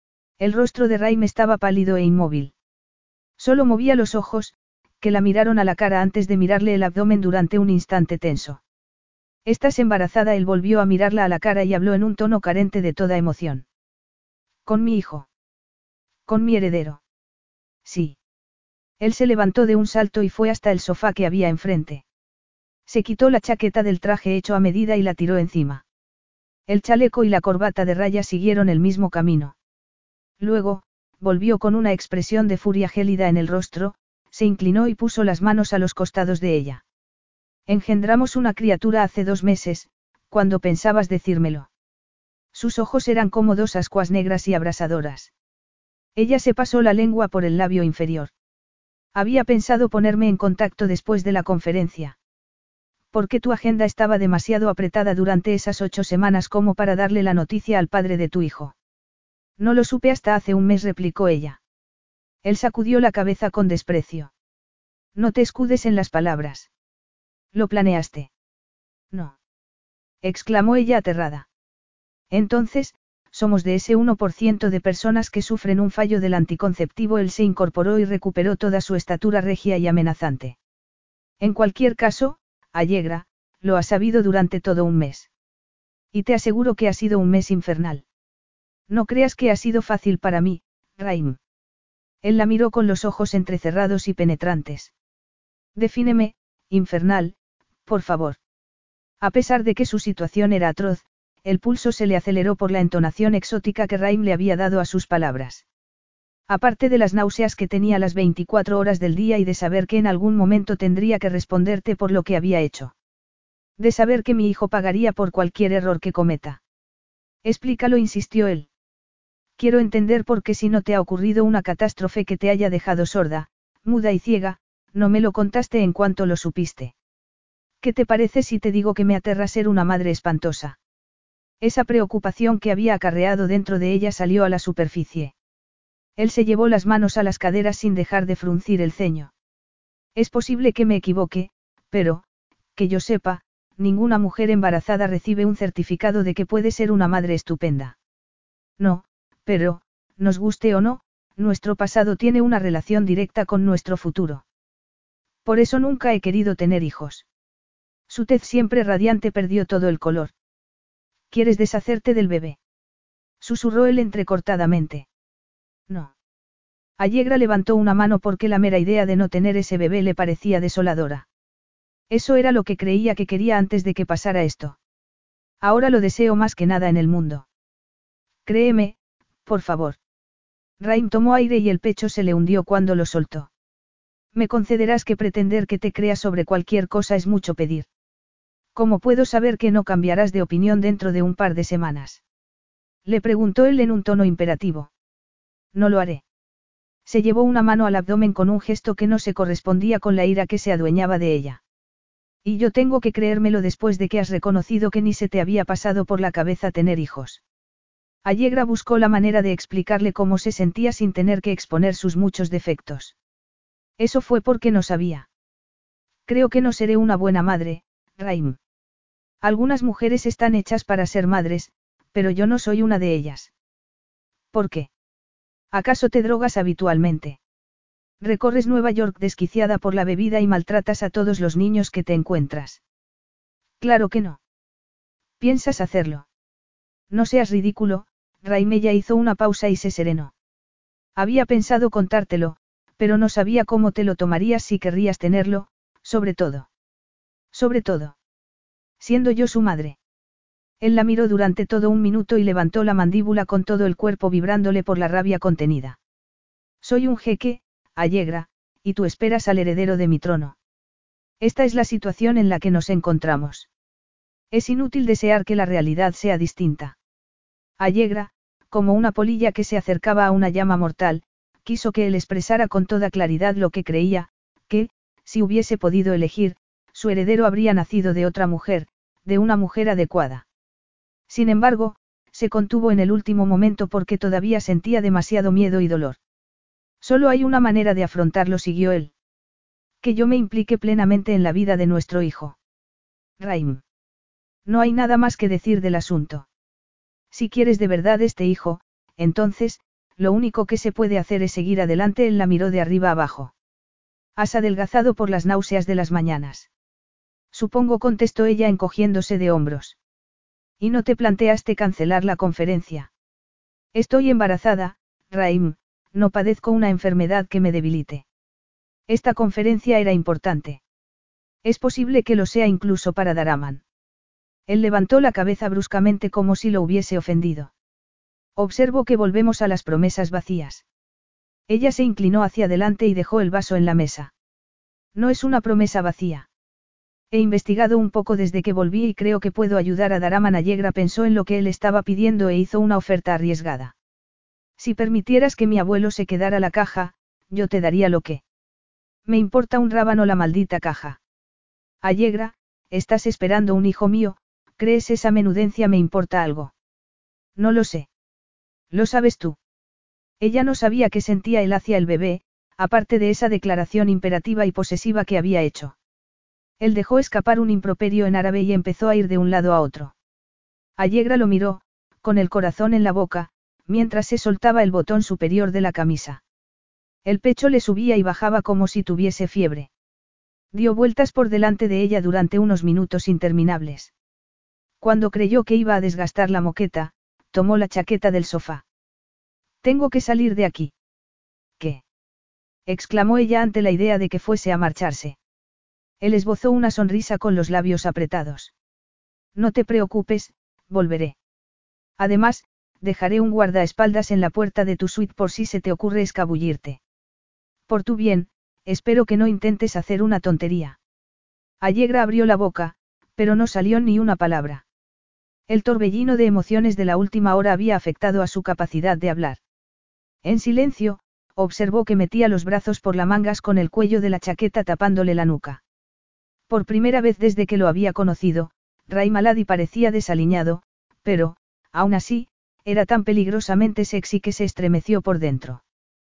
El rostro de Raim estaba pálido e inmóvil. Solo movía los ojos, que la miraron a la cara antes de mirarle el abdomen durante un instante tenso. ¿Estás embarazada? Él volvió a mirarla a la cara y habló en un tono carente de toda emoción. ¿Con mi hijo? ¿Con mi heredero? Sí. Él se levantó de un salto y fue hasta el sofá que había enfrente. Se quitó la chaqueta del traje hecho a medida y la tiró encima. El chaleco y la corbata de rayas siguieron el mismo camino. Luego, volvió con una expresión de furia gélida en el rostro, se inclinó y puso las manos a los costados de ella. Engendramos una criatura hace 2 meses, cuando pensabas decírmelo. Sus ojos eran como 2 ascuas negras y abrasadoras. Ella se pasó la lengua por el labio inferior. Había pensado ponerme en contacto después de la conferencia. Porque tu agenda estaba demasiado apretada durante esas 8 semanas como para darle la noticia al padre de tu hijo. No lo supe hasta hace un mes, replicó ella. Él sacudió la cabeza con desprecio. No te escudes en las palabras. ¿Lo planeaste? No. Exclamó ella aterrada. Entonces, somos de ese 1% de personas que sufren un fallo del anticonceptivo. Él se incorporó y recuperó toda su estatura regia y amenazante. En cualquier caso, Allegra, lo ha sabido durante todo un mes. Y te aseguro que ha sido un mes infernal. No creas que ha sido fácil para mí, Raim. Él la miró con los ojos entrecerrados y penetrantes. Defíneme, infernal, por favor. A pesar de que su situación era atroz, el pulso se le aceleró por la entonación exótica que Raim le había dado a sus palabras. Aparte de las náuseas que tenía las 24 horas del día y de saber que en algún momento tendría que responderte por lo que había hecho. De saber que mi hijo pagaría por cualquier error que cometa. Explícalo, insistió él. Quiero entender por qué, si no te ha ocurrido una catástrofe que te haya dejado sorda, muda y ciega, no me lo contaste en cuanto lo supiste. ¿Qué te parece si te digo que me aterra ser una madre espantosa? Esa preocupación que había acarreado dentro de ella salió a la superficie. Él se llevó las manos a las caderas sin dejar de fruncir el ceño. Es posible que me equivoque, pero, que yo sepa, ninguna mujer embarazada recibe un certificado de que puede ser una madre estupenda. No, pero, nos guste o no, nuestro pasado tiene una relación directa con nuestro futuro. Por eso nunca he querido tener hijos. Su tez siempre radiante perdió todo el color. ¿Quieres deshacerte del bebé? Susurró él entrecortadamente. No. Allegra levantó una mano porque la mera idea de no tener ese bebé le parecía desoladora. Eso era lo que creía que quería antes de que pasara esto. Ahora lo deseo más que nada en el mundo. Créeme, por favor. Raim tomó aire y el pecho se le hundió cuando lo soltó. Me concederás que pretender que te crea sobre cualquier cosa es mucho pedir. ¿Cómo puedo saber que no cambiarás de opinión dentro de un par de semanas? Le preguntó él en un tono imperativo. No lo haré. Se llevó una mano al abdomen con un gesto que no se correspondía con la ira que se adueñaba de ella. Y yo tengo que creérmelo después de que has reconocido que ni se te había pasado por la cabeza tener hijos. Allegra buscó la manera de explicarle cómo se sentía sin tener que exponer sus muchos defectos. Eso fue porque no sabía. Creo que no seré una buena madre, Raim. Algunas mujeres están hechas para ser madres, pero yo no soy una de ellas. ¿Por qué? ¿Acaso te drogas habitualmente? Recorres Nueva York desquiciada por la bebida y maltratas a todos los niños que te encuentras. Claro que no. ¿Piensas hacerlo? No seas ridículo, Raim. Ella hizo una pausa y se serenó. Había pensado contártelo, pero no sabía cómo te lo tomarías si querrías tenerlo, sobre todo. Sobre todo. Siendo yo su madre. Él la miró durante todo un minuto y levantó la mandíbula con todo el cuerpo vibrándole por la rabia contenida. Soy un jeque, Allegra, y tú esperas al heredero de mi trono. Esta es la situación en la que nos encontramos. Es inútil desear que la realidad sea distinta. Allegra, como una polilla que se acercaba a una llama mortal, quiso que él expresara con toda claridad lo que creía, que, si hubiese podido elegir, su heredero habría nacido de otra mujer, de una mujer adecuada. Sin embargo, se contuvo en el último momento porque todavía sentía demasiado miedo y dolor. Solo hay una manera de afrontarlo, siguió él. Que yo me implique plenamente en la vida de nuestro hijo. Raim. No hay nada más que decir del asunto. Si quieres de verdad este hijo, entonces, lo único que se puede hacer es seguir adelante. Él la miró de arriba abajo. Has adelgazado por las náuseas de las mañanas. Supongo, contestó ella encogiéndose de hombros. ¿Y no te planteaste cancelar la conferencia? Estoy embarazada, Raim, no padezco una enfermedad que me debilite. Esta conferencia era importante. Es posible que lo sea incluso para Daraman. Él levantó la cabeza bruscamente como si lo hubiese ofendido. Observo que volvemos a las promesas vacías. Ella se inclinó hacia adelante y dejó el vaso en la mesa. No es una promesa vacía. He investigado un poco desde que volví y creo que puedo ayudar a Daraman. Allegra pensó en lo que él estaba pidiendo e hizo una oferta arriesgada. Si permitieras que mi abuelo se quedara la caja, yo te daría lo que. Me importa un rábano la maldita caja. Allegra, estás esperando un hijo mío, ¿crees esa menudencia me importa algo? No lo sé. Lo sabes tú. Ella no sabía qué sentía él hacia el bebé, aparte de esa declaración imperativa y posesiva que había hecho. Él dejó escapar un improperio en árabe y empezó a ir de un lado a otro. Allegra lo miró, con el corazón en la boca, mientras se soltaba el botón superior de la camisa. El pecho le subía y bajaba como si tuviese fiebre. Dio vueltas por delante de ella durante unos minutos interminables. Cuando creyó que iba a desgastar la moqueta, tomó la chaqueta del sofá. Tengo que salir de aquí. ¿Qué? Exclamó ella ante la idea de que fuese a marcharse. Él esbozó una sonrisa con los labios apretados. No te preocupes, volveré. Además, dejaré un guardaespaldas en la puerta de tu suite por si se te ocurre escabullirte. Por tu bien, espero que no intentes hacer una tontería. Allegra abrió la boca, pero no salió ni una palabra. El torbellino de emociones de la última hora había afectado a su capacidad de hablar. En silencio, observó que metía los brazos por las mangas con el cuello de la chaqueta tapándole la nuca. Por primera vez desde que lo había conocido, Raim Aladi parecía desaliñado, pero, aún así, era tan peligrosamente sexy que se estremeció por dentro.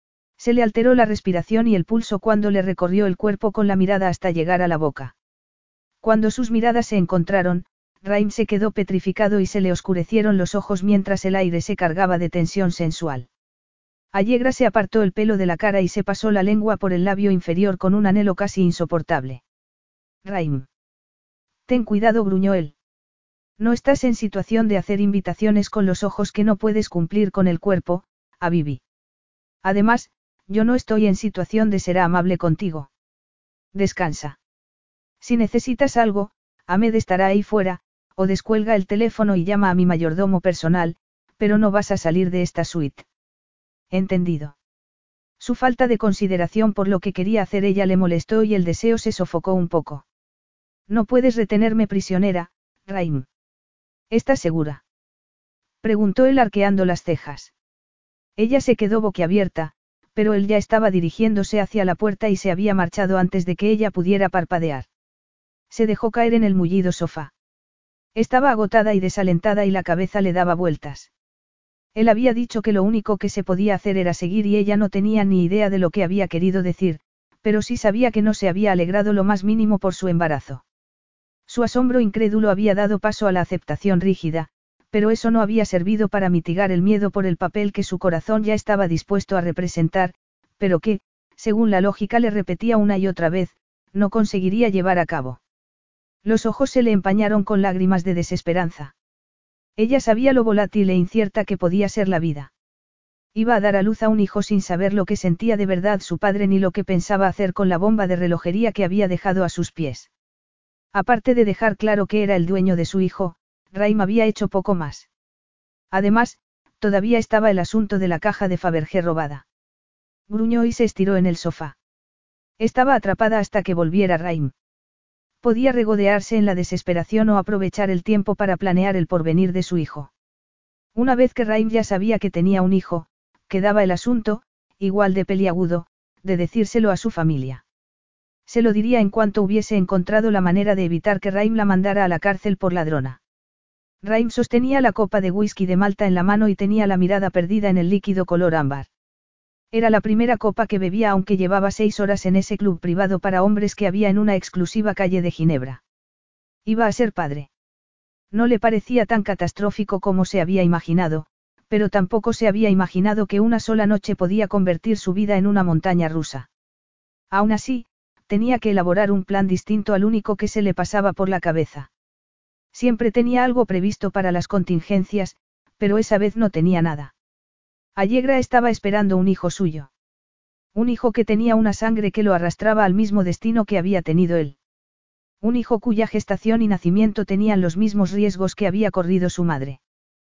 Se le alteró la respiración y el pulso cuando le recorrió el cuerpo con la mirada hasta llegar a la boca. Cuando sus miradas se encontraron, Raim se quedó petrificado y se le oscurecieron los ojos mientras el aire se cargaba de tensión sensual. Allegra se apartó el pelo de la cara y se pasó la lengua por el labio inferior con un anhelo casi insoportable. Raim. Ten cuidado, gruñó él. No estás en situación de hacer invitaciones con los ojos que no puedes cumplir con el cuerpo, a Bibi. Además, yo no estoy en situación de ser amable contigo. Descansa. Si necesitas algo, Ahmed estará ahí fuera, o descuelga el teléfono y llama a mi mayordomo personal, pero no vas a salir de esta suite. Entendido. Su falta de consideración por lo que quería hacer ella le molestó y el deseo se sofocó un poco. No puedes retenerme prisionera, Raim. ¿Estás segura? Preguntó él arqueando las cejas. Ella se quedó boquiabierta, pero él ya estaba dirigiéndose hacia la puerta y se había marchado antes de que ella pudiera parpadear. Se dejó caer en el mullido sofá. Estaba agotada y desalentada y la cabeza le daba vueltas. Él había dicho que lo único que se podía hacer era seguir y ella no tenía ni idea de lo que había querido decir, pero sí sabía que no se había alegrado lo más mínimo por su embarazo. Su asombro incrédulo había dado paso a la aceptación rígida, pero eso no había servido para mitigar el miedo por el papel que su corazón ya estaba dispuesto a representar, pero que, según la lógica le repetía una y otra vez, no conseguiría llevar a cabo. Los ojos se le empañaron con lágrimas de desesperanza. Ella sabía lo volátil e incierta que podía ser la vida. Iba a dar a luz a un hijo sin saber lo que sentía de verdad su padre ni lo que pensaba hacer con la bomba de relojería que había dejado a sus pies. Aparte de dejar claro que era el dueño de su hijo, Raim había hecho poco más. Además, todavía estaba el asunto de la caja de Fabergé robada. Gruñó y se estiró en el sofá. Estaba atrapada hasta que volviera Raim. Podía regodearse en la desesperación o aprovechar el tiempo para planear el porvenir de su hijo. Una vez que Raim ya sabía que tenía un hijo, quedaba el asunto, igual de peliagudo, de decírselo a su familia. Se lo diría en cuanto hubiese encontrado la manera de evitar que Raim la mandara a la cárcel por ladrona. Raim sostenía la copa de whisky de Malta en la mano y tenía la mirada perdida en el líquido color ámbar. Era la primera copa que bebía aunque llevaba 6 horas en ese club privado para hombres que había en una exclusiva calle de Ginebra. Iba a ser padre. No le parecía tan catastrófico como se había imaginado, pero tampoco se había imaginado que una sola noche podía convertir su vida en una montaña rusa. Aún así, tenía que elaborar un plan distinto al único que se le pasaba por la cabeza. Siempre tenía algo previsto para las contingencias, pero esa vez no tenía nada. Allegra estaba esperando un hijo suyo. Un hijo que tenía una sangre que lo arrastraba al mismo destino que había tenido él. Un hijo cuya gestación y nacimiento tenían los mismos riesgos que había corrido su madre.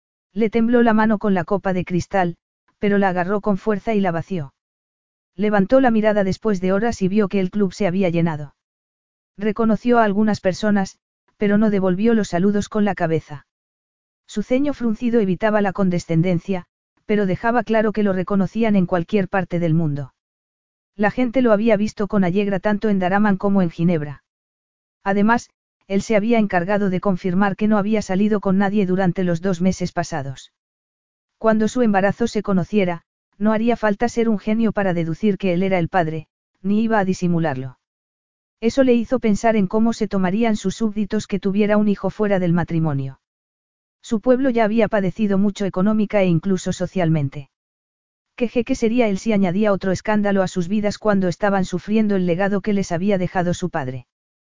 Le tembló la mano con la copa de cristal, pero la agarró con fuerza y la vació. Levantó la mirada después de horas y vio que el club se había llenado. Reconoció a algunas personas, pero no devolvió los saludos con la cabeza. Su ceño fruncido evitaba la condescendencia, pero dejaba claro que lo reconocían en cualquier parte del mundo. La gente lo había visto con Allegra tanto en Daraman como en Ginebra. Además, él se había encargado de confirmar que no había salido con nadie durante los 2 meses pasados. Cuando su embarazo se conociera, no haría falta ser un genio para deducir que él era el padre, ni iba a disimularlo. Eso le hizo pensar en cómo se tomarían sus súbditos que tuviera un hijo fuera del matrimonio. Su pueblo ya había padecido mucho económica e incluso socialmente. ¿Qué jeque sería él si añadía otro escándalo a sus vidas cuando estaban sufriendo el legado que les había dejado su padre?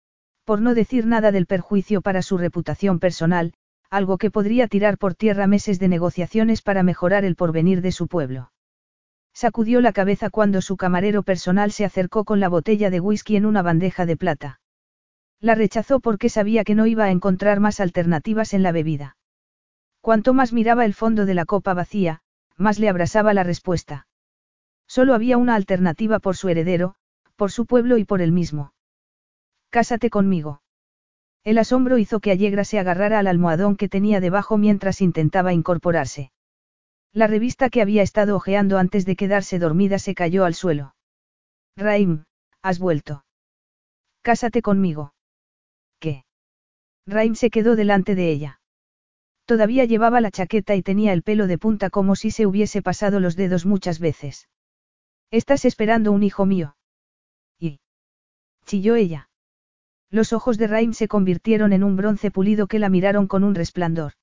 Por no decir nada del perjuicio para su reputación personal, algo que podría tirar por tierra meses de negociaciones para mejorar el porvenir de su pueblo. Sacudió la cabeza cuando su camarero personal se acercó con la botella de whisky en una bandeja de plata. La rechazó porque sabía que no iba a encontrar más alternativas en la bebida. Cuanto más miraba el fondo de la copa vacía, más le abrasaba la respuesta. Solo había una alternativa por su heredero, por su pueblo y por él mismo. Cásate conmigo. El asombro hizo que Allegra se agarrara al almohadón que tenía debajo mientras intentaba incorporarse. La revista que había estado hojeando antes de quedarse dormida se cayó al suelo. Raim, has vuelto. Cásate conmigo. ¿Qué? Raim se quedó delante de ella. Todavía llevaba la chaqueta y tenía el pelo de punta como si se hubiese pasado los dedos muchas veces. ¿Estás esperando un hijo mío? ¿Y? Chilló ella. Los ojos de Raim se convirtieron en un bronce pulido que la miraron con un resplandor.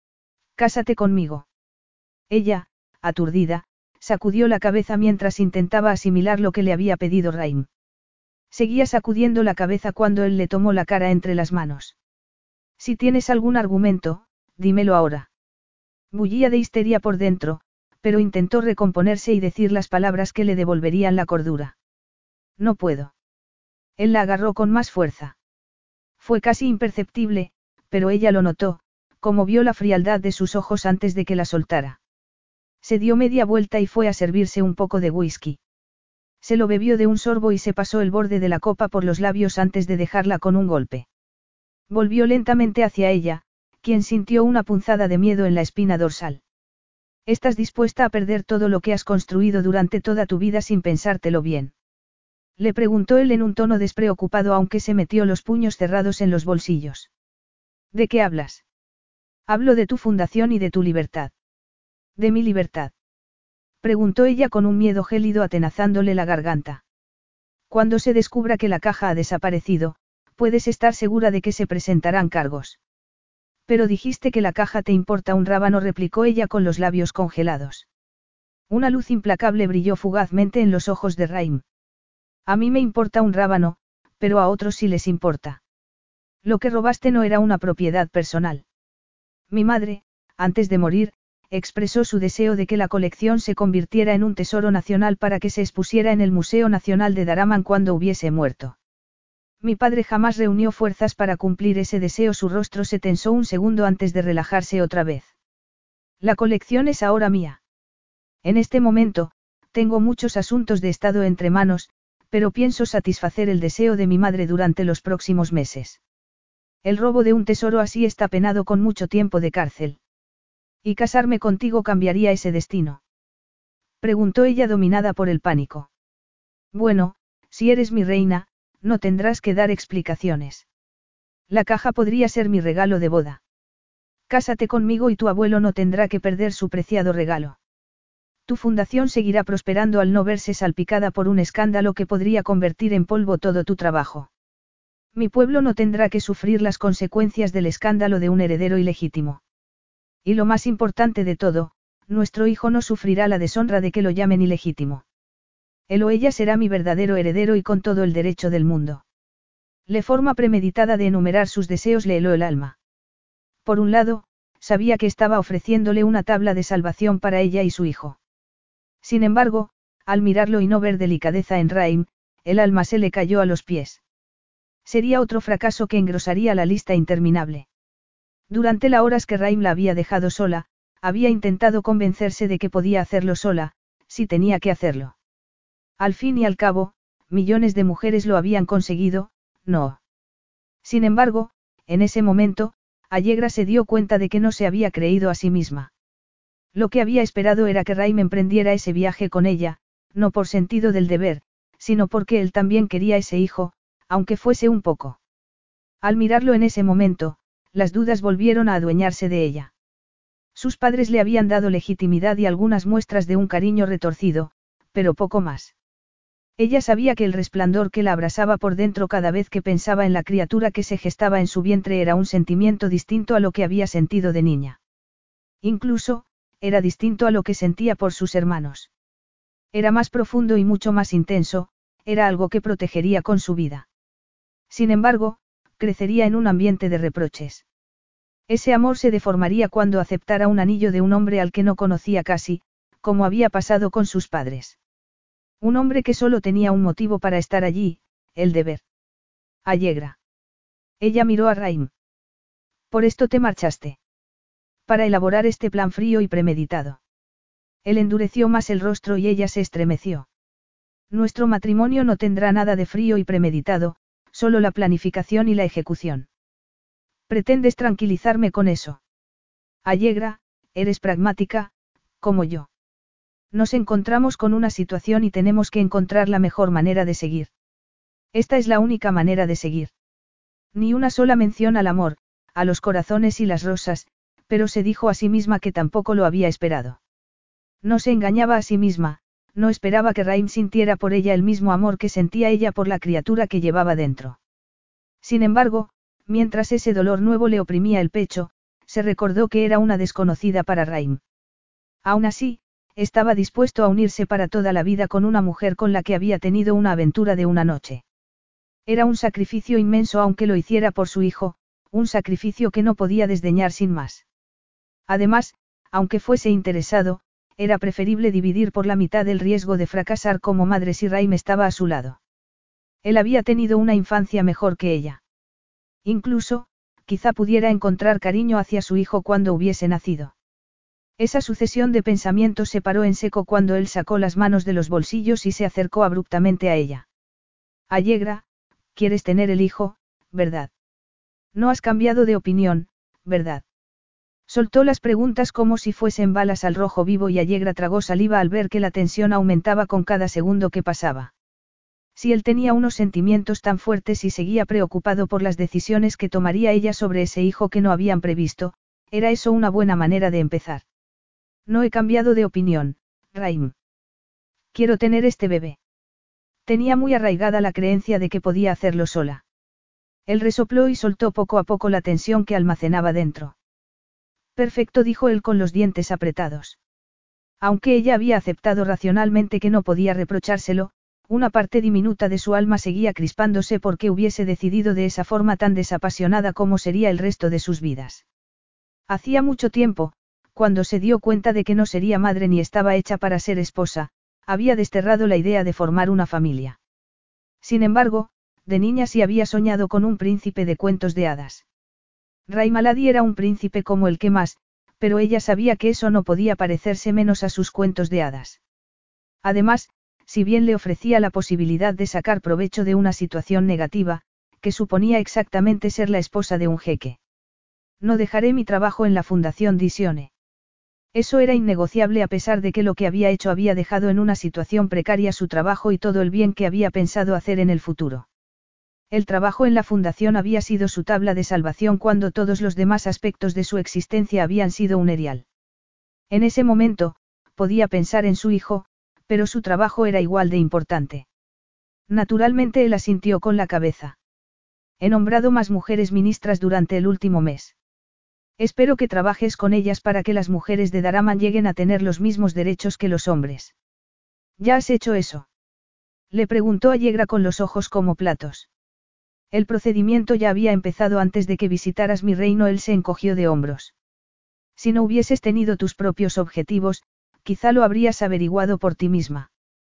Cásate conmigo. Ella, aturdida, sacudió la cabeza mientras intentaba asimilar lo que le había pedido Raim. Seguía sacudiendo la cabeza cuando él le tomó la cara entre las manos. Si tienes algún argumento, dímelo ahora. Bullía de histeria por dentro, pero intentó recomponerse y decir las palabras que le devolverían la cordura. No puedo. Él la agarró con más fuerza. Fue casi imperceptible, pero ella lo notó, como vio la frialdad de sus ojos antes de que la soltara. Se dio media vuelta y fue a servirse un poco de whisky. Se lo bebió de un sorbo y se pasó el borde de la copa por los labios antes de dejarla con un golpe. Volvió lentamente hacia ella, quien sintió una punzada de miedo en la espina dorsal. ¿Estás dispuesta a perder todo lo que has construido durante toda tu vida sin pensártelo bien? Le preguntó él en un tono despreocupado aunque se metió los puños cerrados en los bolsillos. ¿De qué hablas? Hablo de tu fundación y de tu libertad. ¿De mi libertad? Preguntó ella con un miedo gélido atenazándole la garganta. Cuando se descubra que la caja ha desaparecido, puedes estar segura de que se presentarán cargos. Pero dijiste que la caja te importa un rábano, replicó ella con los labios congelados. Una luz implacable brilló fugazmente en los ojos de Raim. A mí me importa un rábano, pero a otros sí les importa. Lo que robaste no era una propiedad personal. Mi madre, antes de morir, expresó su deseo de que la colección se convirtiera en un tesoro nacional para que se expusiera en el Museo Nacional de Daraman cuando hubiese muerto. Mi padre jamás reunió fuerzas para cumplir ese deseo. Su rostro se tensó un segundo antes de relajarse otra vez. La colección es ahora mía. En este momento, tengo muchos asuntos de estado entre manos, pero pienso satisfacer el deseo de mi madre durante los próximos meses. El robo de un tesoro así está penado con mucho tiempo de cárcel. ¿Y casarme contigo cambiaría ese destino? Preguntó ella dominada por el pánico. Bueno, si eres mi reina, no tendrás que dar explicaciones. La caja podría ser mi regalo de boda. Cásate conmigo y tu abuelo no tendrá que perder su preciado regalo. Tu fundación seguirá prosperando al no verse salpicada por un escándalo que podría convertir en polvo todo tu trabajo. Mi pueblo no tendrá que sufrir las consecuencias del escándalo de un heredero ilegítimo. Y lo más importante de todo, nuestro hijo no sufrirá la deshonra de que lo llamen ilegítimo. Él o ella será mi verdadero heredero y con todo el derecho del mundo. La forma premeditada de enumerar sus deseos le heló el alma. Por un lado, sabía que estaba ofreciéndole una tabla de salvación para ella y su hijo. Sin embargo, al mirarlo y no ver delicadeza en Raim, el alma se le cayó a los pies. Sería otro fracaso que engrosaría la lista interminable. Durante las horas que Raim la había dejado sola, había intentado convencerse de que podía hacerlo sola, si tenía que hacerlo. Al fin y al cabo, millones de mujeres lo habían conseguido, no. Sin embargo, en ese momento, Allegra se dio cuenta de que no se había creído a sí misma. Lo que había esperado era que Raim emprendiera ese viaje con ella, no por sentido del deber, sino porque él también quería ese hijo, aunque fuese un poco. Al mirarlo en ese momento, las dudas volvieron a adueñarse de ella. Sus padres le habían dado legitimidad y algunas muestras de un cariño retorcido, pero poco más. Ella sabía que el resplandor que la abrasaba por dentro cada vez que pensaba en la criatura que se gestaba en su vientre era un sentimiento distinto a lo que había sentido de niña. Incluso, era distinto a lo que sentía por sus hermanos. Era más profundo y mucho más intenso, era algo que protegería con su vida. Sin embargo, crecería en un ambiente de reproches. Ese amor se deformaría cuando aceptara un anillo de un hombre al que no conocía casi, como había pasado con sus padres. Un hombre que solo tenía un motivo para estar allí, el deber. Allegra. Ella miró a Raim. Por esto te marchaste. Para elaborar este plan frío y premeditado. Él endureció más el rostro y ella se estremeció. Nuestro matrimonio no tendrá nada de frío y premeditado, solo la planificación y la ejecución. ¿Pretendes tranquilizarme con eso? Allegra, eres pragmática, como yo. Nos encontramos con una situación y tenemos que encontrar la mejor manera de seguir. Esta es la única manera de seguir. Ni una sola mención al amor, a los corazones y las rosas, pero se dijo a sí misma que tampoco lo había esperado. No se engañaba a sí misma, no esperaba que Raim sintiera por ella el mismo amor que sentía ella por la criatura que llevaba dentro. Sin embargo, mientras ese dolor nuevo le oprimía el pecho, se recordó que era una desconocida para Raim. Aún así, estaba dispuesto a unirse para toda la vida con una mujer con la que había tenido una aventura de una noche. Era un sacrificio inmenso aunque lo hiciera por su hijo, un sacrificio que no podía desdeñar sin más. Además, aunque fuese interesado, era preferible dividir por la mitad el riesgo de fracasar como madre si Raim estaba a su lado. Él había tenido una infancia mejor que ella. Incluso, quizá pudiera encontrar cariño hacia su hijo cuando hubiese nacido. Esa sucesión de pensamientos se paró en seco cuando él sacó las manos de los bolsillos y se acercó abruptamente a ella. Allegra, quieres tener el hijo, ¿verdad? No has cambiado de opinión, ¿verdad? Soltó las preguntas como si fuesen balas al rojo vivo y Allegra tragó saliva al ver que la tensión aumentaba con cada segundo que pasaba. Si él tenía unos sentimientos tan fuertes y seguía preocupado por las decisiones que tomaría ella sobre ese hijo que no habían previsto, era eso una buena manera de empezar. No he cambiado de opinión, Raim. Quiero tener este bebé. Tenía muy arraigada la creencia de que podía hacerlo sola. Él resopló y soltó poco a poco la tensión que almacenaba dentro. Perfecto, dijo él con los dientes apretados. Aunque ella había aceptado racionalmente que no podía reprochárselo, Una parte diminuta de su alma seguía crispándose porque hubiese decidido de esa forma tan desapasionada como sería el resto de sus vidas. Hacía mucho tiempo, cuando se dio cuenta de que no sería madre ni estaba hecha para ser esposa, había desterrado la idea de formar una familia. Sin embargo, de niña sí había soñado con un príncipe de cuentos de hadas. Ray Maladi era un príncipe como el que más, pero ella sabía que eso no podía parecerse menos a sus cuentos de hadas. Además, si bien le ofrecía la posibilidad de sacar provecho de una situación negativa, que suponía exactamente ser la esposa de un jeque. No dejaré mi trabajo en la Fundación Disione. Eso era innegociable a pesar de que lo que había hecho había dejado en una situación precaria su trabajo y todo el bien que había pensado hacer en el futuro. El trabajo en la fundación había sido su tabla de salvación cuando todos los demás aspectos de su existencia habían sido un erial. En ese momento, podía pensar en su hijo, pero su trabajo era igual de importante. Naturalmente él asintió con la cabeza. He nombrado más mujeres ministras durante el último mes. Espero que trabajes con ellas para que las mujeres de Daraman lleguen a tener los mismos derechos que los hombres. ¿Ya has hecho eso? Le preguntó Allegra con los ojos como platos. El procedimiento ya había empezado antes de que visitaras mi reino. Él se encogió de hombros. Si no hubieses tenido tus propios objetivos, quizá lo habrías averiguado por ti misma.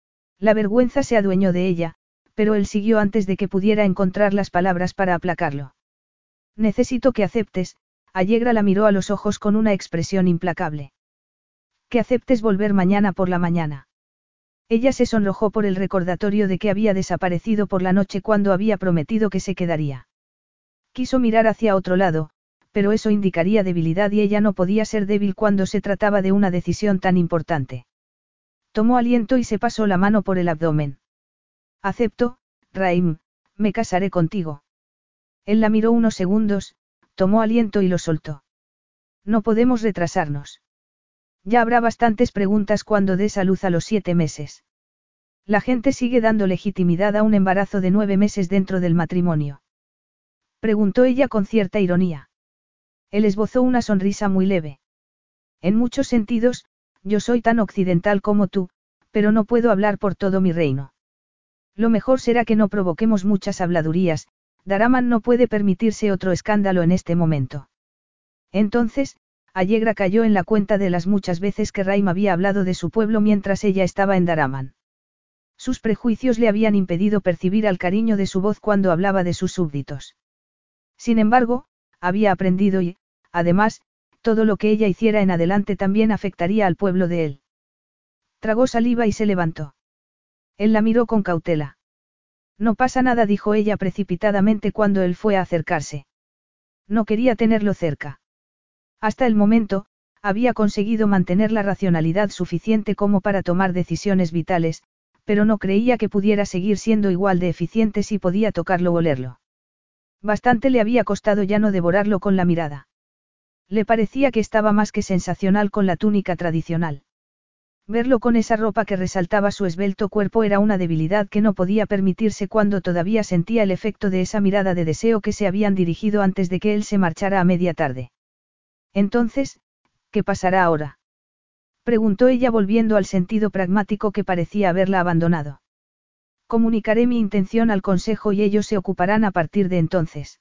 La vergüenza se adueñó de ella, pero él siguió antes de que pudiera encontrar las palabras para aplacarlo. Necesito que aceptes, Allegra la miró a los ojos con una expresión implacable. Que aceptes volver mañana por la mañana. Ella se sonrojó por el recordatorio de que había desaparecido por la noche cuando había prometido que se quedaría. Quiso mirar hacia otro lado, pero eso indicaría debilidad y ella no podía ser débil cuando se trataba de una decisión tan importante. Tomó aliento y se pasó la mano por el abdomen. Acepto, Raim, me casaré contigo. Él la miró unos segundos, tomó aliento y lo soltó. No podemos retrasarnos. Ya habrá bastantes preguntas cuando des a luz a los 7 meses. La gente sigue dando legitimidad a un embarazo de 9 meses dentro del matrimonio. Preguntó ella con cierta ironía. Él esbozó una sonrisa muy leve. En muchos sentidos, yo soy tan occidental como tú, pero no puedo hablar por todo mi reino. Lo mejor será que no provoquemos muchas habladurías, Daraman no puede permitirse otro escándalo en este momento. Entonces, Allegra cayó en la cuenta de las muchas veces que Raim había hablado de su pueblo mientras ella estaba en Daraman. Sus prejuicios le habían impedido percibir al cariño de su voz cuando hablaba de sus súbditos. Sin embargo, había aprendido y, además, todo lo que ella hiciera en adelante también afectaría al pueblo de él. Tragó saliva y se levantó. Él la miró con cautela. No pasa nada, dijo ella precipitadamente cuando él fue a acercarse. No quería tenerlo cerca. Hasta el momento, había conseguido mantener la racionalidad suficiente como para tomar decisiones vitales, pero no creía que pudiera seguir siendo igual de eficiente si podía tocarlo o olerlo. Bastante le había costado ya no devorarlo con la mirada. Le parecía que estaba más que sensacional con la túnica tradicional. Verlo con esa ropa que resaltaba su esbelto cuerpo era una debilidad que no podía permitirse cuando todavía sentía el efecto de esa mirada de deseo que se habían dirigido antes de que él se marchara a media tarde. Entonces, ¿qué pasará ahora? Preguntó ella volviendo al sentido pragmático que parecía haberla abandonado. Comunicaré mi intención al consejo y ellos se ocuparán a partir de entonces.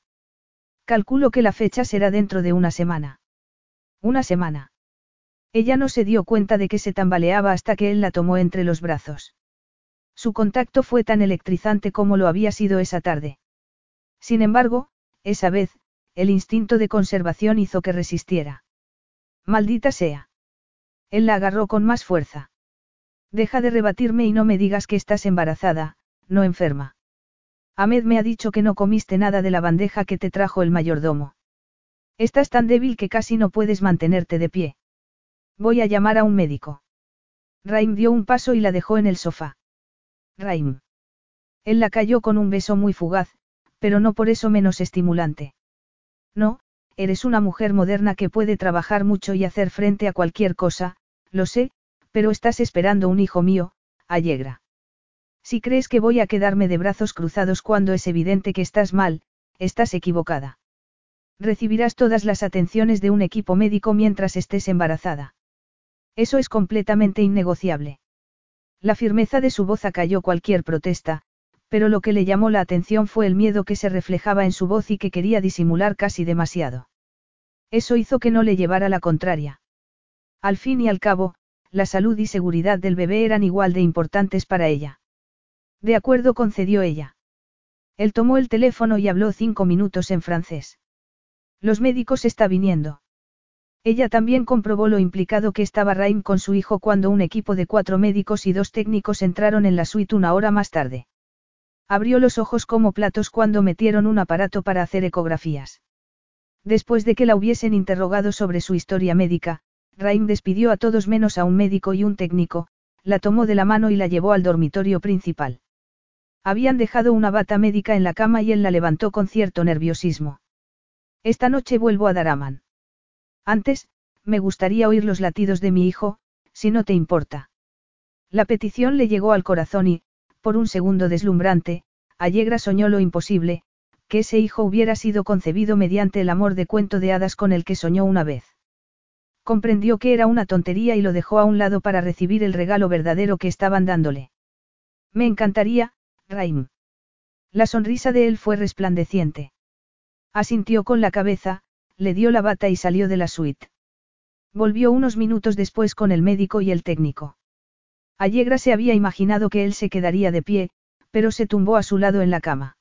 Calculo que la fecha será dentro de una semana. Una semana. Ella no se dio cuenta de que se tambaleaba hasta que él la tomó entre los brazos. Su contacto fue tan electrizante como lo había sido esa tarde. Sin embargo, esa vez, el instinto de conservación hizo que resistiera. Maldita sea. Él la agarró con más fuerza. Deja de rebatirme y no me digas que estás embarazada, no enferma. Ahmed me ha dicho que no comiste nada de la bandeja que te trajo el mayordomo. Estás tan débil que casi no puedes mantenerte de pie. Voy a llamar a un médico. Raim dio un paso y la dejó en el sofá. Raim. Él la cayó con un beso muy fugaz, pero no por eso menos estimulante. No, eres una mujer moderna que puede trabajar mucho y hacer frente a cualquier cosa, lo sé, pero estás esperando un hijo mío, Allegra. Si crees que voy a quedarme de brazos cruzados cuando es evidente que estás mal, estás equivocada. Recibirás todas las atenciones de un equipo médico mientras estés embarazada. Eso es completamente innegociable. La firmeza de su voz acalló cualquier protesta, pero lo que le llamó la atención fue el miedo que se reflejaba en su voz y que quería disimular casi demasiado. Eso hizo que no le llevara la contraria. Al fin y al cabo, la salud y seguridad del bebé eran igual de importantes para ella. De acuerdo, concedió ella. Él tomó el teléfono y habló 5 minutos en francés. Los médicos está viniendo. Ella también comprobó lo implicado que estaba Raim con su hijo cuando un equipo de 4 médicos y 2 técnicos entraron en la suite una hora más tarde. Abrió los ojos como platos cuando metieron un aparato para hacer ecografías. Después de que la hubiesen interrogado sobre su historia médica, Raim despidió a todos menos a un médico y un técnico, la tomó de la mano y la llevó al dormitorio principal. Habían dejado una bata médica en la cama y él la levantó con cierto nerviosismo. Esta noche vuelvo a Daraman. Antes, me gustaría oír los latidos de mi hijo, si no te importa. La petición le llegó al corazón y, por un segundo deslumbrante, Allegra soñó lo imposible, que ese hijo hubiera sido concebido mediante el amor de cuento de hadas con el que soñó una vez. Comprendió que era una tontería y lo dejó a un lado para recibir el regalo verdadero que estaban dándole. Me encantaría, Raim. La sonrisa de él fue resplandeciente. Asintió con la cabeza, le dio la bata y salió de la suite. Volvió unos minutos después con el médico y el técnico. Allegra se había imaginado que él se quedaría de pie, pero se tumbó a su lado en la cama.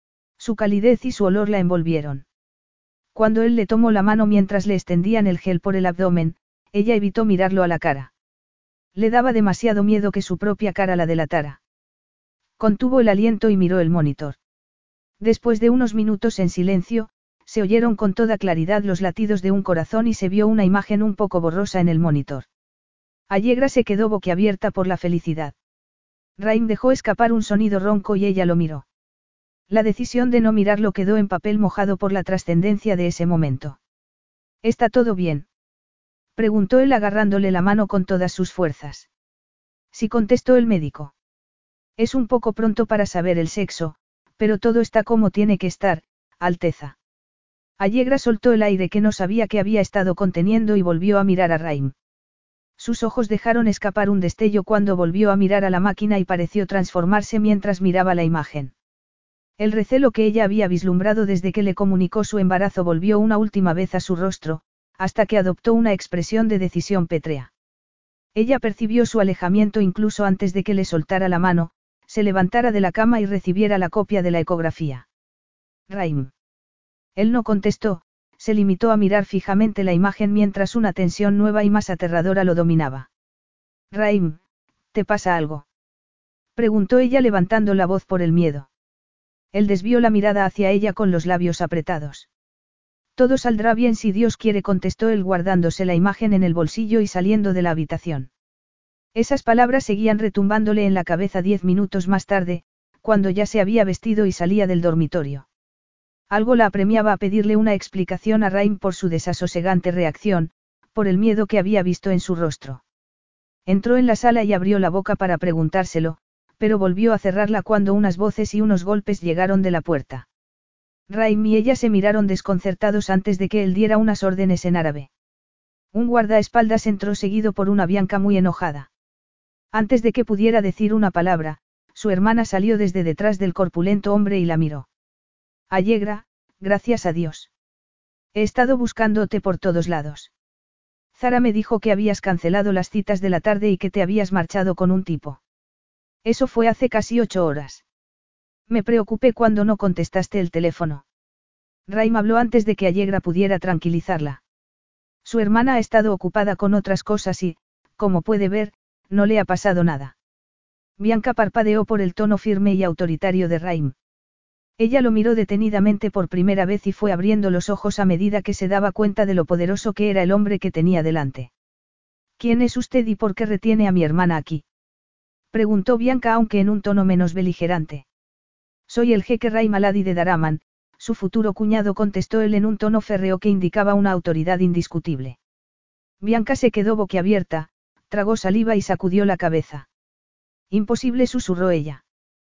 Su calidez y su olor la envolvieron. Cuando él le tomó la mano mientras le extendían el gel por el abdomen, ella evitó mirarlo a la cara. Le daba demasiado miedo que su propia cara la delatara. Contuvo el aliento y miró el monitor. Después de unos minutos en silencio, se oyeron con toda claridad los latidos de un corazón y se vio una imagen un poco borrosa en el monitor. Allegra se quedó boquiabierta por la felicidad. Raim dejó escapar un sonido ronco y ella lo miró. La decisión de no mirarlo quedó en papel mojado por la trascendencia de ese momento. ¿Está todo bien?, preguntó él agarrándole la mano con todas sus fuerzas. Sí, contestó el médico. Es un poco pronto para saber el sexo, pero todo está como tiene que estar, Alteza. Allegra soltó el aire que no sabía que había estado conteniendo y volvió a mirar a Raim. Sus ojos dejaron escapar un destello cuando volvió a mirar a la máquina y pareció transformarse mientras miraba la imagen. El recelo que ella había vislumbrado desde que le comunicó su embarazo volvió una última vez a su rostro, hasta que adoptó una expresión de decisión pétrea. Ella percibió su alejamiento incluso antes de que le soltara la mano, se levantara de la cama y recibiera la copia de la ecografía. Raim. Él no contestó, se limitó a mirar fijamente la imagen mientras una tensión nueva y más aterradora lo dominaba. Raim, ¿te pasa algo?, preguntó ella levantando la voz por el miedo. Él desvió la mirada hacia ella con los labios apretados. Todo saldrá bien si Dios quiere, contestó él guardándose la imagen en el bolsillo y saliendo de la habitación. Esas palabras seguían retumbándole en la cabeza 10 minutos más tarde, cuando ya se había vestido y salía del dormitorio. Algo la apremiaba a pedirle una explicación a Raim por su desasosegante reacción, por el miedo que había visto en su rostro. Entró en la sala y abrió la boca para preguntárselo, pero volvió a cerrarla cuando unas voces y unos golpes llegaron de la puerta. Raim y ella se miraron desconcertados antes de que él diera unas órdenes en árabe. Un guardaespaldas entró seguido por una Bianca muy enojada. Antes de que pudiera decir una palabra, su hermana salió desde detrás del corpulento hombre y la miró. Allegra, gracias a Dios. He estado buscándote por todos lados. Zara me dijo que habías cancelado las citas de la tarde y que te habías marchado con un tipo. Eso fue hace casi 8 horas. Me preocupé cuando no contestaste el teléfono. Raim habló antes de que Allegra pudiera tranquilizarla. Su hermana ha estado ocupada con otras cosas y, como puede ver, no le ha pasado nada. Bianca parpadeó por el tono firme y autoritario de Raim. Ella lo miró detenidamente por primera vez y fue abriendo los ojos a medida que se daba cuenta de lo poderoso que era el hombre que tenía delante. ¿Quién es usted y por qué retiene a mi hermana aquí?, preguntó Bianca aunque en un tono menos beligerante. Soy el jeque Raim Aladi de Daraman, su futuro cuñado, contestó él en un tono férreo que indicaba una autoridad indiscutible. Bianca se quedó boquiabierta, tragó saliva y sacudió la cabeza. Imposible, susurró ella.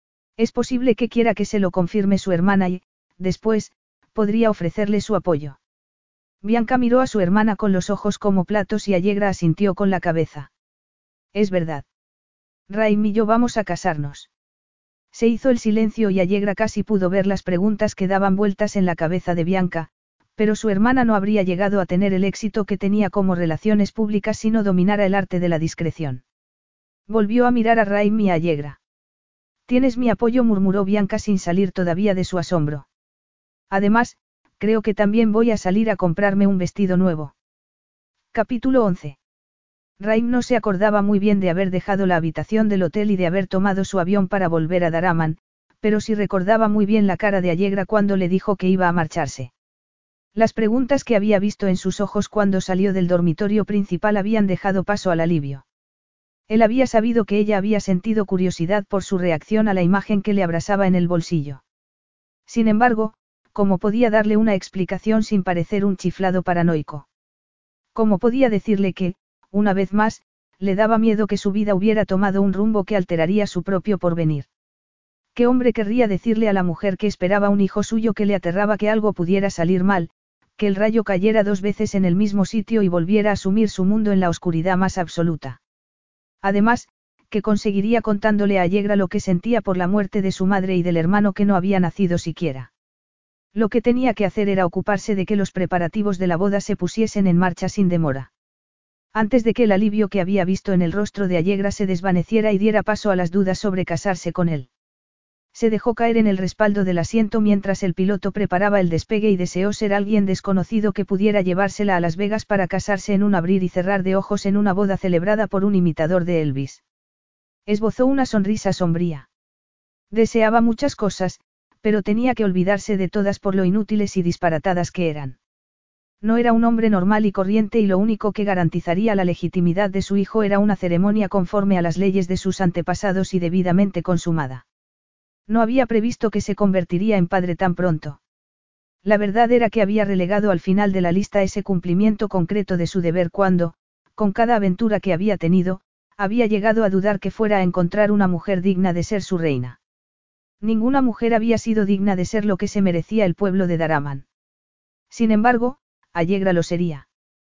Es posible que quiera que se lo confirme su hermana y, después, podría ofrecerle su apoyo. Bianca miró a su hermana con los ojos como platos y Allegra asintió con la cabeza. Es verdad. Raim y yo vamos a casarnos. Se hizo el silencio y Allegra casi pudo ver las preguntas que daban vueltas en la cabeza de Bianca, pero su hermana no habría llegado a tener el éxito que tenía como relaciones públicas si no dominara el arte de la discreción. Volvió a mirar a Raim y a Allegra. Tienes mi apoyo, murmuró Bianca sin salir todavía de su asombro. Además, creo que también voy a salir a comprarme un vestido nuevo. Capítulo 11. Raim no se acordaba muy bien de haber dejado la habitación del hotel y de haber tomado su avión para volver a Daraman, pero sí recordaba muy bien la cara de Allegra cuando le dijo que iba a marcharse. Las preguntas que había visto en sus ojos cuando salió del dormitorio principal habían dejado paso al alivio. Él había sabido que ella había sentido curiosidad por su reacción a la imagen que le abrasaba en el bolsillo. Sin embargo, ¿cómo podía darle una explicación sin parecer un chiflado paranoico? ¿Cómo podía decirle que, una vez más, le daba miedo que su vida hubiera tomado un rumbo que alteraría su propio porvenir? ¿Qué hombre querría decirle a la mujer que esperaba un hijo suyo que le aterraba que algo pudiera salir mal, que el rayo cayera 2 veces en el mismo sitio y volviera a sumir su mundo en la oscuridad más absoluta? Además, que conseguiría contándole a Allegra lo que sentía por la muerte de su madre y del hermano que no había nacido siquiera. Lo que tenía que hacer era ocuparse de que los preparativos de la boda se pusiesen en marcha sin demora. Antes de que el alivio que había visto en el rostro de Allegra se desvaneciera y diera paso a las dudas sobre casarse con él. Se dejó caer en el respaldo del asiento mientras el piloto preparaba el despegue y deseó ser alguien desconocido que pudiera llevársela a Las Vegas para casarse en un abrir y cerrar de ojos en una boda celebrada por un imitador de Elvis. Esbozó una sonrisa sombría. Deseaba muchas cosas, pero tenía que olvidarse de todas por lo inútiles y disparatadas que eran. No era un hombre normal y corriente y lo único que garantizaría la legitimidad de su hijo era una ceremonia conforme a las leyes de sus antepasados y debidamente consumada. No había previsto que se convertiría en padre tan pronto. La verdad era que había relegado al final de la lista ese cumplimiento concreto de su deber cuando, con cada aventura que había tenido, había llegado a dudar que fuera a encontrar una mujer digna de ser su reina. Ninguna mujer había sido digna de ser lo que se merecía el pueblo de Daraman. Sin embargo, Allegra lo sería.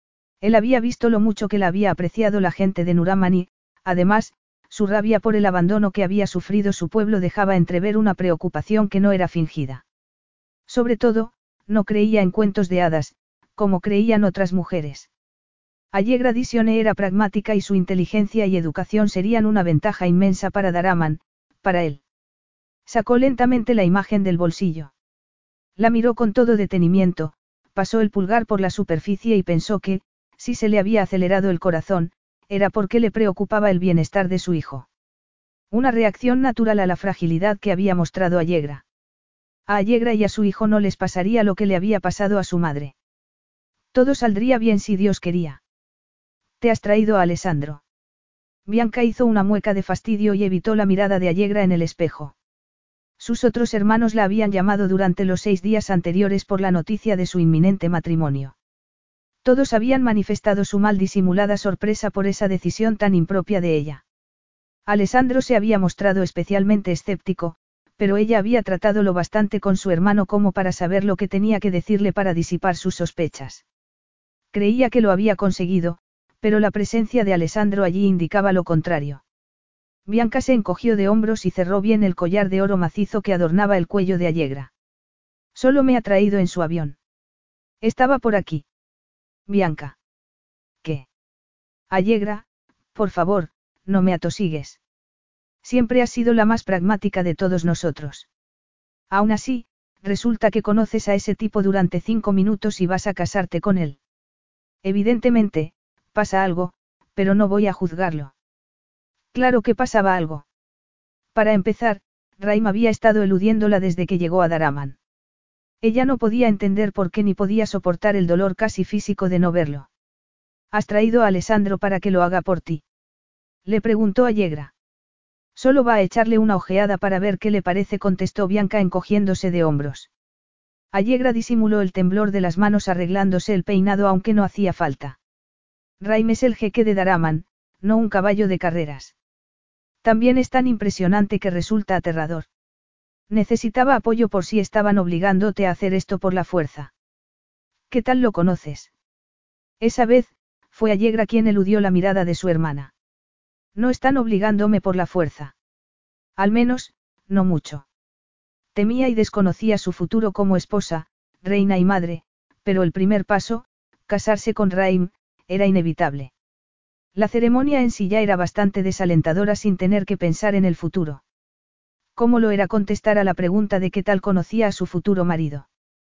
Él había visto lo mucho que la había apreciado la gente de Nuraman y, además, su rabia por el abandono que había sufrido su pueblo dejaba entrever una preocupación que no era fingida. Sobre todo, no creía en cuentos de hadas, como creían otras mujeres. Allegra Disione era pragmática y su inteligencia y educación serían una ventaja inmensa para Daraman, para él. Sacó lentamente la imagen del bolsillo. La miró con todo detenimiento, pasó el pulgar por la superficie y pensó que, si se le había acelerado el corazón, era porque le preocupaba el bienestar de su hijo. Una reacción natural a la fragilidad que había mostrado Allegra. A Allegra y a su hijo no les pasaría lo que le había pasado a su madre. Todo saldría bien si Dios quería. ¿Te has traído a Alessandro? Bianca hizo una mueca de fastidio y evitó la mirada de Allegra en el espejo. Sus otros hermanos la habían llamado durante los 6 días anteriores por la noticia de su inminente matrimonio. Todos habían manifestado su mal disimulada sorpresa por esa decisión tan impropia de ella. Alessandro se había mostrado especialmente escéptico, pero ella había tratado lo bastante con su hermano como para saber lo que tenía que decirle para disipar sus sospechas. Creía que lo había conseguido, pero la presencia de Alessandro allí indicaba lo contrario. Bianca se encogió de hombros y cerró bien el collar de oro macizo que adornaba el cuello de Allegra. Solo me ha traído en su avión. Estaba por aquí. Bianca. ¿Qué? Allegra, por favor, no me atosigues. Siempre has sido la más pragmática de todos nosotros. Aún así, resulta que conoces a ese tipo durante 5 minutos y vas a casarte con él. Evidentemente, pasa algo, pero no voy a juzgarlo. Claro que pasaba algo. Para empezar, Raim había estado eludiéndola desde que llegó a Daraman. Ella no podía entender por qué ni podía soportar el dolor casi físico de no verlo. ¿Has traído a Alessandro para que lo haga por ti? Le preguntó Allegra. Solo va a echarle una ojeada para ver qué le parece, contestó Bianca encogiéndose de hombros. Allegra disimuló el temblor de las manos arreglándose el peinado aunque no hacía falta. Raim es el jeque de Daraman, no un caballo de carreras. También es tan impresionante que resulta aterrador. Necesitaba apoyo por si estaban obligándote a hacer esto por la fuerza. ¿Qué tal lo conoces? Esa vez, fue Allegra quien eludió la mirada de su hermana. No están obligándome por la fuerza. Al menos, no mucho. Temía y desconocía su futuro como esposa, reina y madre, pero el primer paso, casarse con Raim, era inevitable. La ceremonia en sí ya era bastante desalentadora sin tener que pensar en el futuro. ¿Cómo lo era contestar a la pregunta de qué tal conocía a su futuro marido?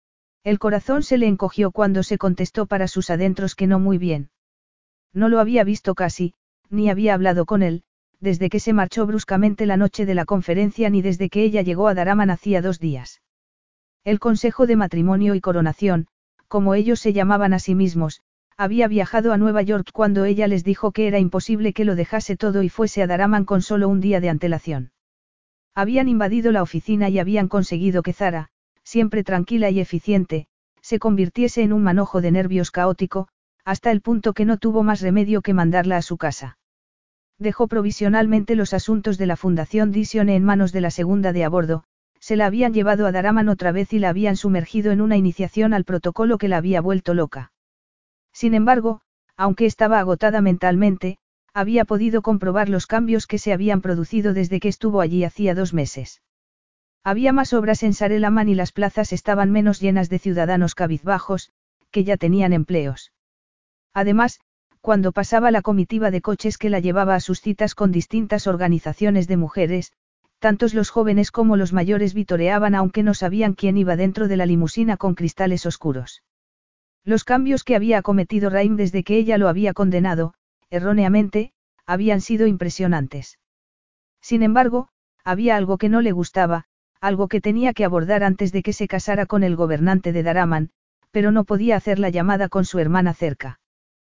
El corazón se le encogió cuando se contestó para sus adentros que no muy bien. No lo había visto casi, ni había hablado con él, desde que se marchó bruscamente la noche de la conferencia ni desde que ella llegó a Daraman hacía 2 días. El Consejo de Matrimonio y Coronación, como ellos se llamaban a sí mismos, había viajado a Nueva York cuando ella les dijo que era imposible que lo dejase todo y fuese a Daraman con solo un día de antelación. Habían invadido la oficina y habían conseguido que Zara, siempre tranquila y eficiente, se convirtiese en un manojo de nervios caótico, hasta el punto que no tuvo más remedio que mandarla a su casa. Dejó provisionalmente los asuntos de la Fundación Disione en manos de la segunda de a bordo, se la habían llevado a Daraman otra vez y la habían sumergido en una iniciación al protocolo que la había vuelto loca. Sin embargo, aunque estaba agotada mentalmente, había podido comprobar los cambios que se habían producido desde que estuvo allí hacía 2 meses. Había más obras en Sarelaman y las plazas estaban menos llenas de ciudadanos cabizbajos, que ya tenían empleos. Además, cuando pasaba la comitiva de coches que la llevaba a sus citas con distintas organizaciones de mujeres, tantos los jóvenes como los mayores vitoreaban aunque no sabían quién iba dentro de la limusina con cristales oscuros. Los cambios que había cometido Raim desde que ella lo había condenado, erróneamente, habían sido impresionantes. Sin embargo, había algo que no le gustaba, algo que tenía que abordar antes de que se casara con el gobernante de Daraman, pero no podía hacer la llamada con su hermana cerca.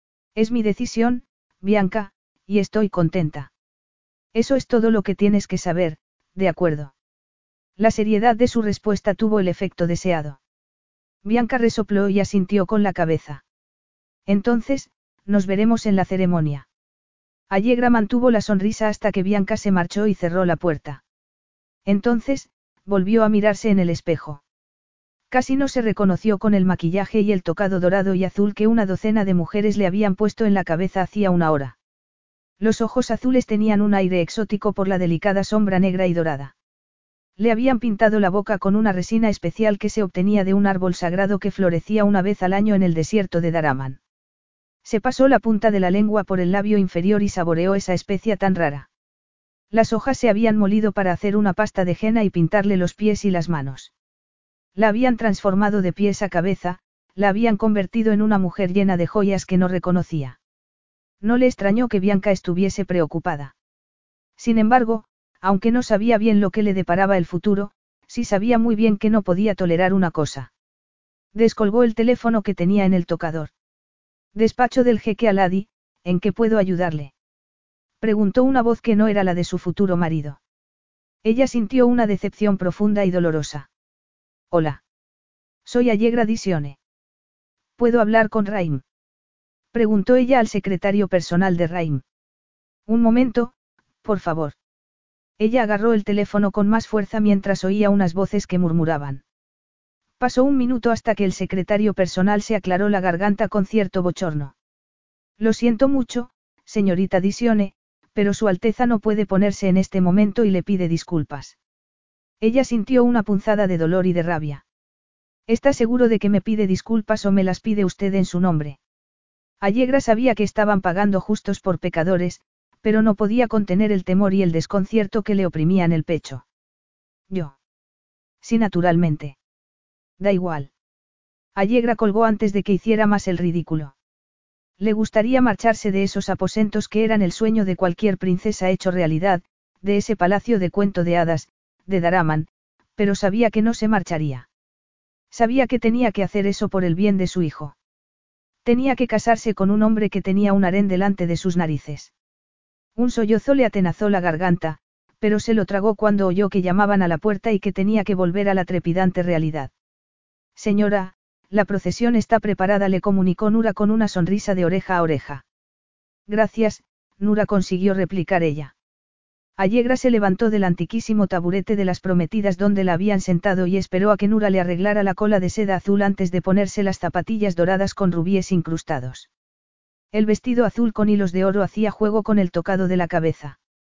Es mi decisión, Bianca, y estoy contenta. Eso es todo lo que tienes que saber, ¿de acuerdo? La seriedad de su respuesta tuvo el efecto deseado. Bianca resopló y asintió con la cabeza. Entonces, nos veremos en la ceremonia. Allegra mantuvo la sonrisa hasta que Bianca se marchó y cerró la puerta. Entonces, volvió a mirarse en el espejo. Casi no se reconoció con el maquillaje y el tocado dorado y azul que una docena de mujeres le habían puesto en la cabeza hacía 1 hora. Los ojos azules tenían un aire exótico por la delicada sombra negra y dorada. Le habían pintado la boca con una resina especial que se obtenía de un árbol sagrado que florecía una vez al año en el desierto de Daraman. Se pasó la punta de la lengua por el labio inferior y saboreó esa especia tan rara. Las hojas se habían molido para hacer una pasta de henna y pintarle los pies y las manos. La habían transformado de pies a cabeza, la habían convertido en una mujer llena de joyas que no reconocía. No le extrañó que Bianca estuviese preocupada. Sin embargo, aunque no sabía bien lo que le deparaba el futuro, sí sabía muy bien que no podía tolerar una cosa. Descolgó el teléfono que tenía en el tocador. Despacho del jeque Aladi, ¿en qué puedo ayudarle? Preguntó una voz que no era la de su futuro marido. Ella sintió una decepción profunda y dolorosa. Hola. Soy Allegra Disione. ¿Puedo hablar con Raim? Preguntó ella al secretario personal de Raim. Un momento, por favor. Ella agarró el teléfono con más fuerza mientras oía unas voces que murmuraban. Pasó 1 minuto hasta que el secretario personal se aclaró la garganta con cierto bochorno. Lo siento mucho, señorita Disione, pero Su Alteza no puede ponerse en este momento y le pide disculpas. Ella sintió una punzada de dolor y de rabia. ¿Está seguro de que me pide disculpas o me las pide usted en su nombre? Allegra sabía que estaban pagando justos por pecadores, pero no podía contener el temor y el desconcierto que le oprimían el pecho. Yo. Sí, naturalmente. Da igual. Allegra colgó antes de que hiciera más el ridículo. Le gustaría marcharse de esos aposentos que eran el sueño de cualquier princesa hecho realidad, de ese palacio de cuento de hadas, de Daraman, pero sabía que no se marcharía. Sabía que tenía que hacer eso por el bien de su hijo. Tenía que casarse con un hombre que tenía un harén delante de sus narices. Un sollozo le atenazó la garganta, pero se lo tragó cuando oyó que llamaban a la puerta y que tenía que volver a la trepidante realidad. Señora, la procesión está preparada, le comunicó Nura con una sonrisa de oreja a oreja. Gracias, Nura, consiguió replicar ella. Allegra se levantó del antiquísimo taburete de las prometidas donde la habían sentado y esperó a que Nura le arreglara la cola de seda azul antes de ponerse las zapatillas doradas con rubíes incrustados. El vestido azul con hilos de oro hacía juego con el tocado de la cabeza.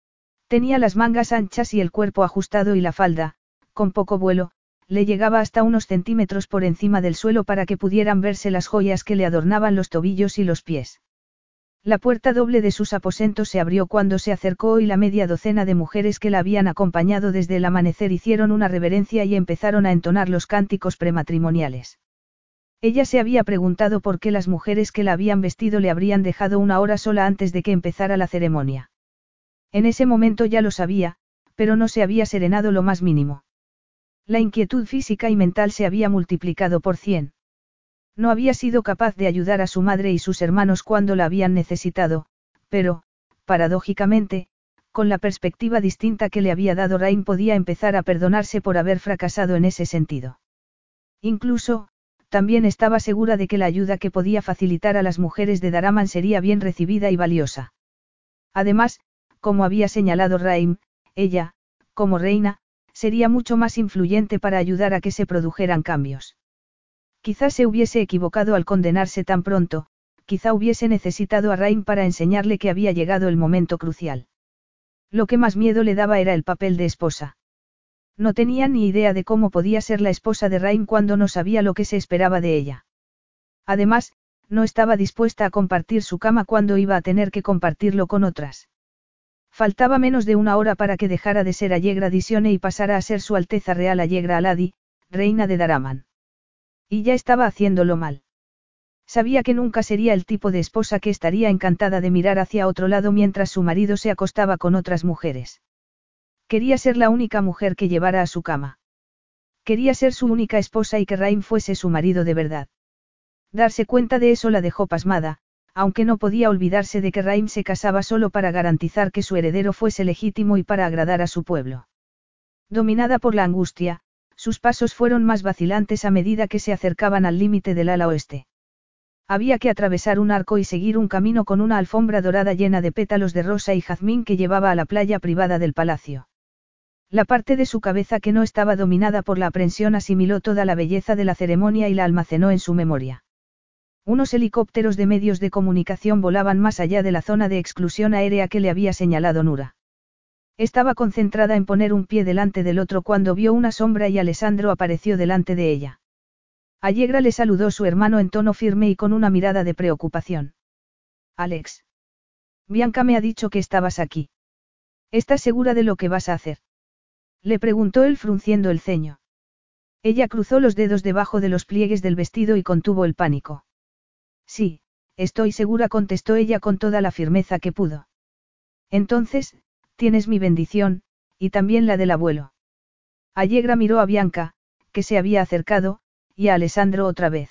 Tenía las mangas anchas y el cuerpo ajustado y la falda, con poco vuelo, le llegaba hasta unos centímetros por encima del suelo para que pudieran verse las joyas que le adornaban los tobillos y los pies. La puerta doble de sus aposentos se abrió cuando se acercó y la media docena de mujeres que la habían acompañado desde el amanecer hicieron una reverencia y empezaron a entonar los cánticos prematrimoniales. Ella se había preguntado por qué las mujeres que la habían vestido le habrían dejado una hora sola antes de que empezara la ceremonia. En ese momento ya lo sabía, pero no se había serenado lo más mínimo. La inquietud física y mental se había multiplicado por 100. No había sido capaz de ayudar a su madre y sus hermanos cuando la habían necesitado, pero, paradójicamente, con la perspectiva distinta que le había dado Rain podía empezar a perdonarse por haber fracasado en ese sentido. Incluso, también estaba segura de que la ayuda que podía facilitar a las mujeres de Daraman sería bien recibida y valiosa. Además, como había señalado Rain, ella, como reina, sería mucho más influyente para ayudar a que se produjeran cambios. Quizás se hubiese equivocado al condenarse tan pronto, quizá hubiese necesitado a Rain para enseñarle que había llegado el momento crucial. Lo que más miedo le daba era el papel de esposa. No tenía ni idea de cómo podía ser la esposa de Rain cuando no sabía lo que se esperaba de ella. Además, no estaba dispuesta a compartir su cama cuando iba a tener que compartirlo con otras. Faltaba menos de una hora para que dejara de ser Allegra Disione y pasara a ser Su Alteza Real Allegra Aladi, reina de Daraman. Y ya estaba haciéndolo mal. Sabía que nunca sería el tipo de esposa que estaría encantada de mirar hacia otro lado mientras su marido se acostaba con otras mujeres. Quería ser la única mujer que llevara a su cama. Quería ser su única esposa y que Rain fuese su marido de verdad. Darse cuenta de eso la dejó pasmada, aunque no podía olvidarse de que Rain se casaba solo para garantizar que su heredero fuese legítimo y para agradar a su pueblo. Dominada por la angustia, sus pasos fueron más vacilantes a medida que se acercaban al límite del ala oeste. Había que atravesar un arco y seguir un camino con una alfombra dorada llena de pétalos de rosa y jazmín que llevaba a la playa privada del palacio. La parte de su cabeza que no estaba dominada por la aprensión asimiló toda la belleza de la ceremonia y la almacenó en su memoria. Unos helicópteros de medios de comunicación volaban más allá de la zona de exclusión aérea que le había señalado Nura. Estaba concentrada en poner un pie delante del otro cuando vio una sombra y Alessandro apareció delante de ella. Allegra le saludó su hermano en tono firme y con una mirada de preocupación. Alex. Bianca me ha dicho que estabas aquí. ¿Estás segura de lo que vas a hacer? Le preguntó él frunciendo el ceño. Ella cruzó los dedos debajo de los pliegues del vestido y contuvo el pánico. Sí, estoy segura, contestó ella con toda la firmeza que pudo. Entonces, tienes mi bendición, y también la del abuelo. Allegra miró a Bianca, que se había acercado, y a Alessandro otra vez.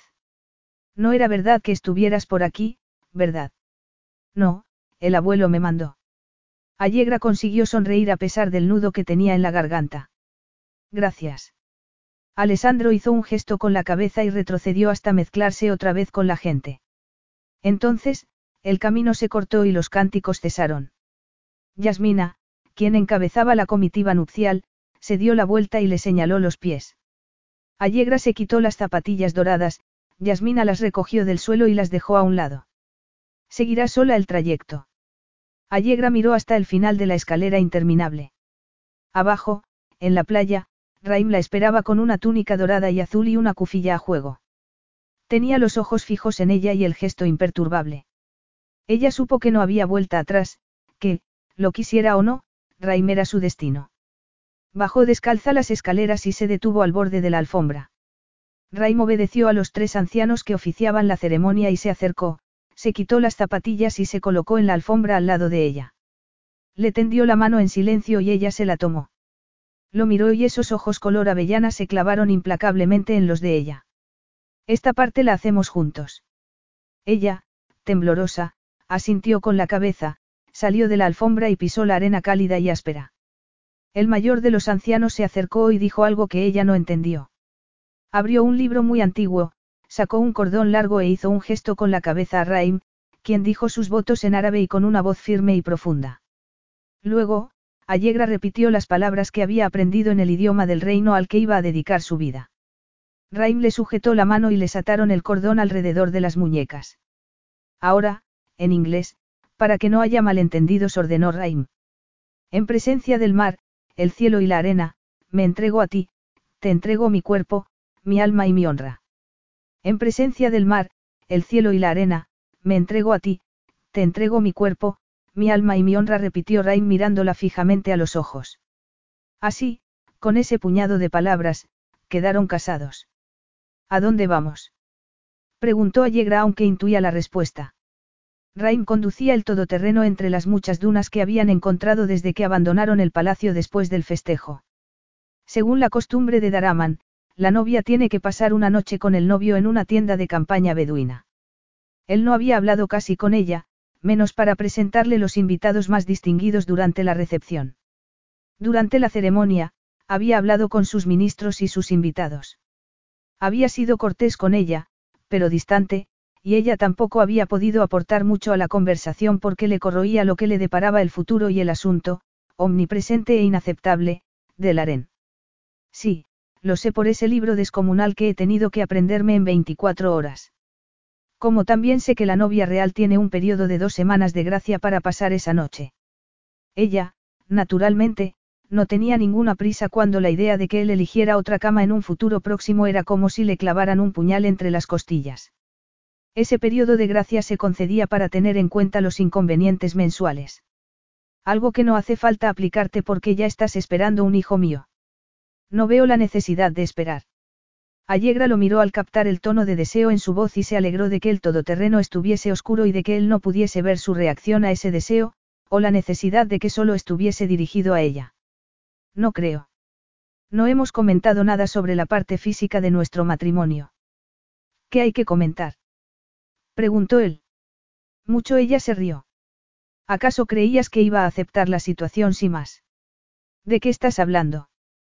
No era verdad que estuvieras por aquí, ¿verdad? No, el abuelo me mandó. Allegra consiguió sonreír a pesar del nudo que tenía en la garganta. Gracias. Alessandro hizo un gesto con la cabeza y retrocedió hasta mezclarse otra vez con la gente. Entonces, el camino se cortó y los cánticos cesaron. Yasmina, quien encabezaba la comitiva nupcial, se dio la vuelta y le señaló los pies. Allegra se quitó las zapatillas doradas, Yasmina las recogió del suelo y las dejó a un lado. Seguirá sola el trayecto. Allegra miró hasta el final de la escalera interminable. Abajo, en la playa, Raim la esperaba con una túnica dorada y azul y una cufilla a juego. Tenía los ojos fijos en ella y el gesto imperturbable. Ella supo que no había vuelta atrás, que, lo quisiera o no, Raim era su destino. Bajó descalza las escaleras y se detuvo al borde de la alfombra. Raim obedeció a los tres ancianos que oficiaban la ceremonia y se acercó, se quitó las zapatillas y se colocó en la alfombra al lado de ella. Le tendió la mano en silencio y ella se la tomó. Lo miró y esos ojos color avellana se clavaron implacablemente en los de ella. Esta parte la hacemos juntos. Ella, temblorosa, asintió con la cabeza, salió de la alfombra y pisó la arena cálida y áspera. El mayor de los ancianos se acercó y dijo algo que ella no entendió. Abrió un libro muy antiguo, sacó un cordón largo e hizo un gesto con la cabeza a Raim, quien dijo sus votos en árabe y con una voz firme y profunda. Luego, Allegra repitió las palabras que había aprendido en el idioma del reino al que iba a dedicar su vida. Raim le sujetó la mano y les ataron el cordón alrededor de las muñecas. Ahora, en inglés, para que no haya malentendidos, ordenó Raim. En presencia del mar, el cielo y la arena, me entrego a ti, te entrego mi cuerpo, mi alma y mi honra. En presencia del mar, el cielo y la arena, me entrego a ti, te entrego mi cuerpo, mi alma y mi honra, repitió Raim mirándola fijamente a los ojos. Así, con ese puñado de palabras, quedaron casados. ¿A dónde vamos?, preguntó Allegra, aunque intuía la respuesta. Raim conducía el todoterreno entre las muchas dunas que habían encontrado desde que abandonaron el palacio después del festejo. Según la costumbre de Daraman, la novia tiene que pasar una noche con el novio en una tienda de campaña beduina. Él no había hablado casi con ella, menos para presentarle los invitados más distinguidos durante la recepción. Durante la ceremonia, había hablado con sus ministros y sus invitados. Había sido cortés con ella, pero distante, y ella tampoco había podido aportar mucho a la conversación porque le corroía lo que le deparaba el futuro y el asunto, omnipresente e inaceptable, del harén. Sí, lo sé por ese libro descomunal que he tenido que aprenderme en 24 horas. Como también sé que la novia real tiene un periodo de 2 semanas de gracia para pasar esa noche. Ella, naturalmente, no tenía ninguna prisa cuando la idea de que él eligiera otra cama en un futuro próximo era como si le clavaran un puñal entre las costillas. Ese periodo de gracia se concedía para tener en cuenta los inconvenientes mensuales. Algo que no hace falta aplicarte porque ya estás esperando un hijo mío. No veo la necesidad de esperar. Allegra lo miró al captar el tono de deseo en su voz y se alegró de que el todoterreno estuviese oscuro y de que él no pudiese ver su reacción a ese deseo, o la necesidad de que solo estuviese dirigido a ella. No creo. No hemos comentado nada sobre la parte física de nuestro matrimonio. ¿Qué hay que comentar?, preguntó él. Mucho. Ella se rió. ¿Acaso creías que iba a aceptar la situación sin más? ¿De qué estás hablando?,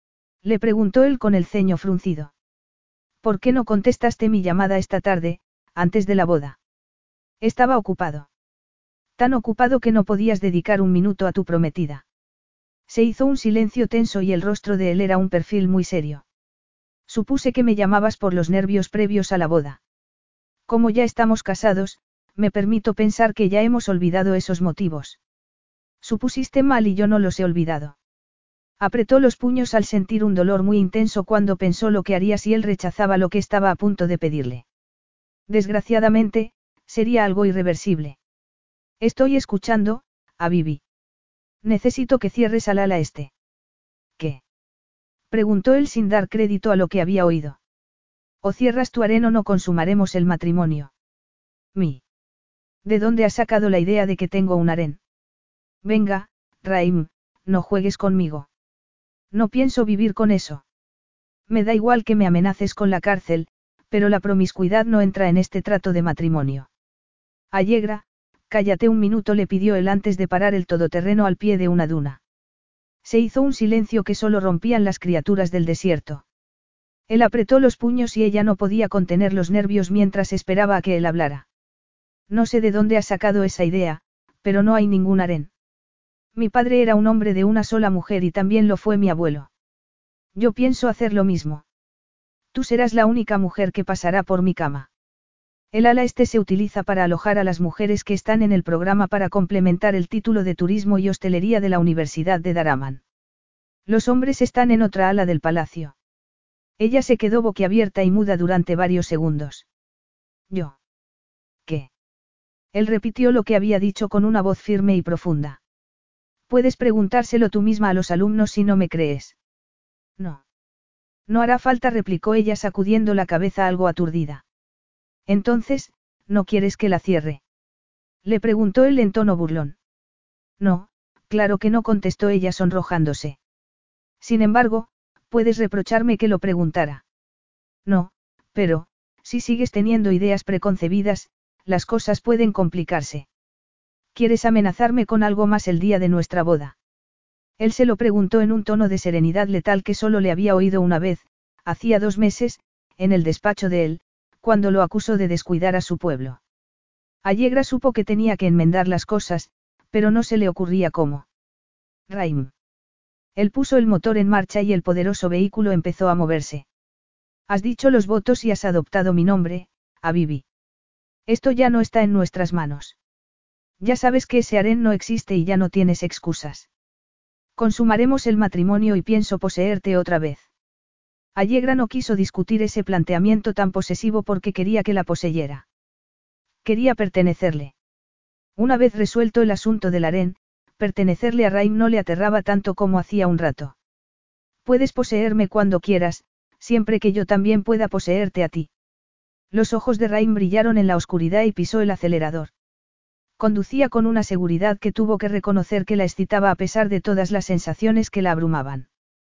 le preguntó él con el ceño fruncido. ¿Por qué no contestaste mi llamada esta tarde, antes de la boda? Estaba ocupado. Tan ocupado que no podías dedicar un minuto a tu prometida. Se hizo un silencio tenso y el rostro de él era un perfil muy serio. Supuse que me llamabas por los nervios previos a la boda. Como ya estamos casados, me permito pensar que ya hemos olvidado esos motivos. Supusiste mal y yo no los he olvidado. Apretó los puños al sentir un dolor muy intenso cuando pensó lo que haría si él rechazaba lo que estaba a punto de pedirle. Desgraciadamente, sería algo irreversible. Estoy escuchando, Abibi. Necesito que cierres al ala este. ¿Qué?, preguntó él sin dar crédito a lo que había oído. O cierras tu harén o no consumaremos el matrimonio. ¿De dónde has sacado la idea de que tengo un harén? Venga, Raim, no juegues conmigo. No pienso vivir con eso. Me da igual que me amenaces con la cárcel, pero la promiscuidad no entra en este trato de matrimonio. Allegra, cállate un minuto, le pidió él antes de parar el todoterreno al pie de una duna. Se hizo un silencio que solo rompían las criaturas del desierto. Él apretó los puños y ella no podía contener los nervios mientras esperaba a que él hablara. No sé de dónde has sacado esa idea, pero no hay ningún harén. Mi padre era un hombre de una sola mujer y también lo fue mi abuelo. Yo pienso hacer lo mismo. Tú serás la única mujer que pasará por mi cama. El ala este se utiliza para alojar a las mujeres que están en el programa para complementar el título de turismo y hostelería de la Universidad de Daraman. Los hombres están en otra ala del palacio. Ella se quedó boquiabierta y muda durante varios segundos. ¿Yo? ¿Qué? Él repitió lo que había dicho con una voz firme y profunda. Puedes preguntárselo tú misma a los alumnos si no me crees. No. No hará falta, replicó ella sacudiendo la cabeza algo aturdida. Entonces, ¿no quieres que la cierre?, le preguntó él en tono burlón. No, claro que no, contestó ella sonrojándose. Sin embargo, puedes reprocharme que lo preguntara. No, pero, si sigues teniendo ideas preconcebidas, las cosas pueden complicarse. ¿Quieres amenazarme con algo más el día de nuestra boda? Él se lo preguntó en un tono de serenidad letal que solo le había oído una vez, hacía 2 meses, en el despacho de él, cuando lo acusó de descuidar a su pueblo. Allegra supo que tenía que enmendar las cosas, pero no se le ocurría cómo. Raim. Él puso el motor en marcha y el poderoso vehículo empezó a moverse. Has dicho los votos y has adoptado mi nombre, Abibi. Esto ya no está en nuestras manos. Ya sabes que ese harén no existe y ya no tienes excusas. Consumaremos el matrimonio y pienso poseerte otra vez. Allegra no quiso discutir ese planteamiento tan posesivo porque quería que la poseyera. Quería pertenecerle. Una vez resuelto el asunto del harén, pertenecerle a Raim no le aterraba tanto como hacía un rato. Puedes poseerme cuando quieras, siempre que yo también pueda poseerte a ti. Los ojos de Raim brillaron en la oscuridad y pisó el acelerador. Conducía con una seguridad que tuvo que reconocer que la excitaba a pesar de todas las sensaciones que la abrumaban.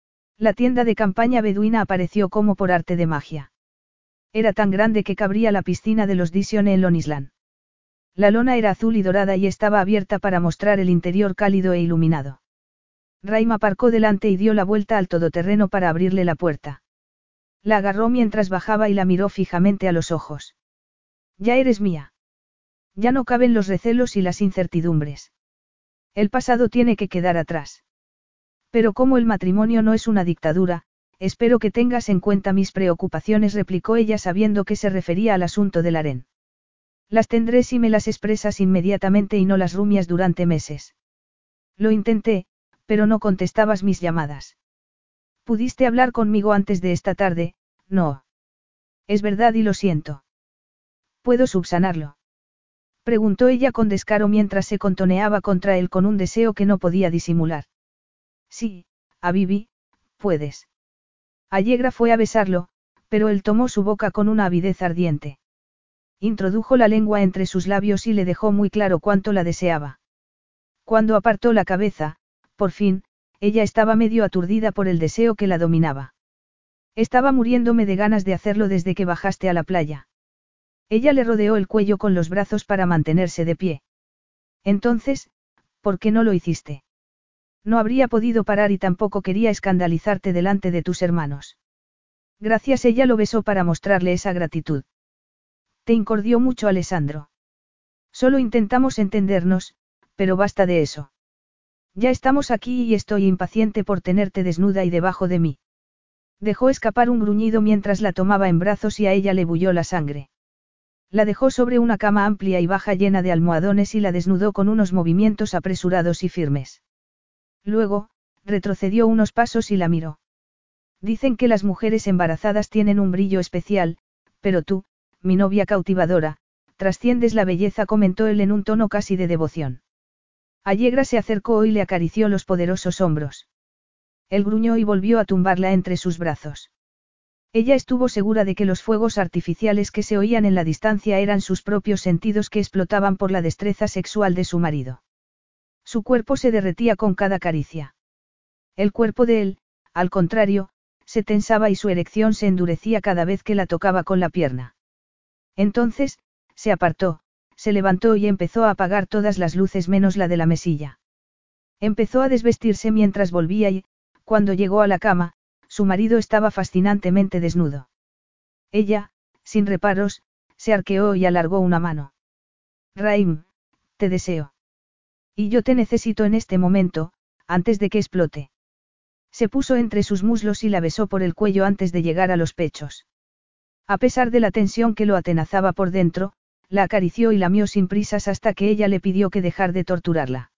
La tienda de campaña beduina apareció como por arte de magia. Era tan grande que cabría la piscina de los Dishone en Long Island. La lona era azul y dorada y estaba abierta para mostrar el interior cálido e iluminado. Raim aparcó delante y dio la vuelta al todoterreno para abrirle la puerta. La agarró mientras bajaba y la miró fijamente a los ojos. Ya eres mía. Ya no caben los recelos y las incertidumbres. El pasado tiene que quedar atrás. Pero como el matrimonio no es una dictadura, espero que tengas en cuenta mis preocupaciones, replicó ella sabiendo que se refería al asunto del harén. Las tendré si me las expresas inmediatamente y no las rumias durante meses. Lo intenté, pero no contestabas mis llamadas. Pudiste hablar conmigo antes de esta tarde, no. Es verdad y lo siento. ¿Puedo subsanarlo? Preguntó ella con descaro mientras se contoneaba contra él con un deseo que no podía disimular. Sí, Abibi, puedes. Allegra fue a besarlo, pero él tomó su boca con una avidez ardiente. Introdujo la lengua entre sus labios y le dejó muy claro cuánto la deseaba. Cuando apartó la cabeza, por fin, ella estaba medio aturdida por el deseo que la dominaba. Estaba muriéndome de ganas de hacerlo desde que bajaste a la playa. Ella le rodeó el cuello con los brazos para mantenerse de pie. Entonces, ¿por qué no lo hiciste? No habría podido parar y tampoco quería escandalizarte delante de tus hermanos. Gracias, ella lo besó para mostrarle esa gratitud. Te incordió mucho, Alessandro. Solo intentamos entendernos, pero basta de eso. Ya estamos aquí y estoy impaciente por tenerte desnuda y debajo de mí. Dejó escapar un gruñido mientras la tomaba en brazos y a ella le bulló la sangre. La dejó sobre una cama amplia y baja llena de almohadones y la desnudó con unos movimientos apresurados y firmes. Luego, retrocedió unos pasos y la miró. Dicen que las mujeres embarazadas tienen un brillo especial, pero tú, mi novia cautivadora, trasciendes la belleza, comentó él en un tono casi de devoción. Allegra se acercó y le acarició los poderosos hombros. Él gruñó y volvió a tumbarla entre sus brazos. Ella estuvo segura de que los fuegos artificiales que se oían en la distancia eran sus propios sentidos que explotaban por la destreza sexual de su marido. Su cuerpo se derretía con cada caricia. El cuerpo de él, al contrario, se tensaba y su erección se endurecía cada vez que la tocaba con la pierna. Entonces, se apartó, se levantó y empezó a apagar todas las luces menos la de la mesilla. Empezó a desvestirse mientras volvía y, cuando llegó a la cama, su marido estaba fascinantemente desnudo. Ella, sin reparos, se arqueó y alargó una mano. Raim, te deseo. Y yo te necesito en este momento, antes de que explote. Se puso entre sus muslos y la besó por el cuello antes de llegar a los pechos. A pesar de la tensión que lo atenazaba por dentro, la acarició y lamió sin prisas hasta que ella le pidió que dejara de torturarla.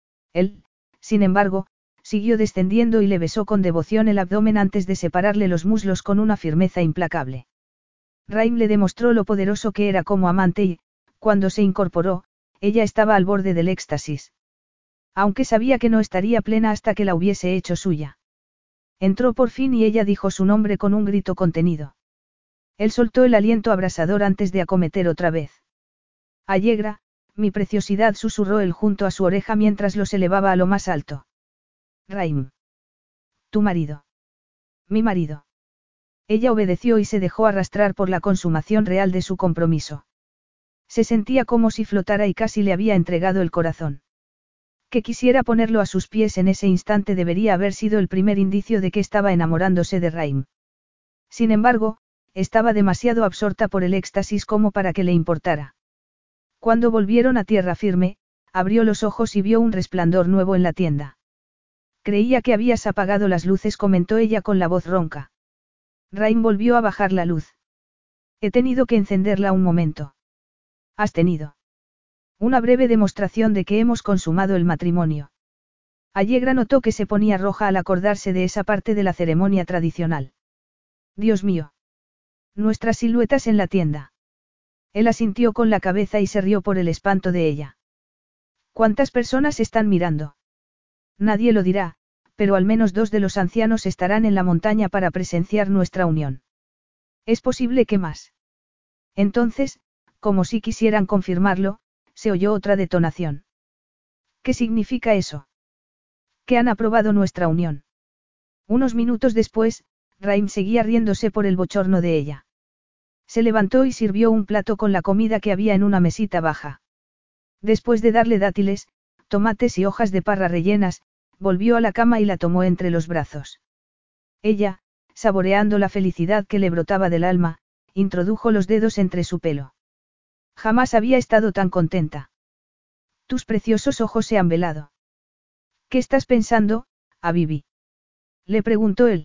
Él, sin embargo, siguió descendiendo y le besó con devoción el abdomen antes de separarle los muslos con una firmeza implacable. Raim le demostró lo poderoso que era como amante y, cuando se incorporó, ella estaba al borde del éxtasis. Aunque sabía que no estaría plena hasta que la hubiese hecho suya. Entró por fin y ella dijo su nombre con un grito contenido. Él soltó el aliento abrasador antes de acometer otra vez. Allegra, mi preciosidad, susurró él junto a su oreja mientras los elevaba a lo más alto. Raim. Tu marido. Mi marido. Ella obedeció y se dejó arrastrar por la consumación real de su compromiso. Se sentía como si flotara y casi le había entregado el corazón. Que quisiera ponerlo a sus pies en ese instante debería haber sido el primer indicio de que estaba enamorándose de Raim. Sin embargo, estaba demasiado absorta por el éxtasis como para que le importara. Cuando volvieron a tierra firme, abrió los ojos y vio un resplandor nuevo en la tienda. Creía que habías apagado las luces, comentó ella con la voz ronca. Raim volvió a bajar la luz. He tenido que encenderla un momento. ¿Has tenido Una breve demostración de que hemos consumado el matrimonio. Allegra notó que se ponía roja al acordarse de esa parte de la ceremonia tradicional. Dios mío. Nuestras siluetas en la tienda. Él asintió con la cabeza y se rió por el espanto de ella. ¿Cuántas personas están mirando? Nadie lo dirá, pero al menos 2 de los ancianos estarán en la montaña para presenciar nuestra unión. Es posible que más. Entonces, como si quisieran confirmarlo, se oyó otra detonación. ¿Qué significa eso? Que han aprobado nuestra unión. Unos minutos después, Raim seguía riéndose por el bochorno de ella. Se levantó y sirvió un plato con la comida que había en una mesita baja. Después de darle dátiles, tomates y hojas de parra rellenas, volvió a la cama y la tomó entre los brazos. Ella, saboreando la felicidad que le brotaba del alma, introdujo los dedos entre su pelo. Jamás había estado tan contenta. Tus preciosos ojos se han velado. ¿Qué estás pensando, Abibi? Le preguntó él.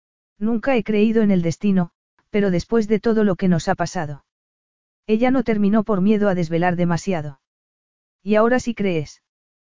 Nunca he creído en el destino, pero después de todo lo que nos ha pasado. Ella no terminó por miedo a desvelar demasiado. ¿Y ahora sí crees?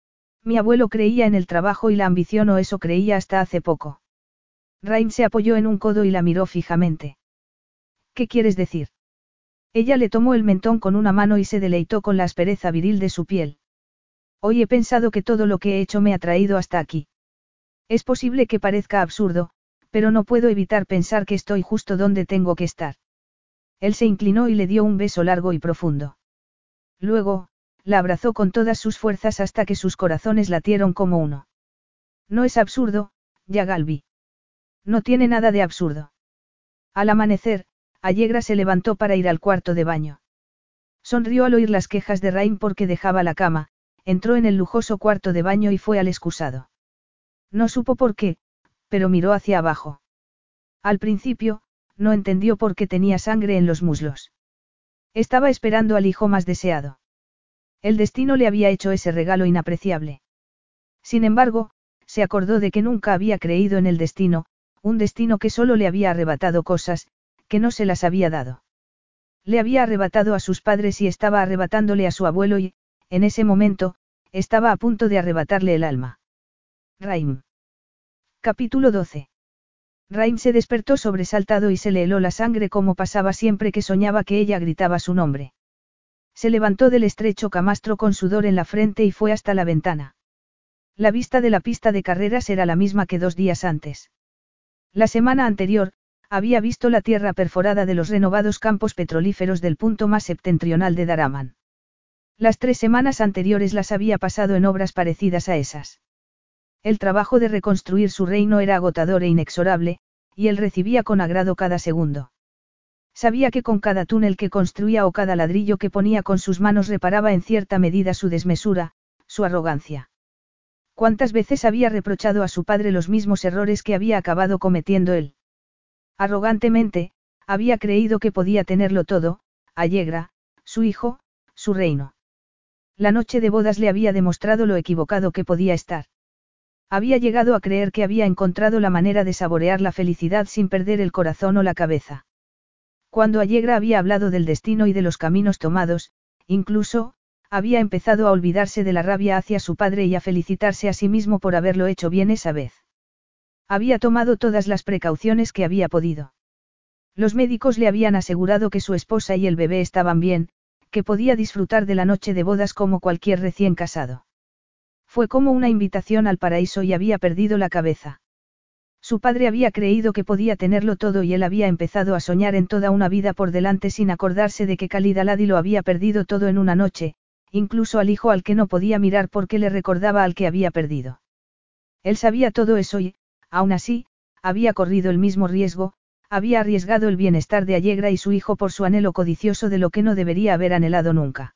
Mi abuelo creía en el trabajo y la ambición, o eso creía hasta hace poco. Raim se apoyó en un codo y la miró fijamente. ¿Qué quieres decir? Ella le tomó el mentón con una mano y se deleitó con la aspereza viril de su piel. Hoy he pensado que todo lo que he hecho me ha traído hasta aquí. Es posible que parezca absurdo, pero no puedo evitar pensar que estoy justo donde tengo que estar. Él se inclinó y le dio un beso largo y profundo. Luego, la abrazó con todas sus fuerzas hasta que sus corazones latieron como uno. No es absurdo, Yagalbi. No tiene nada de absurdo. Al amanecer, Allegra se levantó para ir al cuarto de baño. Sonrió al oír las quejas de Raim porque dejaba la cama, entró en el lujoso cuarto de baño y fue al excusado. No supo por qué, pero miró hacia abajo. Al principio, no entendió por qué tenía sangre en los muslos. Estaba esperando al hijo más deseado. El destino le había hecho ese regalo inapreciable. Sin embargo, se acordó de que nunca había creído en el destino, un destino que solo le había arrebatado cosas, que no se las había dado. Le había arrebatado a sus padres y estaba arrebatándole a su abuelo y, en ese momento, estaba a punto de arrebatarle el alma. Raim. Capítulo 12. Raim se despertó sobresaltado y se le heló la sangre como pasaba siempre que soñaba que ella gritaba su nombre. Se levantó del estrecho camastro con sudor en la frente y fue hasta la ventana. La vista de la pista de carreras era la misma que 2 días antes. La semana anterior, había visto la tierra perforada de los renovados campos petrolíferos del punto más septentrional de Daraman. Las 3 semanas anteriores las había pasado en obras parecidas a esas. El trabajo de reconstruir su reino era agotador e inexorable, y él recibía con agrado cada segundo. Sabía que con cada túnel que construía o cada ladrillo que ponía con sus manos reparaba en cierta medida su desmesura, su arrogancia. ¿Cuántas veces había reprochado a su padre los mismos errores que había acabado cometiendo él? Arrogantemente, había creído que podía tenerlo todo, Allegra, su hijo, su reino. La noche de bodas le había demostrado lo equivocado que podía estar. Había llegado a creer que había encontrado la manera de saborear la felicidad sin perder el corazón o la cabeza. Cuando Allegra había hablado del destino y de los caminos tomados, incluso, había empezado a olvidarse de la rabia hacia su padre y a felicitarse a sí mismo por haberlo hecho bien esa vez. Había tomado todas las precauciones que había podido. Los médicos le habían asegurado que su esposa y el bebé estaban bien, que podía disfrutar de la noche de bodas como cualquier recién casado. Fue como una invitación al paraíso y había perdido la cabeza. Su padre había creído que podía tenerlo todo y él había empezado a soñar en toda una vida por delante sin acordarse de que Khalid Al-Adi lo había perdido todo en una noche, incluso al hijo al que no podía mirar porque le recordaba al que había perdido. Él sabía todo eso y, aún así, había corrido el mismo riesgo, había arriesgado el bienestar de Allegra y su hijo por su anhelo codicioso de lo que no debería haber anhelado nunca.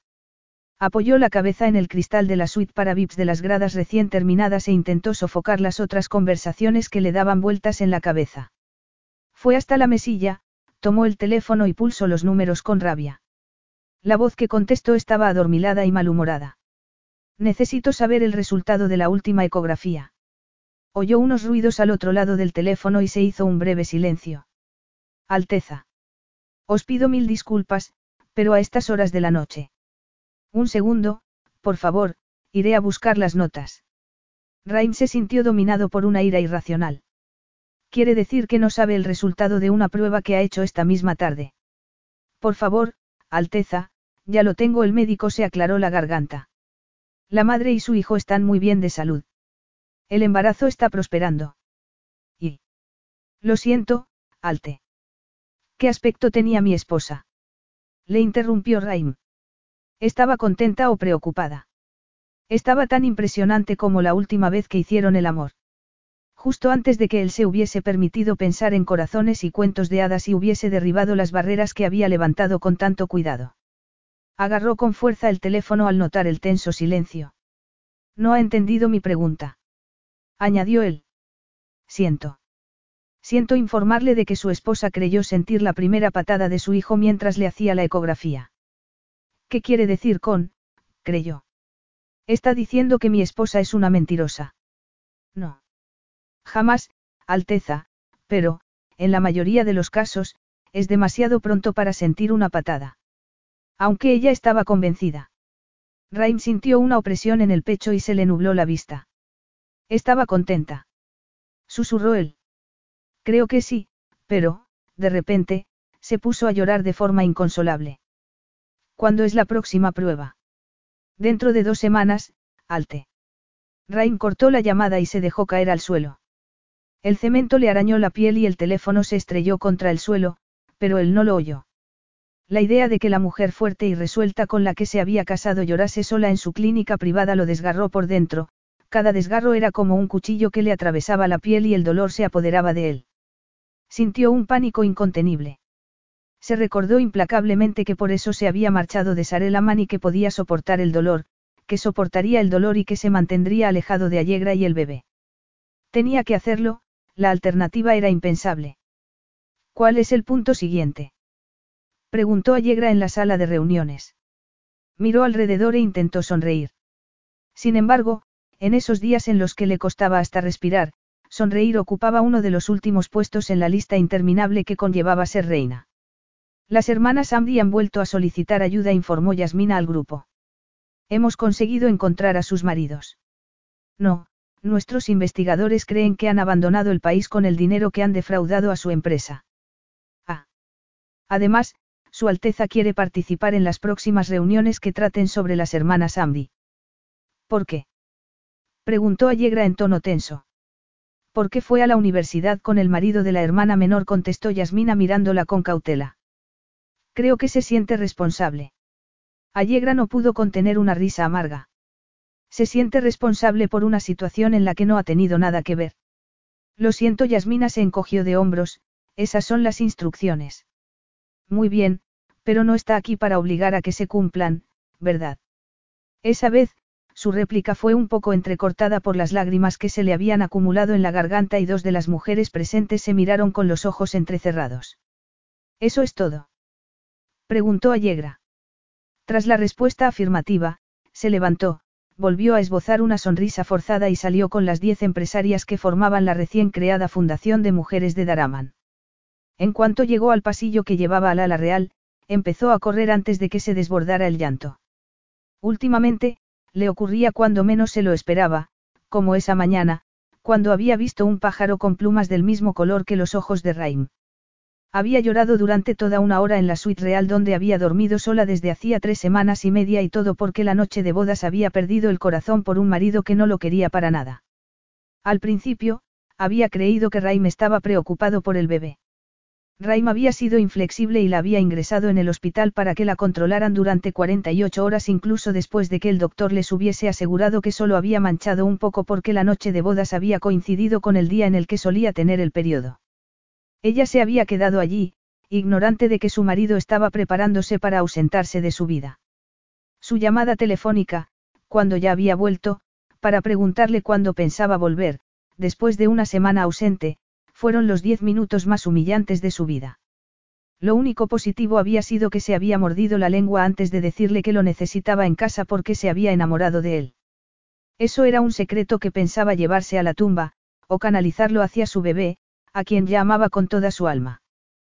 Apoyó la cabeza en el cristal de la suite para VIPs de las gradas recién terminadas e intentó sofocar las otras conversaciones que le daban vueltas en la cabeza. Fue hasta la mesilla, tomó el teléfono y pulsó los números con rabia. La voz que contestó estaba adormilada y malhumorada. Necesito saber el resultado de la última ecografía. Oyó unos ruidos al otro lado del teléfono y se hizo un breve silencio. Alteza. Os pido 1000 disculpas, pero a estas horas de la noche. Un segundo, Por favor, iré a buscar las notas. Raim se sintió dominado por una ira irracional. Quiere decir que no sabe el resultado de una prueba que ha hecho esta misma tarde. Por favor, Alteza, ya lo tengo. El médico se aclaró la garganta. La madre y su hijo están muy bien de salud. El embarazo está prosperando. Y... Lo siento, Alte. ¿Qué aspecto tenía mi esposa? Le interrumpió Raim. ¿Estaba contenta o preocupada? Estaba tan impresionante como la última vez que hicieron el amor. Justo antes de que él se hubiese permitido pensar en corazones y cuentos de hadas y hubiese derribado las barreras que había levantado con tanto cuidado. Agarró con fuerza el teléfono al notar el tenso silencio. No ha entendido mi pregunta. Añadió él. Siento informarle de que su esposa creyó sentir la primera patada de su hijo mientras le hacía la ecografía. ¿Qué quiere decir con, creyó? Está diciendo que mi esposa es una mentirosa. No. Jamás, Alteza, pero, en la mayoría de los casos, es demasiado pronto para sentir una patada. Aunque ella estaba convencida. Raim sintió una opresión en el pecho y se le nubló la vista. Estaba contenta. Susurró él. Creo que sí, pero, de repente, se puso a llorar de forma inconsolable. ¿Cuándo es la próxima prueba? Dentro de 2 semanas, Alte. Raim cortó la llamada y se dejó caer al suelo. El cemento le arañó la piel y el teléfono se estrelló contra el suelo, pero él no lo oyó. La idea de que la mujer fuerte y resuelta con la que se había casado llorase sola en su clínica privada lo desgarró por dentro, cada desgarro era como un cuchillo que le atravesaba la piel y el dolor se apoderaba de él. Sintió un pánico incontenible. Se recordó implacablemente que por eso se había marchado de Sarelaman y que podía soportar el dolor, que soportaría el dolor y que se mantendría alejado de Allegra y el bebé. Tenía que hacerlo, la alternativa era impensable. ¿Cuál es el punto siguiente? Preguntó Allegra en la sala de reuniones. Miró alrededor e intentó sonreír. Sin embargo, en esos días en los que le costaba hasta respirar, sonreír ocupaba uno de los últimos puestos en la lista interminable que conllevaba ser reina. Las hermanas Hamdi han vuelto a solicitar ayuda, informó Yasmina al grupo. Hemos conseguido encontrar a sus maridos. No, nuestros investigadores creen que han abandonado el país con el dinero que han defraudado a su empresa. Ah. Además, Su Alteza quiere participar en las próximas reuniones que traten sobre las hermanas Hamdi. ¿Por qué? Preguntó Allegra en tono tenso. Porque fue a la universidad con el marido de la hermana menor, contestó Yasmina mirándola con cautela. Creo que se siente responsable. Allegra no pudo contener una risa amarga. Se siente responsable por una situación en la que no ha tenido nada que ver. Lo siento, Yasmina se encogió de hombros, esas son las instrucciones. Muy bien, pero no está aquí para obligar a que se cumplan, ¿verdad? Esa vez, su réplica fue un poco entrecortada por las lágrimas que se le habían acumulado en la garganta y 2 de las mujeres presentes se miraron con los ojos entrecerrados. ¿Eso es todo? Preguntó Allegra. Tras la respuesta afirmativa, se levantó, volvió a esbozar una sonrisa forzada y salió con las 10 empresarias que formaban la recién creada Fundación de Mujeres de Daraman. En cuanto llegó al pasillo que llevaba al ala real, empezó a correr antes de que se desbordara el llanto. Últimamente, le ocurría cuando menos se lo esperaba, como esa mañana, cuando había visto un pájaro con plumas del mismo color que los ojos de Raim. Había llorado durante toda una hora en la suite real donde había dormido sola desde hacía 3 semanas y media, y todo porque la noche de bodas había perdido el corazón por un marido que no lo quería para nada. Al principio, había creído que Raim estaba preocupado por el bebé. Raim había sido inflexible y la había ingresado en el hospital para que la controlaran durante 48 horas, incluso después de que el doctor les hubiese asegurado que solo había manchado un poco porque la noche de bodas había coincidido con el día en el que solía tener el periodo. Ella se había quedado allí, ignorante de que su marido estaba preparándose para ausentarse de su vida. Su llamada telefónica, cuando ya había vuelto, para preguntarle cuándo pensaba volver, después de una semana ausente, fueron los 10 minutos más humillantes de su vida. Lo único positivo había sido que se había mordido la lengua antes de decirle que lo necesitaba en casa porque se había enamorado de él. Eso era un secreto que pensaba llevarse a la tumba, o canalizarlo hacia su bebé, a quien ya amaba con toda su alma.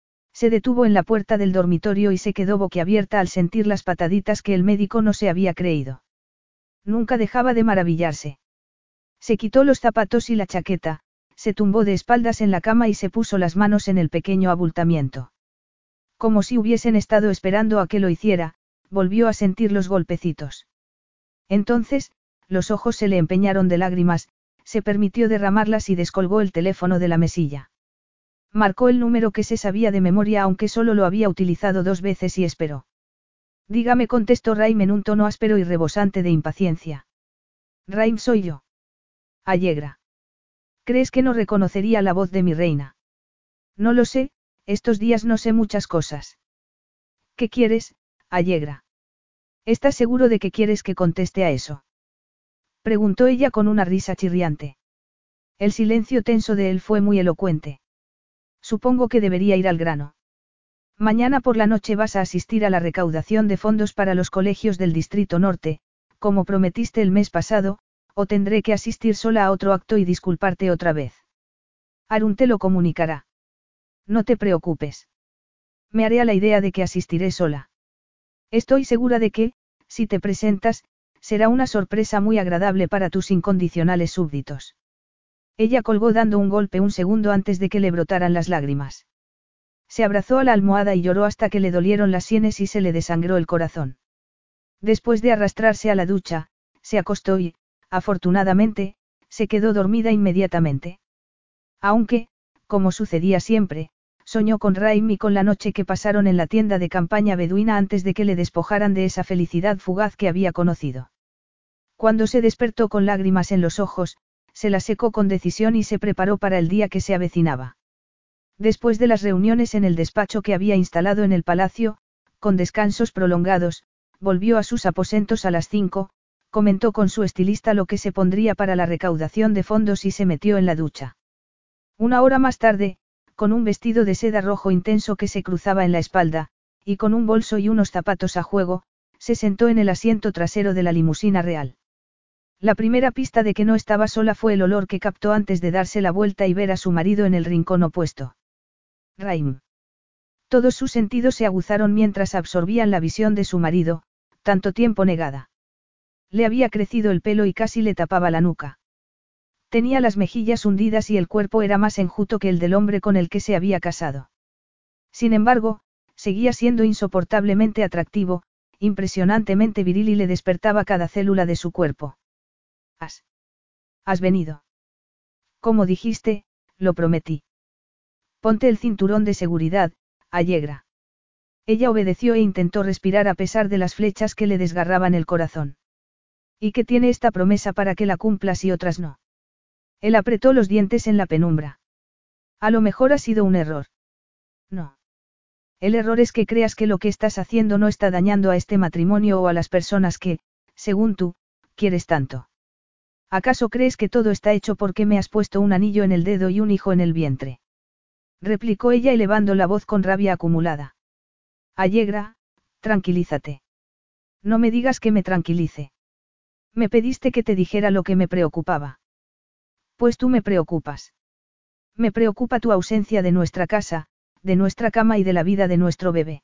Se detuvo en la puerta del dormitorio y se quedó boquiabierta al sentir las pataditas que el médico no se había creído. Nunca dejaba de maravillarse. Se quitó los zapatos y la chaqueta, se tumbó de espaldas en la cama y se puso las manos en el pequeño abultamiento. Como si hubiesen estado esperando a que lo hiciera, volvió a sentir los golpecitos. Entonces, los ojos se le empeñaron de lágrimas, se permitió derramarlas y descolgó el teléfono de la mesilla. Marcó el número que se sabía de memoria aunque solo lo había utilizado 2 veces y esperó. Dígame, contestó Raim en un tono áspero y rebosante de impaciencia. Raim, soy yo. Allegra. ¿Crees que no reconocería la voz de mi reina? No lo sé, estos días no sé muchas cosas. ¿Qué quieres, Allegra? ¿Estás seguro de que quieres que conteste a eso? Preguntó ella con una risa chirriante. El silencio tenso de él fue muy elocuente. Supongo que debería ir al grano. Mañana por la noche vas a asistir a la recaudación de fondos para los colegios del Distrito Norte, como prometiste el mes pasado, o tendré que asistir sola a otro acto y disculparte otra vez. Arun te lo comunicará. No te preocupes. Me haré a la idea de que asistiré sola. Estoy segura de que, si te presentas, será una sorpresa muy agradable para tus incondicionales súbditos. Ella colgó dando un golpe un segundo antes de que le brotaran las lágrimas. Se abrazó a la almohada y lloró hasta que le dolieron las sienes y se le desangró el corazón. Después de arrastrarse a la ducha, se acostó y, afortunadamente, se quedó dormida inmediatamente. Aunque, como sucedía siempre, soñó con Raim y con la noche que pasaron en la tienda de campaña beduina antes de que le despojaran de esa felicidad fugaz que había conocido. Cuando se despertó con lágrimas en los ojos, se las secó con decisión y se preparó para el día que se avecinaba. Después de las reuniones en el despacho que había instalado en el palacio, con descansos prolongados, volvió a sus aposentos a las 5, comentó con su estilista lo que se pondría para la recaudación de fondos y se metió en la ducha. 1 hora más tarde, con un vestido de seda rojo intenso que se cruzaba en la espalda, y con un bolso y unos zapatos a juego, se sentó en el asiento trasero de la limusina real. La primera pista de que no estaba sola fue el olor que captó antes de darse la vuelta y ver a su marido en el rincón opuesto. Raim. Todos sus sentidos se aguzaron mientras absorbían la visión de su marido, tanto tiempo negada. Le había crecido el pelo y casi le tapaba la nuca. Tenía las mejillas hundidas y el cuerpo era más enjuto que el del hombre con el que se había casado. Sin embargo, seguía siendo insoportablemente atractivo, impresionantemente viril y le despertaba cada célula de su cuerpo. ¿Has venido? Como dijiste, lo prometí. Ponte el cinturón de seguridad, Allegra. Ella obedeció e intentó respirar a pesar de las flechas que le desgarraban el corazón. ¿Y qué tiene esta promesa para que la cumplas y otras no? Él apretó los dientes en la penumbra. A lo mejor ha sido un error. No. El error es que creas que lo que estás haciendo no está dañando a este matrimonio o a las personas que, según tú, quieres tanto. ¿Acaso crees que todo está hecho porque me has puesto un anillo en el dedo y un hijo en el vientre? Replicó ella elevando la voz con rabia acumulada. Allegra, tranquilízate. No me digas que me tranquilice. Me pediste que te dijera lo que me preocupaba. Pues tú me preocupas. Me preocupa tu ausencia de nuestra casa, de nuestra cama y de la vida de nuestro bebé.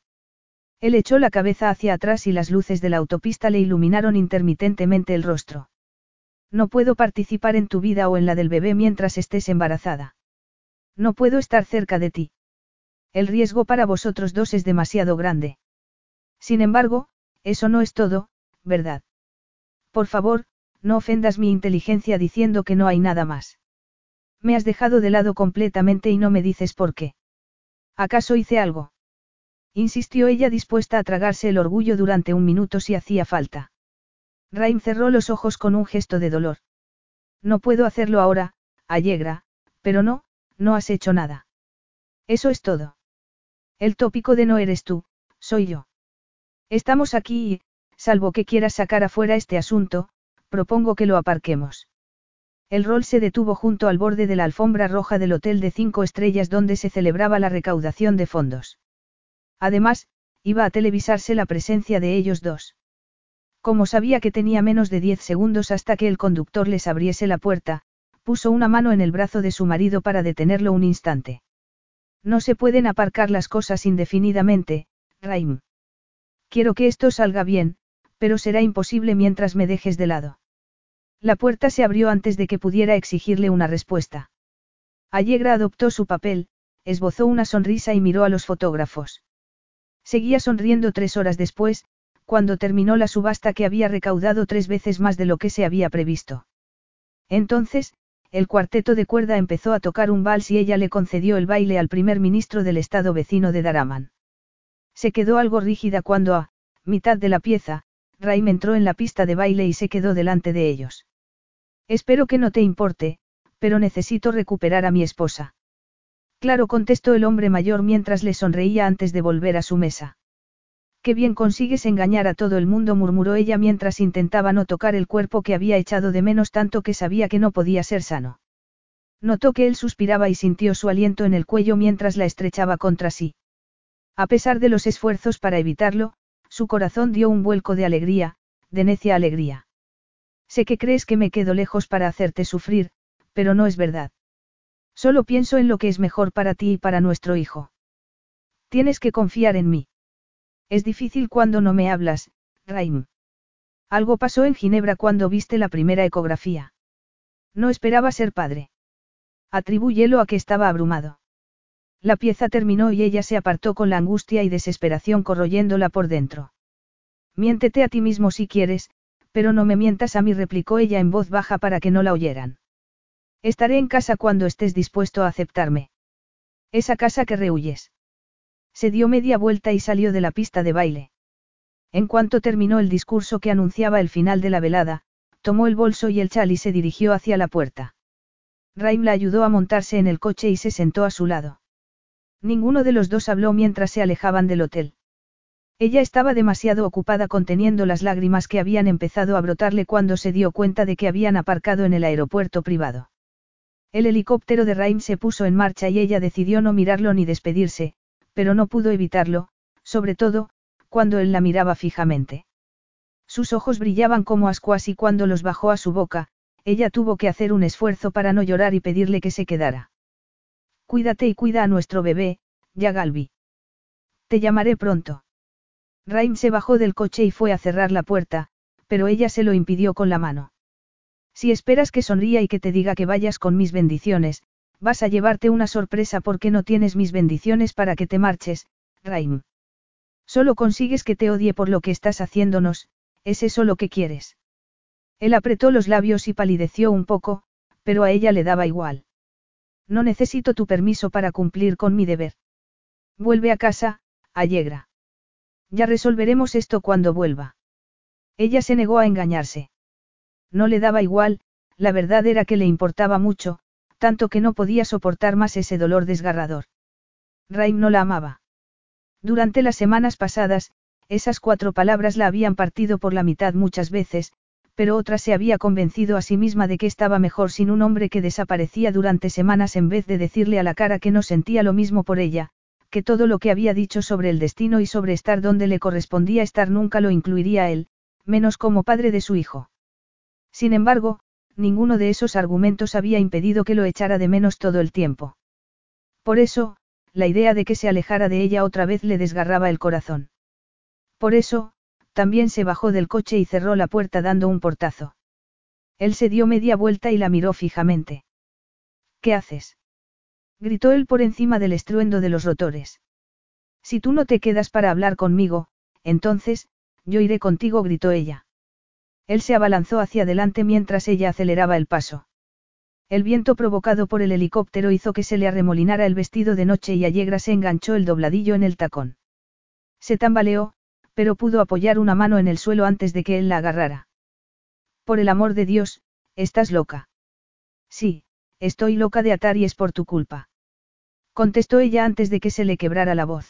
Él echó la cabeza hacia atrás y las luces de la autopista le iluminaron intermitentemente el rostro. No puedo participar en tu vida o en la del bebé mientras estés embarazada. No puedo estar cerca de ti. El riesgo para vosotros dos es demasiado grande. Sin embargo, eso no es todo, ¿verdad? Por favor, no ofendas mi inteligencia diciendo que no hay nada más. Me has dejado de lado completamente y no me dices por qué. ¿Acaso hice algo? Insistió ella dispuesta a tragarse el orgullo durante 1 minuto si hacía falta. Raim cerró los ojos con un gesto de dolor. No puedo hacerlo ahora, Allegra, pero no has hecho nada. Eso es todo. El tópico de no eres tú, soy yo. Estamos aquí y, salvo que quieras sacar afuera este asunto, propongo que lo aparquemos. El rol se detuvo junto al borde de la alfombra roja del hotel de 5 estrellas donde se celebraba la recaudación de fondos. Además, iba a televisarse la presencia de ellos dos. Como sabía que tenía menos de 10 segundos hasta que el conductor les abriese la puerta, puso una mano en el brazo de su marido para detenerlo un instante. No se pueden aparcar las cosas indefinidamente, Raim. Quiero que esto salga bien, Pero será imposible mientras me dejes de lado. La puerta se abrió antes de que pudiera exigirle una respuesta. Allegra adoptó su papel, esbozó una sonrisa y miró a los fotógrafos. Seguía sonriendo 3 horas después, cuando terminó la subasta que había recaudado 3 veces más de lo que se había previsto. Entonces, el cuarteto de cuerda empezó a tocar un vals y ella le concedió el baile al primer ministro del estado vecino de Daraman. Se quedó algo rígida cuando a mitad de la pieza, Raim entró en la pista de baile y se quedó delante de ellos. Espero que no te importe, pero necesito recuperar a mi esposa. Claro, contestó el hombre mayor mientras le sonreía antes de volver a su mesa. Qué bien consigues engañar a todo el mundo, murmuró ella mientras intentaba no tocar el cuerpo que había echado de menos tanto que sabía que no podía ser sano. Notó que él suspiraba y sintió su aliento en el cuello mientras la estrechaba contra sí. A pesar de los esfuerzos para evitarlo, su corazón dio un vuelco de alegría, de necia alegría. Sé que crees que me quedo lejos para hacerte sufrir, pero no es verdad. Solo pienso en lo que es mejor para ti y para nuestro hijo. Tienes que confiar en mí. Es difícil cuando no me hablas, Raim. Algo pasó en Ginebra cuando viste la primera ecografía. No esperaba ser padre. Atribúyelo a que estaba abrumado. La pieza terminó y ella se apartó con la angustia y desesperación corroyéndola por dentro. Miéntete a ti mismo si quieres, pero no me mientas a mí, replicó ella en voz baja para que no la oyeran. Estaré en casa cuando estés dispuesto a aceptarme. Esa casa que rehuyes. Se dio media vuelta y salió de la pista de baile. En cuanto terminó el discurso que anunciaba el final de la velada, tomó el bolso y el chal y se dirigió hacia la puerta. Raim la ayudó a montarse en el coche y se sentó a su lado. Ninguno de los dos habló mientras se alejaban del hotel. Ella estaba demasiado ocupada conteniendo las lágrimas que habían empezado a brotarle cuando se dio cuenta de que habían aparcado en el aeropuerto privado. El helicóptero de Raim se puso en marcha y ella decidió no mirarlo ni despedirse, pero no pudo evitarlo, sobre todo, cuando él la miraba fijamente. Sus ojos brillaban como ascuas y cuando los bajó a su boca, ella tuvo que hacer un esfuerzo para no llorar y pedirle que se quedara. Cuídate y cuida a nuestro bebé, Yagalbi. Te llamaré pronto. Raim se bajó del coche y fue a cerrar la puerta, pero ella se lo impidió con la mano. Si esperas que sonría y que te diga que vayas con mis bendiciones, vas a llevarte una sorpresa porque no tienes mis bendiciones para que te marches, Raim. Solo consigues que te odie por lo que estás haciéndonos, ¿es eso lo que quieres? Él apretó los labios y palideció un poco, pero a ella le daba igual. No necesito tu permiso para cumplir con mi deber. Vuelve a casa, Allegra. Ya resolveremos esto cuando vuelva. Ella se negó a engañarse. No le daba igual, la verdad era que le importaba mucho, tanto que no podía soportar más ese dolor desgarrador. Raim no la amaba. Durante las semanas pasadas, esas 4 palabras la habían partido por la mitad muchas veces, pero otras se había convencido a sí misma de que estaba mejor sin un hombre que desaparecía durante semanas en vez de decirle a la cara que no sentía lo mismo por ella, que todo lo que había dicho sobre el destino y sobre estar donde le correspondía estar nunca lo incluiría a él, menos como padre de su hijo. Sin embargo, ninguno de esos argumentos había impedido que lo echara de menos todo el tiempo. Por eso, la idea de que se alejara de ella otra vez le desgarraba el corazón. Por eso, también se bajó del coche y cerró la puerta dando un portazo. Él se dio media vuelta y la miró fijamente. ¿Qué haces? Gritó él por encima del estruendo de los rotores. Si tú no te quedas para hablar conmigo, entonces, yo iré contigo, gritó ella. Él se abalanzó hacia adelante mientras ella aceleraba el paso. El viento provocado por el helicóptero hizo que se le arremolinara el vestido de noche y Allegra se enganchó el dobladillo en el tacón. Se tambaleó, pero pudo apoyar una mano en el suelo antes de que él la agarrara. Por el amor de Dios, ¿estás loca? Sí, estoy loca de atar y es por tu culpa. Contestó ella antes de que se le quebrara la voz.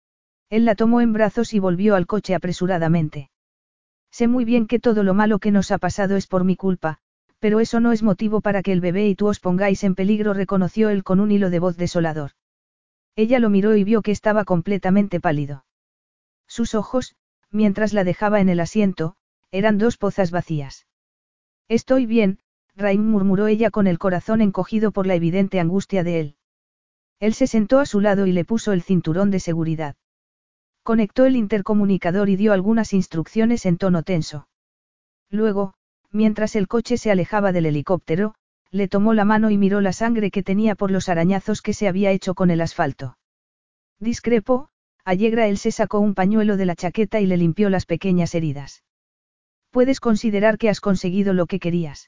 Él la tomó en brazos y volvió al coche apresuradamente. Sé muy bien que todo lo malo que nos ha pasado es por mi culpa, pero eso no es motivo para que el bebé y tú os pongáis en peligro, reconoció él con un hilo de voz desolador. Ella lo miró y vio que estaba completamente pálido. Sus ojos, mientras la dejaba en el asiento, eran 2 pozas vacías. Estoy bien, Raim, murmuró ella con el corazón encogido por la evidente angustia de él. Él se sentó a su lado y le puso el cinturón de seguridad. Conectó el intercomunicador y dio algunas instrucciones en tono tenso. Luego, mientras el coche se alejaba del helicóptero, le tomó la mano y miró la sangre que tenía por los arañazos que se había hecho con el asfalto. Discrepo, Allegra. Él se sacó un pañuelo de la chaqueta y le limpió las pequeñas heridas. ¿Puedes considerar que has conseguido lo que querías?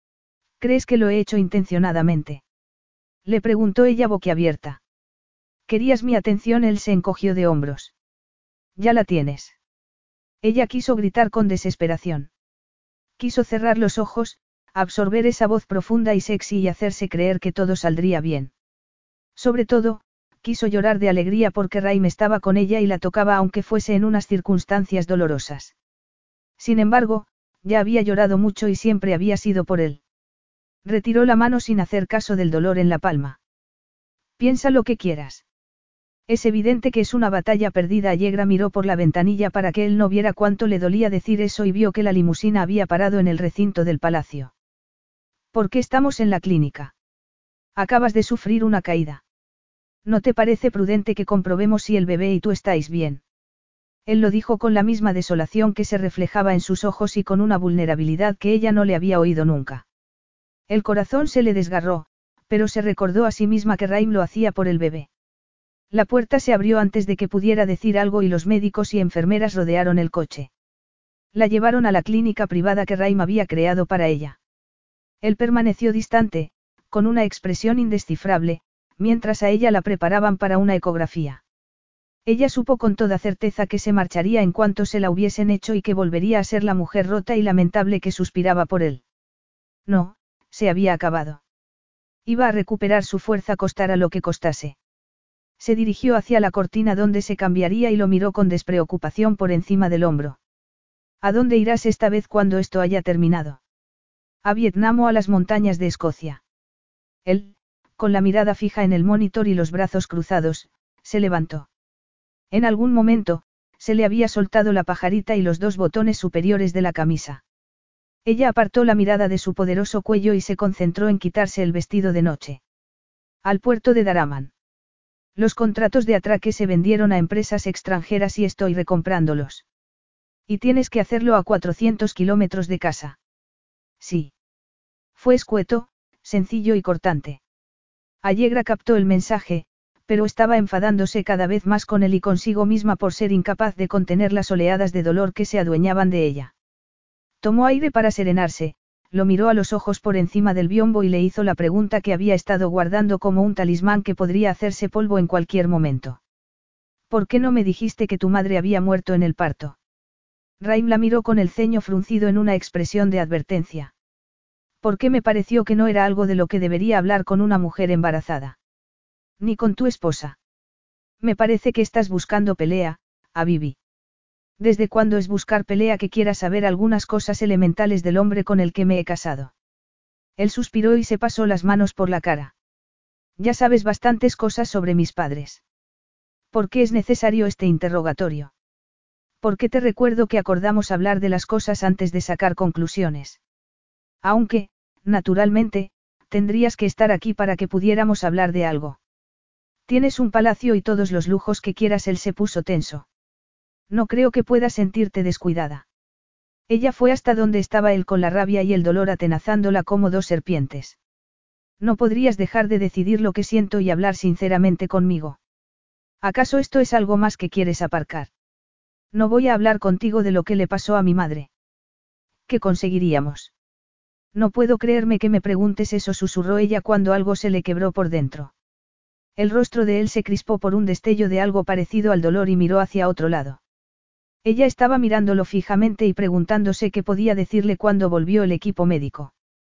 ¿Crees que lo he hecho intencionadamente? Le preguntó ella boquiabierta. ¿Querías mi atención? Él se encogió de hombros. Ya la tienes. Ella quiso gritar con desesperación. Quiso cerrar los ojos, absorber esa voz profunda y sexy y hacerse creer que todo saldría bien. Sobre todo, quiso llorar de alegría porque Raim estaba con ella y la tocaba aunque fuese en unas circunstancias dolorosas. Sin embargo, ya había llorado mucho y siempre había sido por él. Retiró la mano sin hacer caso del dolor en la palma. Piensa lo que quieras. Es evidente que es una batalla perdida. Allegra miró por la ventanilla para que él no viera cuánto le dolía decir eso y vio que la limusina había parado en el recinto del palacio. ¿Por qué estamos en la clínica? Acabas de sufrir una caída. ¿No te parece prudente que comprobemos si el bebé y tú estáis bien? Él lo dijo con la misma desolación que se reflejaba en sus ojos y con una vulnerabilidad que ella no le había oído nunca. El corazón se le desgarró, pero se recordó a sí misma que Raim lo hacía por el bebé. La puerta se abrió antes de que pudiera decir algo y los médicos y enfermeras rodearon el coche. La llevaron a la clínica privada que Raim había creado para ella. Él permaneció distante, con una expresión indescifrable, mientras a ella la preparaban para una ecografía. Ella supo con toda certeza que se marcharía en cuanto se la hubiesen hecho y que volvería a ser la mujer rota y lamentable que suspiraba por él. No, se había acabado. Iba a recuperar su fuerza costara lo que costase. Se dirigió hacia la cortina donde se cambiaría y lo miró con despreocupación por encima del hombro. ¿A dónde irás esta vez cuando esto haya terminado? ¿A Vietnam o a las montañas de Escocia? Él, con la mirada fija en el monitor y los brazos cruzados, se levantó. En algún momento, se le había soltado la pajarita y los dos botones superiores de la camisa. Ella apartó la mirada de su poderoso cuello y se concentró en quitarse el vestido de noche. Al puerto de Daraman. Los contratos de atraque se vendieron a empresas extranjeras y estoy recomprándolos. Y tienes que hacerlo a 400 kilómetros de casa. Sí. Fue escueto, sencillo y cortante. Allegra captó el mensaje, pero estaba enfadándose cada vez más con él y consigo misma por ser incapaz de contener las oleadas de dolor que se adueñaban de ella. Tomó aire para serenarse, lo miró a los ojos por encima del biombo y le hizo la pregunta que había estado guardando como un talismán que podría hacerse polvo en cualquier momento. ¿Por qué no me dijiste que tu madre había muerto en el parto? Raim la miró con el ceño fruncido en una expresión de advertencia. ¿Por qué me pareció que no era algo de lo que debería hablar con una mujer embarazada? Ni con tu esposa. Me parece que estás buscando pelea, Abibi. ¿Desde cuándo es buscar pelea que quiera saber algunas cosas elementales del hombre con el que me he casado? Él suspiró y se pasó las manos por la cara. Ya sabes bastantes cosas sobre mis padres. ¿Por qué es necesario este interrogatorio? ¿Por qué te recuerdo que acordamos hablar de las cosas antes de sacar conclusiones? Aunque, naturalmente, tendrías que estar aquí para que pudiéramos hablar de algo. Tienes un palacio y todos los lujos que quieras. Él se puso tenso. No creo que puedas sentirte descuidada. Ella fue hasta donde estaba él con la rabia y el dolor atenazándola como dos serpientes. No podrías dejar de decidir lo que siento y hablar sinceramente conmigo. ¿Acaso esto es algo más que quieres aparcar? No voy a hablar contigo de lo que le pasó a mi madre. ¿Qué conseguiríamos? No puedo creerme que me preguntes eso, susurró ella cuando algo se le quebró por dentro. El rostro de él se crispó por un destello de algo parecido al dolor y miró hacia otro lado. Ella estaba mirándolo fijamente y preguntándose qué podía decirle cuando volvió el equipo médico.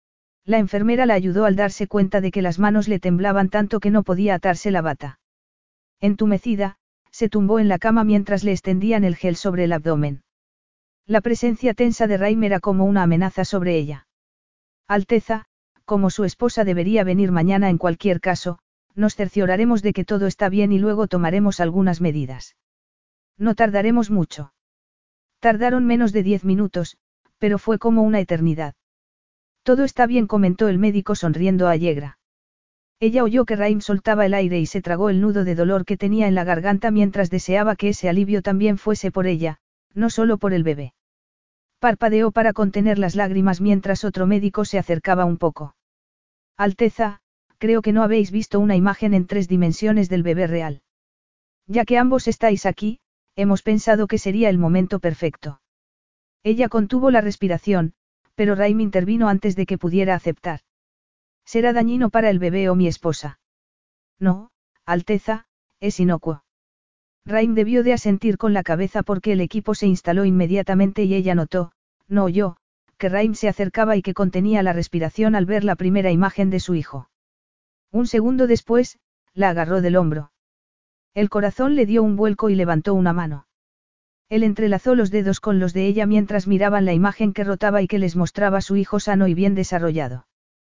La enfermera la ayudó al darse cuenta de que las manos le temblaban tanto que no podía atarse la bata. Entumecida, se tumbó en la cama mientras le extendían el gel sobre el abdomen. La presencia tensa de Raim era como una amenaza sobre ella. Alteza, como su esposa debería venir mañana en cualquier caso, nos cercioraremos de que todo está bien y luego tomaremos algunas medidas. No tardaremos mucho. Tardaron menos de 10 minutos, pero fue como una eternidad. Todo está bien, comentó el médico sonriendo a Allegra. Ella oyó que Raim soltaba el aire y se tragó el nudo de dolor que tenía en la garganta mientras deseaba que ese alivio también fuese por ella, no solo por el bebé. Parpadeó para contener las lágrimas mientras otro médico se acercaba un poco. Alteza, creo que no habéis visto una imagen en 3 dimensiones del bebé real. Ya que ambos estáis aquí, hemos pensado que sería el momento perfecto. Ella contuvo la respiración, pero Raim intervino antes de que pudiera aceptar. ¿Será dañino para el bebé o mi esposa? No, Alteza, es inocuo. Raim debió de asentir con la cabeza porque el equipo se instaló inmediatamente y ella notó, no oyó, que Raim se acercaba y que contenía la respiración al ver la primera imagen de su hijo. Un segundo después, la agarró del hombro. El corazón le dio un vuelco y levantó una mano. Él entrelazó los dedos con los de ella mientras miraban la imagen que rotaba y que les mostraba su hijo sano y bien desarrollado.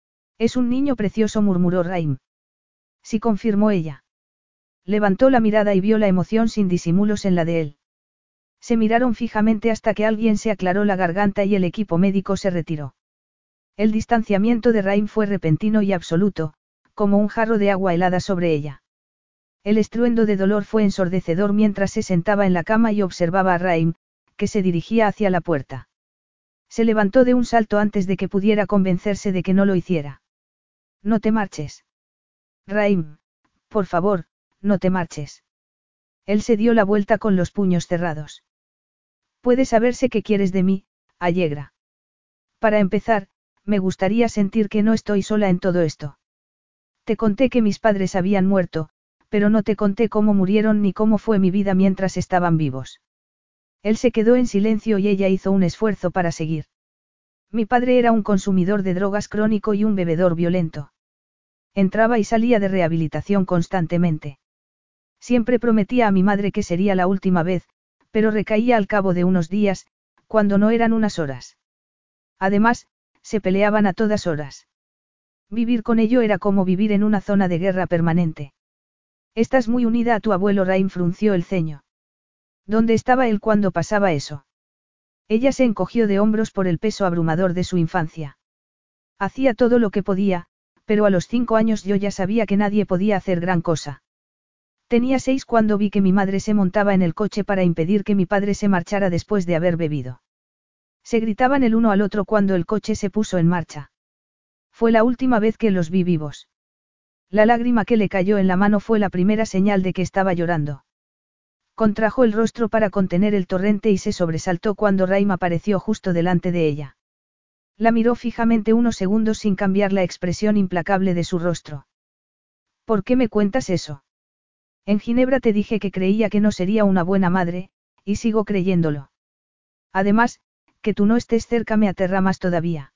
Es un niño precioso, murmuró Raim. Sí, confirmó ella. Levantó la mirada y vio la emoción sin disimulos en la de él. Se miraron fijamente hasta que alguien se aclaró la garganta y el equipo médico se retiró. El distanciamiento de Raim fue repentino y absoluto, como un jarro de agua helada sobre ella. El estruendo de dolor fue ensordecedor mientras se sentaba en la cama y observaba a Raim, que se dirigía hacia la puerta. Se levantó de un salto antes de que pudiera convencerse de que no lo hiciera. No te marches. Raim, por favor, no te marches. Él se dio la vuelta con los puños cerrados. Puede saberse qué quieres de mí, Allegra. Para empezar, me gustaría sentir que no estoy sola en todo esto. Te conté que mis padres habían muerto, pero no te conté cómo murieron ni cómo fue mi vida mientras estaban vivos. Él se quedó en silencio y ella hizo un esfuerzo para seguir. Mi padre era un consumidor de drogas crónico y un bebedor violento. Entraba y salía de rehabilitación constantemente. Siempre prometía a mi madre que sería la última vez, pero recaía al cabo de unos días, cuando no eran unas horas. Además, se peleaban a todas horas. Vivir con ello era como vivir en una zona de guerra permanente. Estás muy unida a tu abuelo. Raim frunció el ceño. ¿Dónde estaba él cuando pasaba eso? Ella se encogió de hombros por el peso abrumador de su infancia. Hacía todo lo que podía, pero a los 5 años yo ya sabía que nadie podía hacer gran cosa. Tenía 6 cuando vi que mi madre se montaba en el coche para impedir que mi padre se marchara después de haber bebido. Se gritaban el uno al otro cuando el coche se puso en marcha. Fue la última vez que los vi vivos. La lágrima que le cayó en la mano fue la primera señal de que estaba llorando. Contrajo el rostro para contener el torrente y se sobresaltó cuando Raim apareció justo delante de ella. La miró fijamente unos segundos sin cambiar la expresión implacable de su rostro. ¿Por qué me cuentas eso? En Ginebra te dije que creía que no sería una buena madre, y sigo creyéndolo. Además, que tú no estés cerca me aterra más todavía.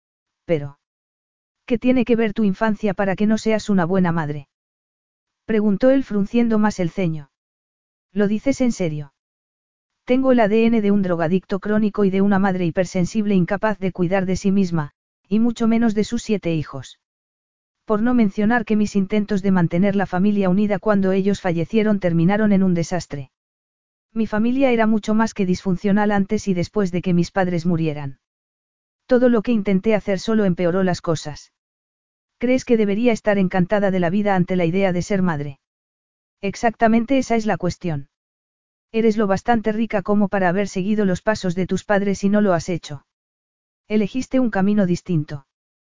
Pero, ¿qué tiene que ver tu infancia para que no seas una buena madre? Preguntó él frunciendo más el ceño. ¿Lo dices en serio? Tengo el ADN de un drogadicto crónico y de una madre hipersensible incapaz de cuidar de sí misma, y mucho menos de sus 7 hijos. Por no mencionar que mis intentos de mantener la familia unida cuando ellos fallecieron terminaron en un desastre. Mi familia era mucho más que disfuncional antes y después de que mis padres murieran. Todo lo que intenté hacer solo empeoró las cosas. ¿Crees que debería estar encantada de la vida ante la idea de ser madre? Exactamente, esa es la cuestión. Eres lo bastante rica como para haber seguido los pasos de tus padres y no lo has hecho. Elegiste un camino distinto.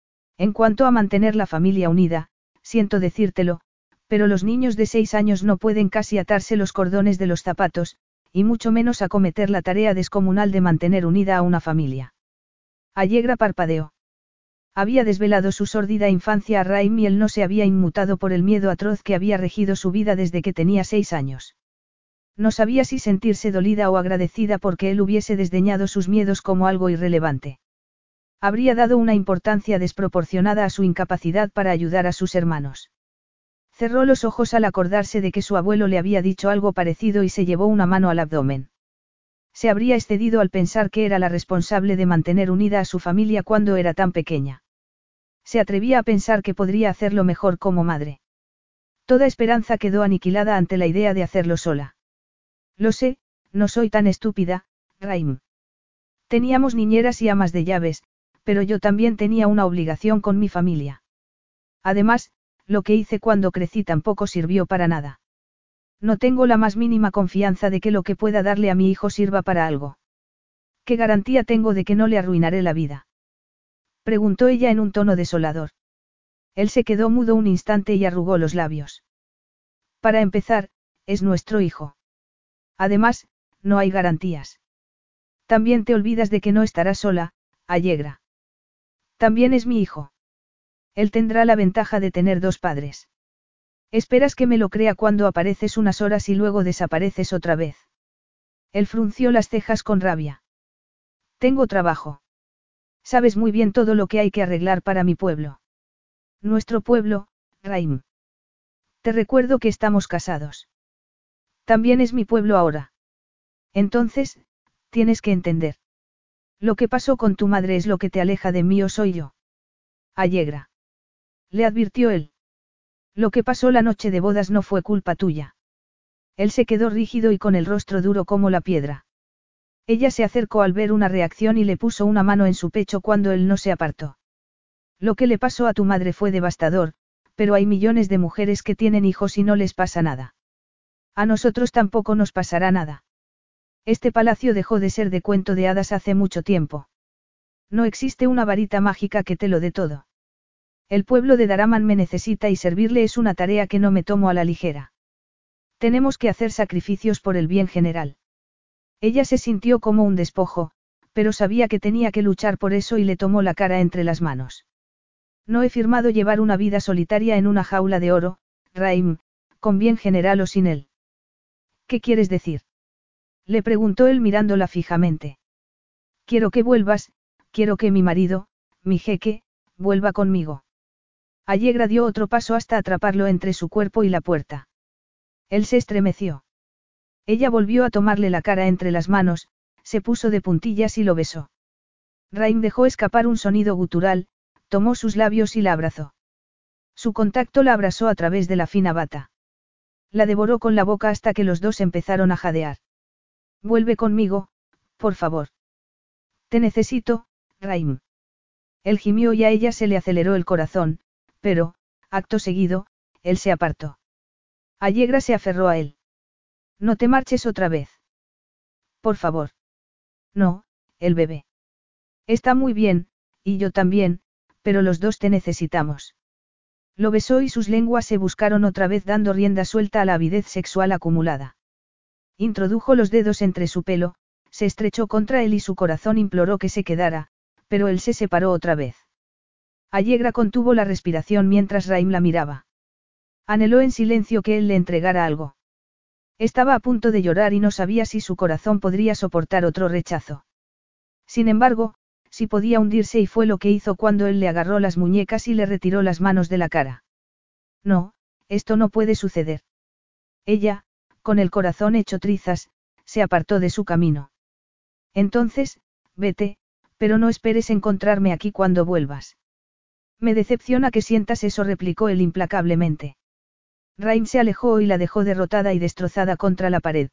En cuanto a mantener la familia unida, siento decírtelo, pero los niños de 6 años no pueden casi atarse los cordones de los zapatos, y mucho menos acometer la tarea descomunal de mantener unida a una familia. Allegra parpadeó. Había desvelado su sórdida infancia a Raim y él no se había inmutado por el miedo atroz que había regido su vida desde que tenía 6 años. No sabía si sentirse dolida o agradecida porque él hubiese desdeñado sus miedos como algo irrelevante. Habría dado una importancia desproporcionada a su incapacidad para ayudar a sus hermanos. Cerró los ojos al acordarse de que su abuelo le había dicho algo parecido y se llevó una mano al abdomen. Se habría excedido al pensar que era la responsable de mantener unida a su familia cuando era tan pequeña. Se atrevía a pensar que podría hacerlo mejor como madre. Toda esperanza quedó aniquilada ante la idea de hacerlo sola. Lo sé, no soy tan estúpida, Raim. Teníamos niñeras y amas de llaves, pero yo también tenía una obligación con mi familia. Además, Lo que hice cuando crecí tampoco sirvió para nada. No tengo la más mínima confianza de que lo que pueda darle a mi hijo sirva para algo. ¿Qué garantía tengo de que no le arruinaré la vida? Preguntó ella en un tono desolador. Él se quedó mudo un instante y arrugó los labios. Para empezar, es nuestro hijo. Además, no hay garantías. También te olvidas de que no estará sola, Allegra. También es mi hijo. Él tendrá la ventaja de tener dos padres. Esperas que me lo crea cuando apareces unas horas y luego desapareces otra vez. Él frunció las cejas con rabia. Tengo trabajo. Sabes muy bien todo lo que hay que arreglar para mi pueblo. Nuestro pueblo, Raim. Te recuerdo que estamos casados. También es mi pueblo ahora. Entonces, tienes que entender. Lo que pasó con tu madre es lo que te aleja de mí o soy yo. Allegra. Le advirtió él. Lo que pasó la noche de bodas no fue culpa tuya. Él se quedó rígido y con el rostro duro como la piedra. Ella se acercó al ver una reacción y le puso una mano en su pecho cuando él no se apartó. Lo que le pasó a tu madre fue devastador, pero hay millones de mujeres que tienen hijos y no les pasa nada. A nosotros tampoco nos pasará nada. Este palacio dejó de ser de cuento de hadas hace mucho tiempo. No existe una varita mágica que te lo dé todo. El pueblo de Daraman me necesita y servirle es una tarea que no me tomo a la ligera. Tenemos que hacer sacrificios por el bien general. Ella se sintió como un despojo, pero sabía que tenía que luchar por eso y le tomó la cara entre las manos. No he firmado llevar una vida solitaria en una jaula de oro, Raim, con bien general o sin él. ¿Qué quieres decir? Le preguntó él mirándola fijamente. Quiero que vuelvas, quiero que mi marido, mi jeque, vuelva conmigo. Allegra dio otro paso hasta atraparlo entre su cuerpo y la puerta. Él se estremeció. Ella volvió a tomarle la cara entre las manos, se puso de puntillas y lo besó. Raim dejó escapar un sonido gutural, tomó sus labios y la abrazó. Su contacto la abrazó a través de la fina bata. La devoró con la boca hasta que los dos empezaron a jadear. Vuelve conmigo, por favor. Te necesito, Raim. Él gimió y a ella se le aceleró el corazón, pero, acto seguido, él se apartó. Allegra se aferró a él. No te marches otra vez. Por favor. No, el bebé. Está muy bien, y yo también, pero los dos te necesitamos. Lo besó y sus lenguas se buscaron otra vez dando rienda suelta a la avidez sexual acumulada. Introdujo los dedos entre su pelo, se estrechó contra él y su corazón imploró que se quedara, pero él se separó otra vez. Allegra contuvo la respiración mientras Raim la miraba. Anheló en silencio que él le entregara algo. Estaba a punto de llorar y no sabía si su corazón podría soportar otro rechazo. Sin embargo, sí podía hundirse y fue lo que hizo cuando él le agarró las muñecas y le retiró las manos de la cara. No, esto no puede suceder. Ella, con el corazón hecho trizas, se apartó de su camino. Entonces, vete, pero no esperes encontrarme aquí cuando vuelvas. Me decepciona que sientas eso, replicó él implacablemente. Raim se alejó y la dejó derrotada y destrozada contra la pared.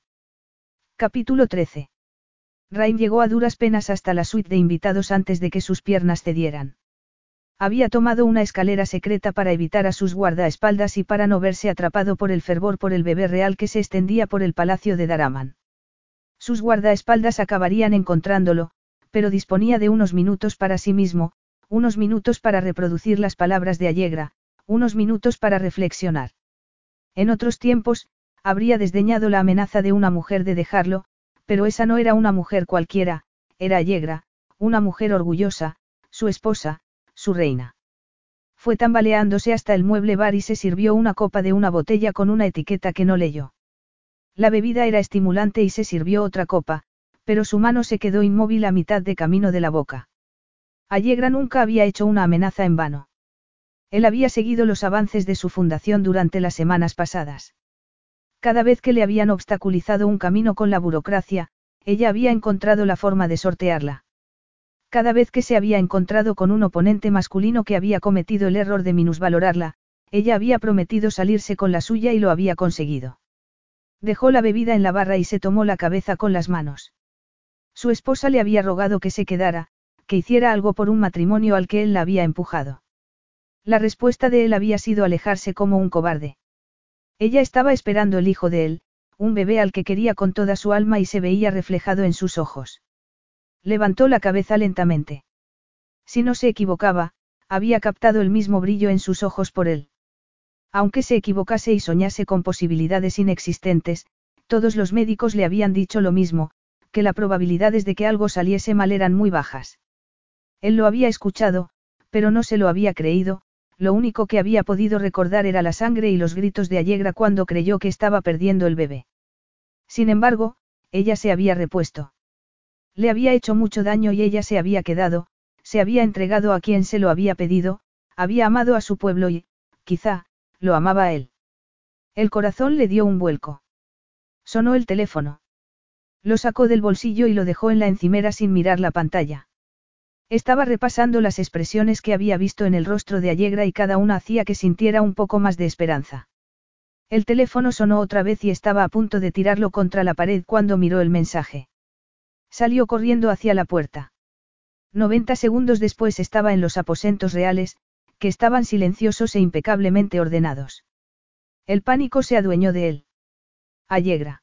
Capítulo 13. Raim llegó a duras penas hasta la suite de invitados antes de que sus piernas cedieran. Había tomado una escalera secreta para evitar a sus guardaespaldas y para no verse atrapado por el fervor por el bebé real que se extendía por el palacio de Daraman. Sus guardaespaldas acabarían encontrándolo, pero disponía de unos minutos para sí mismo, unos minutos para reproducir las palabras de Allegra, unos minutos para reflexionar. En otros tiempos, habría desdeñado la amenaza de una mujer de dejarlo, pero esa no era una mujer cualquiera, era Allegra, una mujer orgullosa, su esposa, su reina. Fue tambaleándose hasta el mueble bar y se sirvió una copa de una botella con una etiqueta que no leyó. La bebida era estimulante y se sirvió otra copa, pero su mano se quedó inmóvil a mitad de camino de la boca. Allegra nunca había hecho una amenaza en vano. Él había seguido los avances de su fundación durante las semanas pasadas. Cada vez que le habían obstaculizado un camino con la burocracia, ella había encontrado la forma de sortearla. Cada vez que se había encontrado con un oponente masculino que había cometido el error de minusvalorarla, ella había prometido salirse con la suya y lo había conseguido. Dejó la bebida en la barra y se tomó la cabeza con las manos. Su esposa le había rogado que se quedara, que hiciera algo por un matrimonio al que él la había empujado. La respuesta de él había sido alejarse como un cobarde. Ella estaba esperando el hijo de él, un bebé al que quería con toda su alma y se veía reflejado en sus ojos. Levantó la cabeza lentamente. Si no se equivocaba, había captado el mismo brillo en sus ojos por él. Aunque se equivocase y soñase con posibilidades inexistentes, todos los médicos le habían dicho lo mismo, que las probabilidades de que algo saliese mal eran muy bajas. Él lo había escuchado, pero no se lo había creído, lo único que había podido recordar era la sangre y los gritos de Allegra cuando creyó que estaba perdiendo el bebé. Sin embargo, ella se había repuesto. Le había hecho mucho daño y ella se había quedado, se había entregado a quien se lo había pedido, había amado a su pueblo y, quizá, lo amaba a él. El corazón le dio un vuelco. Sonó el teléfono. Lo sacó del bolsillo y lo dejó en la encimera sin mirar la pantalla. Estaba repasando las expresiones que había visto en el rostro de Allegra y cada una hacía que sintiera un poco más de esperanza. El teléfono sonó otra vez y estaba a punto de tirarlo contra la pared cuando miró el mensaje. Salió corriendo hacia la puerta. 90 segundos después estaba en los aposentos reales, que estaban silenciosos e impecablemente ordenados. El pánico se adueñó de él. Allegra.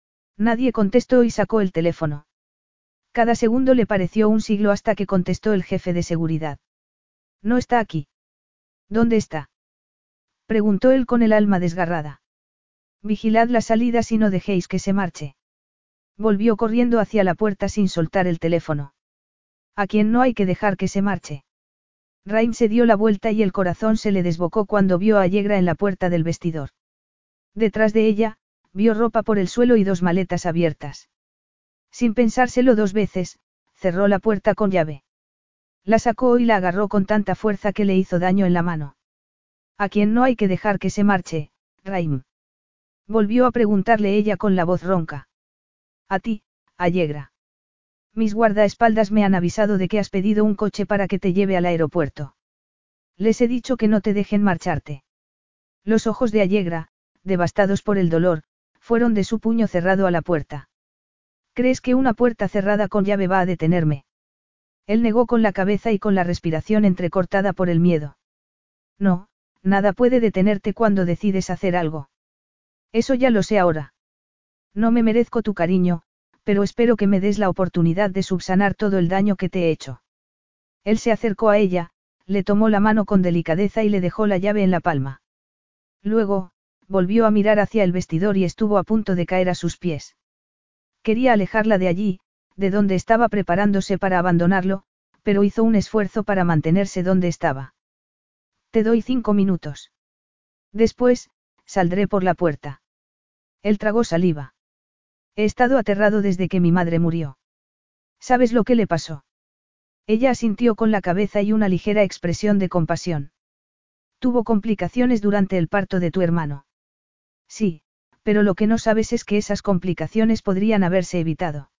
Nadie contestó y sacó el teléfono. Cada segundo le pareció un siglo hasta que contestó el jefe de seguridad. No está aquí. ¿Dónde está? Preguntó él con el alma desgarrada. Vigilad las salidas y no dejéis que se marche. Volvió corriendo hacia la puerta sin soltar el teléfono. ¿A quién no hay que dejar que se marche? Raim se dio la vuelta y el corazón se le desbocó cuando vio a Allegra en la puerta del vestidor. Detrás de ella, vio ropa por el suelo y dos maletas abiertas. Sin pensárselo dos veces, cerró la puerta con llave. La sacó y la agarró con tanta fuerza que le hizo daño en la mano. ¿A quién no hay que dejar que se marche, Raim? Volvió a preguntarle ella con la voz ronca. A ti, Allegra. Mis guardaespaldas me han avisado de que has pedido un coche para que te lleve al aeropuerto. Les he dicho que no te dejen marcharte. Los ojos de Allegra, devastados por el dolor, fueron de su puño cerrado a la puerta. ¿Crees que una puerta cerrada con llave va a detenerme? Él negó con la cabeza y con la respiración entrecortada por el miedo. No, nada puede detenerte cuando decides hacer algo. Eso ya lo sé ahora. No me merezco tu cariño, pero espero que me des la oportunidad de subsanar todo el daño que te he hecho. Él se acercó a ella, le tomó la mano con delicadeza y le dejó la llave en la palma. Luego, volvió a mirar hacia el vestidor y estuvo a punto de caer a sus pies. Quería alejarla de allí, de donde estaba preparándose para abandonarlo, pero hizo un esfuerzo para mantenerse donde estaba. Te doy 5 minutos. Después, saldré por la puerta. Él tragó saliva. He estado aterrado desde que mi madre murió. ¿Sabes lo que le pasó? Ella asintió con la cabeza y una ligera expresión de compasión. Tuvo complicaciones durante el parto de tu hermano. Sí, pero lo que no sabes es que esas complicaciones podrían haberse evitado.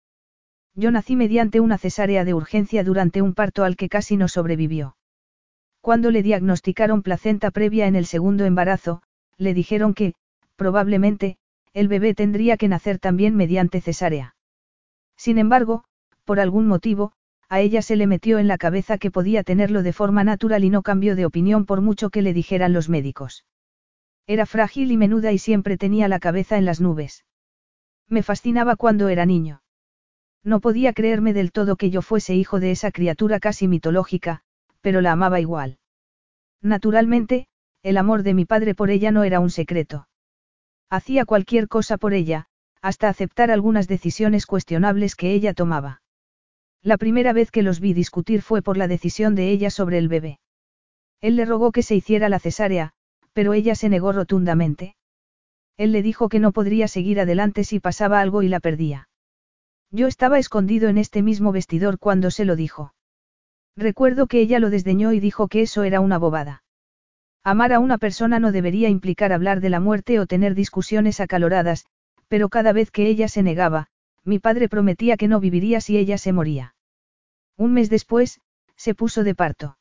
Yo nací mediante una cesárea de urgencia durante un parto al que casi no sobrevivió. Cuando le diagnosticaron placenta previa en el segundo embarazo, le dijeron que, probablemente, el bebé tendría que nacer también mediante cesárea. Sin embargo, por algún motivo, a ella se le metió en la cabeza que podía tenerlo de forma natural y no cambió de opinión por mucho que le dijeran los médicos. Era frágil y menuda y siempre tenía la cabeza en las nubes. Me fascinaba cuando era niño. No podía creerme del todo que yo fuese hijo de esa criatura casi mitológica, pero la amaba igual. Naturalmente, el amor de mi padre por ella no era un secreto. Hacía cualquier cosa por ella, hasta aceptar algunas decisiones cuestionables que ella tomaba. La primera vez que los vi discutir fue por la decisión de ella sobre el bebé. Él le rogó que se hiciera la cesárea, pero ella se negó rotundamente. Él le dijo que no podría seguir adelante si pasaba algo y la perdía. Yo estaba escondido en este mismo vestidor cuando se lo dijo. Recuerdo que ella lo desdeñó y dijo que eso era una bobada. Amar a una persona no debería implicar hablar de la muerte o tener discusiones acaloradas, pero cada vez que ella se negaba, mi padre prometía que no viviría si ella se moría. Un mes después, se puso de parto.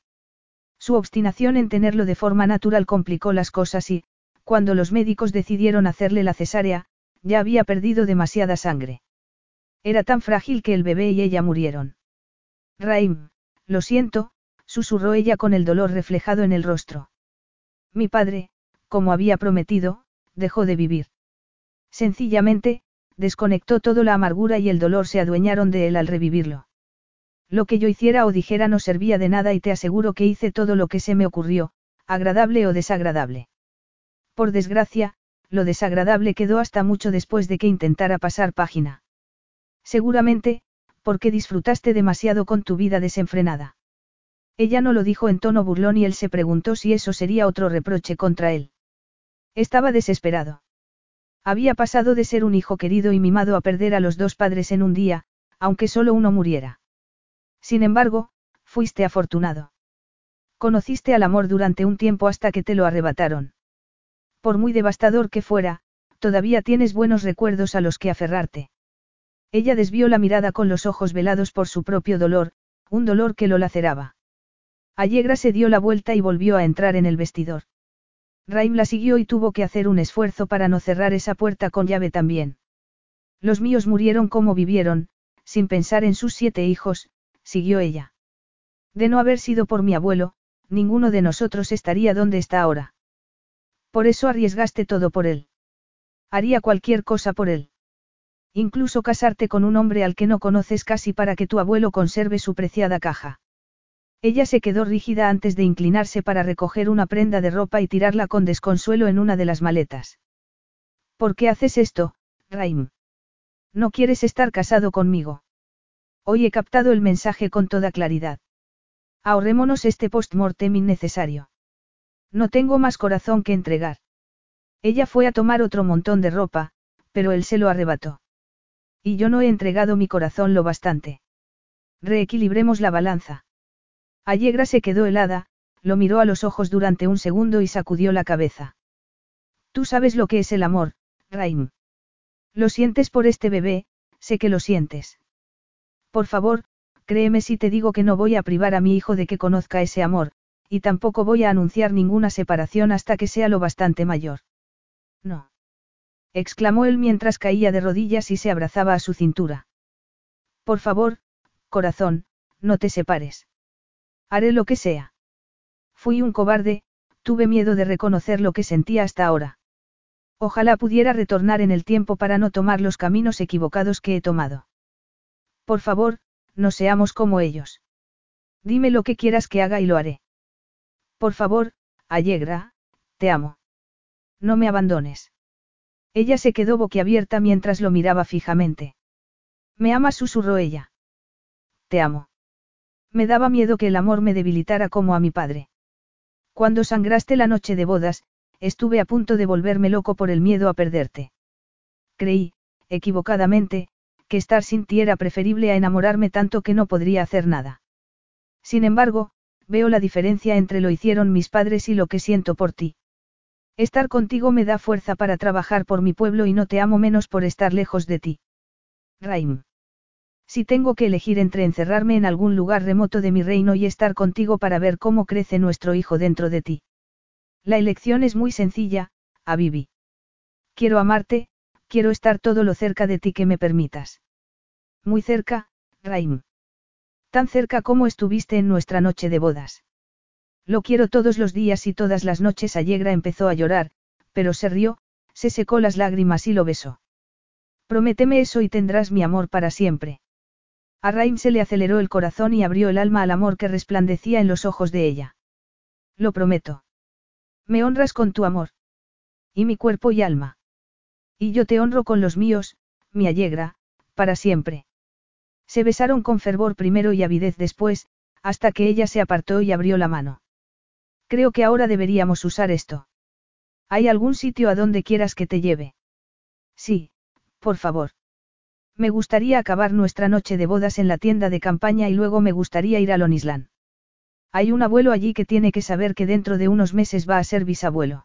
Su obstinación en tenerlo de forma natural complicó las cosas y, cuando los médicos decidieron hacerle la cesárea, ya había perdido demasiada sangre. Era tan frágil que el bebé y ella murieron. Raim, lo siento, susurró ella con el dolor reflejado en el rostro. Mi padre, como había prometido, dejó de vivir. Sencillamente, desconectó toda la amargura y el dolor se adueñaron de él al revivirlo. Lo que yo hiciera o dijera no servía de nada y te aseguro que hice todo lo que se me ocurrió, agradable o desagradable. Por desgracia, lo desagradable quedó hasta mucho después de que intentara pasar página. Seguramente, porque disfrutaste demasiado con tu vida desenfrenada. Ella no lo dijo en tono burlón y él se preguntó si eso sería otro reproche contra él. Estaba desesperado. Había pasado de ser un hijo querido y mimado a perder a los dos padres en un día, aunque solo uno muriera. Sin embargo, fuiste afortunado. Conociste al amor durante un tiempo hasta que te lo arrebataron. Por muy devastador que fuera, todavía tienes buenos recuerdos a los que aferrarte. Ella desvió la mirada con los ojos velados por su propio dolor, un dolor que lo laceraba. Allegra se dio la vuelta y volvió a entrar en el vestidor. Raim la siguió y tuvo que hacer un esfuerzo para no cerrar esa puerta con llave también. Los míos murieron como vivieron, sin pensar en sus 7 hijos, siguió ella. De no haber sido por mi abuelo, ninguno de nosotros estaría donde está ahora. Por eso arriesgaste todo por él. Haría cualquier cosa por él. Incluso casarte con un hombre al que no conoces casi para que tu abuelo conserve su preciada caja. Ella se quedó rígida antes de inclinarse para recoger una prenda de ropa y tirarla con desconsuelo en una de las maletas. ¿Por qué haces esto, Raim? ¿No quieres estar casado conmigo? Hoy he captado el mensaje con toda claridad. Ahorrémonos este post-mortem innecesario. No tengo más corazón que entregar. Ella fue a tomar otro montón de ropa, pero él se lo arrebató. Y yo no he entregado mi corazón lo bastante. Reequilibremos la balanza. Allegra se quedó helada, lo miró a los ojos durante un segundo y sacudió la cabeza. Tú sabes lo que es el amor, Raim. Lo sientes por este bebé, sé que lo sientes. Por favor, créeme si te digo que no voy a privar a mi hijo de que conozca ese amor, y tampoco voy a anunciar ninguna separación hasta que sea lo bastante mayor. No. Exclamó él mientras caía de rodillas y se abrazaba a su cintura. Por favor, corazón, no te separes. Haré lo que sea. Fui un cobarde, tuve miedo de reconocer lo que sentía hasta ahora. Ojalá pudiera retornar en el tiempo para no tomar los caminos equivocados que he tomado. Por favor, no seamos como ellos. Dime lo que quieras que haga y lo haré. Por favor, Allegra, te amo. No me abandones. Ella se quedó boquiabierta mientras lo miraba fijamente. ¿Me amas?, susurró ella. Te amo. Me daba miedo que el amor me debilitara como a mi padre. Cuando sangraste la noche de bodas, estuve a punto de volverme loco por el miedo a perderte. Creí, equivocadamente, que estar sin ti era preferible a enamorarme tanto que no podría hacer nada. Sin embargo, veo la diferencia entre lo hicieron mis padres y lo que siento por ti. Estar contigo me da fuerza para trabajar por mi pueblo y no te amo menos por estar lejos de ti. Raim. Si tengo que elegir entre encerrarme en algún lugar remoto de mi reino y estar contigo para ver cómo crece nuestro hijo dentro de ti. La elección es muy sencilla, Abibi. Quiero amarte, quiero estar todo lo cerca de ti que me permitas. Muy cerca, Raim. Tan cerca como estuviste en nuestra noche de bodas. Lo quiero todos los días y todas las noches. Allegra empezó a llorar, pero se rió, se secó las lágrimas y lo besó. Prométeme eso y tendrás mi amor para siempre. A Raim se le aceleró el corazón y abrió el alma al amor que resplandecía en los ojos de ella. Lo prometo. Me honras con tu amor. Y mi cuerpo y alma. Y yo te honro con los míos, mi Allegra, para siempre. Se besaron con fervor primero y avidez después, hasta que ella se apartó y abrió la mano. Creo que ahora deberíamos usar esto. ¿Hay algún sitio a donde quieras que te lleve? Sí, por favor. Me gustaría acabar nuestra noche de bodas en la tienda de campaña y luego me gustaría ir a Lonisland. Hay un abuelo allí que tiene que saber que dentro de unos meses va a ser bisabuelo.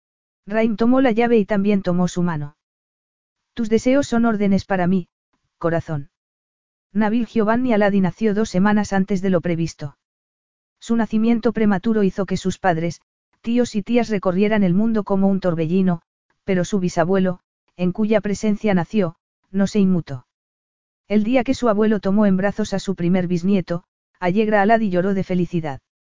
Raim tomó la llave y también tomó su mano. Tus deseos son órdenes para mí, corazón. Nabil Giovanni Aladi nació 2 semanas antes de lo previsto. Su nacimiento prematuro hizo que sus padres, tíos y tías recorrieran el mundo como un torbellino, pero su bisabuelo, en cuya presencia nació, no se inmutó. El día que su abuelo tomó en brazos a su primer bisnieto, Allegra Aladi lloró de felicidad.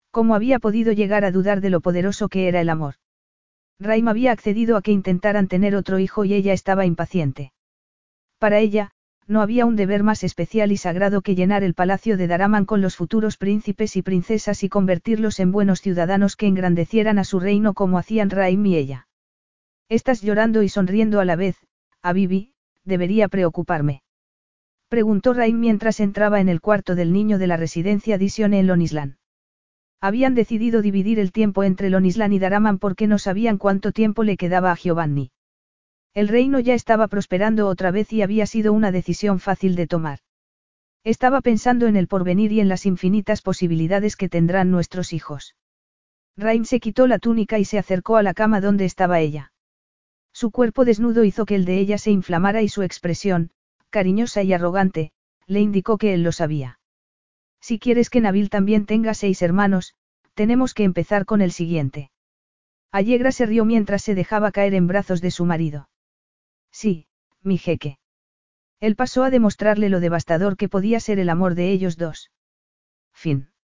¿Cómo había podido llegar a dudar de lo poderoso que era el amor? Raim había accedido a que intentaran tener otro hijo y ella estaba impaciente. Para ella, no había un deber más especial y sagrado que llenar el palacio de Daraman con los futuros príncipes y princesas y convertirlos en buenos ciudadanos que engrandecieran a su reino como hacían Raim y ella. «¿Estás llorando y sonriendo a la vez, Abibi? Debería preocuparme», preguntó Raim mientras entraba en el cuarto del niño de la residencia Disione en Lonisland. Habían decidido dividir el tiempo entre Lonisland y Daraman porque no sabían cuánto tiempo le quedaba a Giovanni. El reino ya estaba prosperando otra vez y había sido una decisión fácil de tomar. Estaba pensando en el porvenir y en las infinitas posibilidades que tendrán nuestros hijos. Raim se quitó la túnica y se acercó a la cama donde estaba ella. Su cuerpo desnudo hizo que el de ella se inflamara y su expresión, cariñosa y arrogante, le indicó que él lo sabía. Si quieres que Nabil también tenga 6 hermanos, tenemos que empezar con el siguiente. Allegra se rió mientras se dejaba caer en brazos de su marido. Sí, mi jeque. Él pasó a demostrarle lo devastador que podía ser el amor de ellos dos. Fin.